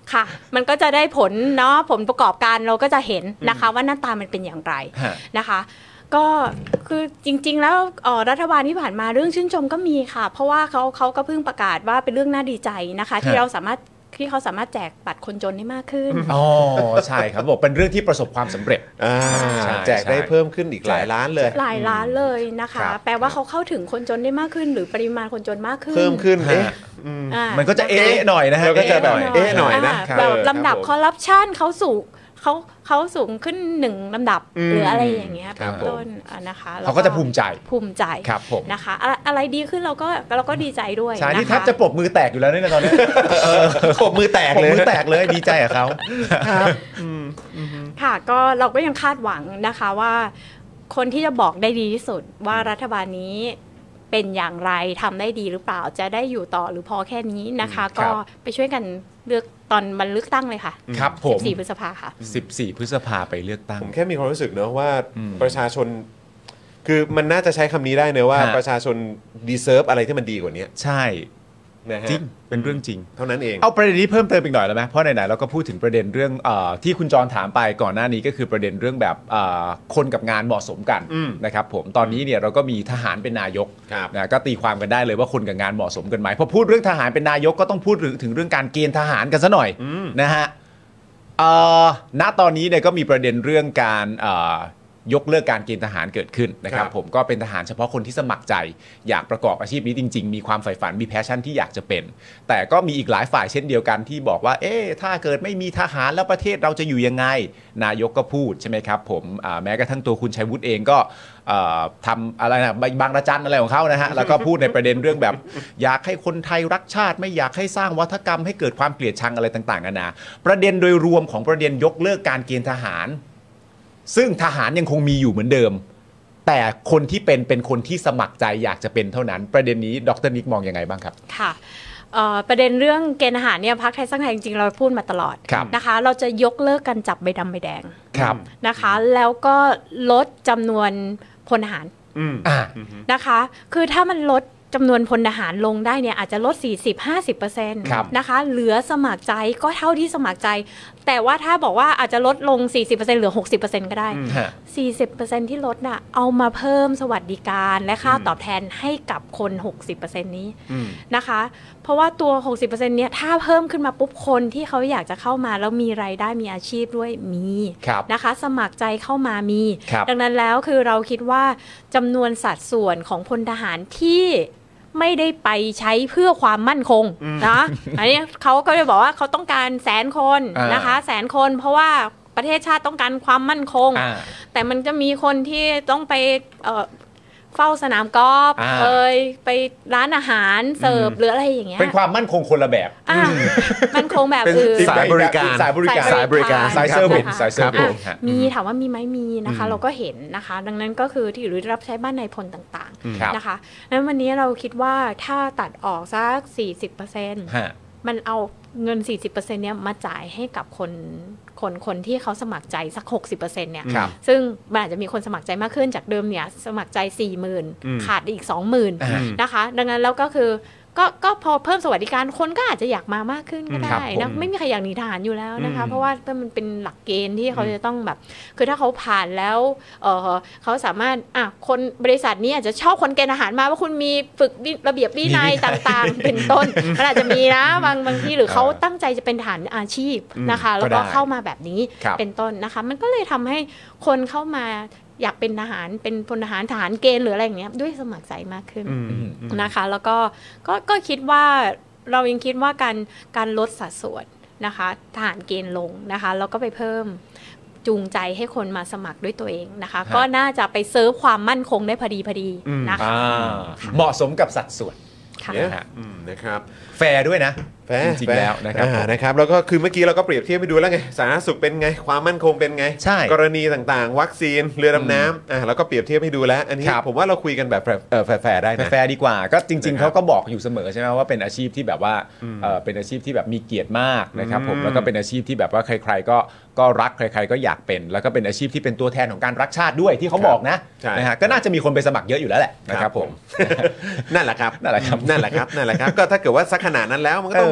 ค่ะมันก็จะได้ผลเนาะผลประกอบการเราก็จะเห็นนะคะว่าหน้าตามันเป็นอย่างไรนะคะก็คือจริงๆแล้วรัฐบาลที่ผ่านมาเรื่องชื่นชมก็มีค่ะเพราะว่าเขาเขาก็เพิ่งประกาศว่าเป็นเรื่องน่าดีใจนะคะที่เราสามารถที่เขาสามารถแจกบัตรคนจนได้มากขึ้นอ๋อใช่ครับบอกเป็นเรื่องที่ประสบความสำเร็จแจกได้เพิ่มขึ้นอีกหลายล้านเลยหลายล้านเลยนะคะแปลว่าเขาเข้าถึงคนจนได้มากขึ้นหรือปริมาณคนจนมากขึ้นเพิ่มขึ้นเอ๊ะมันก็จะเอ๊ะหน่อยนะฮะก็จะแบบเอ๊ะหน่อยนะแบบลำดับคอร์รัปชันเขาสูงเขาเขาสูงขึ้นหนึ่งลำดับหรืออะไรอย่างเงี้ยเป็นต้นนะคะเขาก็จะภูมิใจภูมิใจนะคะอะไรดีขึ้นเราก็เราก็ดีใจด้วยใช่นี่แทบจะปรบมือแตกอยู่แล้วเนี่ยตอนนี้ปรบมือแตกเลยปรบมือแตกเลยดีใจกับเขาครับค่ะก็เราก็ยังคาดหวังนะคะว่าคนที่จะบอกได้ดีที่สุดว่ารัฐบาลนี้เป็นอย่างไรทำได้ดีหรือเปล่าจะได้อยู่ต่อหรือพอแค่นี้นะคะก็ไปช่วยกันเลือกตอนมันเลือกตั้งเลยค่ะครับผมสิบสี่พฤษภาค่ะสิบสี่พฤษภาไปเลือกตั้งผมแค่มีความรู้สึกเนอะว่าประชาชนคือมันน่าจะใช้คำนี้ได้เนอะว่าประชาชนดีเซิร์ฟอะไรที่มันดีกว่านี้ใช่จริงเป็นเรื่องจริงเท่านั้นเองเอาประเด็นนี้เพิ่มเติมอีกหน่อยแล้วไหมเพราะไหนๆเราก็พูดถึงประเด็นเรื่องอที่คุณจรถามไปก่อนหน้านี้ก็คือประเด็นเรื่องแบบคนกับงานเหมาะสมกันนะครับผมตอนนี้เนี่ยเราก็มีทหารเป็นนายกนะก็ตีความกันได้เลยว่าคนกับงานเหมาะสมกันไหมพอพูดเรื่องทหารเป็นนายกก็ต้องพูดถึงเรื่องการเกณฑ์ทหารกันซะหน่อยนะฮะณตอนนี้เนี่ยก็มีประเด็นเรื่องการยกเลิกการเกณฑ์ทหารเกิดขึ้นนะครับผมก็เป็นทหารเฉพาะคนที่สมัครใจอยากประกอบอาชีพนี้จริงๆมีความใฝ่ฝันมีแพชชั่นที่อยากจะเป็นแต่ก็มีอีกหลายฝ่ายเช่นเดียวกันที่บอกว่าเอ๊ะถ้าเกิดไม่มีทหารแล้วประเทศเราจะอยู่ยังไงนายกก็พูดใช่ไหมครับผมแม้กระทั่งตัวคุณชัยวุฒิเองก็ทำอะไรนะบางระจันอะไรของเขานะฮะแล้วก็พูดในประเด็นเรื่องแบบอยากให้คนไทยรักชาติไม่อยากให้สร้างวัฒกรรมให้เกิดความเกลียดชังอะไรต่างๆนานาประเด็นโดยรวมของประเด็นยกเลิกการเกณฑ์ทหารซึ่งทหารยังคงมีอยู่เหมือนเดิมแต่คนที่เป็นเป็นคนที่สมัครใจอยากจะเป็นเท่านั้นประเด็นนี้ดร.นิกมองยังไงบ้างครับค่ะประเด็นเรื่องเกณฑ์ทหารเนี่ยพรรคไทยสร้างไทยจริงๆเราพูดมาตลอดนะคะเราจะยกเลิกการจับใบดำใบแดงนะคะแล้วก็ลดจำนวนพลทหารนะคะคือถ้ามันลดจำนวนพลทหารลงได้เนี่ยอาจจะลด สี่สิบถึงห้าสิบเปอร์เซ็นต์ นะคะเหลือสมัครใจก็เท่าที่สมัครใจแต่ว่าถ้าบอกว่าอาจจะลดลง สี่สิบเปอร์เซ็นต์ เหลือ หกสิบเปอร์เซ็นต์ ก็ได้ สี่สิบเปอร์เซ็นต์ ที่ลดน่ะเอามาเพิ่มสวัสดิการและค่าตอบแทนให้กับคน หกสิบเปอร์เซ็นต์ นี้นะคะเพราะว่าตัว หกสิบเปอร์เซ็นต์ เนี้ยถ้าเพิ่มขึ้นมาปุ๊บคนที่เขาอยากจะเข้ามาแล้วมีรายได้มีอาชีพด้วยมีนะคะสมัครใจเข้ามามีดังนั้นแล้วคือเราคิดว่าจำนวนสัดส่วนของพลทหารที่ไม่ได้ไปใช้เพื่อความมั่นคงนะอันนี้เขาก็จะบอกว่าเขาต้องการแสนคนนะคะแสนคนเพราะว่าประเทศชาติต้องการความมั่นคงแต่มันจะมีคนที่ต้องไปเฝ้าสนามกอล์ฟเอ้ยไปร้านอาหารเสิร์ฟหรืออะไรอย่างเงี้ยเป็นความมั่นคงคนละแบบมั่นคงแบบอื่นสายบริการสายบริการสายบริการสายเซอร์วิสสายเซอร์วิสมีถามว่ามีไหมมีนะคะเราก็เห็นนะคะดังนั้นก็คือที่หรือรับใช้บ้านนายพลต่างๆนะคะแล้ววันนี้เราคิดว่าถ้าตัดออกสัก สี่สิบเปอร์เซ็นต์ มันเอาเงิน สี่สิบเปอร์เซ็นต์ เนี้ยมาจ่ายให้กับคนคนคนที่เขาสมัครใจสัก หกสิบเปอร์เซ็นต์ เนี่ยซึ่งมันอาจจะมีคนสมัครใจมากขึ้นจากเดิมเนี่ยสมัครใจ สี่หมื่น ขาดอีก สองหมื่น นะคะดังนั้นแล้วก็คือก็ก็พอเพิ่มสวัสดิการคนก็อาจจะอยากมามากขึ้นก็ได้นะไม่มีใครอยากหนีทหารอยู่แล้วนะคะเพราะว่ามันเป็นหลักเกณฑ์ที่เขาจะต้องแบบคือถ้าเขาผ่านแล้วเออเขาสามารถอ่ะคนบริษัทนี้อาจจะชอบคนเกณฑ์ทหารมาว่าคุณมีฝึกระเบียบวินัยต่างๆเป็นต้นมันอาจจะมีนะบางบางที่หรือเขาตั้งใจจะเป็นทหารอาชีพนะคะแล้วก็เข้ามาแบบนี้เป็นต้นนะคะมันก็เลยทำให้คนเข้ามาอยากเป็นทหารเป็นพลทหารทหารเกณฑ์หรืออะไรอย่างเงี้ยด้วยสมัครใจมากขึ้นนะคะแล้วก็ก็ก็คิดว่าเรายังคิดว่าการการลดสัดส่วนนะคะทหารเกณฑ์ลงนะคะแล้วก็ไปเพิ่มจูงใจให้คนมาสมัครด้วยตัวเองนะคะก็น่าจะไปเซิร์ฟความมั่นคงได้พอดีพอดีนะคะเหมาะสมกับสัดส่วนนะครับแฟร์ด้วยนะจริงๆแล้วนะครับนะครับแล้วก็คือเมื่อกี้เราก็เปรียบเทียบไปดูแล้วไงสาธารณสุขเป็นไงความมั่นคงเป็นไงกรณีต่างๆวัคซีนเรือดำน้ำอ่าแล้วก็เปรียบเทียบให้ดูแล้วอันนี้ผมว่าเราคุยกันแบบแฟร์ๆได้นะแฟร์ดีกว่าก็จริงๆเขาก็บอกอยู่เสมอใช่ไหมว่าเป็นอาชีพที่แบบว่าเป็นอาชีพที่แบบมีเกียรติมากนะครับผมแล้วก็เป็นอาชีพที่แบบว่าใครๆก็ก็รักใครๆก็อยากเป็นแล้วก็เป็นอาชีพที่เป็นตัวแทนของการรักชาติด้วยที่เขาบอกนะนะฮะก็น่าจะมีคนไปสมัครเยอะอยู่แล้วแหละนะครับผมนั่นแหละครับนั่นแหละครับนั่นแหละครับนั่นแหละครับก็ถ้าเกิดว่าสักขนาดนั้นแล้วมันก็ต้องมี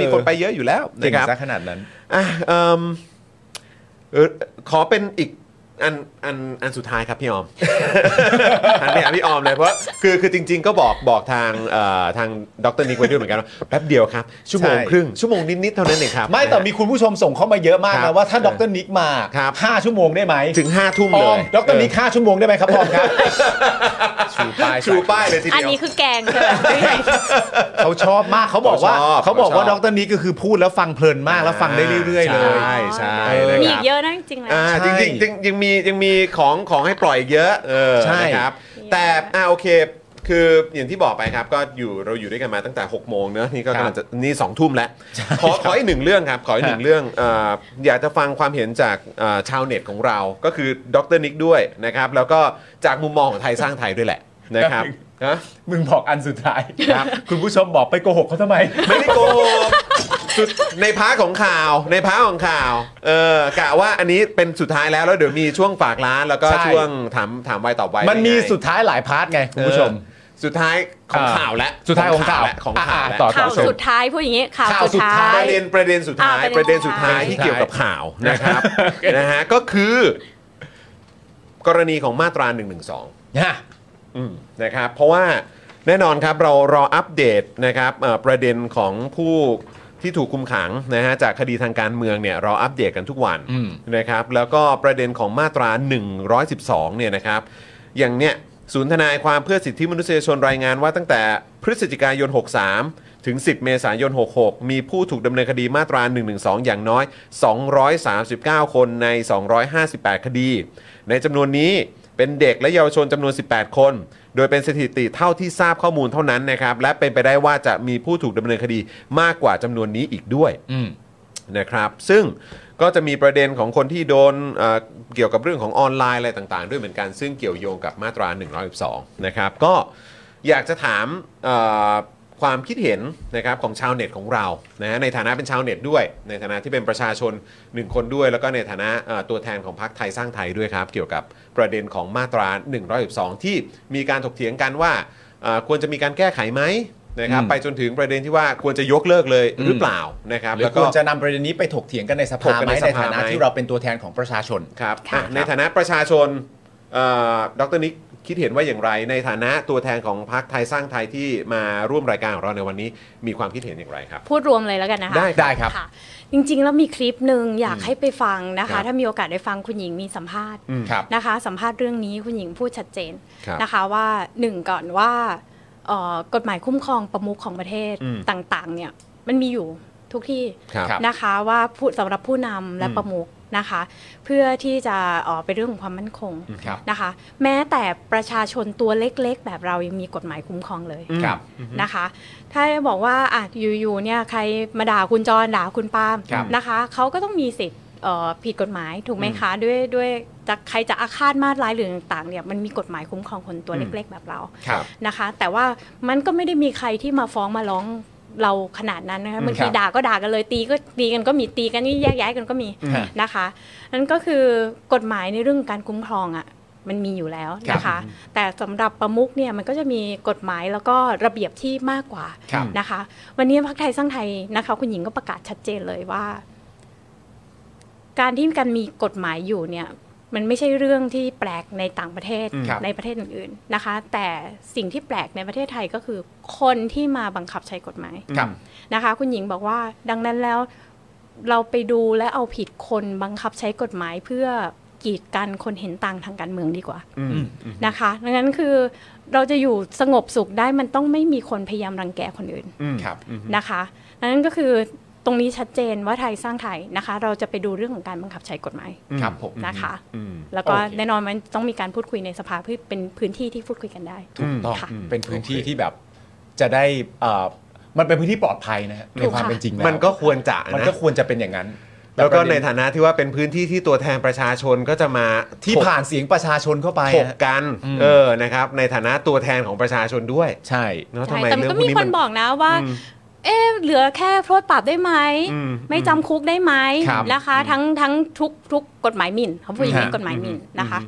มีคนไปเยอะอยู่แล้วเก่งนะครับซะขนาดนั้นอ่ะเอิ่มเออขอเป็นอีกอันอันอันสุดท้ายครับพี่ออม อันนี้พี่ออมเลยเพราะคือคือจริงๆก็บอกบอกทางเอ่อทางดรนิกไว้ด้วยเหมือนกันว่าแป๊บเดียวครับชั่วโมงใช่ครึ่งชั่วโมงนิดๆเท่านั้นเองครับไม่แต่มีคุณผู้ชมส่งเข้ามาเยอะมากครันะบว่าถ้าดรนิกมาครับห้าชั่วโมงได้ไหมถึงห้าทุ่มอเลอมยดรนิกห้าชั่วโมงได้ไหมครับออมครับ ชูป้ายชูป้ายเลยทีอันเดียวนี้คือแกงใช่ไหมเขาชอบมากเขาบอกว่าเขาชอบเขาบอกว่าเขาชอบดรนิกก็คือพูดแล้วฟังเพลินมากแล้วฟังได้เรื่อยๆเลยใช่ใช่เออนะมีคอีรับกเยอะนะจริงๆแล้วอ่าใช่จริงๆจริงๆยังมียังมีของของให้ปล่อยอีกเยอะเออใช่นะครับแต่อ่าโอเคคืออย่างที่บอกไปครับก็อยู่เราอยู่ด้วยกันมาตั้งแต่หกโมงเนอะนี่ก็กำลังจะนี่สองทุ่มแล้วขอขออีกหนึ่งเรื่องครับขออีกหนึ่งเรื่องเอ่ออยากจะฟังความเห็นจากเอ่อชาวเน็ตของเราก็คือดรนิกด้วยนะครับแล้วก็จากมุมมองของไทยสร้างไทยด้วยแหละนะครับฮะมึงบอกอันสุดท้ายครับคุณผู้ชมบอกไปโกหกเขาทำไมไม่ได้โกหกสุดในพาร์ทของข่าวในพาร์ทของข่าวเออกะว่าอันนี้เป็นสุดท้ายแล้วแล้วเดี๋ยวมีช่วงฝากร้านแล้วก็ใช่ช่วงถามถามไวตอบไวมันมีง่ายๆสุดท้ายหลายพาร์ทไงคุณผู้ชมเออสุดท้ายของอ่าข่าวและสุดท้ายของข่าวและของข่าวอ่าและต่อข่าวชมสุดท้ายพูดอย่างนี้ข่าวข่าวสุดสุดท้าท้ายประเด็นประเด็นสุดท้ายอ่าประเด็นสุดท้ายประเด็นสุดท้ายที่เกี่ยวกับข่าวนะครับนะฮะก็คือกรณีของมาตราหนึ่งหนึ่งสองนะนะครับเพราะว่าแน่นอนครับเรารออัปเดตนะครับเอ่อประเด็นของผู้ที่ถูกคุมขังนะฮะจากคดีทางการเมืองเนี่ยเราอัปเดตกันทุกวันอืมนะครับแล้วก็ประเด็นของมาตราหนึ่งร้อยสิบสองเนี่ยนะครับอย่างเนี้ยศูนย์ทนายความเพื่อสิทธิมนุษยชนรายงานว่าตั้งแต่พฤศจิกายนหกสามถึงสิบเมษายนหกหกมีผู้ถูกดำเนินคดีมาตราหนึ่งหนึ่งสองอย่างน้อยสองร้อยสามสิบเก้าคนในสองร้อยห้าสิบแปดคดีในจำนวนนี้เป็นเด็กและเยาวชนจำนวนสิบแปดคนโดยเป็นสถิติเท่าที่ทราบข้อมูลเท่านั้นนะครับและเป็นไปได้ว่าจะมีผู้ถูกดำเนินคดีมากกว่าจำนวนนี้อีกด้วยอืมนะครับซึ่งก็จะมีประเด็นของคนที่โดนเอ่อเกี่ยวกับเรื่องของออนไลน์อะไรต่างๆ ด้วยเหมือนกันซึ่งเกี่ยวโยงกับมาตราหนึ่งร้อยสิบสองนะครับก็อยากจะถามเอ่อความคิดเห็นนะครับของชาวเน็ตของเรานะฮะในฐานะเป็นชาวเน็ตด้วยในฐานะที่เป็นประชาชนหนึ่งคนด้วยแล้วก็ในฐานะเอ่อตัวแทนของพรรคไทยสร้างไทยด้วยครับเกี่ยวกับประเด็นของมาตราหนึ่งร้อยสิบสองที่มีการถกเถียงกันว่าเอ่อควรจะมีการแก้ไขไหมนะครับอืมไปจนถึงประเด็นที่ว่าควรจะยกเลิกเลยหรือเปล่านะครับหรือแล้วคก็วรจะนำประเด็นนี้ไปถกเถียงกันในสถภากกันไหมในสในภาฐานะไหมที่เราเป็นตัวแทนของประชาชนครับค่ะอ่ะในฐานะประชาชนเอ่อดรนิกคิดเห็นว่าอย่างไร ในฐานะตัวแทนของพรรคไทยสร้างไทยที่มาร่วมรายการของเราในวันนี้มีความคิดเห็นอย่างไรครับพูดรวมเลยแล้วกันนะคะได้ได้ครับค่ะ จริงๆแล้วมีคลิปหนึ่งอยากให้ไปฟังนะครัคะบถ้ามีโอกาสได้ฟังคุณหญิงมีสัมภาษณ์ครับนะคะ สัมภาษณ์เรื่องนี้คุณหญิงพูดชัดเจนครับนะคะว่าหนึ่งก่อนว่าเอ่อกฎหมายคุ้มครองประมุขของประเทศอืมต่างๆเนี่ยมันมีอยู่ทุกที่ครับครับนะคะว่าผู้สำหรับผู้นำและอืมประมุขนะคะ เพื่อที่จะเอ่อเป็นเรื่องของความมั่นคงครับนะคะ แม้แต่ประชาชนตัวเล็กๆ แบบเรายังมีกฎหมายคุ้มครองเลยครับนะคะ ถ้าบอกว่าอ่ะอยู่ๆเนี่ยใครมาด่าคุณจรด่าคุณปาล์มครับนะคะเขาก็ต้องมีสิทธิ์เอ่อผิดกฎหมายถูกไหมคะด้วยด้วยจะใครจะอาฆาตมาตร้ายหรือต่างๆเนี่ยมันมีกฎหมายคุ้มครองคนตัวเล็กๆ แบบเราครับนะคะ แต่ว่ามันก็ไม่ได้มีใครที่มาฟ้องมาร้องเราขนาดนั้นนะคะบางทีครับด่าก็ด่ากันเลยตีก็ตีกันก็มีตีกันนี่แยกย้ายกันก็มีครับนะคะนั่นก็คือกฎหมายในเรื่องการคุ้มครองอ่ะมันมีอยู่แล้วนะคะ แต่สำหรับประมุขเนี่ยมันก็จะมีกฎหมายแล้วก็ระเบียบที่มากกว่าครับนะคะ วันนี้พรรคไทยสร้างไทยนะคะ คุณหญิงก็ประกาศชัดเจนเลยว่า การที่การมีกฎหมายอยู่เนี่ย มันไม่ใช่เรื่องที่แปลกในต่างประเทศครับในประเทศอื่นๆนะคะ แต่สิ่งที่แปลกในประเทศไทยก็คือ คนที่มาบังคับใช้กฎหมายครับนะคะ คุณหญิงบอกว่า ดังนั้นแล้วเราไปดูและเอาผิดคนบังคับใช้กฎหมาย เพื่อกีดกันคนเห็นต่างทางการเมืองดีกว่าอืมนะคะดังนั้นคือเราจะอยู่สงบสุขได้มันต้องไม่มีคนพยายามรังแกคนอื่นครับนะคะดังนั้นก็คือตรงนี้ชัดเจนว่าไทยสร้างไทยนะคะ เราจะไปดูเรื่องของการบังคับใช้กฎหมายครับผมนะคะอืมแล้วก็โอเคแน่นอนมันต้องมีการพูดคุยในสภาเพื่อเป็นพื้นที่ที่พูดคุยกันได้ถูกต้องค่ะเป็นพื้นที่ที่แบบจะได้เอ่อมันเป็นพื้นที่ปลอดภัยนะฮะในถูกความค่ะเป็นจริงแล้วมันก็ควรจะมันนะก็ควรจะเป็นอย่างนั้นแล้วก็ในต่ประเด็ฐานะที่ว่าเป็นพื้นที่ที่ตัวแทนประชาชนก็จะมาที่ผ่านเสียงประชาชนเข้าไปถกฮะกันอืมเออนะครับในฐานะตัวแทนของประชาชนด้วยใช่เนาะทำใช่ไมแต่มันเรื่องก็พวกมีนี้คมัน นบอกนะว่าอืมเอ๊ะเหลือแค่โทษปรับได้ไหมอืมไม่จำคุกได้ไหมครับนะคะ ทั้งทั้งทุกทุกกฎหมายหมิ่นเขาพูดอย่างนี้ฮะกฎหมายหมิ่นนะคะ โ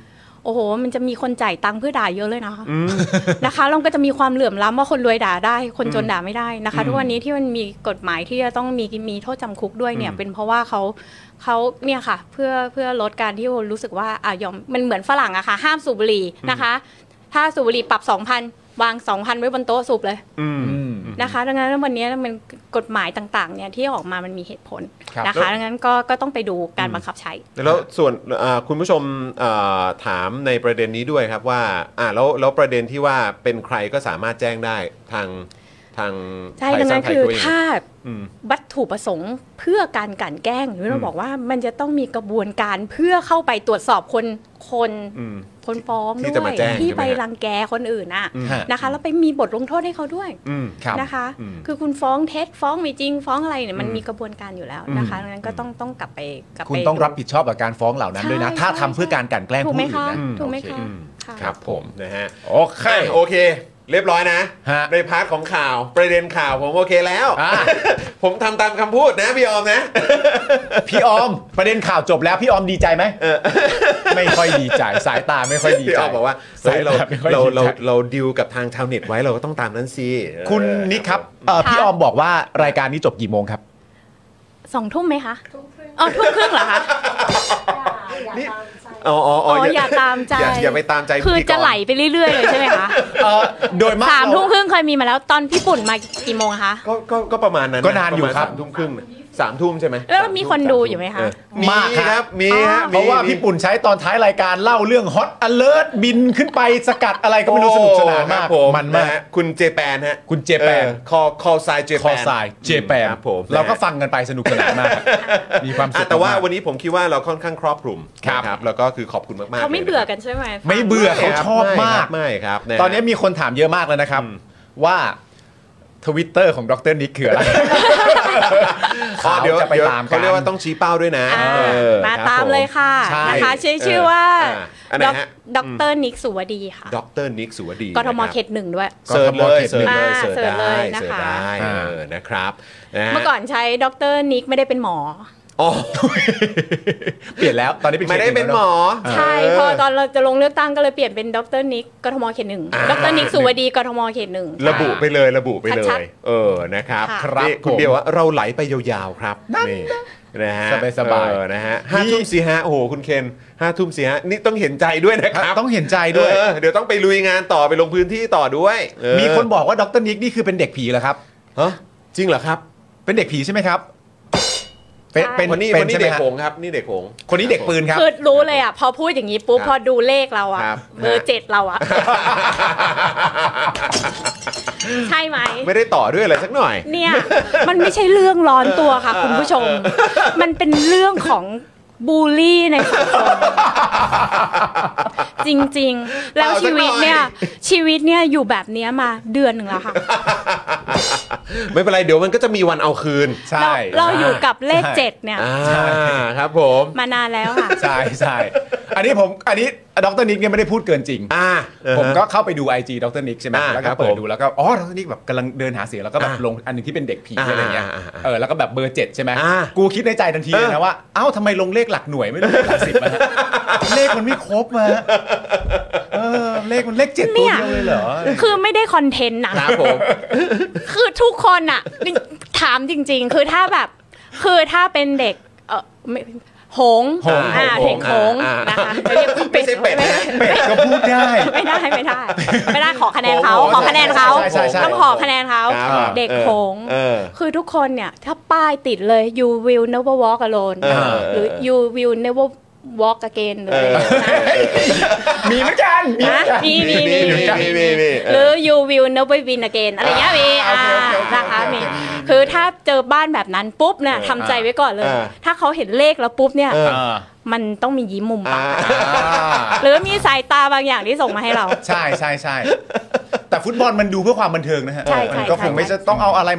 โอ้โหมันจะมีคนจ่ายตังค์เพื่อด่าเยอะเลยนะคะนะคะแล้วก็จะมีความเหลื่อมล้ำว่าคนรวยด่าได้คนจนด่าไม่ได้นะคะทุกวันนี้ที่มันมีกฎหมายที่จะต้องมีมีโทษจำคุกด้วยเนี่ยเป็นเพราะว่าเขาเขาเนี่ยค่ะเพื่อเพื่อลดการที่รู้สึกว่าอ่ะยอมมันเหมือนฝรั่งอะค่ะห้ามสูบบุหรี่นะคะถ้าสูบบุหรี่ปรับ สองพัน วาง สองพัน ไว้บนโต๊ะสูบเลยนะคะดังนั้นวันนี้มันกฎหมายต่างๆเนี่ยที่ออกมามันมีเหตุผลนะคะดังนั้นก็ก็ต้องไปดูการบังคับใช้แล้วส่วนคุณผู้ชมถามในประเด็นนี้ด้วยครับว่าอ่าแล้วแล้วประเด็นที่ว่าเป็นใครก็สามารถแจ้งได้ทางทางใช่ดังนั้นคือถ้าวัตถุประสงค์เพื่อการกลั่นแกล้งหรือเราบอกว่ามันจะต้องมีกระบวนการเพื่อเข้าไปตรวจสอบคนคนคนฟ้องด้วยที่ไปรังแกคนอื่นน่ะนะคะแล้วไปมีบทลงโทษให้เขาด้วยนะคะคือคุณฟ้องเท็จฟ้องไม่จริงฟ้องอะไรเนี่ยมันมีกระบวนการอยู่แล้วนะคะดังนั้นก็ต้องต้องกลับไปกลับไปคุณต้องรับผิดชอบกับการฟ้องเหล่านั้นด้วยนะถ้าทำเพื่อการกลั่นแกล้งผู้อื่นนะถูกไหมคะครับผมนะฮะโอเคโอเคเรียบร้อยนะในพาร์ทของข่าวประเด็นข่าวผมโอเคแล้วผมทำตามคำพูดนะพี่ออมนะพี่ออมประเด็นข่าวจบแล้วพี่ออมดีใจไหมไม่ค่อยดีใจสายตาไม่ค่อยดีใจพี่ออมบอกว่าเราเราเราเราดิวกับทางชาวเน็ตไว้เราก็ต้องตามนั้นสิคุณนิกครับพี่ออมบอกว่ารายการนี้จบกี่โมงครับสองทุ่มไหมคะอ๋อทุ่มครึ่งเหรอคะอ๋ออ๋ออย่าตามใจอย่าไปตามใจคือจะไหลไปเรื่อยๆเลยใช่ไหมคะโดยมากสามทุ่มครึ่งเคยมีมาแล้วตอนพี่ปุ่นมากี่โมงคะก็ก็ก็ประมาณนั้นก็นานอยู่ครับทุ่มครึ่งสามทุ่มใช่ไหมแล้วมีคนดูอยู่ไหมคะมีครับมีฮะเพราะว่าพี่ปุ่นใช้ตอนท้ายรายการเล่าเรื่องฮอตอเลิร์ตบินขึ้นไปสกัดอะไรก็ไม่รู้สนุกสนานมากมันมากคุณเจแปนฮะคุณเจแปนคอคอไซเจแปนคอไซเจแปนเราก็ฟังกันไปสนุกสนานมากมีความสุขแต่ว่าวันนี้ผมคิดว่าเราค่อนข้างครอบคลุมครับแล้วก็คือขอบคุณมากๆเขาไม่เบื่อกันใช่ไหมไม่เบื่อเขาชอบมากไม่ครับตอนนี้มีคนถามเยอะมากเลยนะครับว่าTwitter ของดร.นิกคืออะไรเดี๋ยวจะไปตามเขาเรียกว่าต้องชี้เป้าด้วยนะมาตามเลยค่ะนะคะชื่อชื่อว่าดร.นิกสุวดีค่ะดร.นิกสุวดีกทมเขตหนึ่งด้วยเสิร์ชเลยเสิร์ชเลยเสิร์ชได้เสิร์ชได้นะครับเมื่อก่อนใช้ดร.นิกไม่ได้เป็นหมออ๋อเปลี่ยนแล้วตอนนี้ไม่ได้เป็นหมอใช่พอตอนเราจะลงเลือกตั้งก็เลยเปลี่ยนเป็นดร.นิกกทมเขตหนึ่งดร.นิกสุวดีกทมเขตหนึ่งระบุไปเลยระบุไปเลยเออนะครับนี่คุณเดียวว่าเราไหลไปยาวๆครับนี่นะฮะสบายๆนะฮะห้าทุ่มสี่ฮะโอ้โหคุณเคนห้าทุ่มสี่ฮะนี่ต้องเห็นใจด้วยนะครับต้องเห็นใจด้วยเดี๋ยวต้องไปลุยงานต่อไปลงพื้นที่ต่อด้วยมีคนบอกว่าดร.นิกนี่คือเป็นเด็กผีเหรอครับฮะจริงเหรอครับเป็นเด็กผีใช่ไหมครับเป็นคนนี้คนนี้เด็กโขงครับนี่เด็กโขงคนนี้เด็กปืนครับคือรู้เลยอ่ะพอพูดอย่างนี้ปุ๊บพอดูเลขเราอ่ะเบอร์เจ็ดเราอ่ะใช่ไหมไม่ได้ต่อด้วยอะไรสักหน่อยเนี่ยมันไม่ใช่เรื่องร้อนตัวค่ะคุณผู้ชมมันเป็นเรื่องของบูลลี่ในสังคมจริงๆแล้วชีวิตเนี่ยชีวิตเนี่ยอยู่แบบนี้มาเดือนหนึ่งแล้วค่ะไม่เป็นไรเดี๋ยวมันก็จะมีวันเอาคืนใช่เราอยู่กับเลขเจ็ดเนี่ยครับผมมานานแล้วค่ะใช่ใช่อันนี้ผมอันนี้ดร.นิกเนี่ยไม่ได้พูดเกินจริงผมก็เข้าไปดู ไอ จี ดร.นิกใช่ไหมแล้วก็เปิดดูแล้วก็อ๋อดร.นิกแบบกำลังเดินหาเสียงแล้วก็แบบลงอันนึงที่เป็นเด็กผีอะไรเงี้ยเออแล้วก็แบบเบอร์เจ็ดใช่ไหมกูคิดในใจทันทีเลยนะว่าเอ้าทำไมลงเลขหลักหน่วยไม่ลงเลขหลักสิบมาเลขมันไม่ครบมาเออเลขมันเลขเจ็ดตัวเดียวเลยเหรอคือไม่ได้คอนเทนต์นะครับผมคือทุกคนอ่ะถามจริงๆคือถ้าแบบคือถ้าเป็นเด็กเออหงอ่าเด็กหงนะคะไม่ใช่เป็ดนะเป็ดก็พูดได้ไม่ได้ไม่ได้ไม่ได้ขอคะแนนเขาขอคะแนนเขาต้องขอคะแนนเขาเด็กหงคือทุกคนเนี่ยถ้าป้ายติดเลย you will never walk alone หรือ you will never walk again เลยมีเหมือนกันมีมีมีมีหรือ you will never win again อะไรเงี้ยมีนะคะมีคือถ้าเจอบ้านแบบนั้นปุ๊บเนี่ยทำใจไว้ก่อนเลยถ้าเขาเห็นเลขแล้วปุ๊บเนี่ยมันต้องมียิ้มมุมปากหรือมีสายตาบางอย่างที่ส่งมาให้เราใช่ใช่ใช่แต่ฟุตบอลมันดูเพื่อความบันเทิงนะฮะมันก็คงไม่จะต้องเอาอะไรมา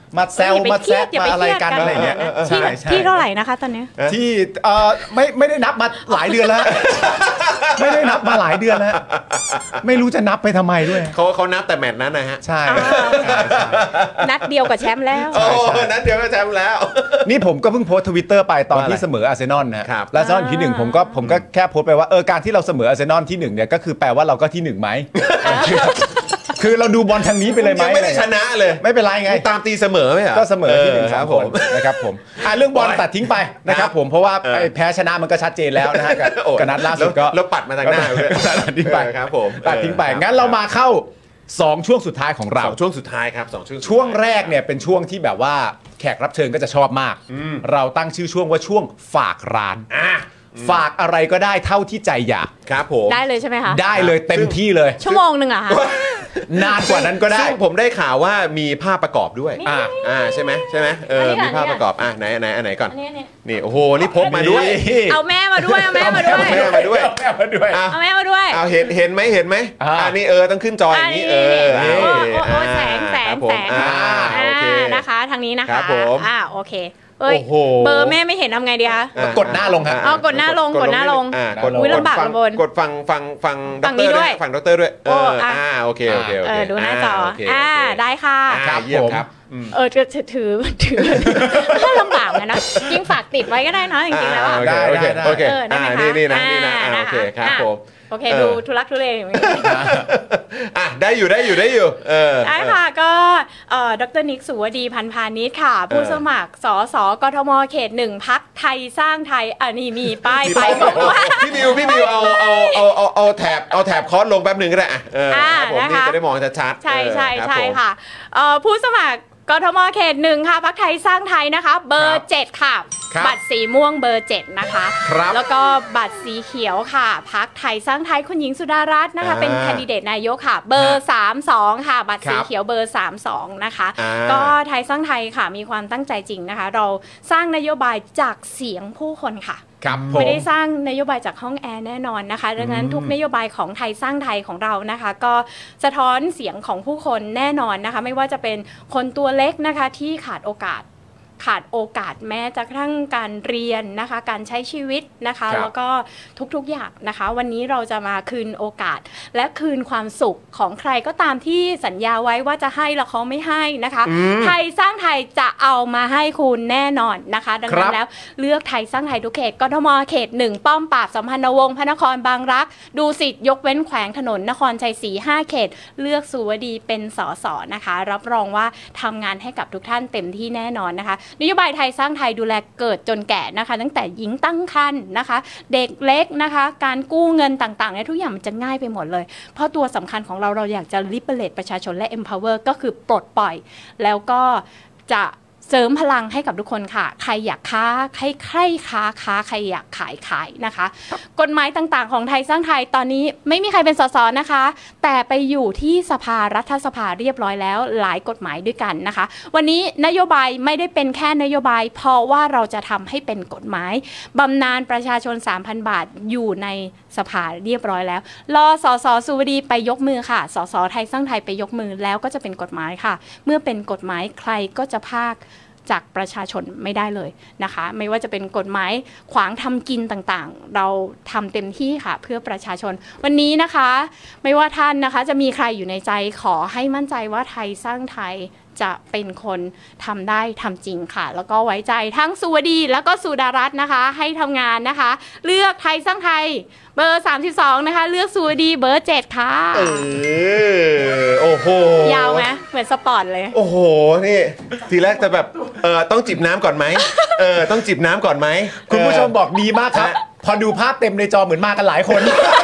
มาแซวมาแซะมาอะไรกันอะไรเงี้ยที่ใช่ใช่ที่เท่าไหร่นะคะตอนนี้ที่เอ่อไม่ไม่ได้นับมาหลายเดือนแล้ว ไม่ได้นับมาหลายเดือนแล้วไม่รู้จะนับไปทำไมด้วยเขาเขานับแต่แมตช์นั้นนะฮะใช่นัดเดียวกับแชมป์แล้วโอ้นัดเดียวก็แชมป์แล้วนี่ผมก็เพิ่งโพสทวิตเตอร์ไปตอนว่าอะไรที่เสมออาร์เซนอลนะครับ และอาร์เซนอลอยู่ที่หนึ่งอ่าผมก็ผมก็แค่โพสต์ไปว่าเออการที่เราเสมออาร์เซนอลที่หนึ่งเนี่ยก็คือแปลว่าเราก็ที่หนึ่งไหม คือเราดูบอลทางนี้ไปเลยไหมยังไม่ได้ชนะเลยไม่เป็นไรไงตามตีเสมอไหมอ่ะก็เสมอที่หนึ่งคสารัมบคผมนนะครับผมอ่ะเรื่องบอลตัดทิ้งไปนะครับผมเพราะว่าเออไอ้แพ้ชนะมันก็ชัดเจนแล้วนะฮะกับโอ้กับนัดล่าสุดก็แล้วแล้วปัดมาทางหน้าเลยตัดทิ้งไปเออครับผมตัดทิ้งไปเอองั้นเรามาเข้าสองช่วงสุดท้ายของเราสองช่วงสุดท้ายครับสองช่วงสุดท้ายช่วงแรกเนี่ยเป็นช่วงที่แบบว่าแขกรับเชิญก็จะชอบมาก เราตั้งชื่อช่วงว่าช่วงฝากร้านอ่ะฝากอะไรก็ได้เท่าที่ใจอยากครับผมได้เลยใช่ไหมคะได้เลยเต็มที่เลยชั่วโมงหนึ่งเหรอะคะนานกว่านั้นก็ได้ซึ่งผมได้ข่าวว่ามีภาพประกอบด้วยอ่าอ่าใช่ไหมใช่ไหมเอออันนี้มีก่อนภาพประกอบอ่ะไหนไหนอันไหนก่อนอันนี้อันนี้นี่โอ้โหนี่พกมาด้วยเอาแม่มาด้วยเอาแม่มาด้วยเอาแม่มาด้วยเอาแม่มาด้วยอ่ะเอาแม่มาด้วยเอาเห็นเห็นไหมเห็นไหมอ่าอ่านี่เออต้องขึ้นจออย่างนี้เอออันอ่านี้โอโอ้เคโอ้โอ้แสงแสครังบผมแสงอ่าโอเคอ่านะคะทางนี้นะครัคะบผมอ่าโอเคเอ้ยโอ้โหเบอร์แม่ไม่เห็นทำไงดีคะอ่ะกดหน้าลงครับเอากดหน้าลงกดหน้าลงอ่ะกดอุ๊ยลำบากฟังลำบนกดฟังฟังฟังฝั่งนี้ด้วยฝั่งดอกเตอรด้วยเอโอ้ออ่ะอ่าโอเคโอเคโอเอเคอดูหน้าจอโเคอ่าโอเคได้ค่ะอ่าเยี่ยมครับอืมเออจะถือถือถือก็ลำบากเหมือนกันนะจริงฝากติดไว้ก็ได้นะจริงๆแล้วอะอ่าโอเคได้โอเคเออได้อ่าไหมคะนี่นี่นะนี่นะอ่าอ่าโอเคครับอ่ะผมโอเคเออดูทุลักทุเลอย่างนี้อ่ะได้อยู่ได้อยู่ได้อยู่เออได้ค่ะก็เอ่อดรนิกสุวดีพันธ์พาณิชย์ค่ะ ผู้สมัครสสกทมเขตหนึ่งพักไทยสร้างไทยอันนี้มีป้ายไฟบอกว่าพี่บิวพี่บิวเอาเอาเอาเอาเอาแถบเอาแถบคอร์สลงแป๊บหนึ่งก็ได้อ่ะเออครับผมอ่านี่นะคะจะได้มองชัดๆใช่ใช่เออรับใช่ผมค่ะเอ่อผู้สมัครกทมเขตหนึ่งค่ะพักไทยสร้างไทยนะคะ เบอครัร์บเจ็ดค่ะครับบัตรสีม่วงเบอร์เจ็ดนะคะครับแล้วก็บัตรสีเขียวค่ะพักไทยสร้างไทยคุณหญิงสุดารัตน์นะคะอ่าเป็นแคนดิเดตนายกค่ะ เบอร์สามสองค่ะ บัตรสีครับเขียวเบอร์สามสองนะคะอ่าก็ไทยสร้างไทยค่ะมีความตั้งใจจริงนะคะ เราสร้างนโยบายจากเสียงผู้คนค่ะครับผมไม่ได้สร้างนโยบายจากห้องแอร์แน่นอนนะคะ ดังนั้นทุกนโยบายของไทยสร้างไทยของเรานะคะ ก็สะท้อนเสียงของผู้คนแน่นอนนะคะ ไม่ว่าจะเป็นคนตัวเล็กนะคะที่ขาดโอกาส ขาดโอกาสแม้จะกระทั่งการเรียนนะคะ การใช้ชีวิตนะคะครับแล้วก็ทุกๆอย่างนะคะ วันนี้เราจะมาคืนโอกาส และคืนความสุขของใครก็ตามที่สัญญาไว้ว่าจะให้แล้วเขาไม่ให้นะคะ ไทยสร้างไทยจะเอามาให้คุณแน่นอนนะคะ ดังนั้นแล้วเลือกไทยสร้างไทยทุกเขตกทมเขตหนึ่งป้อมปราบสัมพันธวงศ์พระนครบางรักดูสิทธิ์ยกเว้นแขวงถนนนครชัยศรีห้าเขต เลือกสุวดีเป็นสสนะคะ รับรองว่าทำงานให้กับทุกท่านเต็มที่แน่นอนนะคะนโยบายไทยสร้างไทยดูแลเกิดจนแก่นะคะ ตั้งแต่หญิงตั้งครรภ์นะคะ เด็กเล็กนะคะ การกู้เงินต่างๆเนี่ยทุกอย่างมันจะง่ายไปหมดเลย เพราะตัวสำคัญของเราเราอยากจะ liberate ประชาชนและ empower ก็คือปลดปล่อย แล้วก็จะเสริมพลังให้กับทุกคนค่ะใครอยากค้าใครใครค้าค้าใครอยากขายขายนะคะ กฎหมายต่างๆของไทยสร้างไทยตอนนี้ไม่มีใครเป็นสสนะคะ แต่ไปอยู่ที่สภารัฐสภาเรียบร้อยแล้วหลายกฎหมายด้วยกันนะคะ วันนี้นโยบายไม่ได้เป็นแค่นโยบายเพราะว่าเราจะทำให้เป็นกฎหมายบำนาญประชาชน สามพัน บาทอยู่ในสภาเรียบร้อยแล้วรอสสสุวดีไปยกมือค่ะสสไทยสร้างไทยไปยกมือแล้วก็จะเป็นกฎหมายค่ะเมื่อเป็นกฎหมายใครก็จะพากจากประชาชนไม่ได้เลยนะคะไม่ว่าจะเป็นกฎหมายขวางทำกินต่างๆเราทำเต็มที่ค่ะเพื่อประชาชนวันนี้นะคะไม่ว่าท่านนะคะจะมีใครอยู่ในใจขอให้มั่นใจว่าไทยสร้างไทยจะเป็นคนทำได้ทำจริงค่ะแล้วก็ไว้ใจทั้งสุวดีแล้วก็สุดารัตน์นะคะให้ทำงานนะคะเลือกไทยสร้างไทยเบอร์สามสิบสองนะคะเลือกสุวดีเบอร์เจ็ดค่ะเออโอ้โหยาวไหมเหมือนสปอร์ตเลยโอ้โหนี่ทีแรกจะแบบเออต้องจิบน้ำก่อนไหมเออต้องจิบน้ำก่อนไหมคุณผู้ชมบอกดีมากครับฮะพอดูภาพเต็มในจอเหมือนมากันหลายคน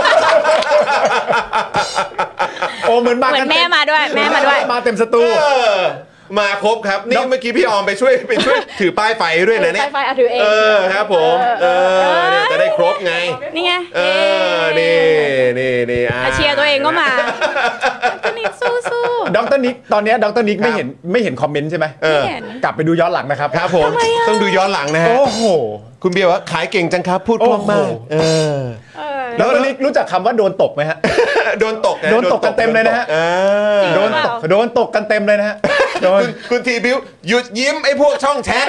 โอ้เหมือนมาเหมืกัอน นแม่มาด้วยแม่มาด้วยมาเต็มสตูเออมาครบครับนี่เมื่อกี้พี่ออมไปช่วยไปช่วยถือป้ายไฟด้วยนะเนี่ยไฟๆเอาถือเองเออครับผมเออเนี่ยจะได้ครบไงนี่ไงเออนี่นี่นี่อ่าอ่ะเชียร์ตัวเองก็มาตัวนี้สู้ๆดรนิกตอนเนี้ยดรนิกไม่เห็นไม่เห็นคอมเมนต์ใช่ไหมเออไม่เห็นกลับไปดูย้อนหลังนะครับครับผมต้องดูย้อนหลังนะฮะโอ้โหคคุณเบียร์ว่าขายเก่งจังครับพูดคล่องมากเออเออแล้วนี่รู้จักคำว่าโดนตกไหมฮะโดนตกโดนตกกันเต็มเลยนะฮะเออโดนตกโดนตกกันเต็มเลยนะฮะโดนคุณคุณทีบิวหยุดยิ้มไอ้พวกช่องแชท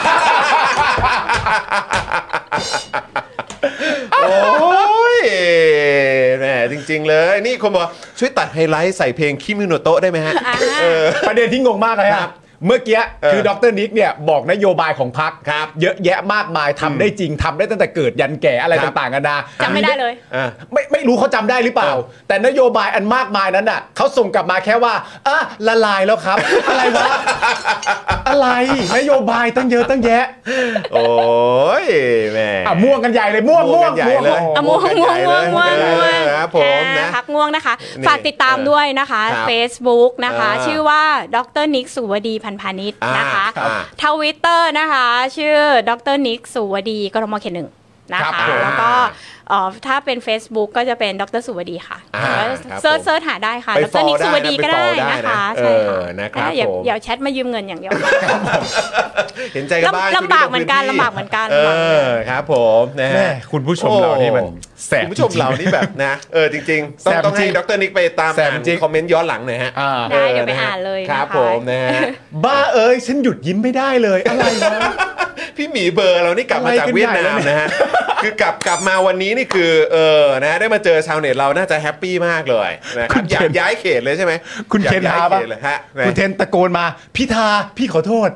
โอ้ยแหมจริงๆเลยนี่คนบอกช่วยตัดไฮไลท์ใส่เพลงคิมิโนโตะได้ไหมฮะประเด็นที่งงมากเลยครับเมื่อกี้คือดร.นิกเนี่ยบอกนโยบายของพรรคเยอะแยะมากมายทำได้จริงทำได้ตั้งแต่เกิดยันแก่อะไรต่างๆกันานาจำไม่ได้เลยไม่ไม่รู้เขาจำได้หรือเปล่าแต่นโยบายอันมากมายนั้นน่ะเขาส่งกลับมาแค่ว่าอ่ะละลายแล้วครับอะไรวะอะไรนโยบายตั้งเยอะตั้งแยะโอ้ยแม่อ่ะม่วงกันใหญ่เลยม่วงม่วงม่วงเลยอ่ะม่วงม่วงม่วงม่วงม่วงครับผมนะพักง่วงนะคะฝากติดตามด้วยนะคะ Facebook นะคะชื่อว่าดร.นิกสุวดีพันพาณิชย์นะคะทวิตเตอร์นะคะชื่อดร.นิกสุวดีกทมเขตหนึ่งนะคะแล้วก็ถ้าเป็น Facebook ก็จะเป็นดร.สุวดีค่ะเซิร์ชเซิร์ชหาได้ค่ะดร.นิกสุวดีก็ได้นะคะใช่ค่ะอย่าแชทมายืมเงินอย่างเดียวเห็นใจกันบ้างลำบากเหมือนกันลำบากเหมือนกันครับผมนะฮะคุณผู้ชมเรานี่มันแสบคุณผู้ชมเรานี่แบบนะเออจริงๆต้องต้องให้ดร.นิกไปตามอ่านคอมเมนต์ย้อนหลังหน่อยฮะได้เดี๋ยวไปอ่านเลยครับผมนะฮะบ้าเอ้ยฉันหยุดยิ้มไม่ได้เลยอะไรวะพี่หมีเบอร์เรานี่กลับมาจากเวียดนามนะฮะคือกลับกลับมาวันนี้นี่คือเออนะได้มาเจอชาวเน็ตเราน่าจะแฮปปี้มากเลยนะครับอยากย้ายเขตเลยใช่ไหมคุณเคนย้ายเขตเลยฮะคุณเทนตะโกนมาพี่ทาพี่ขอโทษ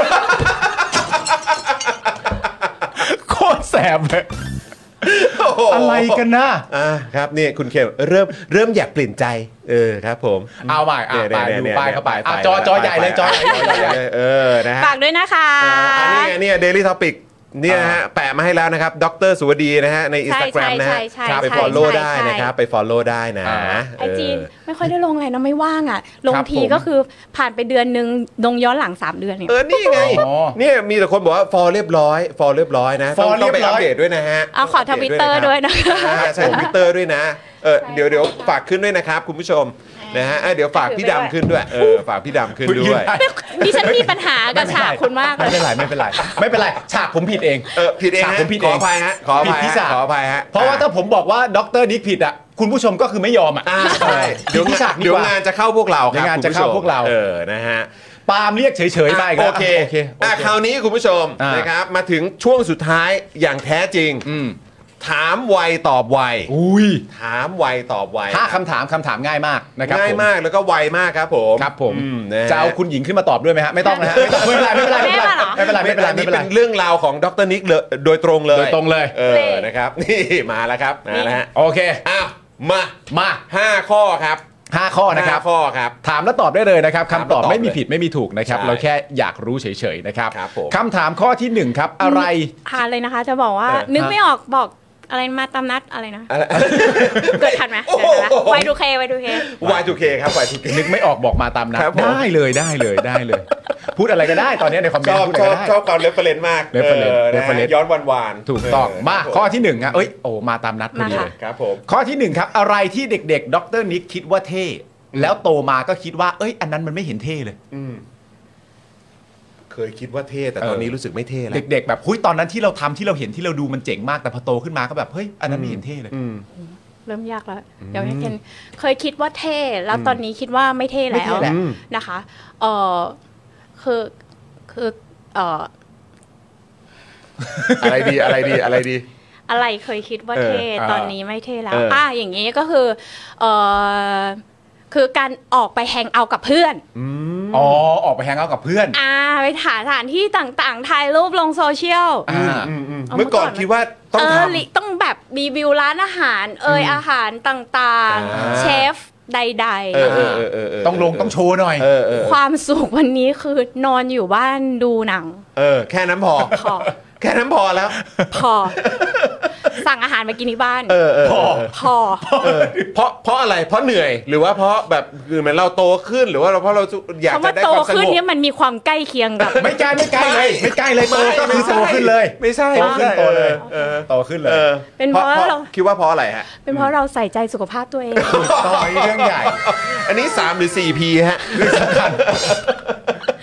โคตรแสบเลยอะไรกันนะอ่าครับนี่คุณเคนเริ่มเริ่มอยากเปลี่ยนใจเออครับผมเอาใหม่อ่ะไปดูป้ายเข้าไปจอจอใหญ่เลยจอใหญ่เลยเออนะฮะฝากด้วยนะคะอันนี้ไงเนี่ย Daily Topic เนี่ยนะฮะแปะมาให้แล้วนะครับดร.สุวดีนะฮะใน Instagram นะฮะไป follow ได้นะครับไป follow ได้นะไอจีไม่ค่อยได้ลงอะไรนะไม่ว่างอ่ะลงทีก็คือผ่านไปเดือนนึงลงย้อนหลังสามเดือนเนี่ยเออนี่ไงเนี่ยมีแต่คนบอกว่า follow เรียบร้อย follow เรียบร้อยนะต้องไปอัปเดตด้วยนะฮะเอาขอ Twitter ด้วยนะใช่ Twitter ด้วยนะเออเดี๋ยวเดี๋ยวฝากขึ้นด้วยนะครับคุณผู้ชมนะฮะเดี๋ยวฝากพี่ดำขึ้นด้วยเออฝากพี่ดำขึ้นด้วยดิฉันมีปัญหากับฉากคุณมากไม่เป็นไรไม่เป็นไรไม่เป็นไรฉากผมผิดเองเออผิดเองผมผิดเองขออภัยฮะขออภัยขออภัยฮะเพราะว่าถ้าผมบอกว่าดร.นิกผิดอ่ะคุณผู้ชมก็คือไม่ยอมอ่ะใช่เดี๋ยวเดี๋ยวงานจะเข้าพวกเราครับงานจะเข้าพวกเราเออนะฮะปาล์มเรียกเฉยๆมาอีกแล้วโอเคโอเคอ่ะคราวนี้คุณผู้ชมนะครับมาถึงช่วงสุดท้ายอย่างแท้จริงถามไวตอบไวอุ้ยถามไวตอบไวห้าคำถามคำถามง่ายมากนะครับง่ายมากแล้วก็ไวมากครับผมครับผมจะเอาคุณหญิงขึ้นมาตอบด้วยไหมฮะไม่ต้องนะฮะไม่เป็นไรไม่เป็นไรไม่เป็นไรไม่เป็นไรไม่เป็นไรนี่เป็นเรื่องราวของดร.นิกเลยโดยตรงเลยโดยตรงเลยเออนะครับนี่มาแล้วครับมาแล้วฮะโอเคอ้าวมามาห้าข้อครับห้าข้อนะครับข้อครับถามแล้วตอบได้เลยนะครับคำตอบไม่มีผิดไม่มีถูกนะครับเราแค่อยากรู้เฉยๆนะครับคำถามข้อที่หนึ่งครับอะไรทานเลยนะคะจะบอกว่านึกไม่ออกบอกอะไรมาตามนัดอะไรนะเกิดทันไหมไวดูเคไวดูเคไวดูเคครับไวดูเคนึกไม่ออกบอกมาตามนัดได้เลยได้เลยได้เลยพูดอะไรก็ได้ตอนนี้ในคอมเมนต์พูดอะไรก็ได้ชอบความเรฟเฟรนซ์มากเรฟเฟรนซ์เรฟเฟรนซ์ย้อนวานๆถูกต้องมาข้อที่หนึ่งอ่ะเอ้ยโอ้มาตามนัดพอดีเลยครับผมข้อที่หนึ่งครับอะไรที่เด็กๆดร.นิกคิดว่าเท่แล้วโตมาก็คิดว่าเอ้ยอันนั้นมันไม่เห็นเท่เลยเคยคิดว่าเท่แต่ตอนนี้รู้สึกไม่เท่แล้วเด็กๆแบบหุ้ยตอนนั้นที่เราทำที่เราเห็นที่เราดูมันเจ๋งมากแต่พอโตขึ้นมาก็แบบเฮ้ยอันนั้นไม่เห็นเท่เลยเริ่มยากแล้วเดี๋ยวให้เคนเคยคิดว่าเท่แล้วตอนนี้คิดว่าไม่เท่แล้วนะคะเออคือคือเอออะไรดีอะไรดีอะไรดีอะไรเคยคิดว่าเท่ตอนนี้ไม่เท่แล้วอ่ะอย่างนี้ก็คือเออคือการออกไปแฮงเอาท์กับเพื่อนอ๋อออกไปแฮงเอาท์กับเพื่อนอ่าไปถ่ายสถานที่ต่างๆถ่ายรูปลงโซเชียลอ่าเมื่อก่อนคิดว่าต้องทำต้องแบบรีวิวร้านอาหารเอยอาหารต่างๆเชฟใดๆต้องลงต้องโชว์หน่อยความสุขวันนี้คือนอนอยู่บ้านดูหนังเออแค่นั้นพอแค่นั้นพอแล้วพอสั่งอาหารมากินที่บ้านเออพอพอเพราะเพราะอะไรเพราะเหนื่อยหรือว่าเพราะแบบคือเหมือนเราโตขึ้นหรือว่าเราเพราะเราอยากจะได้ความสงบโตขึ้นเนี่ยมันมีความใกล้เคียงกับไม่ใกล้ไม่ใกล้เลยไม่ใกล้เลยโตก็คือโตขึ้นเลยไม่ใช่โตขึ้นโตเลยโตขึ้นเลยเป็นเพราะเราคิดว่าเพราะอะไรฮะเป็นเพราะเราใส่ใจสุขภาพตัวเองต่อเรื่องใหญ่อันนี้สามหรือ สี่ พี ฮะสำคัญ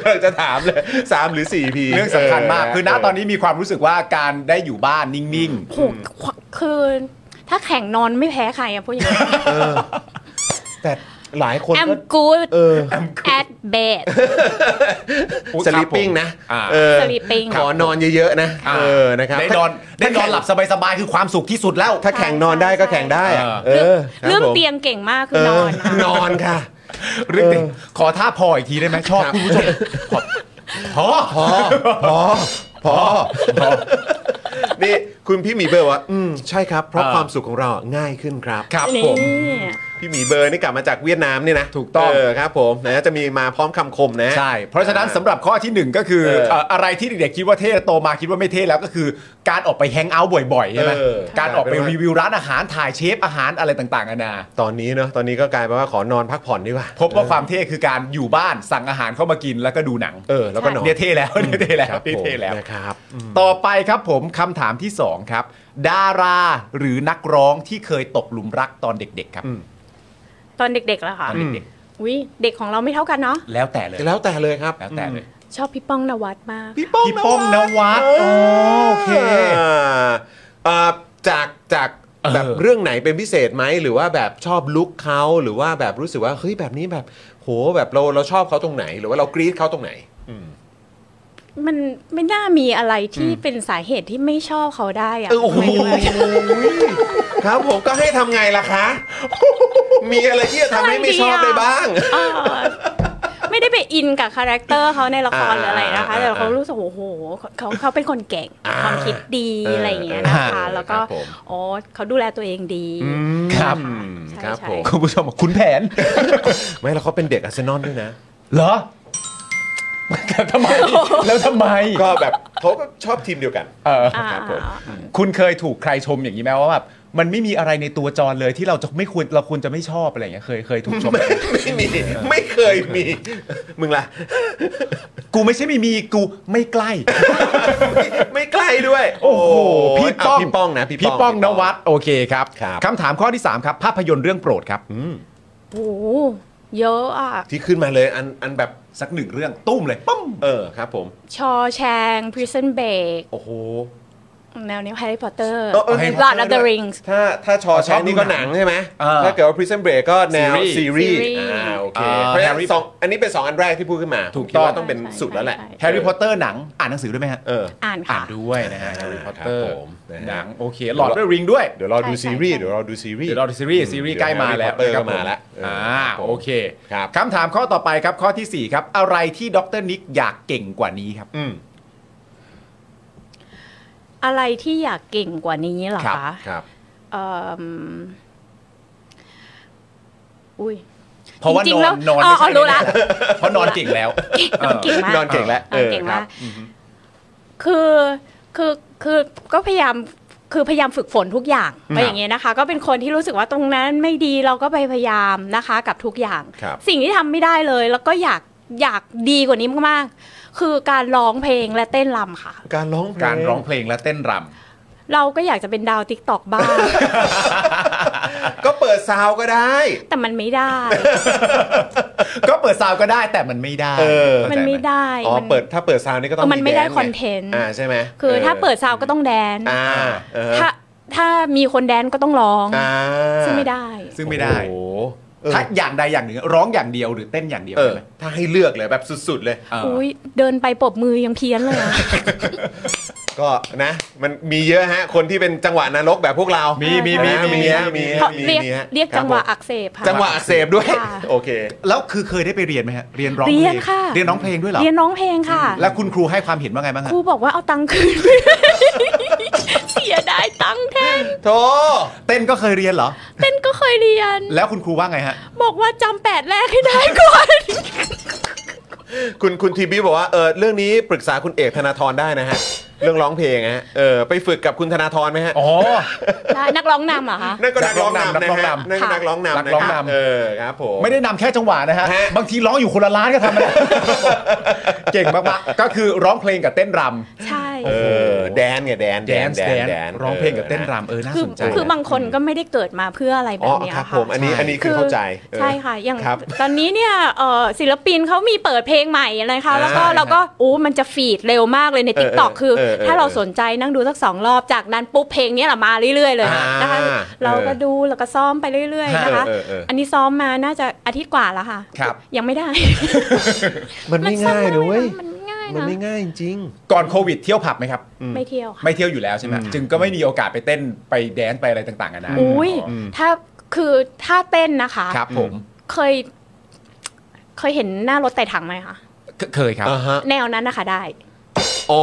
กำลังจะถามเลยสามหรือสี่พีเรื่องสำคัญมากคือณตอนนี้มีความรู้สึกว่าการได้อยู่บ้านนิ่งโหคือถ้าแข่งนอนไม่แพ้ใครอะพวกอย่างนี้แต่หลายคนก็ I'm good เออ at bed สลิปปิ้งนะอ่าเออ sleeping ขอนอนเยอะๆนะอ่าเออนะครับได้นอนได้นอนหลับสบายๆคือความสุขที่สุดแล้วถ้าแข่งนอนได้ก็แข่งได้อะเอเออคบเรื่องผมเตียงเก่งมากคือนอนเออนอนค่ะเรื่องติขอท่าพออีกทีได้ไหมชอบครับคุณผู้ชมพอพอพอพอพอนี่คุณพี่หมีเบอร์ว่าอืมใช่ครับเพราะอ่าความสุขของเราง่ายขึ้นครับครับนี่ผมพี่หมีเบอร์นี่กลับมาจากเวียดนามนี่นะถูกต้องเออครับผมนะจะมีมาพร้อมคำคมนะใช่ เพราะฉะนั้นสำหรับข้อที่หนึ่งก็คือเออเอ่ออะไรที่เด็กๆคิดว่าเท่โตมาคิดว่าไม่เท่แล้วก็คือการออกไปแฮงเอาท์บ่อยๆใช่ไหมเออการออกไปรีวิวร้านอาหารถ่ายเชฟอาหารอะไรต่างๆนานาตอนนี้เนาะตอนนี้ก็กลายเป็นว่าขอนอนพักผ่อนดีกว่าพบว่าความเท่คือการอยู่บ้านสั่งอาหารเข้ามากินแล้วก็ดูหนังเออแล้วก็นอนเนี่ยเท่แล้วเนี่ยเท่แล้วครับเนี่ยผมเท่แล้วนะครับต่อไปครับผมคำถามที่สองครับ ดาราหรือนักร้องที่เคยตกหลุมรักตอนเด็กๆครับอืมตอนเด็กๆแล้วค่ะตอนเด็กอุ้ยเด็กของเราไม่เท่ากันเนาะๆแล้วแต่เลยแล้วแต่เลยครับแล้วแต่เลยชอบพี่ป้องนวัดมากพี่ป้องพี่ป้องนวัดโอเคอ่าอ่าจากจากแบบเออเรื่องไหนเป็นพิเศษไหมหรือว่าแบบชอบลุคเขาหรือว่าแบบรู้สึกว่าเฮ้ยแบบนี้แบบโหแบบเราเราชอบเขาตรงไหน หรือว่าเรากรี๊ดเขาตรงไหนมันไม่น่ามีอะไรที่เป็นสาเหตุที่ไม่ชอบเขาได้อะเออโอ้โห ครับผมก็ให้ทำไงล่ะคะ มีอะไรที่จะทำให้ไม่ชอบได้บ้างเออไม่ได้ไปอินกับคาแรคเตอร์เขาในละครอ่าหรืออะไรนะคะ แต่เขารู้สึกโอ้โหเขาเขาเป็นคนเก่งอ่าความคิดดีเออออะไรอย่างเงี้ยนะคะเออแล้วก็ครับผมโอ้เขาดูแลตัวเองดีครับอืมใช่ครับใช่ผมคุณผู้ชมบอกคุณแผนไม่แล้วเขาเป็นเด็กอาร์เซนอลด้วยนะเหรอ ทำไม แล้วทำไมก็แบบเขาก็ชอบทีมเดียวกันเอออ่าครับผมคุณเคยถูกใครชมอย่างนี้ไหมว่าแบบมันไม่มีอะไรในตัวจรเลยที่เราจะไม่ควรเราควรจะไม่ชอบอะไรอย่างเงี้ยเคยเคยถูกชมไหมไม่มีไม่เคยมี มึงล่ะกูไม่ใช่ไม่มีกูไม่ใกล้ไม่ไม่ใกล้ด้วยโอ้โหพี่ป้องะพี่ป้องนะพี่ป้องนวัดโอเคครับครับคำถามข้อที่สามครับภาพยนตร์เรื่องโปรดครับอืมโอ้โหเยอะอ่ะที่ขึ้นมาเลยอันอันแบบสักหนึ่งเรื่องตุ้มเลยปุ้มเออครับผมชอแชง Prison Break โอ้โหแนวนี้ Harry Potter เออเออ Lord of the Rings ถ้าถ้าชอแชงนี่ก็หนังใช่ไหมเออถ้าเกิดว่า Prison Break ก็แนวซีซีรีรีส์ส์ซีรีส์อ่าโอเคอ่าเพราะฉะนั้น Harry สองอันนี้เป็นสองอันแรกที่พูดขึ้นมาถูกผมคิดว่าต้องต้องเป็นใช่สุดแล้วแหละใช่แฮร์รี่พอตเตอร์หนังอ่านหนังสือด้วยไหมฮะเอออ่านอ่าค่ะนด้วยนะฮะแฮร์รี่พอตเตอร์ครับผมนะฮะหนังโอเคหลอดด้วยริงด้วยเดี๋ยวรอดูใช่ซีรีส์ใช่เดี๋ยวรอดูซีรีส์เดี๋ยวรอดูซีรีส์ซีรีส์ใกล้มาแล้วเดี๋ยว Harry Potter นะครับก็มาแล้วอ่าครับผมโอเคครับคำถามข้อต่อไปครับข้อที่สี่ครับอะไรที่ดรนิกอยากเก่งกว่านี้ครับอืมอะไรที่อยากเก่งกว่านี้เหรอครับคะครับเอิ่มอุ้ยเพราะว่าจรินงๆอแล้นวนอนอ๋อไม่ใช่รู้ละเพราะนอนเก่งแล้วนอนเก่งมากนอนเก่งแล้วนอนเก่งเออครัมาบกคือคือคือก็พยายามคือพยายามฝึกฝนทุกอย่างไปอย่างเงี้ยนะคะ ก็เป็นคนที่รู้สึกว่าตรงนั้นไม่ดีเราก็ไปพยายามนะคะกับทุกอย่างครับสิ่งที่ทำไม่ได้เลย แล้วก็อยากอยากดีกว่านี้มากๆคือการร้องเพลงและเต้นรำค่ะการร้องเพลงการร้องเพลงและเต้นรเราก็อยากจะเป็นดาวติ๊กตอกบ้างก็เปิดซาวก็ได้แต่มันไม่ได้ำ ก็เปิดซาวก็ได้แต่มันไม่ได้เออมันไม่ได้อ๋อมันเปิดถ้าเปิดซาวนี่ก็ต้องเออมันไม่ได้แดคอนเทนต์อ่าใช่ไหมคือถ้าเปิดซาวก็ต้องแดนอ่าเออถ้าถ้ามีคนแดนก็ต้องร้องอ่าซึ่งไม่ได้ซึ่งไม่ได้โอ้โหเออถ้าอย่างใดอย่างหนึ่งร้องอย่างเดียวหรือเต้นอย่างเดียวเออได้ไหมถ้าให้เลือกเลยแบบสุด ๆ เลยเอออุ้ยเดินไปปรบมือยังเพี้ยนเลยอะก็นะ มันมีเยอะฮะ คนที่เป็นจังหวะนรกแบบพวกเรามีมีมีนะมีมีฮะมีเขามีเรียกมีฮะเรียกคบจังหวะผมอักเสบค่ะจังหวะอักเสบด้วยค่ะโอเคแล้วคือเคยได้ไปเรียนไหมฮะเรียนร้องเรียนพลงค่ะเรียนร้องเพลงด้วยเหรอเรียนร้องเพลงค่ะแล้วคุณครูให้ความเห็นว่าไงบ้างคฮะรูบอกว่าเอาตังค์คืน เสียดายตังค์แทนโธ่เต้นก็เคยเรียนเหรอเต้นก็เคยเรียนแล้วคุณครูว่าไงฮะบอกว่าจำแปดแรกให้ได้ก่อนคุณคุณทีบีบอกว่าเออเรื่องนี้ปรึกษาคุณเอกธนาธรได้นะฮะเรื่องร้องเพลงฮะเออไปฝึกกับคุณธนาธรไหมฮะอ๋อนักร้องนำเหรอคะนั่นก็นักร้องนำนะฮะนั่นก็นักร้องนำนักร้องนำเออครับผมไม่ได้นำแค่จังหวะนะฮะบางทีร้องอยู่คนละร้านก็ทำนะเก่งมากๆก็คือร้องเพลงกับเต้นรำใช่เออแดนไงแดนแดนแดนร้องเพลงกับเต้นรำเออน่าสนใจคือบางคนก็ไม่ได้เกิดมาเพื่ออะไรแบบนี้ค่ะผมอันนี้อันนี้คือเข้าใจใช่ค่ะอย่างตอนนี้เนี่ยศิลปินเขามีเปิดเพลงใหม่นะคะแล้วก็เราก็โอ้มันจะฟีดเร็วมากเลยใน TikTok คือถ้าเราสนใจนั่งดูสักสองรอบจากนั้นปุ๊บเพลงนี้แหละมาเรื่อยๆเลยนะคะเราก็ดูแล้วก็ซ้อมไปเรื่อยๆนะคะอันนี้ซ้อมมาน่าจะอาทิตย์กว่าแล้วค่ะยังไม่ได้มันไม่ง่ายนะเว้ยมันง่ายนะมันไม่ง่ายจริงก่อนโควิดเที่ยวผับไหมครับไม่เที่ยวไม่เที่ยวอยู่แล้วใช่ไหมจึงก็ไม่มีโอกาสไปเต้นไปแดนไปอะไรต่างๆกันนะอุ้ยถ้าคือถ้าเต้นนะคะครับผมเคยเคยเห็นหน้ารถไต่ถังไหมคะเคยครับแนวนั้นนะคะได้อ๋อ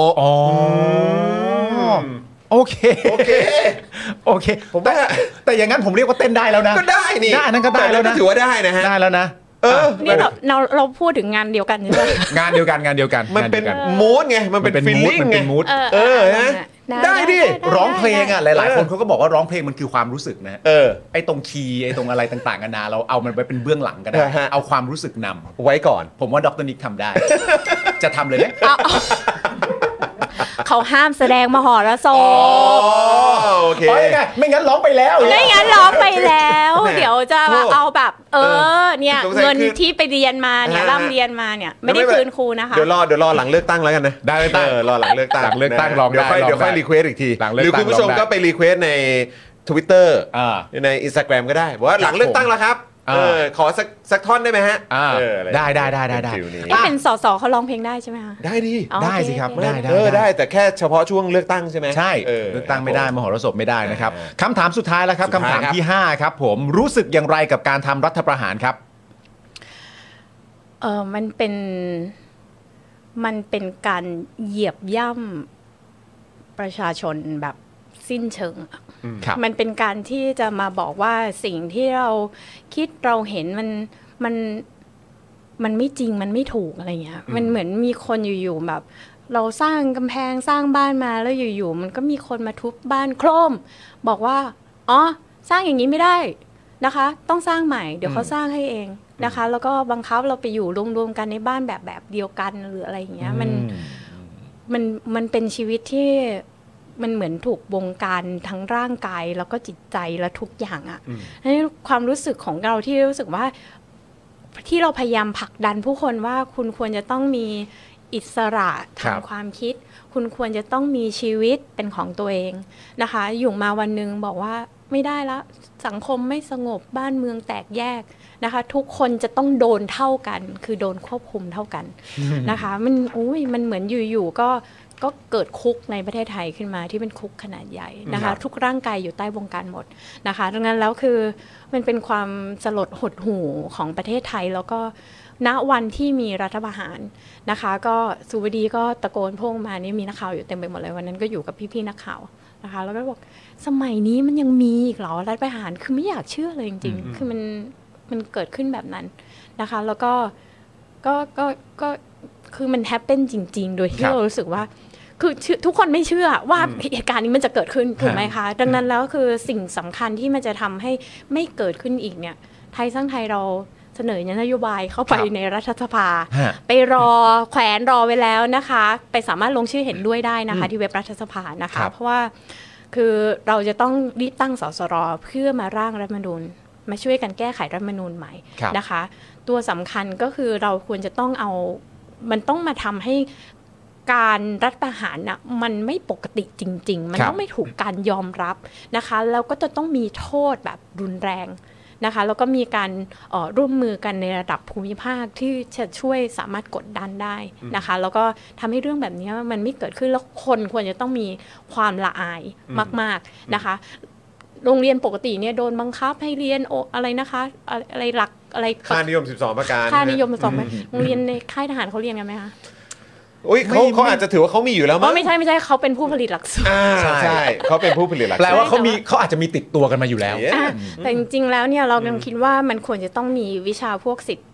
โอเคโอเคโอเคแต่แต่อย่างนั้นผมเรียกว่าเต้นได้แล้วนะก็ได้นี่ได้นั่นก็ได้แล้วนะถือว่าได้นะฮะได้แล้วนะเออนี่เราเราเราพูดถึงงานเดียวกันใช่ไหมงานเดียวกันงานเดียวกันมันเป็นมูดไงมันเป็นฟีลลิ่งไงเออฮะได้ดิร้องเพลงอ่ะหลายๆคนเขาก็บอกว่าร้องเพลงมันคือความรู้สึกนะเออไอ้ตรงคีย์ไอ้ตรงอะไรต่างๆกันานาเราเอามันไปเป็นเบื้องหลังก็ได้เอาความรู้สึกนำไว้ก่อนผมว่าดร.นิกทำได้จะทำเลยไหมเขาห้ามแสดงมหรสพโอเคไม่งั้นร้องไปแล้วไม่งั้นร้องไปแล้วเดี๋ยวจะเอาแบบเออเนี่ยเงินที่ไปเรียนมาเนี่ยร่ำเรียนมาเนี่ยไม่ได้คืนครูนะคะเดี๋ยวรอเดี๋ยวรอหลังเลือกตั้งแล้วกันนะได้เลยตั้งรอหลังเลือกตั้งหลังเลือกตั้งลองเดี๋ยวค่อยเดี๋ยวค่อยรีเควสอีกทีหรือคุณผู้ชมก็ไปรีเควสใน Twitter ใน Instagram ก็ได้บอกว่าหลังเลือกตั้งแล้วครับเออขอสักสักท่อนได้ไหมฮะได้ได้ได้ได้ได้เป็นสสเขาร้องเพลงได้ใช่ไหมคะได้ดิได้สิครับได้เออได้แต่แค่เฉพาะช่วงเลือกตั้งใช่ไหมใช่เลือกตั้งไม่ได้มหรสพไม่ได้นะครับคำถามสุดท้ายแล้วครับคำถามที่ห้าครับผมรู้สึกอย่างไรกับการทำรัฐประหารครับเออมันเป็นมันเป็นการเหยียบย่ำประชาชนแบบสิ้นเชิงมันเป็นการที่จะมาบอกว่าสิ่งที่เราคิดเราเห็นมันมันมันไม่จริงมันไม่ถูกอะไรเงี้ยมันเหมือนมีคนอยู่ๆแบบเราสร้างกำแพงสร้างบ้านมาแล้วอยู่ๆมันก็มีคนมาทุบบ้านโครมบอกว่าอ๋อสร้างอย่างนี้ไม่ได้นะคะต้องสร้างใหม่เดี๋ยวเขาสร้างให้เองนะคะแล้วก็บังคับเราไปอยู่รวมๆกันในบ้านแบบแบบเดียวกันหรืออะไรอย่างเงี้ยมันมันมันเป็นชีวิตที่มันเหมือนถูกบงการทั้งร่างกายแล้วก็จิตใจและทุกอย่างอ่ะนี่ความรู้สึกของเราที่รู้สึกว่าที่เราพยายามผลักดันผู้คนว่าคุณควรจะต้องมีอิสระทางความคิดคุณควรจะต้องมีชีวิตเป็นของตัวเองนะคะอยู่มาวันนึงบอกว่าไม่ได้ละสังคมไม่สงบบ้านเมืองแตกแยกนะคะทุกคนจะต้องโดนเท่ากันคือโดนควบคุมเท่ากันนะคะมันโอ้ยมันเหมือนอยู่ๆก็ก็เกิดคุกในประเทศไทยขึ้นมาที่เป็นคุกขนาดใหญ่นะคะทุกร่างกายอยู่ใต้วงการหมดนะคะดังนั้นแล้วคือมันเป็นความสลดหดหู่ของประเทศไทยแล้วก็ณวันที่มีรัฐประหารนะคะก็สุวดีก็ตะโกนพ่งมานี่มีนักข่าวอยู่เต็มไปหมดเลยวันนั้นก็อยู่กับพี่ๆนักข่าวนะคะแล้วก็บอกสมัยนี้มันยังมีอีกเหรอรัฐประหารคือไม่อยากเชื่อเลยจริงๆคือมันมันเกิดขึ้นแบบนั้นนะคะแล้วก็ก็ก็ก็คือมันแฮปเป้นจริงๆโดยที่เรารู้สึกว่าคือทุกคนไม่เชื่อว่าเหตุการณ์นี้มันจะเกิดขึ้นถูกไหมคะดังนั้นแล้วคือสิ่งสำคัญที่มันจะทำให้ไม่เกิดขึ้นอีกเนี่ยไทยสร้างไทยเราเสนอนโยบายเข้าไปในรัฐสภาไปรอแขวนรอไว้แล้วนะคะไปสามารถลงชื่อเห็นด้วยได้นะคะที่เว็บรัฐสภานะคะเพราะว่าคือเราจะต้องรีบตั้งสสรเพื่อมาร่างรัฐธรรมนูญมาช่วยกันแก้ไขรัฐธรรมนูญใหม่นะคะตัวสำคัญก็คือเราควรจะต้องเอามันต้องมาทำให้การรัฐประหารน่ะมันไม่ปกติจริงๆมันต้องไม่ถูกการยอมรับนะคะแล้วก็จะต้องมีโทษแบบรุนแรงนะคะแล้วก็มีการร่วมมือกันในระดับภูมิภาคที่จะช่วยสามารถกดดันได้นะคะแล้วก็ทำให้เรื่องแบบนี้มันไม่เกิดขึ้นแล้วคนควรจะต้องมีความละอายมากๆนะคะโรงเรียนปกติเนี่ยโดนบังคับให้เรียนอะไรนะคะอะไรหลักอะไรค่านิยมสิบสองประการค่านิยมสิบสองประการโรงเรียนในค่ายทหารเขาเรียนกันไหมคะอุ้ยเขาเขาอาจจะถือว่าเขามีอยู่แล้วมั้งไม่ใช่ไม่ใช่เขาเป็นผู้ผลิตหลักสูตรใช่ใช่เขาเป็นผู้ผลิตหลักสูตรแปลว่าเขามีเขาอาจจะมีติดตัวกันมาอยู่แล้วแต่จริงๆแล้วเนี่ยเรากำลังคิดว่ามันควรจะต้องมีวิชาพวกสิทธิ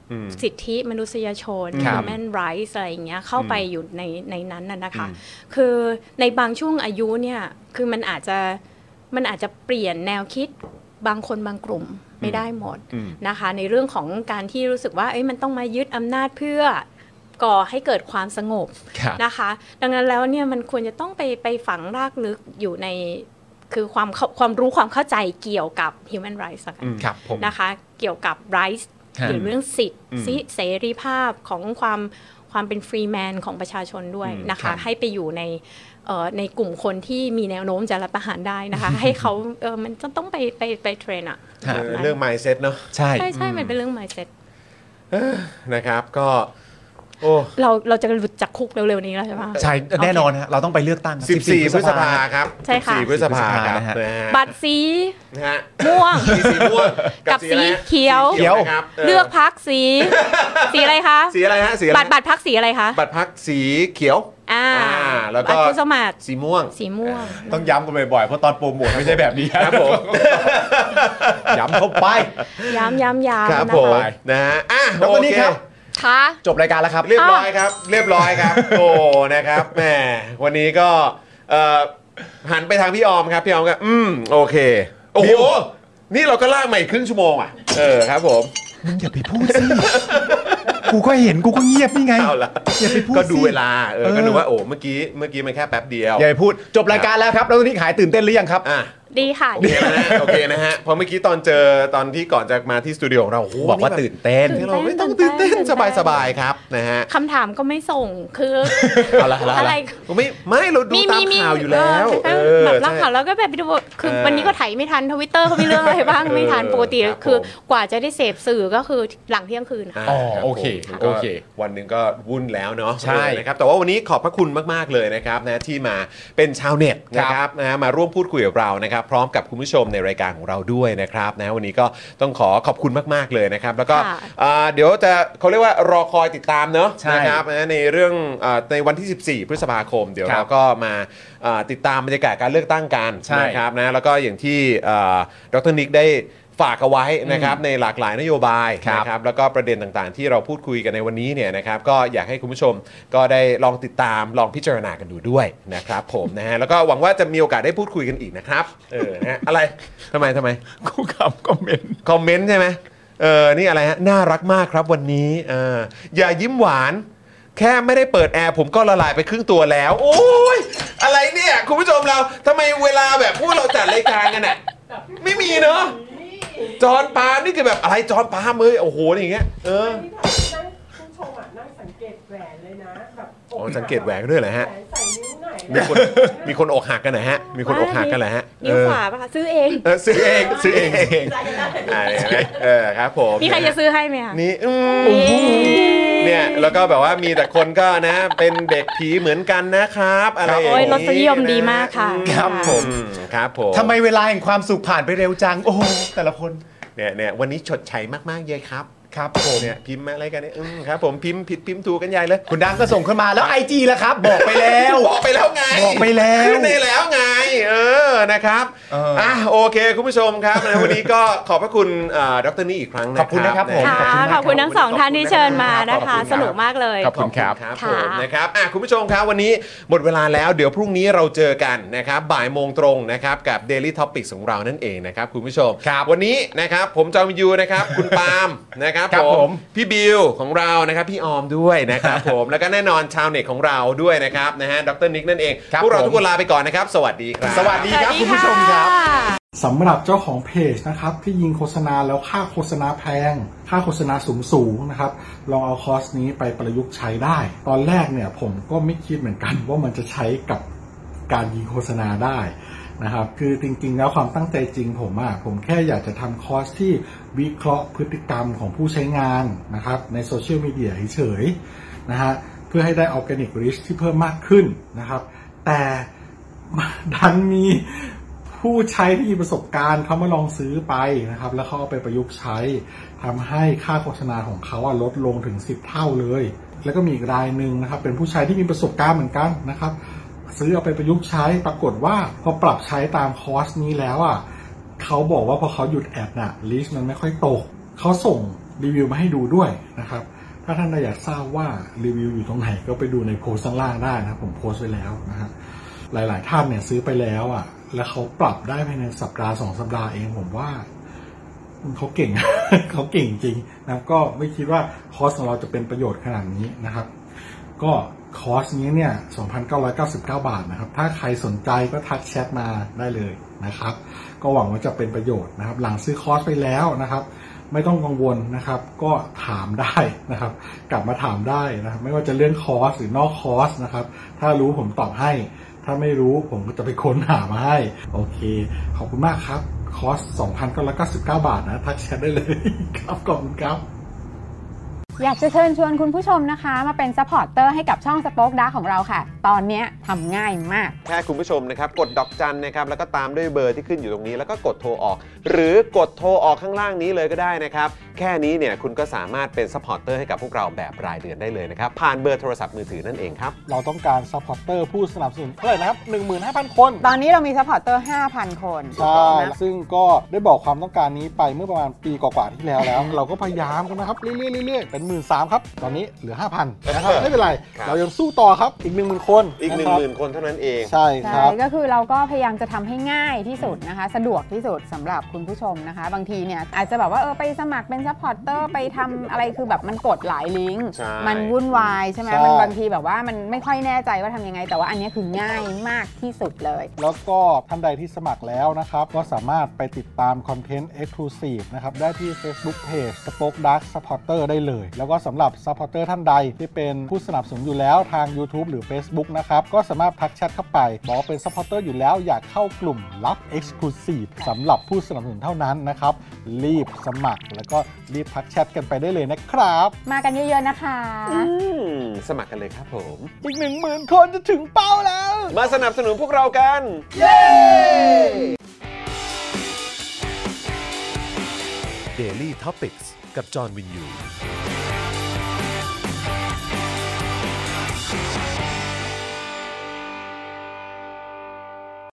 สิทธิมนุษยชน human rights อะไรอย่างเงี้ยเข้าไปอยู่ในในนั้นน่ะนะคะคือในบางช่วงอายุเนี่ยคือมันอาจจะมันอาจจะเปลี่ยนแนวคิดบางคนบางกลุ่มไม่ได้หมดนะคะในเรื่องของการที่รู้สึกว่าเอ้ยมันต้องมายึดอำนาจเพื่อก่อให้เกิดความสงบนะคะดังนั้นแล้วเนี่ยมันควรจะต้องไปไปฝังรากลึกอยู่ในคือความความรู้ความเข้าใจเกี่ยวกับ human rights นะคะเกี่ยวกับ rights หรือเรื่องสิทธิเสรีภาพของความความเป็นฟรีแมนของประชาชนด้วยนะคะให้ไปอยู่ในในกลุ่มคนที่มีแนวโน้มจะรัฐประหารได้นะคะให้เขาเออมันจะต้องไปไปไปเทรนอะเรื่อง mindset เนาะใช่ใช่มันเป็นเรื่อง mindset นะครับก็เราเราจะหลุดจากคุกเร็วๆนี้แล้วใช่ไหมใช่แน่นอนฮะเราต้องไปเลือกตั้งสิบสี่พฤษภาครับใช่ค่ะสิบสี่พฤษภาครับบัตรสีม่วงสีม่วงกับสีเขียวเลือกพรรคสีสีอะไรคะสีอะไรฮะสีอะไรบัตรบัตรพรรคสีอะไรคะบัตรพรรคสีเขียวอ่าแล้วก็ผู้สมัครสีม่วงสีม่วงต้องย้ำกันบ่อยๆเพราะตอนโปรโมทไม่ใช่แบบนี้ครับผมย้ำเข้าไปย้ำย้ำย้ำครับผมนะฮะอ่ะโอเคจบรายการแล้วครับเรียบร้อยครับเรียบร้อยครับโอ้นะครับแหมวันนี้ก็หันไปทางพี่ออมครับพี่ออมก็อืมโอเคโอ้โหนี่เราก็ลากมาอีกครึ่งชั่วโมงอ่ะเออครับผมมึงอย่าไปพูดสิกูก็เห็นกูก็เงียบนี่ไงอย่าไปพูดก็ดูเวลาเออก็ดูว่าโอ้เมื่อกี้เมื่อกี้มันแค่แป๊บเดียวอย่าไปพูดจบรายการแล้วครับแล้วตอนนี้หายตื่นเต้นหรือยังครับอ่ะดีค่ะโอเคนะโอเคนะฮะพอเมื่อกี้ตอนเจอตอนที่ก่อนจะมาที่สตูดิโอของเราบอกว่าตื่นเต้นเราไม่ต้องตื่นเต้นสบายๆครับนะฮะคำถามก็ไม่ส่งคืออะไรไม่ไม่เราดูตามข่าวอยู่แล้วแบบล่าข่าวแล้วก็แบบดูคือวันนี้ก็ไถไม่ทันทวิตเตอร์เขามีเรื่องอะไรบ้างไม่ทันปกติคือกว่าจะได้เสพสื่อก็คือหลังเที่ยงคืนอ๋อโอเคโอเควันหนึ่งก็วุ่นแล้วเนาะใช่นะครับแต่ว่าวันนี้ขอบพระคุณมากๆเลยนะครับนะที่มาเป็นชาวเน็ตนะครับนะมาร่วมพูดคุยกับเรานะครับพร้อมกับคุณผู้ชมในรายการของเราด้วยนะครับนะวันนี้ก็ต้องขอขอบคุณมากๆเลยนะครับแล้วก็เดี๋ยวจะเขาเรียกว่ารอคอยติดตามเนาะนะครับนะในเรื่องในวันที่สิบสี่พฤษภาคมเดี๋ยวเราก็มาติดตามบรรยากาศการเลือกตั้งกันนะครับนะแล้วก็อย่างที่ดร.นิกได้ฝากเอาไว้นะครับในหลากหลายนโยบายนะครับแล้วก็ประเด็นต่างๆที่เราพูดคุยกันในวันนี้เนี่ยนะครับก็อยากให้คุณผู้ชมก็ได้ลองติดตามลองพิจารณากันดูด้วยนะครับผมนะฮะแล้วก็หวังว่าจะมีโอกาสได้พูดคุยกันอีกนะครับเออนะอะไรทำไมทำไมกูคำคอมเมนต์คอมเมนต์ใช่ไหมเออนี่อะไรฮะน่ารักมากครับวันนี้เอออย่ายิ้มหวานแค่ไม่ได้เปิดแอร์ผมก็ละลายไปครึ่งตัวแล้วโอ้ยอะไรเนี่ยคุณผู้ชมเราทำไมเวลาแบบพวกเราจัดรายการกันน่ะไม่มีเนาะจอนปานี่คือแบบอะไรจอนปาเมยโอ้โหอย่างเงี้ยเออนั่งคุณชมอ่ะนั่งสังเกตแหวนเลยนะแบบอ๋อสังเกตแหวนด้วยเหรอฮะใส่นิ้วไหนมีคนมีคนอกหักกันเหรอฮะมีคนอกหักกันเหรอฮะนิ้วขวาป่ะคะซื้อเองเออซื้อเองซื้อเองเออครับผมมีใครจะซื้อให้ไหมคะนี่เนี่ยแล้วก็แบบว่ามีแต่คนก็นะเป็นเด็กผีเหมือนกันนะครับอะไรอย่างนี้รสนิยมดีมากค่ะครับผมครับผมทำไมเวลาแห่งความสุขผ่านไปเร็วจังโอ้แต่ละคนเนี่ยเนี่ยวันนี้ชดใช้มากๆเลยครับครับผมเนี่ยพิมพ์อะไรกันเนี่ยครับผมพิมพ์ผิดพิมพ์ถูกกันใหญ่เลยคุณดังก็ส่งขึ้นมาแล้ว ไอ จี แล้วครับบอกไปแล้วบอกไปแล้วไงบอกไปแล้วขึ้นในแล้วไงเออนะครับอ่ะโอเคคุณผู้ชมครับนะวันนี้ก็ขอบพระคุณดร.นี่อีกครั้งนะครับขอบคุณนะครับผมขอบคุณทั้งสองท่านที่เชิญมานะคะสนุกมากเลยขอบคุณครับครับผมนะครับอ่ะคุณผู้ชมครับวันนี้หมดเวลาแล้วเดี๋ยวพรุ่งนี้เราเจอกันนะครับบ่ายโมงตรงนะครับกับ Daily Topics ของเรานั่นเองนะครับคุณผู้ชมวันนี้นะครับผมจอมยูนะครับคุณปาล์มนะครับผมพี่บิวของเรานะครับพี่ออมด้วยนะครับผมแล้วก็แน่นอนชาวเน็ตของเราด้วยนะครับนะฮะดร.นิกนั่นเองพวกเราทุกคนลาไปก่อนนะครับสวัสดีครับสวัสดีครับคุณผู้ชมครับสำหรับเจ้าของเพจนะครับที่ยิงโฆษณาแล้วค่าโฆษณาแพงค่าโฆษณาสูงสูงนะครับลองเอาคอร์สนี้ไปประยุกต์ใช้ได้ตอนแรกเนี่ยผมก็ไม่คิดเหมือนกันว่ามันจะใช้กับการยิงโฆษณาได้นะครับคือจริงๆแล้วความตั้งใจจริงผมอะผมแค่อยากจะทำคอร์สที่วิเคราะห์พฤติกรรมของผู้ใช้งานนะครับในโซเชียลมีเดียเฉยๆนะฮะเพื่อให้ได้ออร์แกนิกรีชที่เพิ่มมากขึ้นนะครับแต่ดันมีผู้ใช้ที่มีประสบการณ์เขามาลองซื้อไปนะครับแล้วเขาเอาไปประยุกต์ใช้ทำให้ค่าโฆษณาของเขาลดลงถึงสิบเท่าเลยแล้วก็มีอีกรายหนึ่งนะครับเป็นผู้ใช้ที่มีประสบการณ์เหมือนกันนะครับซื้อเอาไปประยุกต์ใช้ปรากฏว่าพอปรับใช้ตามคอร์สนี้แล้วอ่ะเขาบอกว่าพอเขาหยุดแอดน่ะลิสต์มันไม่ค่อยตกเขาส่งรีวิวมาให้ดูด้วยนะครับถ้าท่านอยากทราบว่ารีวิวอยู่ตรงไหนก็ไปดูในโพสต์ข้างล่างได้นะผมโพสต์ไว้แล้วนะฮะหลายๆท่านเนี่ยซื้อไปแล้วอ่ะแล้วเขาปรับได้ภายในสัปดาห์สองสัปดาห์เองผมว่าเขาเก่ง เขาเก่งจริงนะก็ไม่คิดว่าคอร์สของเราจะเป็นประโยชน์ขนาดนี้นะครับก็คอร์สนี้เนี่ย สองพันเก้าร้อยเก้าสิบเก้า บาทนะครับถ้าใครสนใจก็ทักแชทมาได้เลยนะครับก็หวังว่าจะเป็นประโยชน์นะครับหลังซื้อคอร์สไปแล้วนะครับไม่ต้องกังวลนะครับก็ถามได้นะครับกลับมาถามได้นะครับไม่ว่าจะเรื่องคอร์สหรือนอกคอร์สนะครับถ้ารู้ผมตอบให้ถ้าไม่รู้ผมก็จะไปค้นหามาให้โอเคขอบคุณมากครับคอร์ส สองพันเก้าร้อยเก้าสิบเก้า บาทนะทักแชทได้เลยครับขอบคุณครับอยากจะเชิญชวนคุณผู้ชมนะคะมาเป็นซัพพอร์ตเตอร์ให้กับช่องสป็อคดาร์กของเราค่ะตอนนี้ทำง่ายมากแค่คุณผู้ชมนะครับกดดอกจันนะครับแล้วก็ตามด้วยเบอร์ที่ขึ้นอยู่ตรงนี้แล้วก็กดโทรออกหรือกดโทรออกข้างล่างนี้เลยก็ได้นะครับแค่นี้เนี่ยคุณก็สามารถเป็นซัพพอร์ตเตอร์ให้กับพวกเราแบบรายเดือนได้เลยนะครับผ่านเบอร์โทรศัพท์มือถือนั่นเองครับเราต้องการซัพพอร์ตเตอร์ผู้สนับสนุนเท่าไหร่นะครับ หนึ่งหมื่นห้าพัน คนตอนนี้เรามีซัพพอร์ตเตอร์ ห้าพัน คนใช่ซึ่งก็ได้บอกความต้องการนี้ไปเมื่อประมาณปีกว่าๆที่แล้วแล้ว เราก็พยายามกันนะครับเรื่อยๆๆเป็น หนึ่งหมื่นสามพัน ครับตอนนี้เหลือ ห้าพัน นะครับไม่เป็นไรเรายังสู้ต่อครับอีก หนึ่งหมื่น คนอีก หนึ่งหมื่น คนเท่านั้นเองใช่ครับก็คือเราก็พยายามจะทำให้ง่ายที่สุดนะคะสะดวกที่สุดสำหรับคุณผู้ชมนะคะบางทีเนี่ยอาจจะแบบว่าเออไปสมัครเป็นซัพพอร์ตเตอร์ไปทำอะไรคือแบบมันกดหลายลิงก์มันวุ่นวายใช่ไหมมันบางทีแบบว่ามันไม่ค่อยแน่ใจว่าทำยังไงแต่ว่าอันนี้คือง่ายมากที่สุดเลยแล้วก็ท่านใดที่สมัครแล้วนะครับก็สามารถไปติดตามคอนเทนต์ Exclusive นะครับได้ที่ Facebook Page Spoke Dark Supporter ได้เลยแล้วก็สำหรับ Supporter ท่านใดที่เป็นผู้สนับสนุนอยู่แล้วทาง YouTube หรือ Facebook นะครับก็สามารถทักแชทเข้าไปบอกว่าเป็น Supporter อยู่แล้วอยากเข้ากลุ่มลับ Exclusive สำหรับผู้สนับสนุนเท่านั้นนะครับรีบสมัครแล้วก็รีบทักแชทกันไปได้เลยนะครับมากันเยอะๆนะคะสมัครกันเลยครับผมอีก หนึ่งหมื่น คนจะถึงเป้าแล้วมาสนับสนุนพวกเรากันเย้ Daily Topics กับจอห์นวินยู